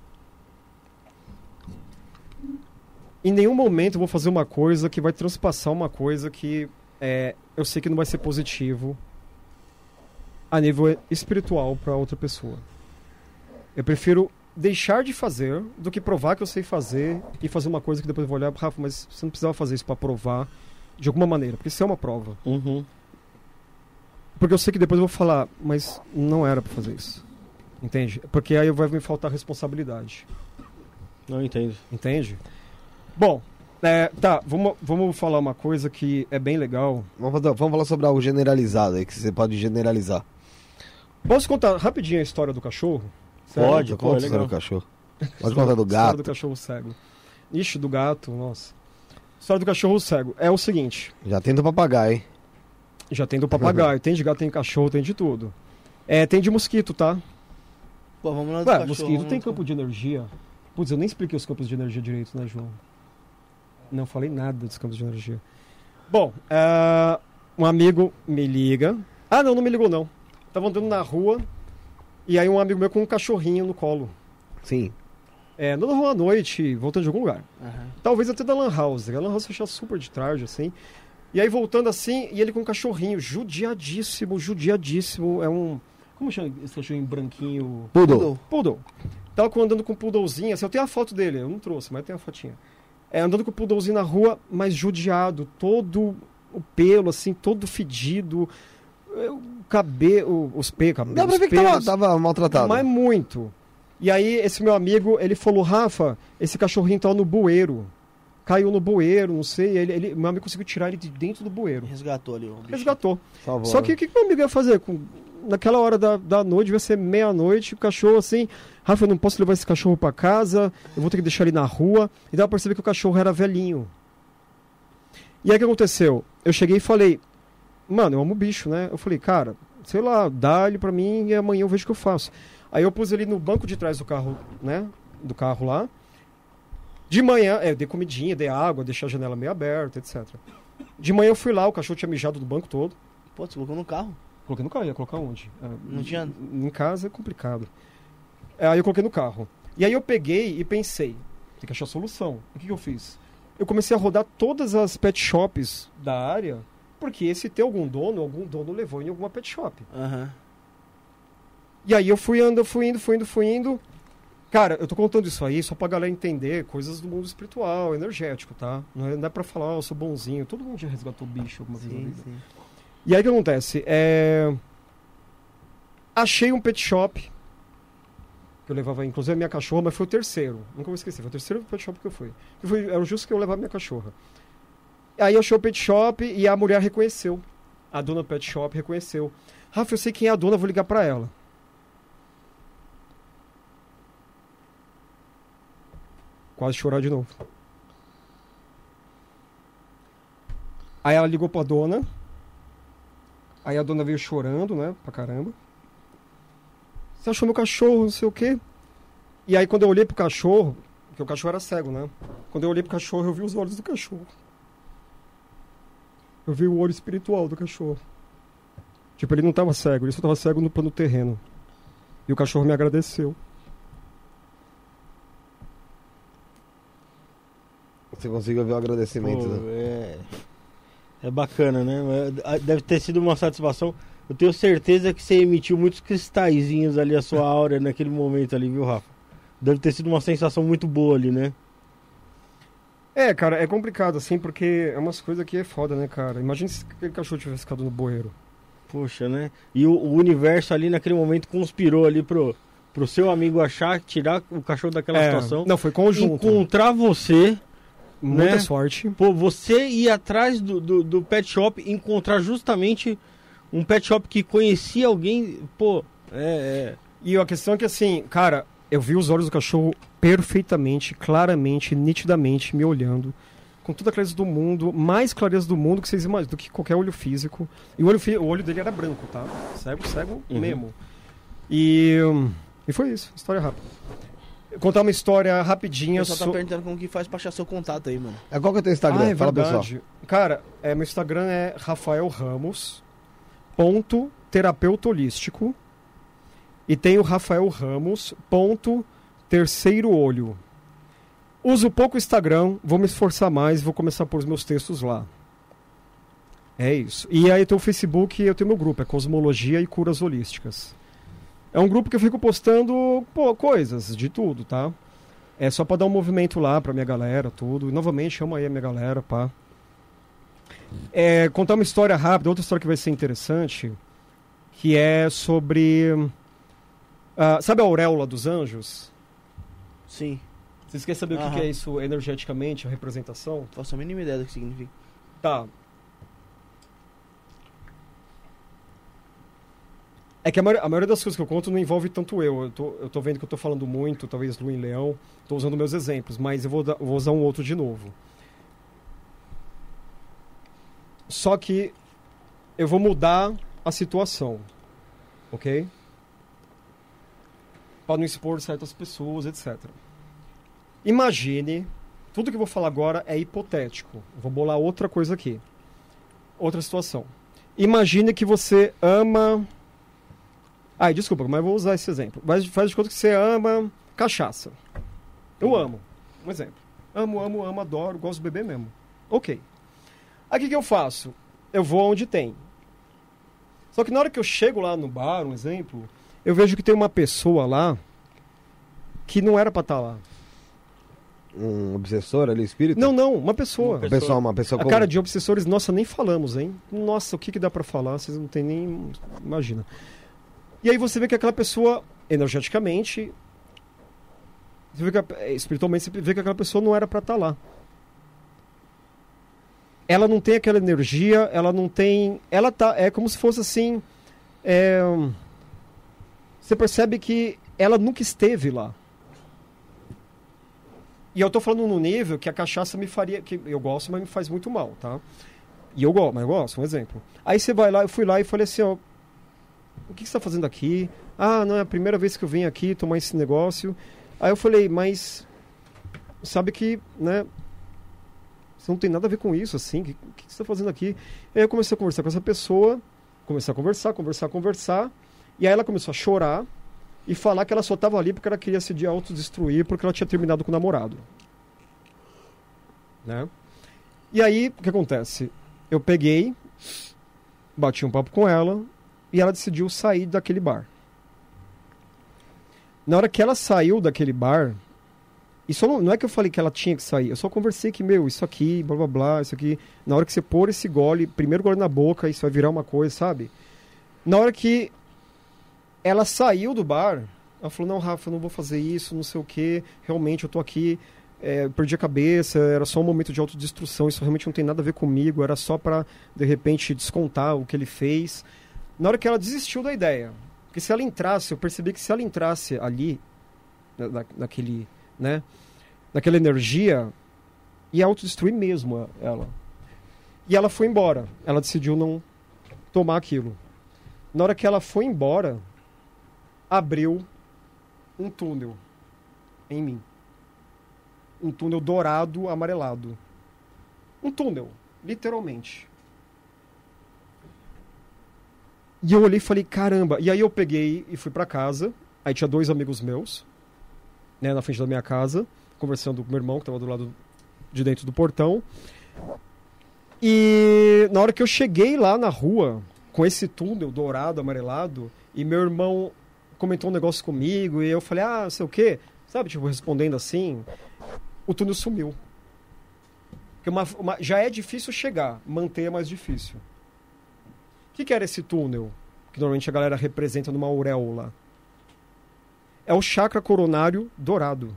Em nenhum momento eu vou fazer uma coisa que vai transpassar uma coisa que é, eu sei que não vai ser positivo a nível espiritual para outra pessoa. Eu prefiro deixar de fazer do que provar que eu sei fazer e fazer uma coisa que depois eu vou olhar, Rafa, mas você não precisava fazer isso para provar de alguma maneira, porque isso é uma prova. Uhum. Porque eu sei que depois eu vou falar, mas não era para fazer isso. Entende? Porque aí vai me faltar responsabilidade. Não entendo. Entende? Bom, é, tá, vamos, vamos falar uma coisa que é bem legal. Vamos, fazer- vamos falar sobre algo generalizado aí, que você pode generalizar. Posso contar rapidinho a história do cachorro? Pode, Conta pô, sobre legal. o cachorro. Pode contar do A história do gato. cachorro cego. Ixi, do gato, nossa. A história do cachorro cego é o seguinte. Já tem do papagaio, hein? Já tem do papagaio, tem de gato, tem de cachorro, tem de tudo. É, tem de mosquito, tá? Pô, vamos lá do Ué, cachorro, mosquito vamos tem lá. campo de energia. Putz, eu nem expliquei os campos de energia direito, né, João? Não falei nada dos campos de energia. Bom, uh, um amigo me liga. Ah, não, não me ligou, não. Tava andando na rua e aí um amigo meu com um cachorrinho no colo. Sim. É, andando na rua à noite, voltando de algum lugar. Uhum. Talvez até da Lan House. A Lan House fechava super de tarde, assim. E aí voltando assim, e ele com um cachorrinho, judiadíssimo, judiadíssimo. É um... Como chama esse cachorrinho branquinho? Poodle. Poodle. Tava com- andando com um poodlezinho, assim, eu tenho a foto dele, eu não trouxe, mas tem a fotinha. É, andando com o poodlezinho na rua, mas judiado, todo o pelo, assim, todo fedido, é, o cabelo, os pe cabelos, Dá pra ver que pelos, tava, tava maltratado. mas muito. E aí, esse meu amigo, ele falou, Rafa, esse cachorrinho tá no bueiro. Caiu no bueiro, não sei, ele, ele, meu amigo conseguiu tirar ele de dentro do bueiro. Resgatou ali o bicho. Resgatou. Salvou, Só que né? o que, que meu amigo ia fazer? Com, naquela hora da, da noite, devia ser meia-noite, o cachorro assim, Rafa, eu não posso levar esse cachorro pra casa, eu vou ter que deixar ele na rua. E dava pra perceber que o cachorro era velhinho. E aí o que aconteceu? Eu cheguei e falei, mano, eu amo bicho, né? Eu falei, cara, sei lá, dá ele pra mim e amanhã eu vejo o que eu faço. Aí eu pus ele no banco de trás do carro, né? Do carro lá. De manhã, é, eu dei comidinha, dei água, deixei a janela meio aberta, etcétera. De manhã eu fui lá, o cachorro tinha mijado do banco todo. Pô, você colocou no carro. Coloquei no carro, ia colocar onde? Ah, Não tinha- Em casa é complicado. É, aí eu coloquei no carro. E aí eu peguei e pensei, tem que achar solução. O que, que eu fiz? Eu comecei a rodar todas as pet shops da área, porque se tem algum dono, algum dono levou em alguma pet shop. Aham. E aí eu fui andando, fui indo, fui indo, fui indo. Cara, eu tô contando isso aí só pra galera entender coisas do mundo espiritual, energético, tá? Não é, não é pra falar, oh, eu sou bonzinho. Todo mundo já resgatou bicho alguma vez na Sim, vida. sim. E aí o que acontece? É... Achei um pet shop. Que eu levava, inclusive, a minha cachorra, mas foi o terceiro. Nunca vou esquecer, foi o terceiro pet shop que eu fui. Que foi era justo que eu levava minha cachorra. Aí eu achei o pet shop e a mulher reconheceu. A dona do pet shop reconheceu. Rafa, eu sei quem é a dona, vou ligar pra ela. Quase chorar de novo. Aí ela ligou pra dona. Aí a dona veio chorando, né? Pra caramba. Você achou meu cachorro, não sei o quê. E aí quando eu olhei pro cachorro, porque o cachorro era cego, né? Quando eu olhei pro cachorro, eu vi os olhos do cachorro. Eu vi o olho espiritual do cachorro. Tipo, ele não tava cego, ele só tava cego no plano terreno. E o cachorro me agradeceu. Você conseguiu ver o agradecimento, Pô, né? é... é bacana, né? Deve ter sido uma satisfação. Eu tenho certeza que você emitiu muitos cristalzinhos ali, a sua aura naquele momento ali, viu, Rafa? Deve ter sido uma sensação muito boa ali, né? É, cara, é complicado, assim, porque é umas coisas que é foda, né, cara? Imagina se aquele cachorro tivesse ficado no bueiro. Poxa, né? E o, o universo ali naquele momento conspirou ali pro, pro seu amigo achar, tirar o cachorro daquela É, situação. não, foi conjunto. Encontrar você, Muita né? sorte. pô, você ir atrás do, do, do pet shop, encontrar justamente um pet shop que conhecia alguém, pô, é... é... E a questão é que, assim, cara, eu vi os olhos do cachorro perfeitamente, claramente, nitidamente, me olhando, com toda a clareza do mundo, mais clareza do mundo que vocês imaginam, do que qualquer olho físico. E o olho, fi- o olho dele era branco, tá? Cego, cego Uhum. mesmo. E, hum, e foi isso, história rápida. Vou contar uma história O rapidinha. pessoal tá so- perguntando como que faz pra achar seu contato aí, mano. É, qual que é o teu Instagram? Ah, é Fala, verdade. pessoal. Cara, é, meu Instagram é Rafael Ramos, ponto, terapeuta holístico. E tem o Rafael Ramos, ponto, terceiro olho. Uso pouco o Instagram, vou me esforçar mais, vou começar a pôr os meus textos lá. É isso. E aí tem o Facebook e eu tenho meu grupo, é Cosmologia e Curas Holísticas. É um grupo que eu fico postando, pô, coisas de tudo, tá? É só pra dar um movimento lá pra minha galera, tudo. E novamente, chama aí a minha galera, pá. É, contar uma história rápida, outra história que vai ser interessante, que é sobre... ah, sabe a auréola dos anjos? Sim. Vocês querem saber o que Aham. que é isso energeticamente, a representação? Faço a mínima ideia do que significa. Tá. É que a maioria, a maioria das coisas que eu conto não envolve tanto eu. Eu tô, eu tô vendo que eu tô falando muito, talvez Lu em Leão. Tô usando meus exemplos, mas eu vou, dar- eu vou usar um outro de novo. Só que eu vou mudar a situação. Ok? Para não expor certas pessoas, etcétera. Imagine, tudo que eu vou falar agora é hipotético. Vou bolar outra coisa aqui. Outra situação. Imagine que você ama... Ai, desculpa, mas eu vou usar esse exemplo. Faz, faz de conta que você ama cachaça. Eu amo. Um exemplo. Amo, amo, amo, adoro, gosto de beber mesmo. Ok. Aí o que, que eu faço? Eu vou onde tem. Só que na hora que eu chego lá no bar, um exemplo, eu vejo que tem uma pessoa lá que não era pra estar lá. Um obsessor ali, espírito? Não, não, uma pessoa. Uma pessoa, uma pessoa A comum. cara de obsessores, nossa, nem falamos, hein? Nossa, o que, que dá pra falar? Vocês não tem nem... Imagina. E aí você vê que aquela pessoa, energeticamente, você vê que, espiritualmente, você vê que aquela pessoa não era pra estar lá. Ela não tem aquela energia, ela não tem... Ela tá... É como se fosse assim... É, você percebe que ela nunca esteve lá. E eu tô falando no nível que a cachaça me faria... que eu gosto, mas me faz muito mal, tá? E eu gosto, mas eu gosto, um exemplo. Aí você vai lá, eu fui lá e falei assim, ó... O que, que você tá fazendo aqui? Ah, não, é a primeira vez que eu venho aqui tomar esse negócio. Aí eu falei, mas... Sabe que, né... Você não tem nada a ver com isso, assim. O que, que você tá fazendo aqui? Aí eu comecei a conversar com essa pessoa. Comecei a conversar, conversar, conversar. E aí ela começou a chorar. E falar que ela só tava ali porque ela queria se autodestruir, porque ela tinha terminado com o namorado. Né? E aí, o que acontece? Eu peguei, bati um papo com ela, e ela decidiu sair daquele bar. Na hora que ela saiu daquele bar, e só não, não é que eu falei que ela tinha que sair, eu só conversei que, meu, isso aqui, blá blá blá, isso aqui, na hora que você pôr esse gole, primeiro gole na boca, isso vai virar uma coisa, sabe? Na hora que ela saiu do bar, ela falou, não, Rafa, eu não vou fazer isso, não sei o quê, realmente eu tô aqui, é, perdi a cabeça, era só um momento de autodestruição, isso realmente não tem nada a ver comigo, era só pra, de repente, descontar o que ele fez. Na hora que ela desistiu da ideia, porque se ela entrasse, eu percebi que se ela entrasse ali, na, naquele, né, naquela energia, ia autodestruir mesmo ela. E ela foi embora, ela decidiu não tomar aquilo. Na hora que ela foi embora, abriu um túnel em mim. Um túnel dourado, amarelado. Um túnel, literalmente. E eu olhei e falei, caramba. E aí eu peguei e fui pra casa. Aí tinha dois amigos meus, né, na frente da minha casa, conversando com meu irmão, que tava do lado de dentro do portão. E na hora que eu cheguei lá na rua, com esse túnel dourado, amarelado, e meu irmão comentou um negócio comigo, e eu falei, ah, sei o quê, sabe, tipo, respondendo assim, o túnel sumiu. Porque uma, uma, já é difícil chegar, manter é mais difícil. O que, que era esse túnel? Que normalmente a galera representa numa auréola. É o chakra coronário dourado.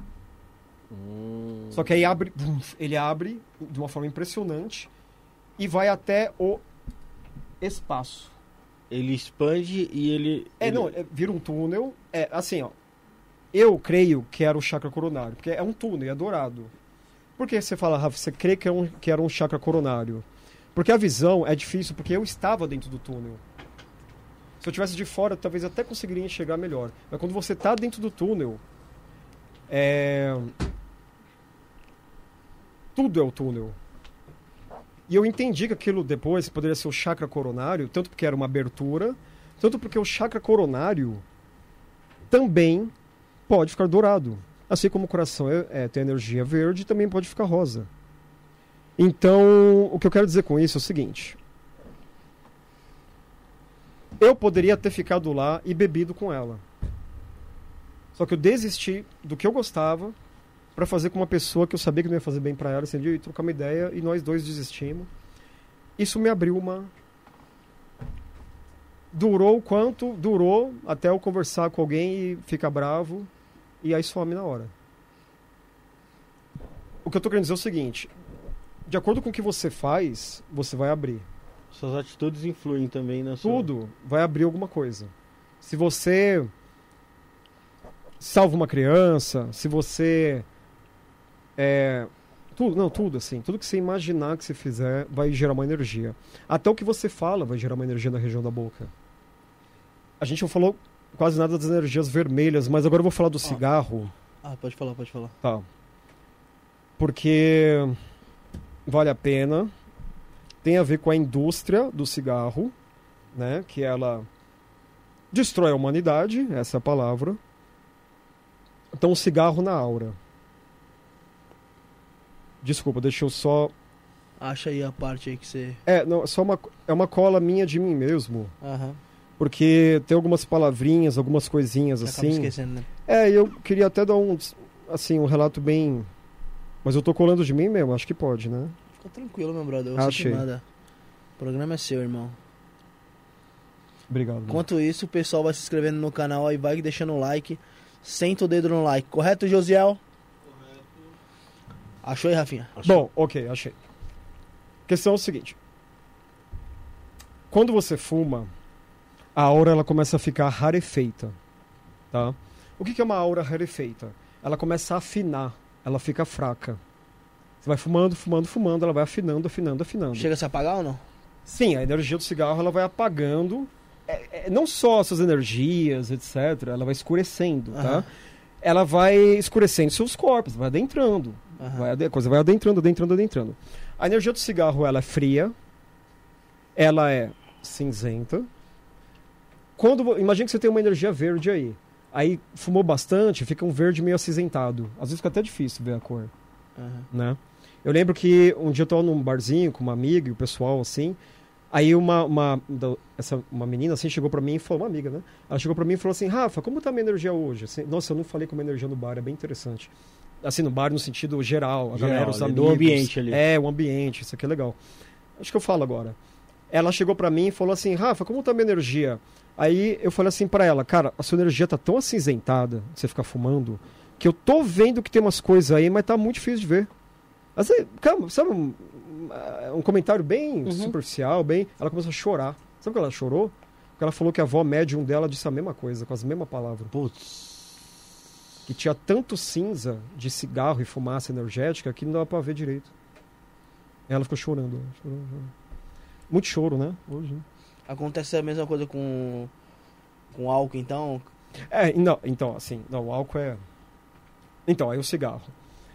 Hum. Só que aí abre, ele abre de uma forma impressionante e vai até o espaço. Ele expande e ele... É, ele... não, é, vira um túnel. É, assim, ó. Eu creio que era o chakra coronário, porque é um túnel, é dourado. Por que você fala, Rafa, você crê que, é um, que era um chakra coronário? Porque a visão é difícil, porque eu estava dentro do túnel. Se eu tivesse de fora, talvez até conseguiria enxergar melhor. Mas quando você está dentro do túnel, é... tudo é o túnel. E eu entendi que aquilo depois poderia ser o chakra coronário, tanto porque era uma abertura, tanto porque o chakra coronário também pode ficar dourado. Assim como o coração é, é, tem energia verde, também pode ficar rosa. Então, o que eu quero dizer com isso é o seguinte. Eu poderia ter ficado lá e bebido com ela. Só que eu desisti do que eu gostava para fazer com uma pessoa que eu sabia que não ia fazer bem para ela, assim, e trocar uma ideia, e nós dois desistimos. Isso me abriu uma... Durou quanto? Durou até eu conversar com alguém e ficar bravo, e aí some na hora. O que eu tô querendo dizer é o seguinte, de acordo com o que você faz, você vai abrir. Suas atitudes influem também na sua... Tudo vai abrir alguma coisa. Se você salva uma criança, se você... É, tudo, não, tudo assim. Tudo que você imaginar que você fizer vai gerar uma energia. Até o que você fala vai gerar uma energia na região da boca. A gente não falou quase nada das energias vermelhas, mas agora eu vou falar do cigarro. Ah, pode falar, pode falar. Tá. Porque vale a pena. Tem a ver com a indústria do cigarro, né? Que ela destrói a humanidade, essa é a palavra. Então, o cigarro na aura. Desculpa, deixa eu só... Acha aí a parte aí que você... É, não, só uma, é uma cola minha de mim mesmo. Aham. Porque tem algumas palavrinhas, algumas coisinhas Você assim. acaba esquecendo, né? É, eu queria até dar um, assim, um relato bem... Mas eu tô colando de mim mesmo, acho que pode, né? Fica tranquilo, meu brother. Eu Achei. sei nada. O programa é seu, irmão. Obrigado. Enquanto isso, o pessoal vai se inscrevendo no canal aí, vai deixando o like. Senta o dedo no like. Correto, Josiel? Correto. Achou aí, Rafinha? Bom, ok, achei. A questão é o seguinte. Quando você fuma, a aura ela começa a ficar rarefeita, tá? O que que é uma aura rarefeita? Ela começa a afinar, ela fica fraca. Você vai fumando, fumando, fumando, ela vai afinando, afinando, afinando. Chega a se apagar ou não? Sim, a energia do cigarro ela vai apagando, é, é, não só as suas energias, etcétera, ela vai escurecendo, tá? Aham. Ela vai escurecendo seus corpos, vai adentrando, Aham. vai, ade- a coisa vai adentrando, adentrando, adentrando. A energia do cigarro ela é fria, ela é cinzenta. Quando vo- imagina que você tem uma energia verde aí, aí fumou bastante, fica um verde meio acinzentado. Às vezes fica até difícil ver a cor, Aham. né? Eu lembro que um dia eu tava num barzinho com uma amiga e o pessoal, assim, aí uma, uma, da- essa, uma menina, assim, chegou pra mim e falou, uma amiga, né? Ela chegou pra mim e falou assim, Rafa, como tá a minha energia hoje? Assim, nossa, eu não falei com a minha energia no bar, é bem interessante. Assim, no bar no sentido geral, a Geral, galera, os ali, amigos. do ambiente ali. É, o ambiente, isso aqui é legal. Acho que eu falo agora. Ela chegou pra mim e falou assim, Rafa, como tá a minha energia? Aí eu falei assim pra ela, cara, a sua energia tá tão acinzentada, você ficar fumando, que eu tô vendo que tem umas coisas aí, mas tá muito difícil de ver. Assim, calma, sabe um, um comentário bem Uhum. superficial, bem... Ela começou a chorar. Sabe por que ela chorou? Porque ela falou que a avó médium dela disse a mesma coisa, com as mesmas palavras. Putz. Que tinha tanto cinza de cigarro e fumaça energética que não dava pra ver direito. Ela ficou chorando. chorando, chorando. Muito choro, né? Hoje, né? Acontece a mesma coisa com, com álcool, então. É, não, então, assim, não, o álcool é... Então, aí o cigarro.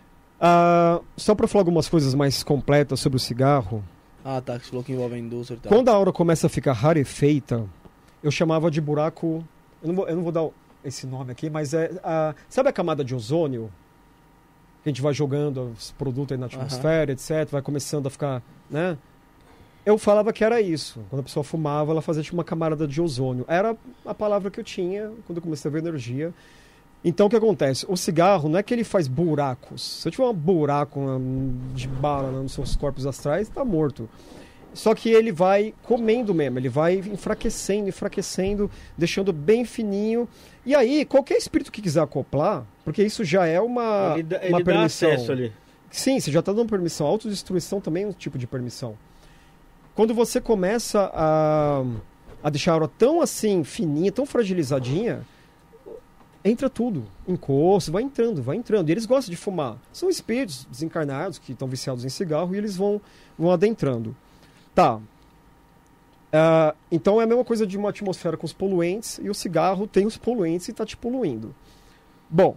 Ah, só pra falar algumas coisas mais completas sobre o cigarro, Ah, tá, que você falou que envolve a indústria e tal. quando a aura começa a ficar rarefeita, eu chamava de buraco... Eu não vou, eu não vou dar esse nome aqui, mas é... A, sabe a camada de ozônio? Que a gente vai jogando os produtos aí na atmosfera, etcétera, vai começando a ficar, né? Eu falava que era isso. Quando a pessoa fumava, ela fazia tipo uma camada de ozônio. Era a palavra que eu tinha quando eu comecei a ver energia. Então, o que acontece? O cigarro não é que ele faz buracos. Se eu tiver um buraco hum, de bala nos seus corpos astrais, tá morto. Só que ele vai comendo mesmo, ele vai enfraquecendo, enfraquecendo, deixando bem fininho. E aí, qualquer espírito que quiser acoplar, porque isso já é uma, Ele dá, uma ele dá permissão. acesso ali. Sim, você já está dando permissão. A autodestruição também é um tipo de permissão. Quando você começa a, a deixar a aura tão assim, fininha, tão fragilizadinha, entra tudo. Encosto, vai entrando, vai entrando. E eles gostam de fumar. São espíritos desencarnados que estão viciados em cigarro e eles vão, vão adentrando. Tá. Ah, então é a mesma coisa de uma atmosfera com os poluentes e o cigarro tem os poluentes e está te poluindo. Bom,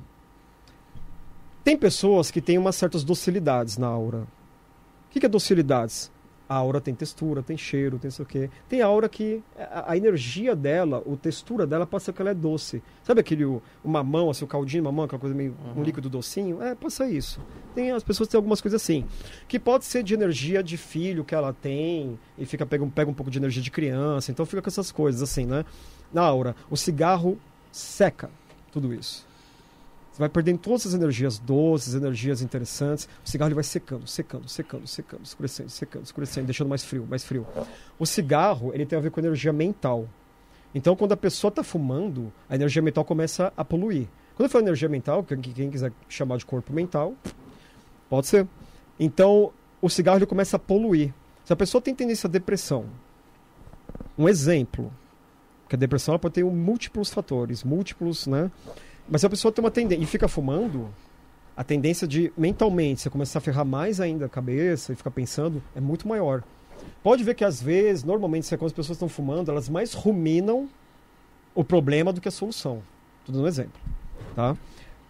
tem pessoas que têm umas certas docilidades na aura. O que, que é docilidades? A aura tem textura, tem cheiro, tem sei o quê. Tem aura que a, a energia dela, a textura dela passa que ela é doce. Sabe aquele o, o mamão, assim, o caldinho de mamão, aquela coisa meio um líquido docinho? É, passa isso. Tem, as pessoas têm algumas coisas assim. Que pode ser de energia de filho que ela tem e fica pega, um- pega um pouco de energia de criança. Então fica com essas coisas assim, né? Na aura. O cigarro seca tudo isso. Você vai perdendo todas as energias doces, energias interessantes. O cigarro ele vai secando, secando, secando, secando, escurecendo, secando, escurecendo, deixando mais frio, mais frio. O cigarro ele tem a ver com energia mental. Então, quando a pessoa está fumando, a energia mental começa a poluir. Quando eu falo energia mental, quem, quem quiser chamar de corpo mental, pode ser. Então, o cigarro ele começa a poluir. Se a pessoa tem tendência à depressão, um exemplo, que a depressão ela pode ter múltiplos fatores, múltiplos, né? Mas se a pessoa tem uma tendência e fica fumando, a tendência de mentalmente você começar a ferrar mais ainda a cabeça e ficar pensando é muito maior. Pode ver que às vezes, normalmente, quando as pessoas estão fumando, elas mais ruminam o problema do que a solução. Estou dando um exemplo. Tá?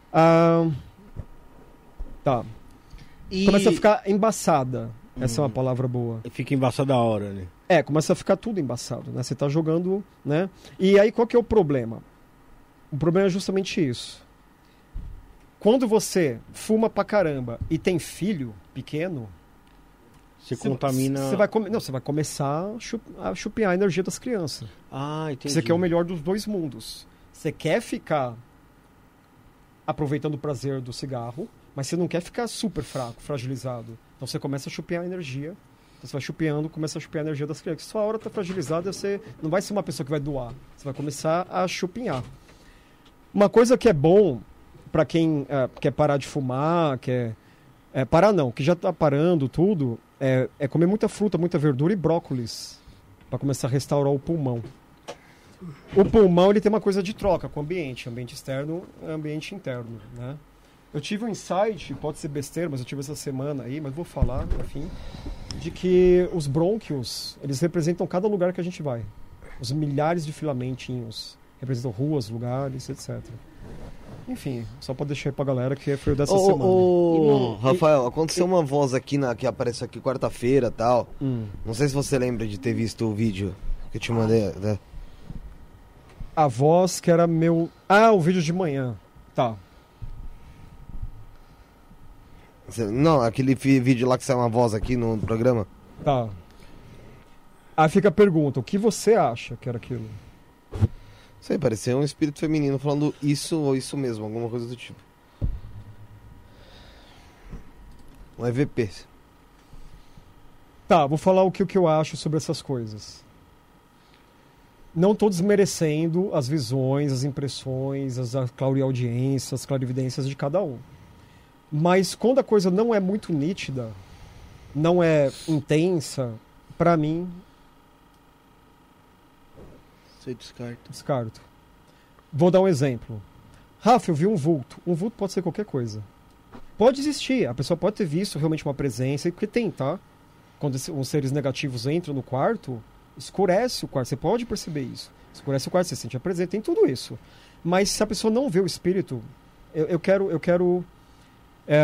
Ah, tá. E... Começa a ficar embaçada. Essa Hum. é uma palavra boa. Fica embaçada a hora, né? É, começa a ficar tudo embaçado, né? Você tá jogando, né? E aí qual que é o problema? O problema é justamente isso. Quando você fuma pra caramba e tem filho pequeno, Você contamina... Você vai, come... Não, você vai começar a, chup... a chupinhar a energia das crianças. Ah, entendi. Você quer o melhor dos dois mundos. Você quer ficar aproveitando o prazer do cigarro, mas você não quer ficar super fraco, fragilizado. Então você começa a chupinhar a energia. Então você vai chupeando, começa a chupinhar a energia das crianças. Sua hora está fragilizada, você não vai ser uma pessoa que vai doar. Você vai começar a chupinhar. Uma coisa que é bom para quem é, quer parar de fumar, quer... É, parar não, que já está parando tudo, é, é comer muita fruta, muita verdura e brócolis. Para começar a restaurar o pulmão. O pulmão ele tem uma coisa de troca com o ambiente. Ambiente externo é ambiente interno, né? Eu tive um insight, pode ser besteira, mas eu tive essa semana aí, mas vou falar, enfim, de que os brônquios, eles representam cada lugar que a gente vai. Os milhares de filamentinhos representam ruas, lugares, etcétera. Enfim, só pra deixar aí pra galera que foi o dessa Ô, semana. ô, E- Rafael, aconteceu uma voz aqui na, que apareceu aqui quarta-feira e tal. Hum. Não sei se você lembra de ter visto o vídeo que eu te mandei, né? A voz que era meu... Ah, o vídeo de manhã. Tá. Você- Não, aquele fi- vídeo lá que saiu uma voz aqui no programa. Tá. Aí fica a pergunta, o que você acha que era aquilo? Sei, parecia um espírito feminino falando isso ou isso mesmo, alguma coisa do tipo. Um E V P. Tá, vou falar o que, o que eu acho sobre essas coisas. Não estou desmerecendo as visões, as impressões, as a clareaudiências, as clarividências de cada um. Mas quando a coisa não é muito nítida, não é intensa, pra mim, Você descarta. descarto. Vou dar um exemplo. Rafa, eu vi um vulto. Um vulto pode ser qualquer coisa. Pode existir. A pessoa pode ter visto realmente uma presença, porque tem, tá? Quando esse- os seres negativos entram no quarto, escurece o quarto. Você pode perceber isso. Escurece o quarto, você sente a presença, tem tudo isso. Mas se a pessoa não vê o espírito, eu, eu quero... Eu quero é,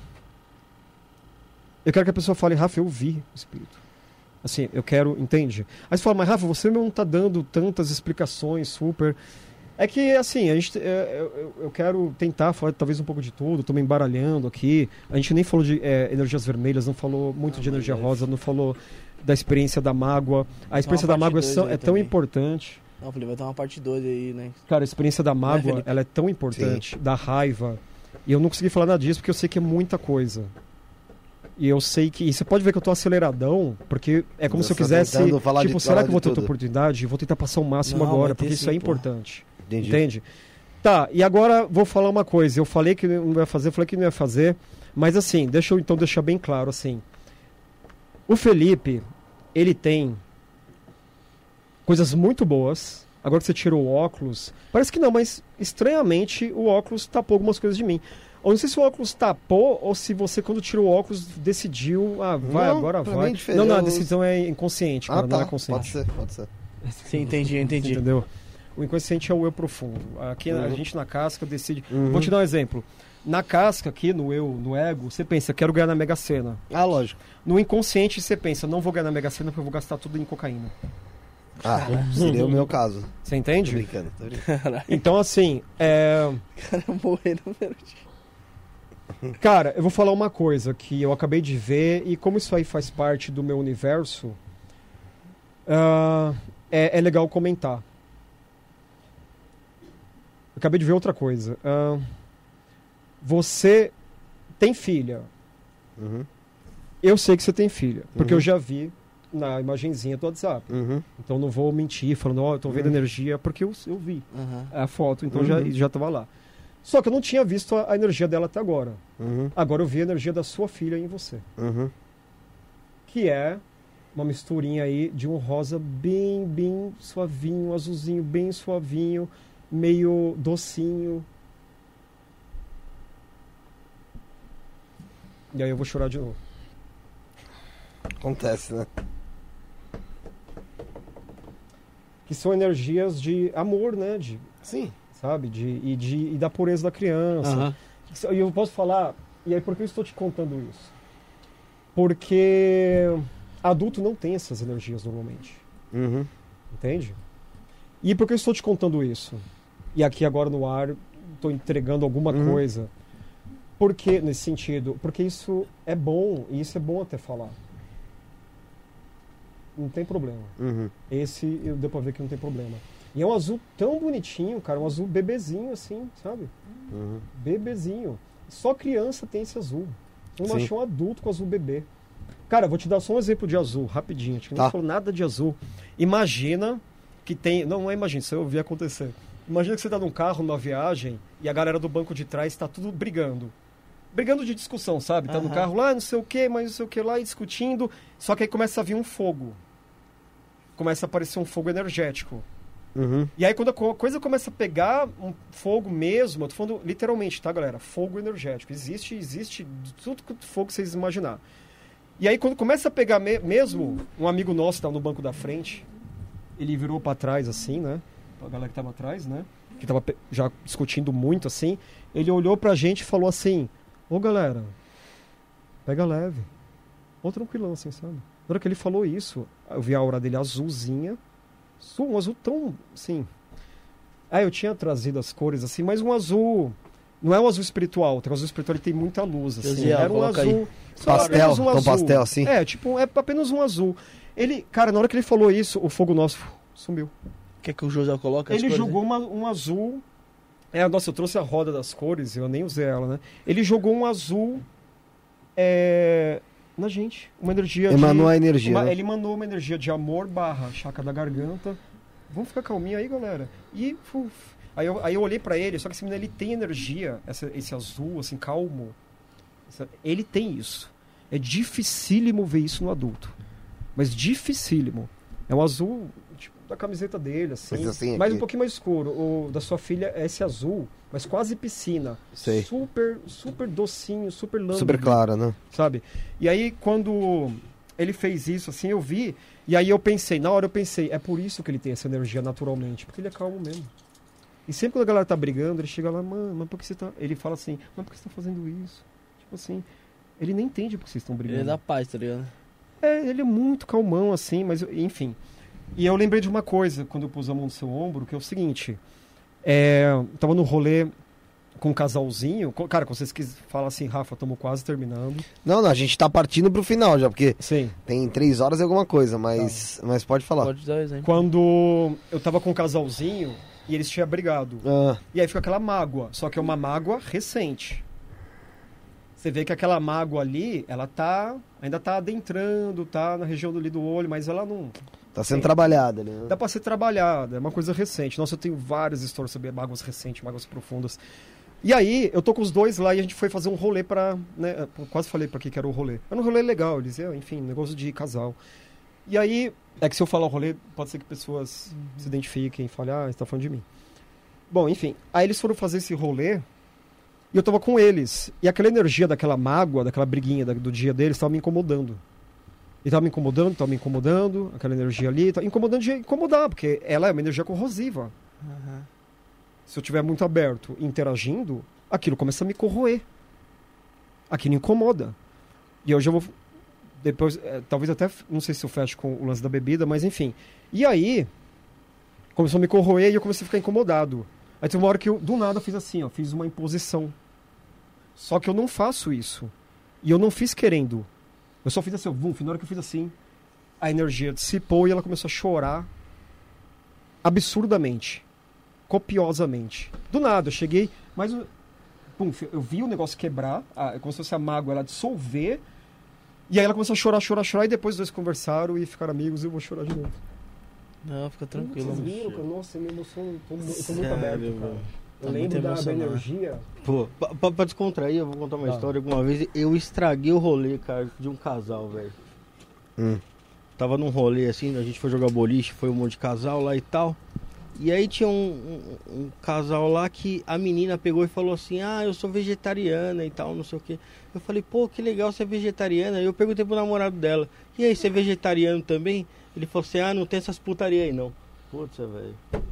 eu quero que a pessoa fale, Rafa, eu vi o espírito. Assim, eu quero, entende? Aí você fala, mas Rafa, você não tá dando tantas explicações super... É que, assim, a gente, é, eu, eu quero tentar falar talvez um pouco de tudo, tô me embaralhando aqui. A gente nem falou de é, energias vermelhas, não falou muito de energia rosa, não falou da experiência da mágoa. A experiência da parte mágoa é, dois são- aí é tão também. importante. Não, falei, vai ter uma parte dois aí, né? Cara, a experiência da mágoa, Felipe? ela é tão importante, da raiva. E eu não consegui falar nada disso porque eu sei que é muita coisa. E eu sei que... E você pode ver que eu tô aceleradão, porque é como Você se eu tá quisesse... tentando falar Tipo, de- será falar que eu vou de ter outra tudo. oportunidade? Vou tentar passar o máximo Não, agora, vai ter porque isso sim, é pô. importante. Entendi. Entende? Tá, e agora vou falar uma coisa. Eu falei que não ia fazer, eu falei que não ia fazer. Mas assim, deixa eu então deixar bem claro assim. O Felipe, ele tem coisas muito boas. Agora que você tirou o óculos, parece que não, mas estranhamente o óculos tapou algumas coisas de mim. Eu não sei se o óculos tapou ou se você, quando tirou o óculos, decidiu, ah, vai, Não, agora pra vai. mim é diferente. Não, não, a Eu- decisão é inconsciente, cara, Ah, não é tá. consciente. Pode ser, pode ser. Sim, entendi, entendi. Entendeu? O inconsciente é o eu profundo. Aqui a Uhum. gente na casca decide. Uhum. Vou te dar um exemplo. Na casca, aqui no eu, no ego, você pensa, quero ganhar na Mega Sena. Ah, lógico. No inconsciente, você pensa, não vou ganhar na Mega Sena porque eu vou gastar tudo em cocaína. Ah, seria o meu caso. Você Tô entende? brincando, tô brincando. Caralho, Então, assim, é... cara morrendo, velho. cara, eu vou falar uma coisa que eu acabei de ver e como isso aí faz parte do meu universo, ah, é, é legal comentar. Eu acabei de ver outra coisa. Ah, você tem filha. Uhum, Eu sei que você tem filha, porque Uhum. eu já vi na imagenzinha do WhatsApp. uhum. Então não vou mentir falando, ó, eu tô vendo Uhum. energia, porque eu, eu vi Aham. a foto, então Uhum. já, já tava lá. Só que eu não tinha visto a, a energia dela até agora. Uhum, Agora eu vi a energia da sua filha em você. uhum. Que é uma misturinha aí de um rosa bem, bem suavinho, um azulzinho bem suavinho, meio docinho. E aí eu vou chorar de novo. Acontece, né? Que são energias de amor, né? De, Sim. sabe? De, e, de, e da pureza da criança. Aham. E eu posso falar, e aí por que eu estou te contando isso? Porque adulto não tem essas energias normalmente, Uhum. entende? E por que eu estou te contando isso? E aqui agora no ar, estou entregando alguma Uhum. coisa. Por que nesse sentido? Porque isso é bom, e isso é bom até falar. Não tem problema. Uhum. Esse eu deu pra ver que não tem problema. E é um azul tão bonitinho, cara, um azul bebezinho assim, sabe? Uhum. Bebezinho. Só criança tem esse azul. Eu não Sim. achei um adulto com azul bebê. Cara, vou te dar só um exemplo de azul, rapidinho. Acho que não Tá. falou nada de azul. Imagina que tem... Não, não é imagina, isso eu vi acontecer. Imagina que você tá num carro, numa viagem, e a galera do banco de trás tá tudo brigando. Brigando de discussão, sabe? Tá no Aham. carro lá, não sei o que, mas não sei o que lá, e discutindo. Só que aí começa a vir um fogo. Começa a aparecer um fogo energético. Uhum. E aí quando a co- coisa começa a pegar um fogo mesmo, eu tô falando literalmente, tá, galera? Fogo energético. Existe, existe tudo quanto fogo que vocês imaginar. E aí quando começa a pegar me- mesmo, um amigo nosso que tava no banco da frente, ele virou pra trás assim, né? A galera que tava atrás, né? Que tava pe- já discutindo muito assim. Ele olhou pra gente e falou assim: ô galera, pega leve. Ô tranquilão assim, sabe? Na hora que ele falou isso, eu vi a aura dele azulzinha. Azul, um azul tão, assim... Ah, eu tinha trazido as cores, assim, mas um azul... Não é um azul espiritual, o azul espiritual ele tem muita luz, assim. Desiel, Era um coloca azul... aí. só Pastel, apenas um tom azul. pastel, assim? É, tipo, é apenas um azul. Ele, cara, na hora que ele falou isso, o fogo nosso sumiu. Quer que o José coloque as Ele cores, jogou né? uma- um azul... É, nossa, eu trouxe a roda das cores, eu nem usei ela, né? Ele jogou um azul... É... Na gente, uma energia Emanou de... a energia. Uma- né? ele mandou uma energia de amor barra chácara da garganta. Vamos ficar calminho aí, galera. E uf, aí, eu, aí eu olhei pra ele, só que esse menino ele tem energia, essa- esse azul, assim, calmo. Essa- ele tem isso. É dificílimo ver isso no adulto. Mas dificílimo. É um azul, tipo, da camiseta dele, assim. Mas assim, mas aqui- um pouquinho mais escuro. O da sua filha é esse azul, mas quase piscina. Sei. Super, super docinho, super lâmpada Super clara, né? sabe? E aí, quando ele fez isso, assim, eu vi, e aí eu pensei, na hora eu pensei, é por isso que ele tem essa energia naturalmente, porque ele é calmo mesmo. E sempre quando a galera tá brigando, ele chega lá, mano, mas por que você tá... Ele fala assim, mas por que você tá fazendo isso? Tipo assim, ele nem entende por que vocês estão brigando. Ele é da paz, tá ligado? É, ele é muito calmão, assim, mas eu- enfim. E eu lembrei de uma coisa, quando eu pus a mão no seu ombro, que é o seguinte, é, eu tava no rolê com um casalzinho, co- cara, quando vocês quis falar assim, Rafa, estamos quase terminando. Não, não, a gente tá partindo pro final já, porque Sim. tem três horas e alguma coisa, mas, mas pode falar. Pode dar o exemplo. Quando eu tava com um casalzinho e eles tinham brigado. Ah, E aí fica aquela mágoa, só que é uma mágoa recente. Você vê que aquela mágoa ali, ela tá, ainda tá adentrando, tá na região do, ali do olho, mas ela não... tá sendo Sim. trabalhada ali, né? Dá pra ser trabalhada, é uma coisa recente. Nossa, eu tenho várias histórias sobre mágoas recentes, mágoas profundas. E aí, eu tô com os dois lá e a gente foi fazer um rolê pra... Né, eu quase falei pra que que era o rolê. Era um rolê legal, eles iam, enfim, um negócio de casal. E aí, é que se eu falar o rolê, pode ser que pessoas se identifiquem e falem, ah, você tá falando de mim. Bom, enfim, aí eles foram fazer esse rolê e eu tava com eles. E aquela energia daquela mágoa, daquela briguinha da- do dia deles, tava me incomodando. E tava me incomodando, tava me incomodando, aquela energia ali, tava incomodando de incomodar, porque ela é uma energia corrosiva. Aham. Se eu tiver muito aberto interagindo, aquilo começa a me corroer. Aquilo incomoda. E eu já vou... Depois, eh, talvez até, não sei se eu fecho com o lance da bebida, mas enfim. E aí, começou a me corroer e eu comecei a ficar incomodado. Aí teve uma hora que eu, do nada, fiz assim, ó, fiz uma imposição. Só que eu não faço isso. E eu não fiz querendo. Eu só fiz assim, ó, vum, na hora que eu fiz assim, a energia dissipou e ela começou a chorar absurdamente. Copiosamente. Do nada, eu cheguei, mas eu- pum, eu vi o negócio quebrar, a, como se fosse a mágoa, ela dissolver, e aí ela começou a chorar, chorar, chorar, e depois os dois conversaram e ficaram amigos, e eu vou chorar de novo. Não, fica tranquilo. Vocês mano. viram, cara? Nossa, me emociono, tô, mu- eu tô muito Sério, aberto, cara. mano. Eu Tá lembro muito da, da emocionado. energia. Pô, pra, pra- pra descontrair, eu vou contar uma Tá. história. Alguma vez eu estraguei o rolê, cara, de um casal, velho. Hum. Tava num rolê assim, a gente foi jogar boliche, foi um monte de casal lá e tal. E aí tinha um, um- um casal lá que a menina pegou e falou assim, ah, eu sou vegetariana e tal, não sei o que. Eu falei, pô, que legal ser vegetariana. Aí eu perguntei pro namorado dela, e aí, você é vegetariano também? Ele falou assim, ah, não tem essas putaria aí não. Putz, velho.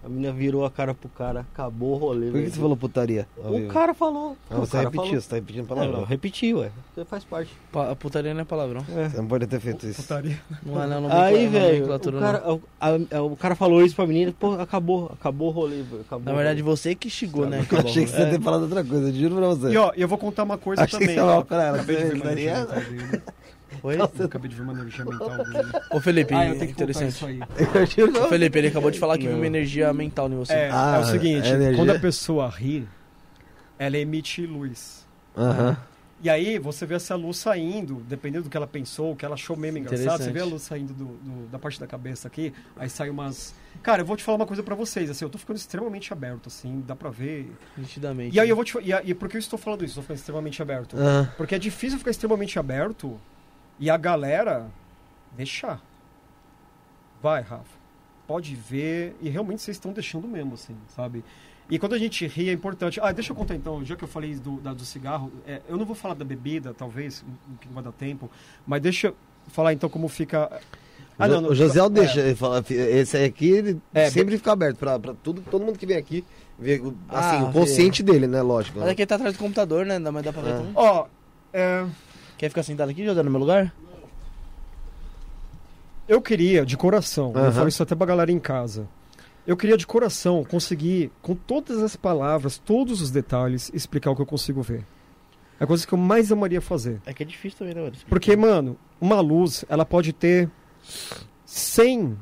A menina virou a cara pro cara, acabou o rolê. Por que velho. você falou putaria? O cara falou. Ah, o você cara repetiu, falou. você tá repetindo Não, palavrão. não, repeti, ué. Você faz parte. Pa- putaria não é palavrão. Você não pode ter feito isso. Putaria. Não é não, não Aí, não, velho, o nomenclatura, cara, não. o, a- a- o cara falou isso pra menina, pô, acabou, acabou o rolê, velho. Acabou Na o verdade, rolê. você que xingou, né? Eu achei que você É. ia ter falado outra coisa, juro pra você. E ó, eu vou contar uma coisa Achei que também. você ia falar pra ela, Acabei de você ver uma daria- energia mental dele. Oi? Eu acabei de ver uma energia mental dele. Ô, Felipe, Ah, eu tenho que contar interessante. isso aí. Eu juro pra Ô, você. Felipe, ele acabou de falar que viu Não. uma energia mental em você. É, Ah, é o seguinte, é energia? quando a pessoa ri, ela emite luz. Aham. E aí você vê essa luz saindo, dependendo do que ela pensou, o que ela achou mesmo engraçado. Você vê a Interessante. luz saindo do, do- da parte da cabeça aqui, aí sai umas... Cara, eu vou te falar uma coisa pra vocês, assim, eu tô ficando extremamente aberto, assim, dá pra ver. Nitidamente. E aí eu vou te e, a- e por que eu estou falando isso? Eu tô ficando extremamente aberto. Aham. Porque é difícil ficar extremamente aberto e a galera deixar. Vai, Rafa. Pode ver. E realmente vocês estão deixando mesmo, assim, sabe? E quando a gente ri é importante. Ah, deixa eu contar então, já que eu falei do, da- do cigarro, é, eu não vou falar da bebida, talvez, que não vai dar tempo, mas deixa eu falar então como fica. Ah, não, não, O José é, deixa, ele fala, esse aí aqui, ele É, sempre fica aberto pra, pra tudo, todo mundo que vem aqui, ver, o- assim, Ah, o consciente dele, né, lógico. Mas é que ele tá atrás do computador, né? Dá- Mas dá pra ver É. também. Ó, é, Quer ficar sentado aqui, José, no meu lugar? eu queria, de coração, eu Aham. falo isso até pra galera em casa. Eu queria de coração conseguir, com todas as palavras, todos os detalhes, explicar o que eu consigo ver. É a coisa que eu mais amaria fazer. É que é difícil também, né, mano? Porque, mano, uma luz, ela pode ter cem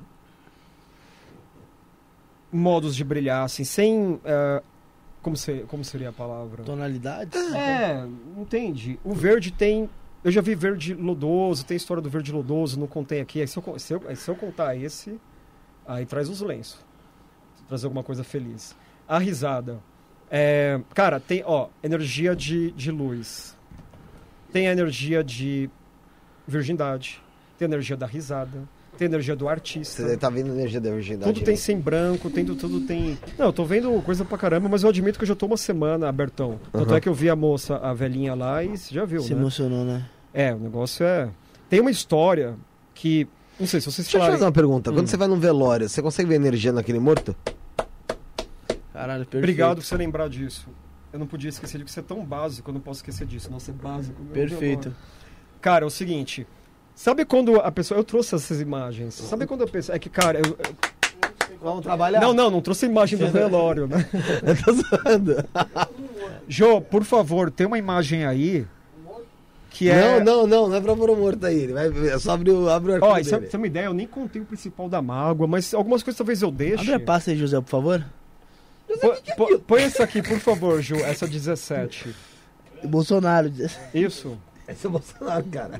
modos de brilhar, assim, cem... eh, como, se- como seria a palavra? Tonalidades? É, entende? O verde tem... Eu já vi verde lodoso, tem história do verde lodoso, não contei aqui. Aí se eu, co- se eu, se eu contar esse, aí traz os lenços. Trazer alguma coisa feliz. A risada. É, cara, tem, ó, energia de, de luz. Tem a energia de virgindade. Tem a energia da risada. Tem a energia do artista. Você tá vendo a energia da virgindade. Tudo tem né? sem branco, tem, tudo tem... Não, eu tô vendo coisa pra caramba, mas eu admito que eu já tô uma semana abertão. Tanto Aham. é que eu vi a moça, a velhinha lá, e você já viu, Se né? emocionou, né? É, o negócio é... Tem uma história que... Não sei, se vocês Deixa eu te falarem... fazer uma pergunta. Hum. Quando você vai num velório, você consegue ver energia naquele morto? Caralho, perfeito. Obrigado por você lembrar disso. Eu não podia esquecer de que você é tão básico, eu não posso esquecer disso. Nossa, é básico. meu Perfeito. Deus. Cara, é o seguinte... Sabe quando a pessoa... Eu trouxe essas imagens. Sabe quando a pessoa... É que, cara... Eu... Vamos trabalhar? Não, não, não trouxe a imagem do velório, né? Eu tô zoando. Jô, por favor, tem uma imagem aí... Que é... Não, não, não, não é pra pôr o morto aí. Ele vai, é só abrir o, abre o arquivo Ó, isso é, dele. você tem uma ideia, eu nem contei o principal da mágoa, mas algumas coisas talvez eu deixe. Abre a pasta aí, José, por favor. Pô- pô- Põe essa aqui, por favor, Ju, essa dezessete. Bolsonaro. Isso. Esse é o Bolsonaro, cara.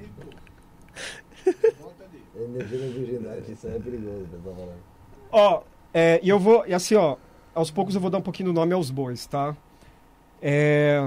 Energia da virgindade, isso é perigoso, eu tô falando. Ó, é, e eu vou, e assim, ó, aos poucos eu vou dar um pouquinho do nome aos bois, tá? É...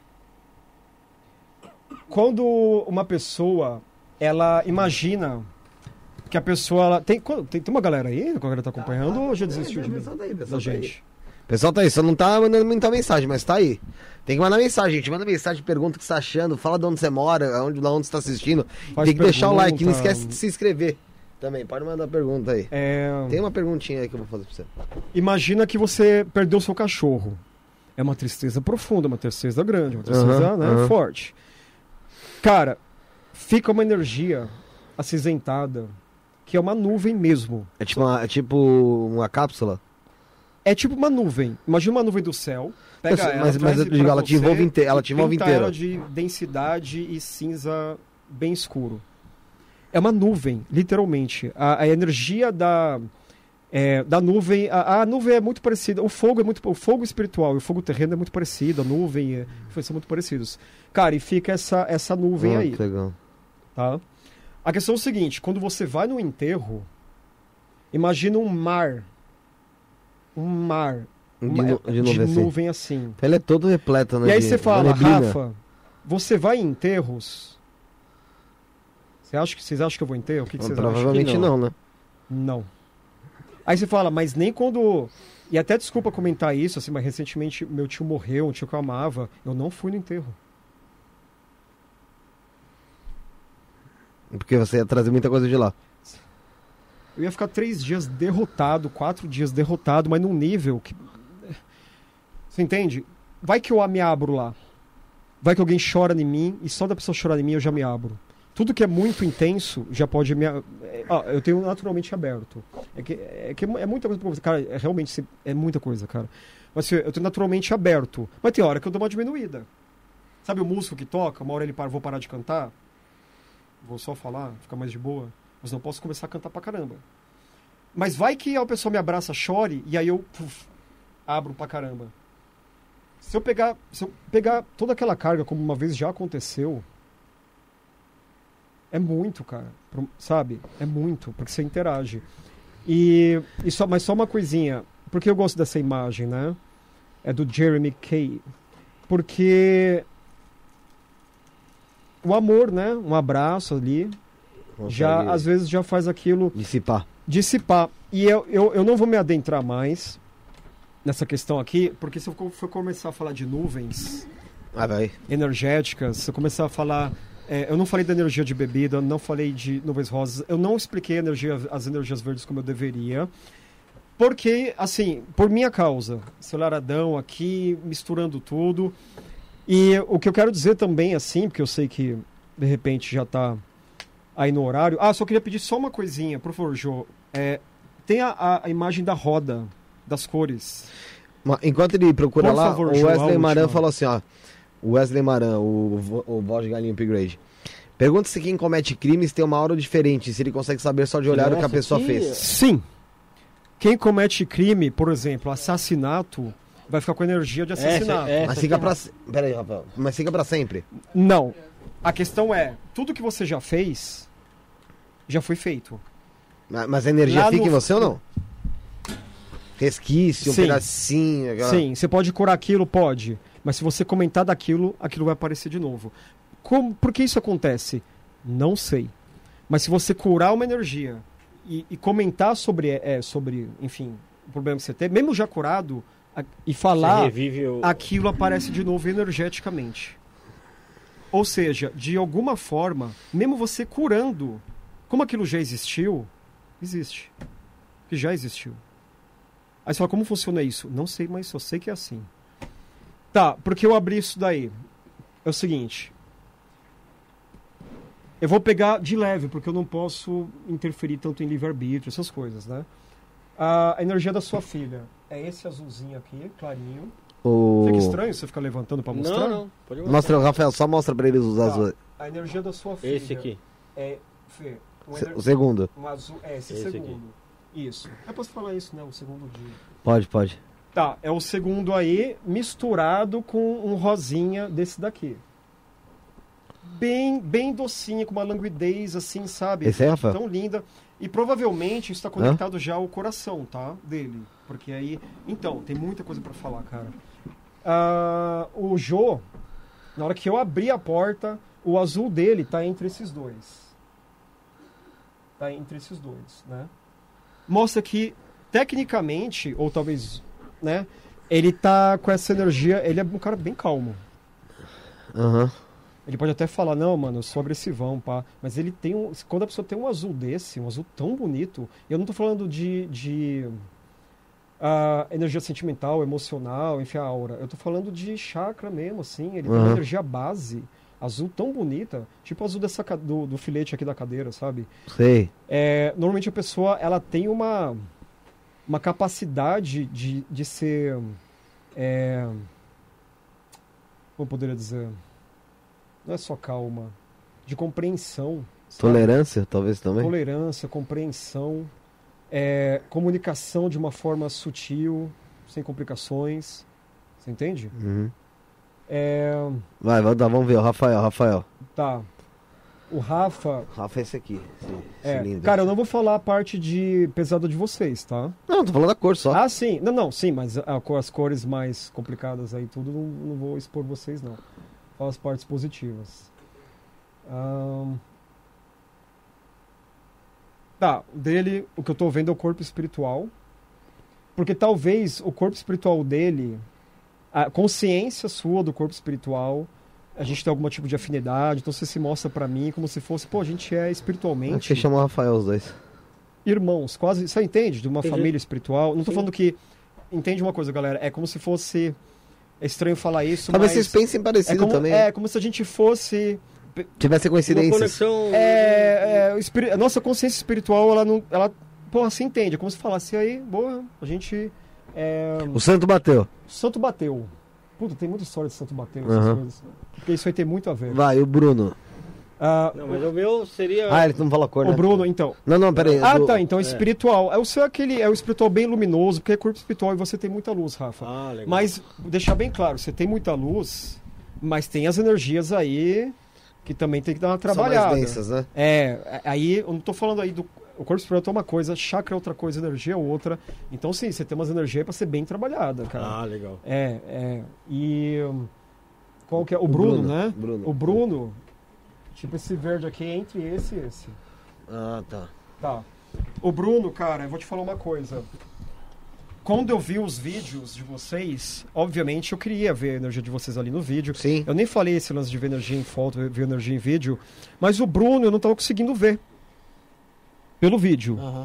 Quando uma pessoa, ela imagina que a pessoa, ela, tem, tem, tem uma galera aí, que a galera tá acompanhando, ou já desistiu de mim? Pessoal tá aí, Da pessoal tá aí. gente. Pessoal tá aí, só não tá mandando muita mensagem, mas tá aí. Tem que mandar mensagem, gente. Manda mensagem, pergunta o que você tá achando, fala de onde você mora, onde, lá onde você tá assistindo. Faz Tem que deixar o like, não pergunta. esquece de se inscrever. Também, pode mandar pergunta aí. É... Tem uma perguntinha aí que eu vou fazer pra você. Imagina que você perdeu seu cachorro. É uma tristeza profunda, uma tristeza grande, uma tristeza Aham, né, aham. forte. Cara, fica uma energia acinzentada, que é uma nuvem mesmo. É tipo uma, é tipo uma cápsula? É tipo uma nuvem. Imagina uma nuvem do céu. Pega Eu sei, ela, mas- mas traz eu pra digo, ela te você envolve inte- ela e te envolve pinta inteira. ela de densidade e cinza bem escuro. É uma nuvem, literalmente. A, a energia da, é, da nuvem... A, a nuvem é muito parecida. O fogo é muito... O fogo espiritual e o fogo terreno é muito parecido. A nuvem é, são muito parecidos. Cara, e fica essa, essa nuvem Ah, aí. que legal. Tá? A questão é o seguinte, quando você vai no enterro, imagina um mar. Um mar. De, uma- nu- de nuvem, assim. nuvem assim. Ele é todo repleto, né? E aí de- você da fala, neblina. Rafa, você vai em enterros? Você acha que, vocês acham que eu vou em enterro? O que, que Ah, vocês provavelmente acham? não. né? Não. Aí você fala, mas nem quando... E até desculpa comentar isso, assim, mas recentemente meu tio morreu, um tio que eu amava. Eu não fui no enterro. Porque você ia trazer muita coisa de lá. eu ia ficar três dias derrotado, quatro dias derrotado, mas num nível que... Você entende? Vai que eu me abro lá. Vai que alguém chora em mim, e só da pessoa chorar em mim eu já me abro. Tudo que é muito intenso já pode me... Ah, eu tenho naturalmente aberto. É que é, que é muita coisa pra você. Cara, é realmente é muita coisa, cara. Mas eu tenho naturalmente aberto. Mas tem hora que eu dou uma diminuída. Sabe o músico que toca? Uma hora ele para, vou parar de cantar. Vou só falar, ficar mais de boa. Mas não posso começar a cantar pra caramba. Mas vai que a pessoa me abraça, chore, e aí eu puf, abro pra caramba. Se eu pegar, se eu pegar toda aquela carga, como uma vez já aconteceu... É muito, cara. Sabe? É muito, porque você interage. E, e só, mas só uma coisinha. Por que eu gosto dessa imagem, né? É do Jeremy Kay. Porque o amor, né? Um abraço ali, Consegue já às vezes já faz aquilo... dissipar. Dissipar. E eu, eu, eu não vou me adentrar mais nessa questão aqui, porque se eu for começar a falar de nuvens Ah, vai. energéticas, se eu começar a falar... É, eu não falei da energia de bebida, não falei de nuvens rosas, eu não expliquei a energia, as energias verdes como eu deveria, porque, assim, por minha causa, aceleradão aqui, misturando tudo, e o que eu quero dizer também, assim, porque eu sei que, de repente, já está aí no horário... Ah, só queria pedir só uma coisinha, por favor, Jô, é, tem a, a, a imagem da roda, das cores. Enquanto ele procura Por lá, favor, o João, Wesley a Maran última. falou assim, ó. O Wesley Maran, o, o voz de galinha upgrade. Pergunta se quem comete crimes tem uma aura diferente, se ele consegue saber só de olhar o que a Nossa, pessoa que- fez. Sim. Quem comete crime, por exemplo, assassinato, vai ficar com energia de assassinato. é. Mas Essa fica aqui pra... se- Pera aí, Rafael. Mas fica pra sempre. Não. A questão é, tudo que você já fez, já foi feito. Mas mas a energia Lá fica no- em você ou não? Resquício, um Sim. pedacinho... aquela- Sim, você pode curar aquilo? Pode. Mas se você comentar daquilo, aquilo vai aparecer de novo. Como, por que isso acontece? Não sei. Mas se você curar uma energia e, e comentar sobre, é, sobre, enfim, o problema que você tem, mesmo já curado, a, e Você falar, revive o... aquilo aparece de novo energeticamente. Ou seja, de alguma forma, mesmo você curando, como aquilo já existiu, existe. Que já existiu. Aí você fala, como funciona isso? Não sei, mas só sei que é assim. Tá, porque eu abri isso daí. É o seguinte. Eu vou pegar de leve, porque eu não posso interferir tanto em livre-arbítrio, essas coisas, né? A energia da sua filha é esse azulzinho aqui, clarinho. O... Fica estranho você ficar levantando pra mostrar? Não, não. Pode mostrar. Mostra, Rafael, só mostra pra eles os Tá. azuis. A energia da sua filha Esse aqui. é... Fê, um, Se- ener- O segundo. um azul... É, esse, Esse segundo. aqui. Isso. Eu posso falar isso, né? O segundo dia. Pode, pode. Tá, é o segundo aí misturado com um rosinha desse daqui. Bem, bem docinho, com uma languidez assim, sabe? Esse aí, Rafael? Tão linda. E provavelmente isso está conectado já ao coração, tá? Dele. Porque aí... Então, tem muita coisa pra falar, cara. Ah, o Jô, na hora que eu abri a porta, o azul dele tá entre esses dois. Tá entre esses dois, né? Mostra que, tecnicamente, ou talvez, né? Ele tá com essa energia... Ele é um cara bem calmo. Aham. Ele pode até falar, não, mano, eu sou agressivão, pá. Mas ele tem um... Quando a pessoa tem um azul desse, um azul tão bonito... Eu não tô falando de... de ah, energia sentimental, emocional, enfim, a aura. Eu tô falando de chakra mesmo, assim. Ele tem uma Uhum. energia base, azul tão bonita. Tipo o azul dessa, ca- do, do filete aqui da cadeira, sabe? Sei. É, normalmente a pessoa, ela tem uma... Uma capacidade de, de ser... É, como eu poderia dizer... Não é só calma, de compreensão. sabe? Tolerância, talvez também. Tolerância, compreensão, é, comunicação de uma forma sutil, sem complicações. Você entende? Uhum. É, Vai, vai, vamos ver. O Rafael, Rafael. tá. O Rafa. Rafa é esse aqui. Esse, É, esse lindo. cara, eu não vou falar a parte de pesada de vocês, tá? Não, tô falando da cor só. Ah, sim. Não, não, sim, mas a- as cores mais complicadas aí, tudo, não, não vou expor vocês, não. Fala as partes positivas. Ahn. Tá, dele, o que eu tô vendo é o corpo espiritual. Porque talvez o corpo espiritual dele, a consciência sua do corpo espiritual, a gente tem algum tipo de afinidade, então você se mostra pra mim como se fosse, pô, a gente é Ah, espiritualmente Você chamou o Rafael os dois. irmãos, quase, você entende? De uma Entendi. família espiritual. Não tô Sim. falando que, entende uma coisa, galera, é como se fosse, é estranho falar isso, Talvez mas... vocês pensem é parecido como, também. é como se a gente fosse... Tivesse Uma coincidências. conexão... É, é, o espiri- a nossa consciência espiritual, ela não... Ela, porra, se entende. É como se falasse aí, boa, a gente... É, O santo bateu. Santo bateu. Puta, tem muita história de Santo bateu, essas Aham. coisas. Porque isso aí tem muito a ver. Vai, o Bruno. Ah, Não, mas o meu seria... Ah, ele não fala cor, né? o Bruno, então... Não, não, peraí. Ah, do- tá, então é. espiritual. É o seu aquele, é o espiritual bem luminoso, porque é corpo espiritual e você tem muita luz, Rafa. Ah, legal. Mas, deixar bem claro, você tem muita luz, mas tem as energias aí que também tem que dar uma São trabalhada. mais densas, né? É, aí eu não tô falando aí do. O corpo espiritual é uma coisa, chakra é outra coisa, energia é outra. Então, sim, você tem umas energias pra ser bem trabalhada, cara. Ah, legal. É, é. E. hum, Qual que é? O Bruno, Bruno, né? Bruno. O Bruno, tipo esse verde aqui é entre esse e esse. Ah, tá. Tá. O Bruno, cara, eu vou te falar uma coisa. Quando eu vi os vídeos de vocês, obviamente eu queria ver a energia de vocês ali no vídeo. Sim. Eu nem falei esse lance de ver energia em foto, ver energia em vídeo. Mas o Bruno eu não tava conseguindo ver. Pelo vídeo. Aham.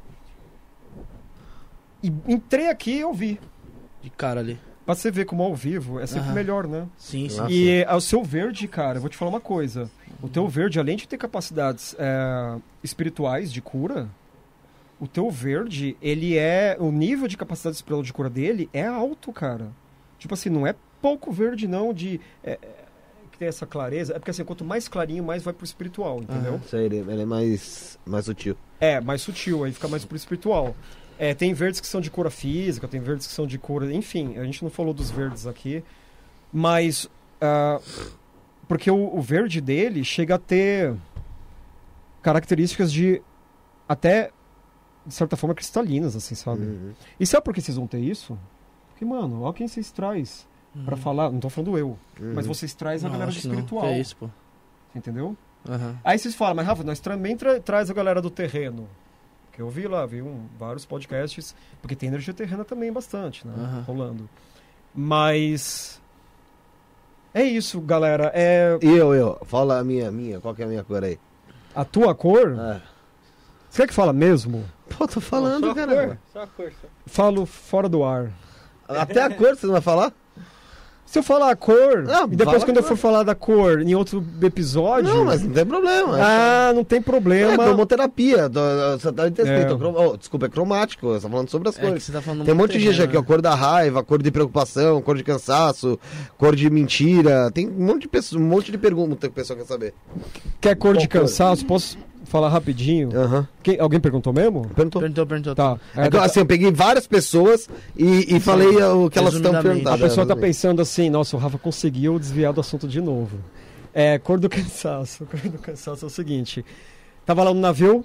E entrei aqui e eu vi. De cara ali. Pra você ver como ao vivo é sempre Aham. melhor, né? Sim, sim. Nossa. E é, o seu verde, cara, eu vou te falar uma coisa. O teu verde, além de ter capacidades é, espirituais de cura, o teu verde, ele é... O nível de capacidade espiritual de cura dele é alto, cara. Tipo assim, não é pouco verde, não, de... É, é, que tem essa clareza. É porque assim, quanto mais clarinho, mais vai pro espiritual, entendeu? Isso aí, ele, ele é mais, mais sutil. É, mais sutil, aí fica mais pro espiritual. É, tem verdes que são de cura física, tem verdes que são de cura... Enfim, a gente não falou dos verdes aqui, mas... ah, porque o, o verde dele chega a ter características de... Até, de certa forma, cristalinas, assim, sabe? Uhum. E sabe por que vocês vão ter isso? Porque, mano, olha quem vocês traz pra falar... Não tô falando eu, Uhum. mas vocês trazem a Não, galera do acho que não. espiritual. Que é isso, pô. Entendeu? Aham. Aí vocês falam, mas Rafa, nós também tra traz a galera do terreno. Que eu vi lá, vi um, vários podcasts, porque tem energia terrena também bastante, né? Aham. Rolando. Mas é isso, galera. É E eu, eu? Fala a minha, minha. Qual que é a minha cor aí? a tua cor. É. Você quer que fala mesmo? Pô, tô falando, só a cara. cor, só a cor. Só. Falo fora do ar. Até a cor você não vai falar? Se eu falar a cor, Não, e depois fala quando eu a for cor. falar da cor em outro episódio. Não, mas não tem problema. Ah, não tem É problema. cromoterapia. tô- Você tá escrito. É. crom- oh, desculpa, é cromático. Você tá falando sobre as É que cores. você tá falando Tem um muito monte de gente terreno, aqui, ó. né? Cor da raiva, cor de preocupação, cor de cansaço, cor de mentira. Tem um monte de pessoa, um monte de perguntas que a pessoa quer saber. Quer cor de Qual cor? cansaço? Posso falar rapidinho? Aham. Quem- alguém perguntou mesmo? Perguntou. Perguntou, perguntou. Tá. É que, assim, eu peguei várias pessoas e, e falei o que elas estão Resumidamente. perguntando. A pessoa tá É, pensando assim, nossa, o Rafa conseguiu desviar do assunto de novo. É, cor do cansaço. Cor do cansaço é o seguinte. Tava lá no navio,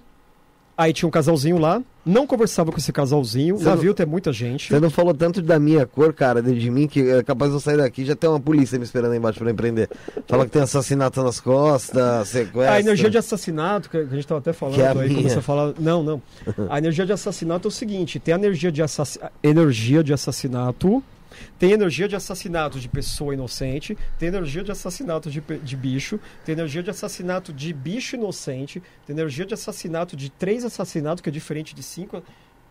aí tinha um casalzinho lá, não conversava com esse casalzinho, Você o navio tem muita gente. Você não falou tanto da minha cor, cara, de de mim, que é capaz de eu sair daqui e já tem uma polícia me esperando aí embaixo pra empreender. Fala que tem assassinato nas costas, sequestro. A energia de assassinato, que a gente tava até falando, Que é a aí minha. começa a falar... Não, não. A energia de assassinato é o seguinte, tem a energia de, assass... energia de assassinato... Tem energia de assassinato de pessoa inocente, tem energia de assassinato de, pe- de bicho, tem energia de assassinato de bicho inocente, tem energia de assassinato de três assassinatos, que é diferente de cinco.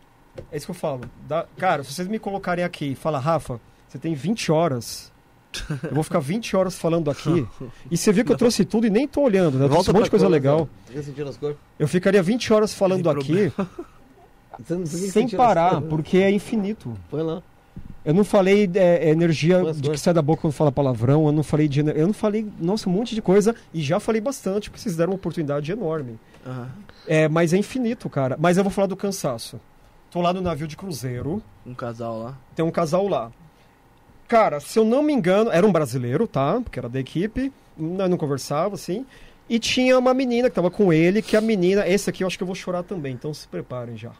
É isso que eu falo. Dá- Cara, se vocês me colocarem aqui e falar, Rafa, você tem vinte horas, eu vou ficar vinte horas falando aqui, e você viu que eu trouxe tudo e nem tô olhando, né? Eu trouxe um monte de pra coisa cor, legal. Zé. Fica sentindo as cores? Eu ficaria vinte horas falando Tem aqui, Você não- por que que sem você tira as parar, cores? porque é infinito. Põe lá. Eu não falei é, energia Mas, de que mas- sai da boca quando fala palavrão, eu não falei de ener- eu não falei, nossa, um monte de coisa e já falei bastante, porque vocês deram uma oportunidade enorme. Aham. É, mas é infinito, cara. Mas eu vou falar do cansaço. Tô lá no navio de cruzeiro, Um casal lá. tem um casal lá. Cara, se eu não me engano, era um brasileiro, tá? Porque era da equipe, nós não conversava, assim. E tinha uma menina que tava com ele, que a menina, esse aqui eu acho que eu vou chorar também, então se preparem já.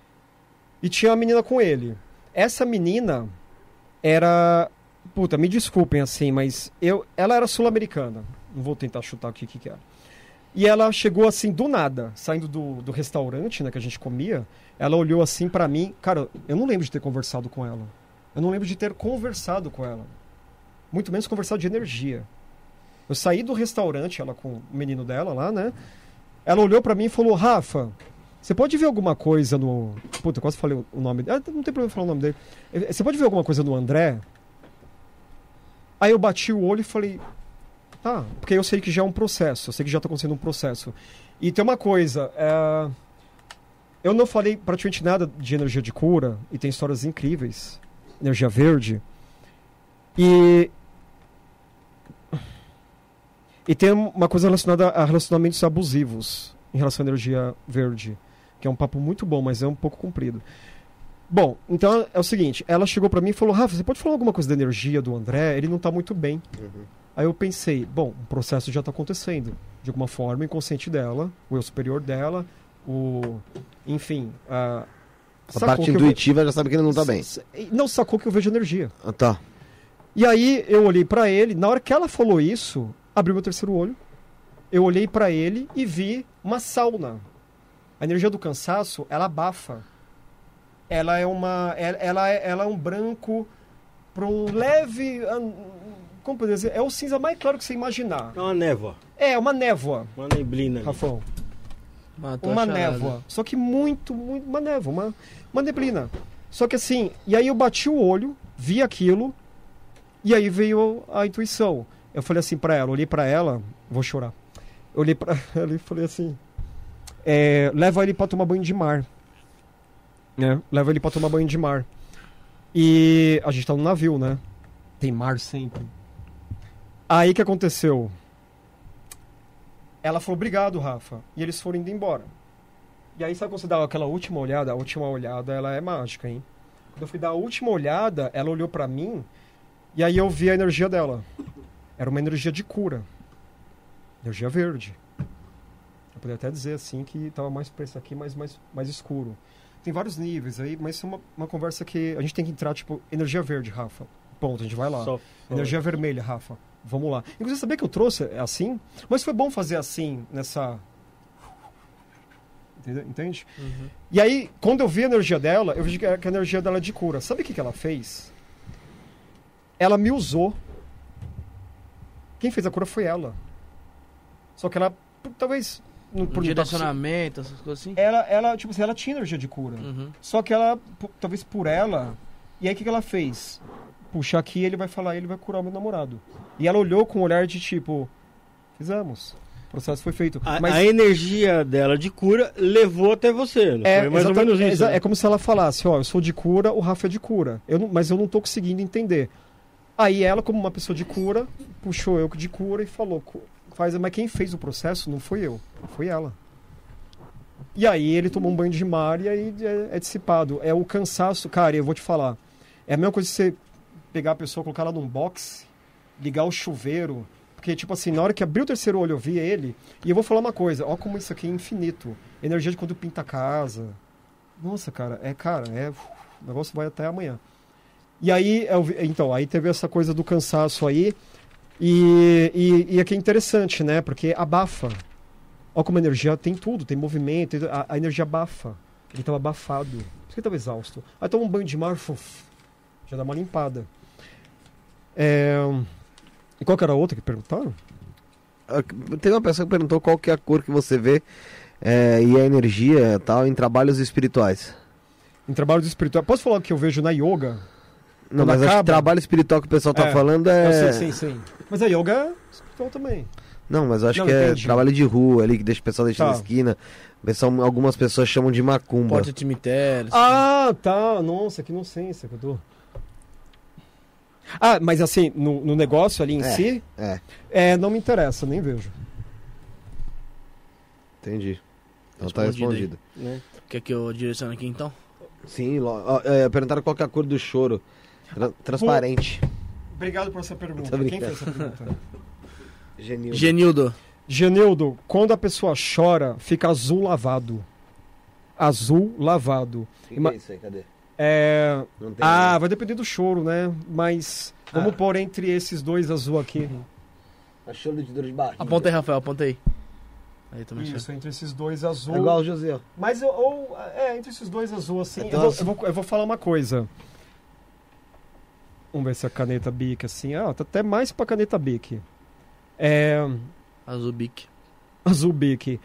E tinha uma menina com ele. Essa menina era... Puta, me desculpem assim, mas eu, ela era sul-americana. Não vou tentar chutar o que que era. E ela chegou assim, do nada, saindo do, do restaurante, né, que a gente comia. Ela olhou assim pra mim. Cara, eu não lembro de ter conversado com ela. Eu não lembro de ter conversado com ela. Muito menos conversado de energia. Eu saí do restaurante, ela com o menino dela lá, né? Ela olhou pra mim e falou, Rafa, Você pode ver alguma coisa no... Puta, eu quase falei o nome dele. Ah, não tem problema falar o nome dele. Você pode ver alguma coisa no André? Aí eu bati o olho e falei... Ah, porque eu sei que já é um processo. Eu sei que já está acontecendo um processo. E tem uma coisa... É... Eu não falei praticamente nada de energia de cura. E tem histórias incríveis. Energia verde. E... E tem uma coisa relacionada a relacionamentos abusivos em relação à energia verde. Que é um papo muito bom, mas é um pouco comprido. Bom, então é o seguinte. Ela chegou pra mim e falou, Rafa, você pode falar alguma coisa da energia do André? Ele não tá muito bem. Uhum. Aí eu pensei, bom, o processo já tá acontecendo. De alguma forma, o inconsciente dela, o eu superior dela, o... Enfim, a... A parte intuitiva ve... já sabe que ele não tá bem. Não, sacou que eu vejo energia. Ah, tá. E aí eu olhei pra ele, na hora que ela falou isso, abri meu terceiro olho, eu olhei pra ele e vi uma sauna. A energia do cansaço, ela abafa. Ela é uma, ela é, ela é um branco para um leve, como poderia dizer, é o cinza mais claro que você imaginar. É uma névoa. É, uma névoa. Uma neblina. Rafão. Matou Uma a charada. névoa. Só que muito, muito, uma névoa, uma, uma neblina. Só que assim, e aí eu bati o olho, vi aquilo, e aí veio a intuição. Eu falei assim pra ela, olhei pra ela, vou chorar. Eu olhei pra ela e falei assim, é, leva ele pra tomar banho de mar. Né? Leva ele pra tomar banho de mar. E a gente tá no navio, né? Tem mar sempre. Aí o que aconteceu? Ela falou, obrigado, Rafa. E eles foram indo embora. E aí, sabe quando você dá aquela última olhada? A última olhada, ela é mágica, hein? Quando eu fui dar a última olhada, ela olhou pra mim e aí eu vi a energia dela. Era uma energia de cura. Energia verde. Eu poderia até dizer assim que estava mais para esse aqui, mas mais, mais escuro. Tem vários níveis aí, mas é uma, uma conversa que a gente tem que entrar, tipo, energia verde, Rafa. Ponto, a gente vai lá. Só, só. Energia vermelha, Rafa. Vamos lá. Inclusive, sabia que eu trouxe assim? Mas foi bom fazer assim, nessa... Entende? Uhum. E aí, quando eu vi a energia dela, eu vi que a energia dela é de cura. Sabe o que, que ela fez? Ela me usou. Quem fez a cura foi ela. Só que ela, talvez... No, por direcionamento, essas coisas assim? Ela, ela, tipo assim, ela tinha energia de cura. Uhum. Só que ela, p- talvez por ela... E aí, o que, que ela fez? Puxa, aqui ele vai falar, ele vai curar o meu namorado. E ela olhou com um olhar de tipo... Fizemos. O processo foi feito. A, Mas a energia dela de cura levou até você, não é, foi mais ou menos isso? Exa- né? É como se ela falasse, ó, eu sou de cura, o Rafa é de cura. Eu não, mas eu não tô conseguindo entender. Aí ela, como uma pessoa de cura, puxou eu de cura e falou... Faz, mas quem fez o processo não foi eu, foi ela. E aí ele tomou um banho de mar e aí é, é dissipado. É o cansaço, cara, eu vou te falar. É a mesma coisa que você pegar a pessoa, colocar ela num box, ligar o chuveiro. Porque, tipo assim, na hora que abriu o terceiro olho, eu vi ele. E eu vou falar uma coisa, ó como isso aqui é infinito. Energia de quando pinta a casa. Nossa, cara, é, cara, é... O negócio vai até amanhã. E aí, eu, então, aí teve essa coisa do cansaço aí. E, e, e aqui é interessante, né? Porque abafa. Olha como a energia tem tudo, tem movimento, a, a energia abafa. Ele estava abafado, por isso que ele estava exausto. Aí toma um banho de mar, uf, já dá uma limpada. É... E qual que era a outra que perguntaram? Tem uma pessoa que perguntou qual que é a cor que você vê é, e a energia tal em trabalhos espirituais. Em trabalhos espirituais. Posso falar o que eu vejo na yoga? Não, Quando mas acaba... acho que trabalho espiritual que o pessoal tá é, falando é... Eu sei, sim, sim. Mas a yoga é espiritual também. Não, mas eu acho Não, que entendi. é trabalho de rua ali, que deixa o pessoal deixar Tá. na esquina. O pessoal, algumas pessoas chamam de macumba. Porta de cemitério. Ah, tá. Nossa, que inocência que eu tô. Ah, mas assim, no, no negócio ali em É, si, é. é, não me interessa, nem vejo. Entendi. Então tá Respondido respondido. Né? Quer que eu direcione aqui então? Sim, lo- ó, é, perguntaram qual que é a cor do choro. Tra- transparente. Obrigado por essa pergunta. Tô Quem brincando. fez essa pergunta? Genil. Genildo. Genildo, quando a pessoa chora, fica azul lavado. Azul lavado. O que, que Ima- é isso aí? Cadê? É... Não tem. Ah, vai depender do choro, né? Mas vamos Ah. pôr entre esses dois azul aqui. A choro de dor de barriga. Aponta aí, Rafael, aponta aí. Aí também Isso, entre esses dois azul. É igual o José, ó. Mas eu, ou, é, entre esses dois azul, assim, Então, eu, vou, assim- eu, vou, eu vou falar uma coisa. Vamos ver se a caneta Bic, assim, ah, tá até mais pra caneta Bic. É, Azul Bic. azul Bic.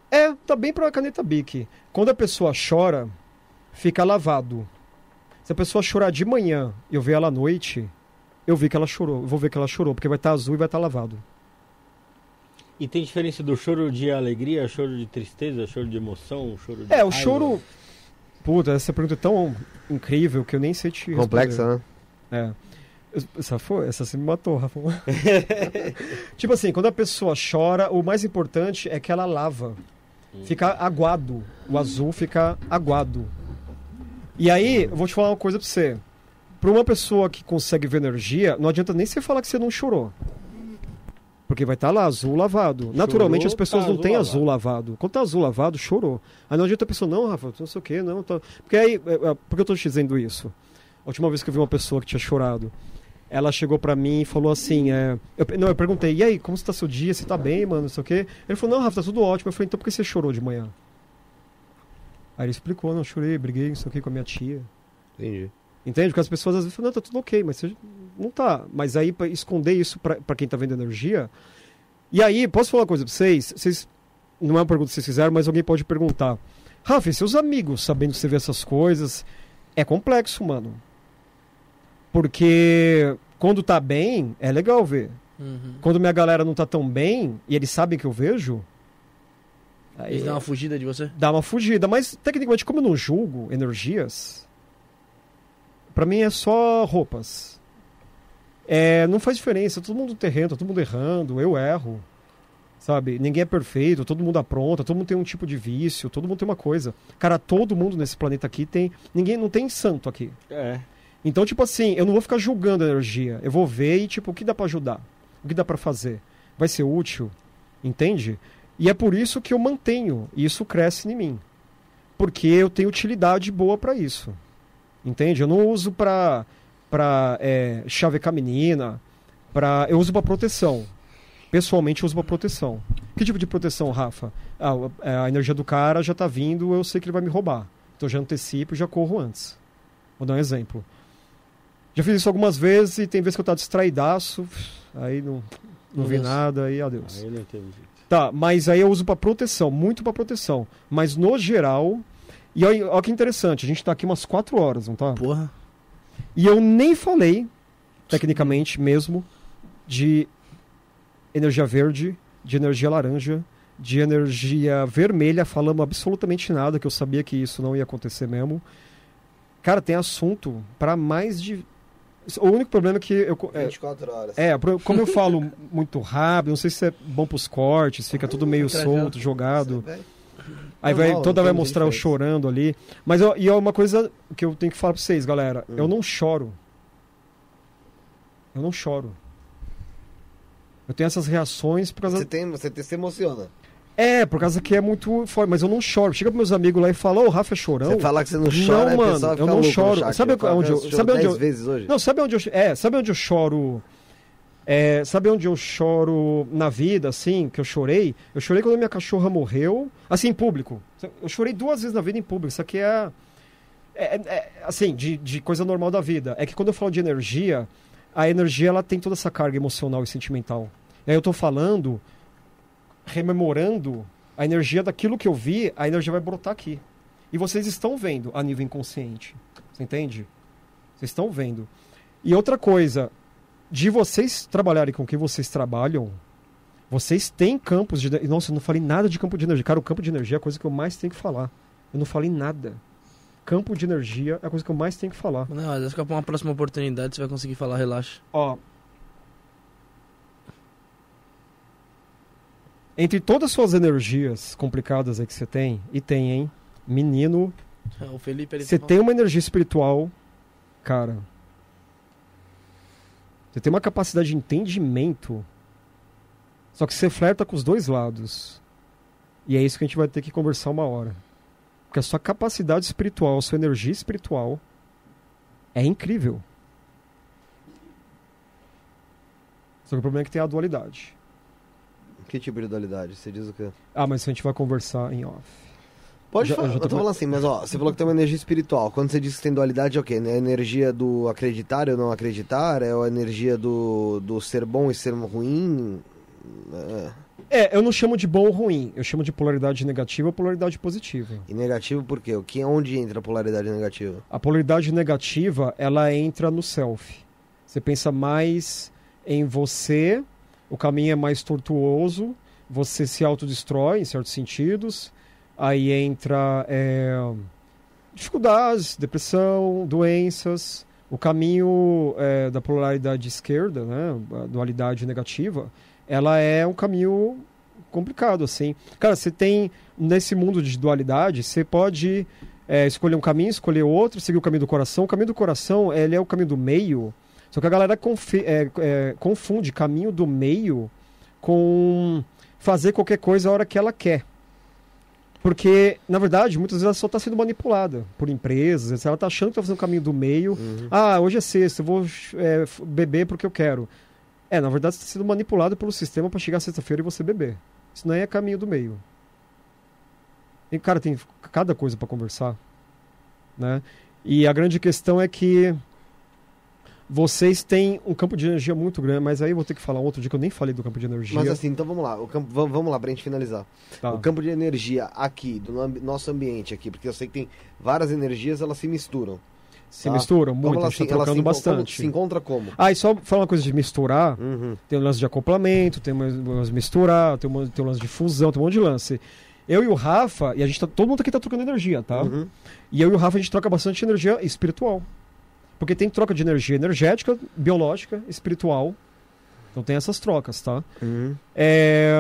É, tá bem pra caneta Bic. Quando a pessoa chora, fica lavado. Se a pessoa chorar de manhã e eu ver ela à noite, eu vi que ela chorou. Eu vou ver que ela chorou, porque vai estar azul e vai estar lavado. E tem diferença do choro de alegria, choro de tristeza, choro de emoção, choro de É, o raiva? choro... Puta, essa pergunta é tão incrível que eu nem sei te responder. Complexa, né? É. Essa foi, essa se me matou, Rafa. Tipo assim, quando a pessoa chora, o mais importante é que ela lava. Fica aguado. O azul fica aguado. E aí, eu vou te falar uma coisa pra você. Pra uma pessoa que consegue ver energia, não adianta nem você falar que você não chorou. Porque vai estar lá, azul lavado. Chorou, Naturalmente as pessoas tá não azul têm lavado. azul lavado. Quando tá azul lavado, chorou. Aí não adianta a pessoa, não, Rafa, não sei o quê, não. Tá... Porque aí, é, é, por que eu tô te dizendo isso? A última vez que eu vi uma pessoa que tinha chorado, ela chegou pra mim e falou assim, é... eu, não, eu perguntei, e aí, como está seu dia? Você tá bem, mano, não sei o quê? Ele falou, não, Rafa, tá tudo ótimo. Eu falei, então por que você chorou de manhã? Aí ele explicou, não, eu chorei, briguei, não sei o quê, com a minha tia. Entendi. Entende? Porque as pessoas às vezes falam, não, tá tudo ok, mas você não tá. Mas aí, pra esconder isso pra, pra quem tá vendo energia... E aí, posso falar uma coisa pra vocês? Vocês... Não é uma pergunta que vocês fizeram, mas alguém pode perguntar. Rafa, e seus amigos, sabendo que você vê essas coisas, é complexo, mano. Porque quando tá bem, é legal ver. Uhum. Quando minha galera não tá tão bem, e eles sabem que eu vejo... Aí Eles dão uma fugida de você? dá uma fugida. Mas, tecnicamente, como eu não julgo energias, pra mim é só roupas. É, não faz diferença, todo mundo terreno, todo mundo errando, eu erro, sabe? Ninguém é perfeito, todo mundo apronta, todo mundo tem um tipo de vício, todo mundo tem uma coisa. Cara, todo mundo nesse planeta aqui tem... Ninguém, não tem santo aqui. É. Então, tipo assim, eu não vou ficar julgando a energia, eu vou ver e, tipo, o que dá pra ajudar? O que dá pra fazer? Vai ser útil? Entende? E é por isso que eu mantenho, e isso cresce em mim. Porque eu tenho utilidade boa pra isso. Entende? Eu não uso pra... pra é, chavecar menina, pra... eu uso pra proteção. Pessoalmente eu uso pra proteção. Que tipo de proteção, Rafa? Ah, a energia do cara já tá vindo, eu sei que ele vai me roubar. Então eu já antecipo e já corro antes. Vou dar um exemplo. Já fiz isso algumas vezes e tem vezes que eu tava distraidaço, aí não, não vi nada e adeus. Aí não teve jeito. Tá, mas aí eu uso pra proteção, muito pra proteção. Mas no geral... E olha, olha que interessante, a gente tá aqui umas quatro horas, não tá? Porra. E eu nem falei, tecnicamente mesmo, de energia verde, de energia laranja, de energia vermelha, falamos absolutamente nada, que eu sabia que isso não ia acontecer mesmo. Cara, tem assunto para mais de... O único problema é que... Eu, é, vinte e quatro horas. é, como eu falo muito rápido, não sei se é bom pros cortes, fica tudo meio solto, jogado. Aí vai, Normal, toda não vai tem mostrar eu diferença. chorando ali. Mas eu, e é uma coisa que eu tenho que falar pra vocês, galera. Hum. Eu não choro. Eu não choro. Eu tenho essas reações por causa... Você, tem, você te- se emociona. É, por causa que é muito forte. Mas eu não choro. Chega pros meus amigos lá e fala, ô, o Rafa é chorão? Você falar que você não chora, Não, a pessoa mano, vai eu ficar não louca no choro. chat. Sabe Vai falar, onde eu- "Nossa, chorou sabe onde dez eu- vezes hoje?" Não, sabe onde eu... É, sabe onde eu choro... É, sabe onde eu choro na vida, assim, que eu chorei? Eu chorei quando minha cachorra morreu, assim, em público. Eu chorei duas vezes na vida em público. Isso aqui é, é, é assim, de, de coisa normal da vida. É que quando eu falo de energia, a energia, ela tem toda essa carga emocional e sentimental. E aí eu tô falando, rememorando a energia daquilo que eu vi, a energia vai brotar aqui. E vocês estão vendo a nível inconsciente. Você entende? Vocês estão vendo. E outra coisa... De vocês trabalharem com o que vocês trabalham, vocês têm campos de... Nossa, eu não falei nada de campo de energia. Cara, o campo de energia é a coisa que eu mais tenho que falar. Eu não falei nada. Campo de energia é a coisa que eu mais tenho que falar. Não, mas acho que pra uma próxima oportunidade você vai conseguir falar, relaxa. Ó. Entre todas as suas energias complicadas aí que você tem, e tem, hein? Menino, O Felipe, ele você tá tem uma energia espiritual, cara... Você tem uma capacidade de entendimento, só que você flerta com os dois lados. E é isso que a gente vai ter que conversar uma hora. Porque a sua capacidade espiritual, a sua energia espiritual é incrível. Só que o problema é que tem a dualidade. Que tipo de dualidade? Você diz o quê? Ah, mas isso a gente vai conversar em off. Pode Já- falar, já eu tô tô falando assim, mas ó, você falou que tem uma energia espiritual. Quando você diz que tem dualidade, é o quê? É a energia do acreditar ou não acreditar? É a energia do, do ser bom e ser ruim? É. É, eu não chamo de bom ou ruim, eu chamo de polaridade negativa ou polaridade positiva. E negativo por quê? O que, onde entra a polaridade negativa? A polaridade negativa, ela entra no self. Você pensa mais em você, o caminho é mais tortuoso, você se autodestrói em certos sentidos, aí entra é, dificuldades, depressão, doenças. O caminho é, da polaridade esquerda, né, a dualidade negativa, ela é um caminho complicado, assim. Cara, você tem, nesse mundo de dualidade, você pode é, escolher um caminho, escolher outro, seguir o caminho do coração. O caminho do coração, ele é o caminho do meio, só que a galera confe- é, é, confunde caminho do meio com fazer qualquer coisa a hora que ela quer. Porque, na verdade, muitas vezes ela só está sendo manipulada por empresas, ela está achando que está fazendo o caminho do meio. Uhum. Ah, hoje é sexta, eu vou é, beber porque eu quero. É, na verdade, você está sendo manipulado pelo sistema para chegar sexta-feira e você beber. Isso não é caminho do meio. E, cara, tem cada coisa para conversar, né? E a grande questão é que vocês têm um campo de energia muito grande, mas aí eu vou ter que falar outro dia que eu nem falei do campo de energia. Mas assim, então vamos lá, o campo, vamos, vamos lá pra gente finalizar. Tá. O campo de energia aqui, do no, nosso ambiente aqui, porque eu sei que tem várias energias, elas se misturam. Se tá? misturam muito, então, a gente assim, tá trocando se, bastante. Como, se encontra como? Ah, e só falar uma coisa de misturar, Uhum. tem um lance de acoplamento, tem um lance de misturar, tem um, tem um lance de fusão, tem um monte de lance. Eu e o Rafa, e a gente tá, todo mundo aqui tá trocando energia, tá? Uhum. E eu e o Rafa, a gente troca bastante energia espiritual. Porque tem troca de energia energética, biológica, espiritual. Então tem essas trocas, tá? Uhum. É...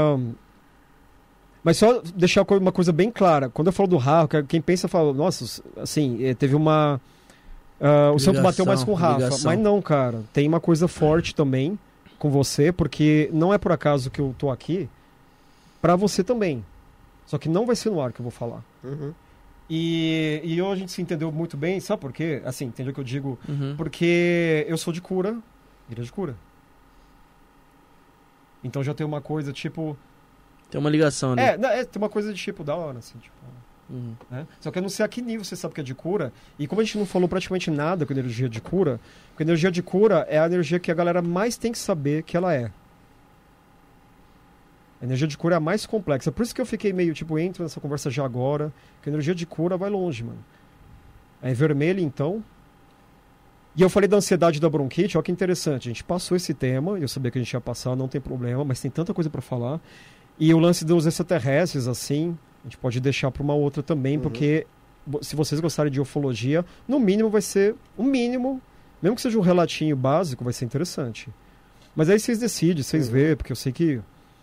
Mas só deixar uma coisa bem clara. Quando eu falo do Rafa, quem pensa fala, nossa, assim, teve uma... Uh, o Ligação, santo bateu mais com o Rafa. ligação. Mas não, cara. Tem uma coisa forte também com você, porque não é por acaso que eu tô aqui, pra você também. Só que não vai ser no ar que eu vou falar. Uhum. E, e hoje a gente se entendeu muito bem, sabe por quê? Assim, entendeu o que eu digo? Uhum. Porque eu sou de cura, igreja de cura. Então já tem uma coisa, tipo... Tem uma ligação ali. É, não, é tem uma coisa de tipo, da hora, assim, tipo... Uhum. Né? Só que eu não sei a que nível você sabe que é de cura. E como a gente não falou praticamente nada com energia de cura, porque energia de cura é a energia que a galera mais tem que saber que ela é. A energia de cura é a mais complexa. Por isso que eu fiquei meio, tipo, entro nessa conversa já agora, que a energia de cura vai longe, mano. É vermelho, então. E eu falei da ansiedade da bronquite, olha que interessante. A gente passou esse tema, eu sabia que a gente ia passar, não tem problema, mas tem tanta coisa pra falar. E o lance dos extraterrestres, assim, a gente pode deixar pra uma outra também, Uhum. porque se vocês gostarem de ufologia, no mínimo vai ser, o mínimo, mesmo que seja um relatinho básico, vai ser interessante. Mas aí vocês decidem, vocês Uhum. vê, porque eu sei que...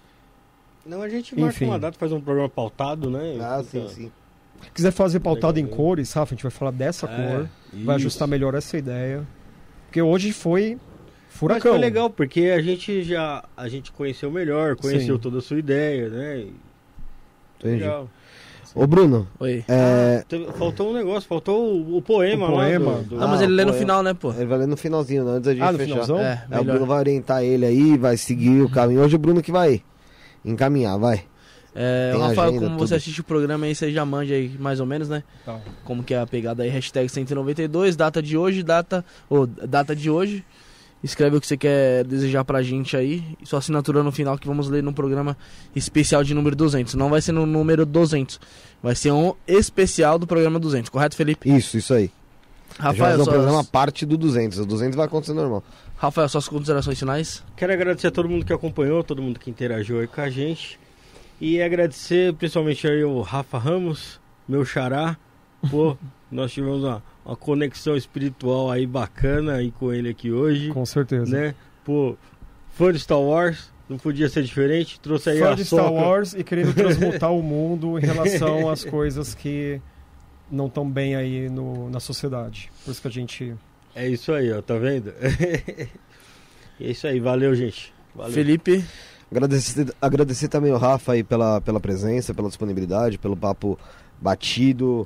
Não, a gente marca Enfim. uma data, faz um programa pautado, né? Ah, Fica- sim, sim. quiser fazer pautado em Legal. cores, Rafa, a gente vai falar dessa É, cor, vai isso. ajustar melhor essa ideia. Porque hoje foi Mas furacão. foi legal, porque a gente já a gente conheceu melhor, conheceu Sim. toda a sua ideia, né? E- Entendi. Legal. Ô, Bruno, Oi. é, Ah, teve- faltou um negócio, faltou o, o poema O lá. poema. do- do- Ah, mas Ah, ele lê no pô, final, né, pô? ele vai ler no finalzinho, né, antes da gente Ah, no fechar. finalzão? É, É, o melhor. Bruno vai orientar ele aí, vai seguir o caminho. Hoje o Bruno que vai encaminhar, vai. É, Tem o Rafael, agenda, como tudo. você assiste o programa aí, você já manja aí, mais ou menos, né? Tá. Como que é a pegada aí, hashtag cento e noventa e dois, data de hoje, data, ou data de hoje. Escreve o que você quer desejar pra gente aí, e sua assinatura no final que vamos ler no programa especial de número duzentos. Não vai ser no número duzentos, vai ser um especial do programa duzentos, correto, Felipe? Isso, isso aí. a gente vai Rafael, fazer um suas... programa parte do duzentos. O duzentos vai acontecer normal. Rafael, suas considerações finais? Quero agradecer a todo mundo que acompanhou, todo mundo que interagiu aí com a gente. E agradecer principalmente aí o Rafa Ramos, meu xará. Pô, nós tivemos uma, uma conexão espiritual aí bacana aí com ele aqui hoje. Com certeza. Né? Pô, fã de Star Wars, não podia ser diferente. Trouxe aí Fã a de Star Soca. Wars e querendo transmutar o mundo em relação às coisas que não estão bem aí no, na sociedade. Por isso que a gente... É isso aí, ó, tá vendo? É isso aí, valeu, gente. Valeu. Felipe, Agradecer, agradecer também o Rafa aí pela, pela presença, pela disponibilidade, pelo papo batido,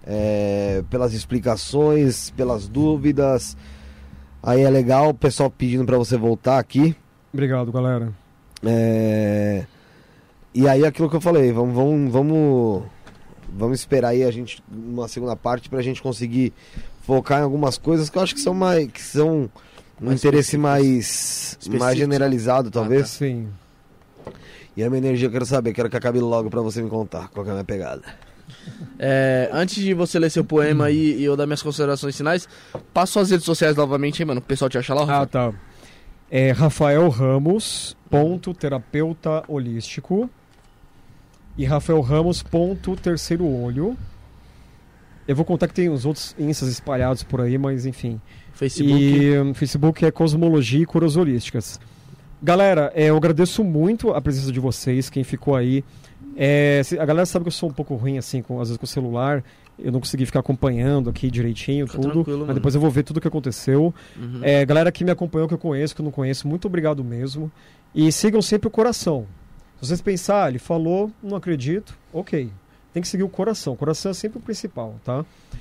é, pelas explicações, pelas dúvidas. Aí é legal o pessoal pedindo pra você voltar aqui. Obrigado, galera. É, e aí aquilo que eu falei, vamos, vamos, vamos, vamos esperar aí a gente uma segunda parte pra gente conseguir focar em algumas coisas que eu acho que são mais, que são um Mais interesse específicos. mais, Específicos. mais generalizado, talvez. Sim. E a minha energia eu quero saber, quero que acabe logo pra você me contar qual que é a minha pegada. É, antes de você ler seu poema aí e eu dar minhas considerações finais, passa suas redes sociais novamente, hein, mano? O pessoal te acha lá, Rafa? Ah, tá. É Rafael Ramos, ponto, terapeuta holístico. E Rafael Ramos, ponto, terceiro olho. Eu vou contar que tem os outros instas espalhados por aí, mas enfim. Facebook. E um, Facebook é Cosmologia e Curas Holísticas. Galera, é, eu agradeço muito a presença de vocês, quem ficou aí. É, a galera sabe que eu sou um pouco ruim, assim, com, às vezes com o celular. Eu não consegui ficar acompanhando aqui direitinho, Fica tudo. tranquilo, Mas mano. depois eu vou ver tudo o que aconteceu. Uhum. É, galera que me acompanhou, que eu conheço, que eu não conheço, muito obrigado mesmo. E sigam sempre o coração. Se vocês pensarem, ah, ele falou, não acredito, ok. Tem que seguir o coração. O coração é sempre o principal, tá?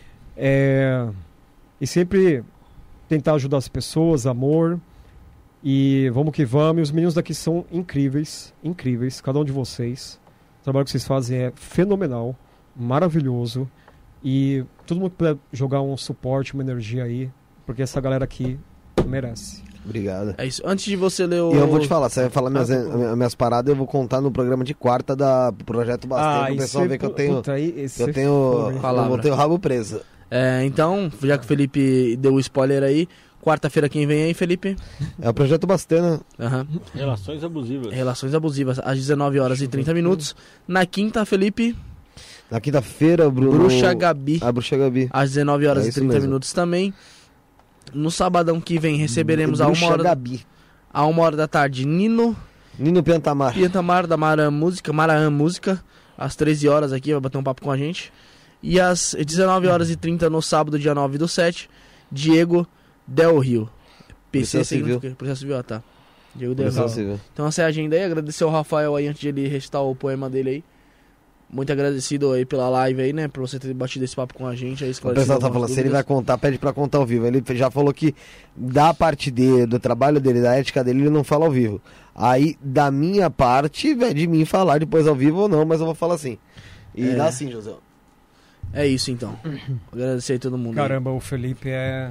É, e sempre tentar ajudar as pessoas, amor. E vamos que vamos. E os meninos daqui são incríveis, incríveis, cada um de vocês. O trabalho que vocês fazem é fenomenal, maravilhoso. E todo mundo que puder jogar um suporte, uma energia aí, porque essa galera aqui merece. Obrigado. É isso. Antes de você ler o... E eu vou te falar, você vai falar minhas, Ah, minhas paradas, eu vou contar no programa de quarta da Projeto Bastante, o e pessoal cê- vê que eu tenho, puta, aí, que esse eu tenho, foi- Palavra. eu vou ter o rabo preso. É, então, já que o Felipe deu o spoiler aí, quarta-feira quem vem aí, Felipe? É o Projeto Bastante, Aham. Relações abusivas. Relações abusivas, às dezenove horas e trinta minutos. Na quinta, Felipe, na quinta-feira, Bruno... Bruxa Gabi, A Bruxa Gabi. às dezenove horas É e isso trinta mesmo. minutos também. No sabadão que vem receberemos a Bruxa uma, hora, Gabi. a uma hora da tarde Nino Nino Piantamar. Piantamar da Mara Música, Maraã Música, às treze horas aqui, vai bater um papo com a gente. E às dezenove horas e trinta no sábado, dia nove do sete, Diego Del Rio. P C Polícia Civil. significa Polícia Civil, ah, tá. Diego Del Polícia Rio. Civil. Então essa é a agenda aí, agradecer ao Rafael aí antes de ele recitar o poema dele aí. Muito agradecido aí pela live aí, né, por você ter batido esse papo com a gente aí, O esclarecido pessoal tá algumas falando, se ele vai dúvidas. contar, pede pra contar ao vivo. Ele já falou que da parte dele, do trabalho dele, da ética dele, ele não fala ao vivo. Aí, da minha parte, vai de mim falar depois ao vivo ou não, mas eu vou falar assim. E É. dá assim, José. É isso então. Agradecer aí todo mundo. aí. Caramba, o Felipe é.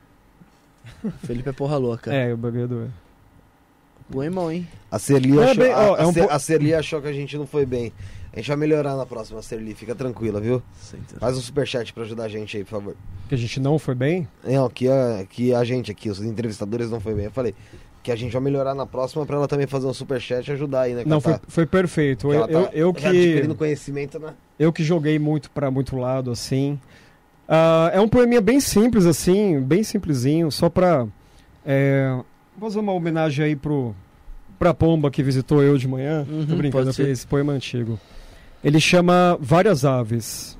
Felipe é porra louca. É, o bagulho é. Poemão, hein? A Serli É achou, bem- ó, a, é um a Cer- po- a Serli achou que a gente não foi bem. A gente vai melhorar na próxima, Serli. Fica tranquila, viu? Faz um superchat pra ajudar a gente aí, por favor. Que a gente não foi bem? Não, que a, que a gente aqui, os entrevistadores não foi bem. Eu falei que a gente vai melhorar na próxima pra ela também fazer um superchat e ajudar aí, né? que Não, ela foi, tá- foi perfeito. que Eu, ela tá eu, eu já adquirindo que, conhecimento, né? eu que joguei muito pra muito lado, assim. Ah, é um poeminha bem simples, assim, bem simplesinho, só pra é, vou fazer uma homenagem aí pro, pra Pomba que visitou eu de manhã. Uhum, Tô brincando, pode ser. esse poema antigo. Ele chama Várias Aves.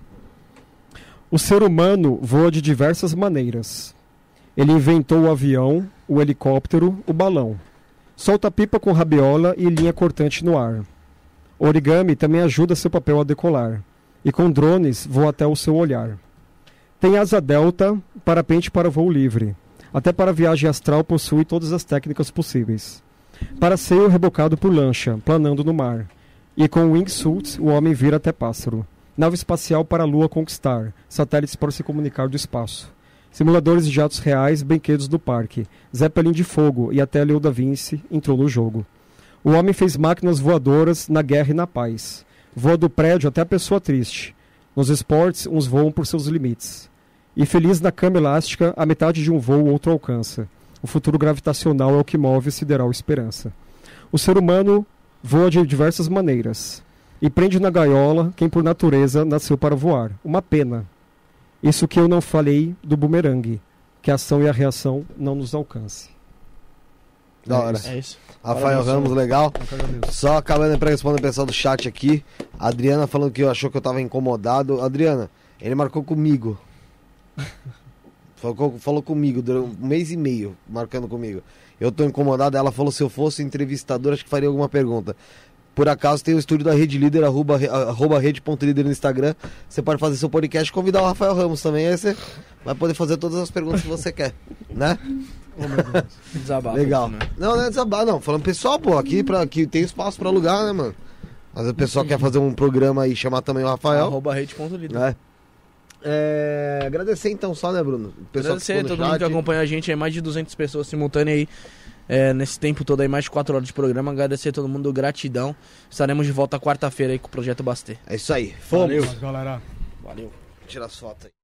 O ser humano voa de diversas maneiras. Ele inventou o avião, o helicóptero, o balão. Solta pipa com rabiola e linha cortante no ar. O origami também ajuda seu papel a decolar. E com drones voa até o seu olhar. Tem asa delta, parapente para voo livre. Até para viagem astral possui todas as técnicas possíveis. Paraceio rebocado por lancha, planando no mar. E com wingsuits o homem vira até pássaro. Nave espacial para a lua conquistar. Satélites para se comunicar do espaço. Simuladores de jatos reais, brinquedos do parque. Zeppelin de fogo e até Leo da Vinci entrou no jogo. O homem fez máquinas voadoras na guerra e na paz. Voa do prédio até a pessoa triste. Nos esportes, uns voam por seus limites. E feliz na cama elástica, a metade de um voo o outro alcança. O futuro gravitacional é o que move a sideral esperança. O ser humano voa de diversas maneiras. E prende na gaiola quem por natureza nasceu para voar. Uma pena. Isso que eu não falei do bumerangue. Que a ação e a reação não nos alcance. Da hora. É isso. Rafael Parabéns, Ramos, legal. Eu que agradeço. Só acabando pra responder o pessoal do chat aqui. A Adriana falando que achou que eu tava incomodado. Adriana, ele marcou comigo. Falou, falou comigo durante um mês e meio, marcando comigo. Eu tô incomodado. Ela falou se eu fosse entrevistador, acho que faria alguma pergunta. Por acaso tem o estúdio da Rede Líder, arroba, arroba rede.líder no Instagram. Você pode fazer seu podcast e convidar o Rafael Ramos também. Aí você vai poder fazer todas as perguntas que você quer, né? Desabafo. Legal. né? Não, não é desabar, não. Falando pessoal, pô, aqui, pra, aqui tem espaço pra alugar, né, mano? Mas o pessoal quer fazer um programa e chamar também o Rafael. Arroba rede.líder. Né? É, agradecer então só, né, Bruno? O pessoal que Agradecer a ficou no todo mundo que chat. acompanha a gente aí, mais de duzentas pessoas simultâneas aí é, nesse tempo todo aí, mais de quatro horas de programa. Agradecer a todo mundo, gratidão. Estaremos de volta quarta-feira aí com o Projeto Bastê. É isso aí. Fomos. Valeu. Galera. Valeu. Tira as fotos aí.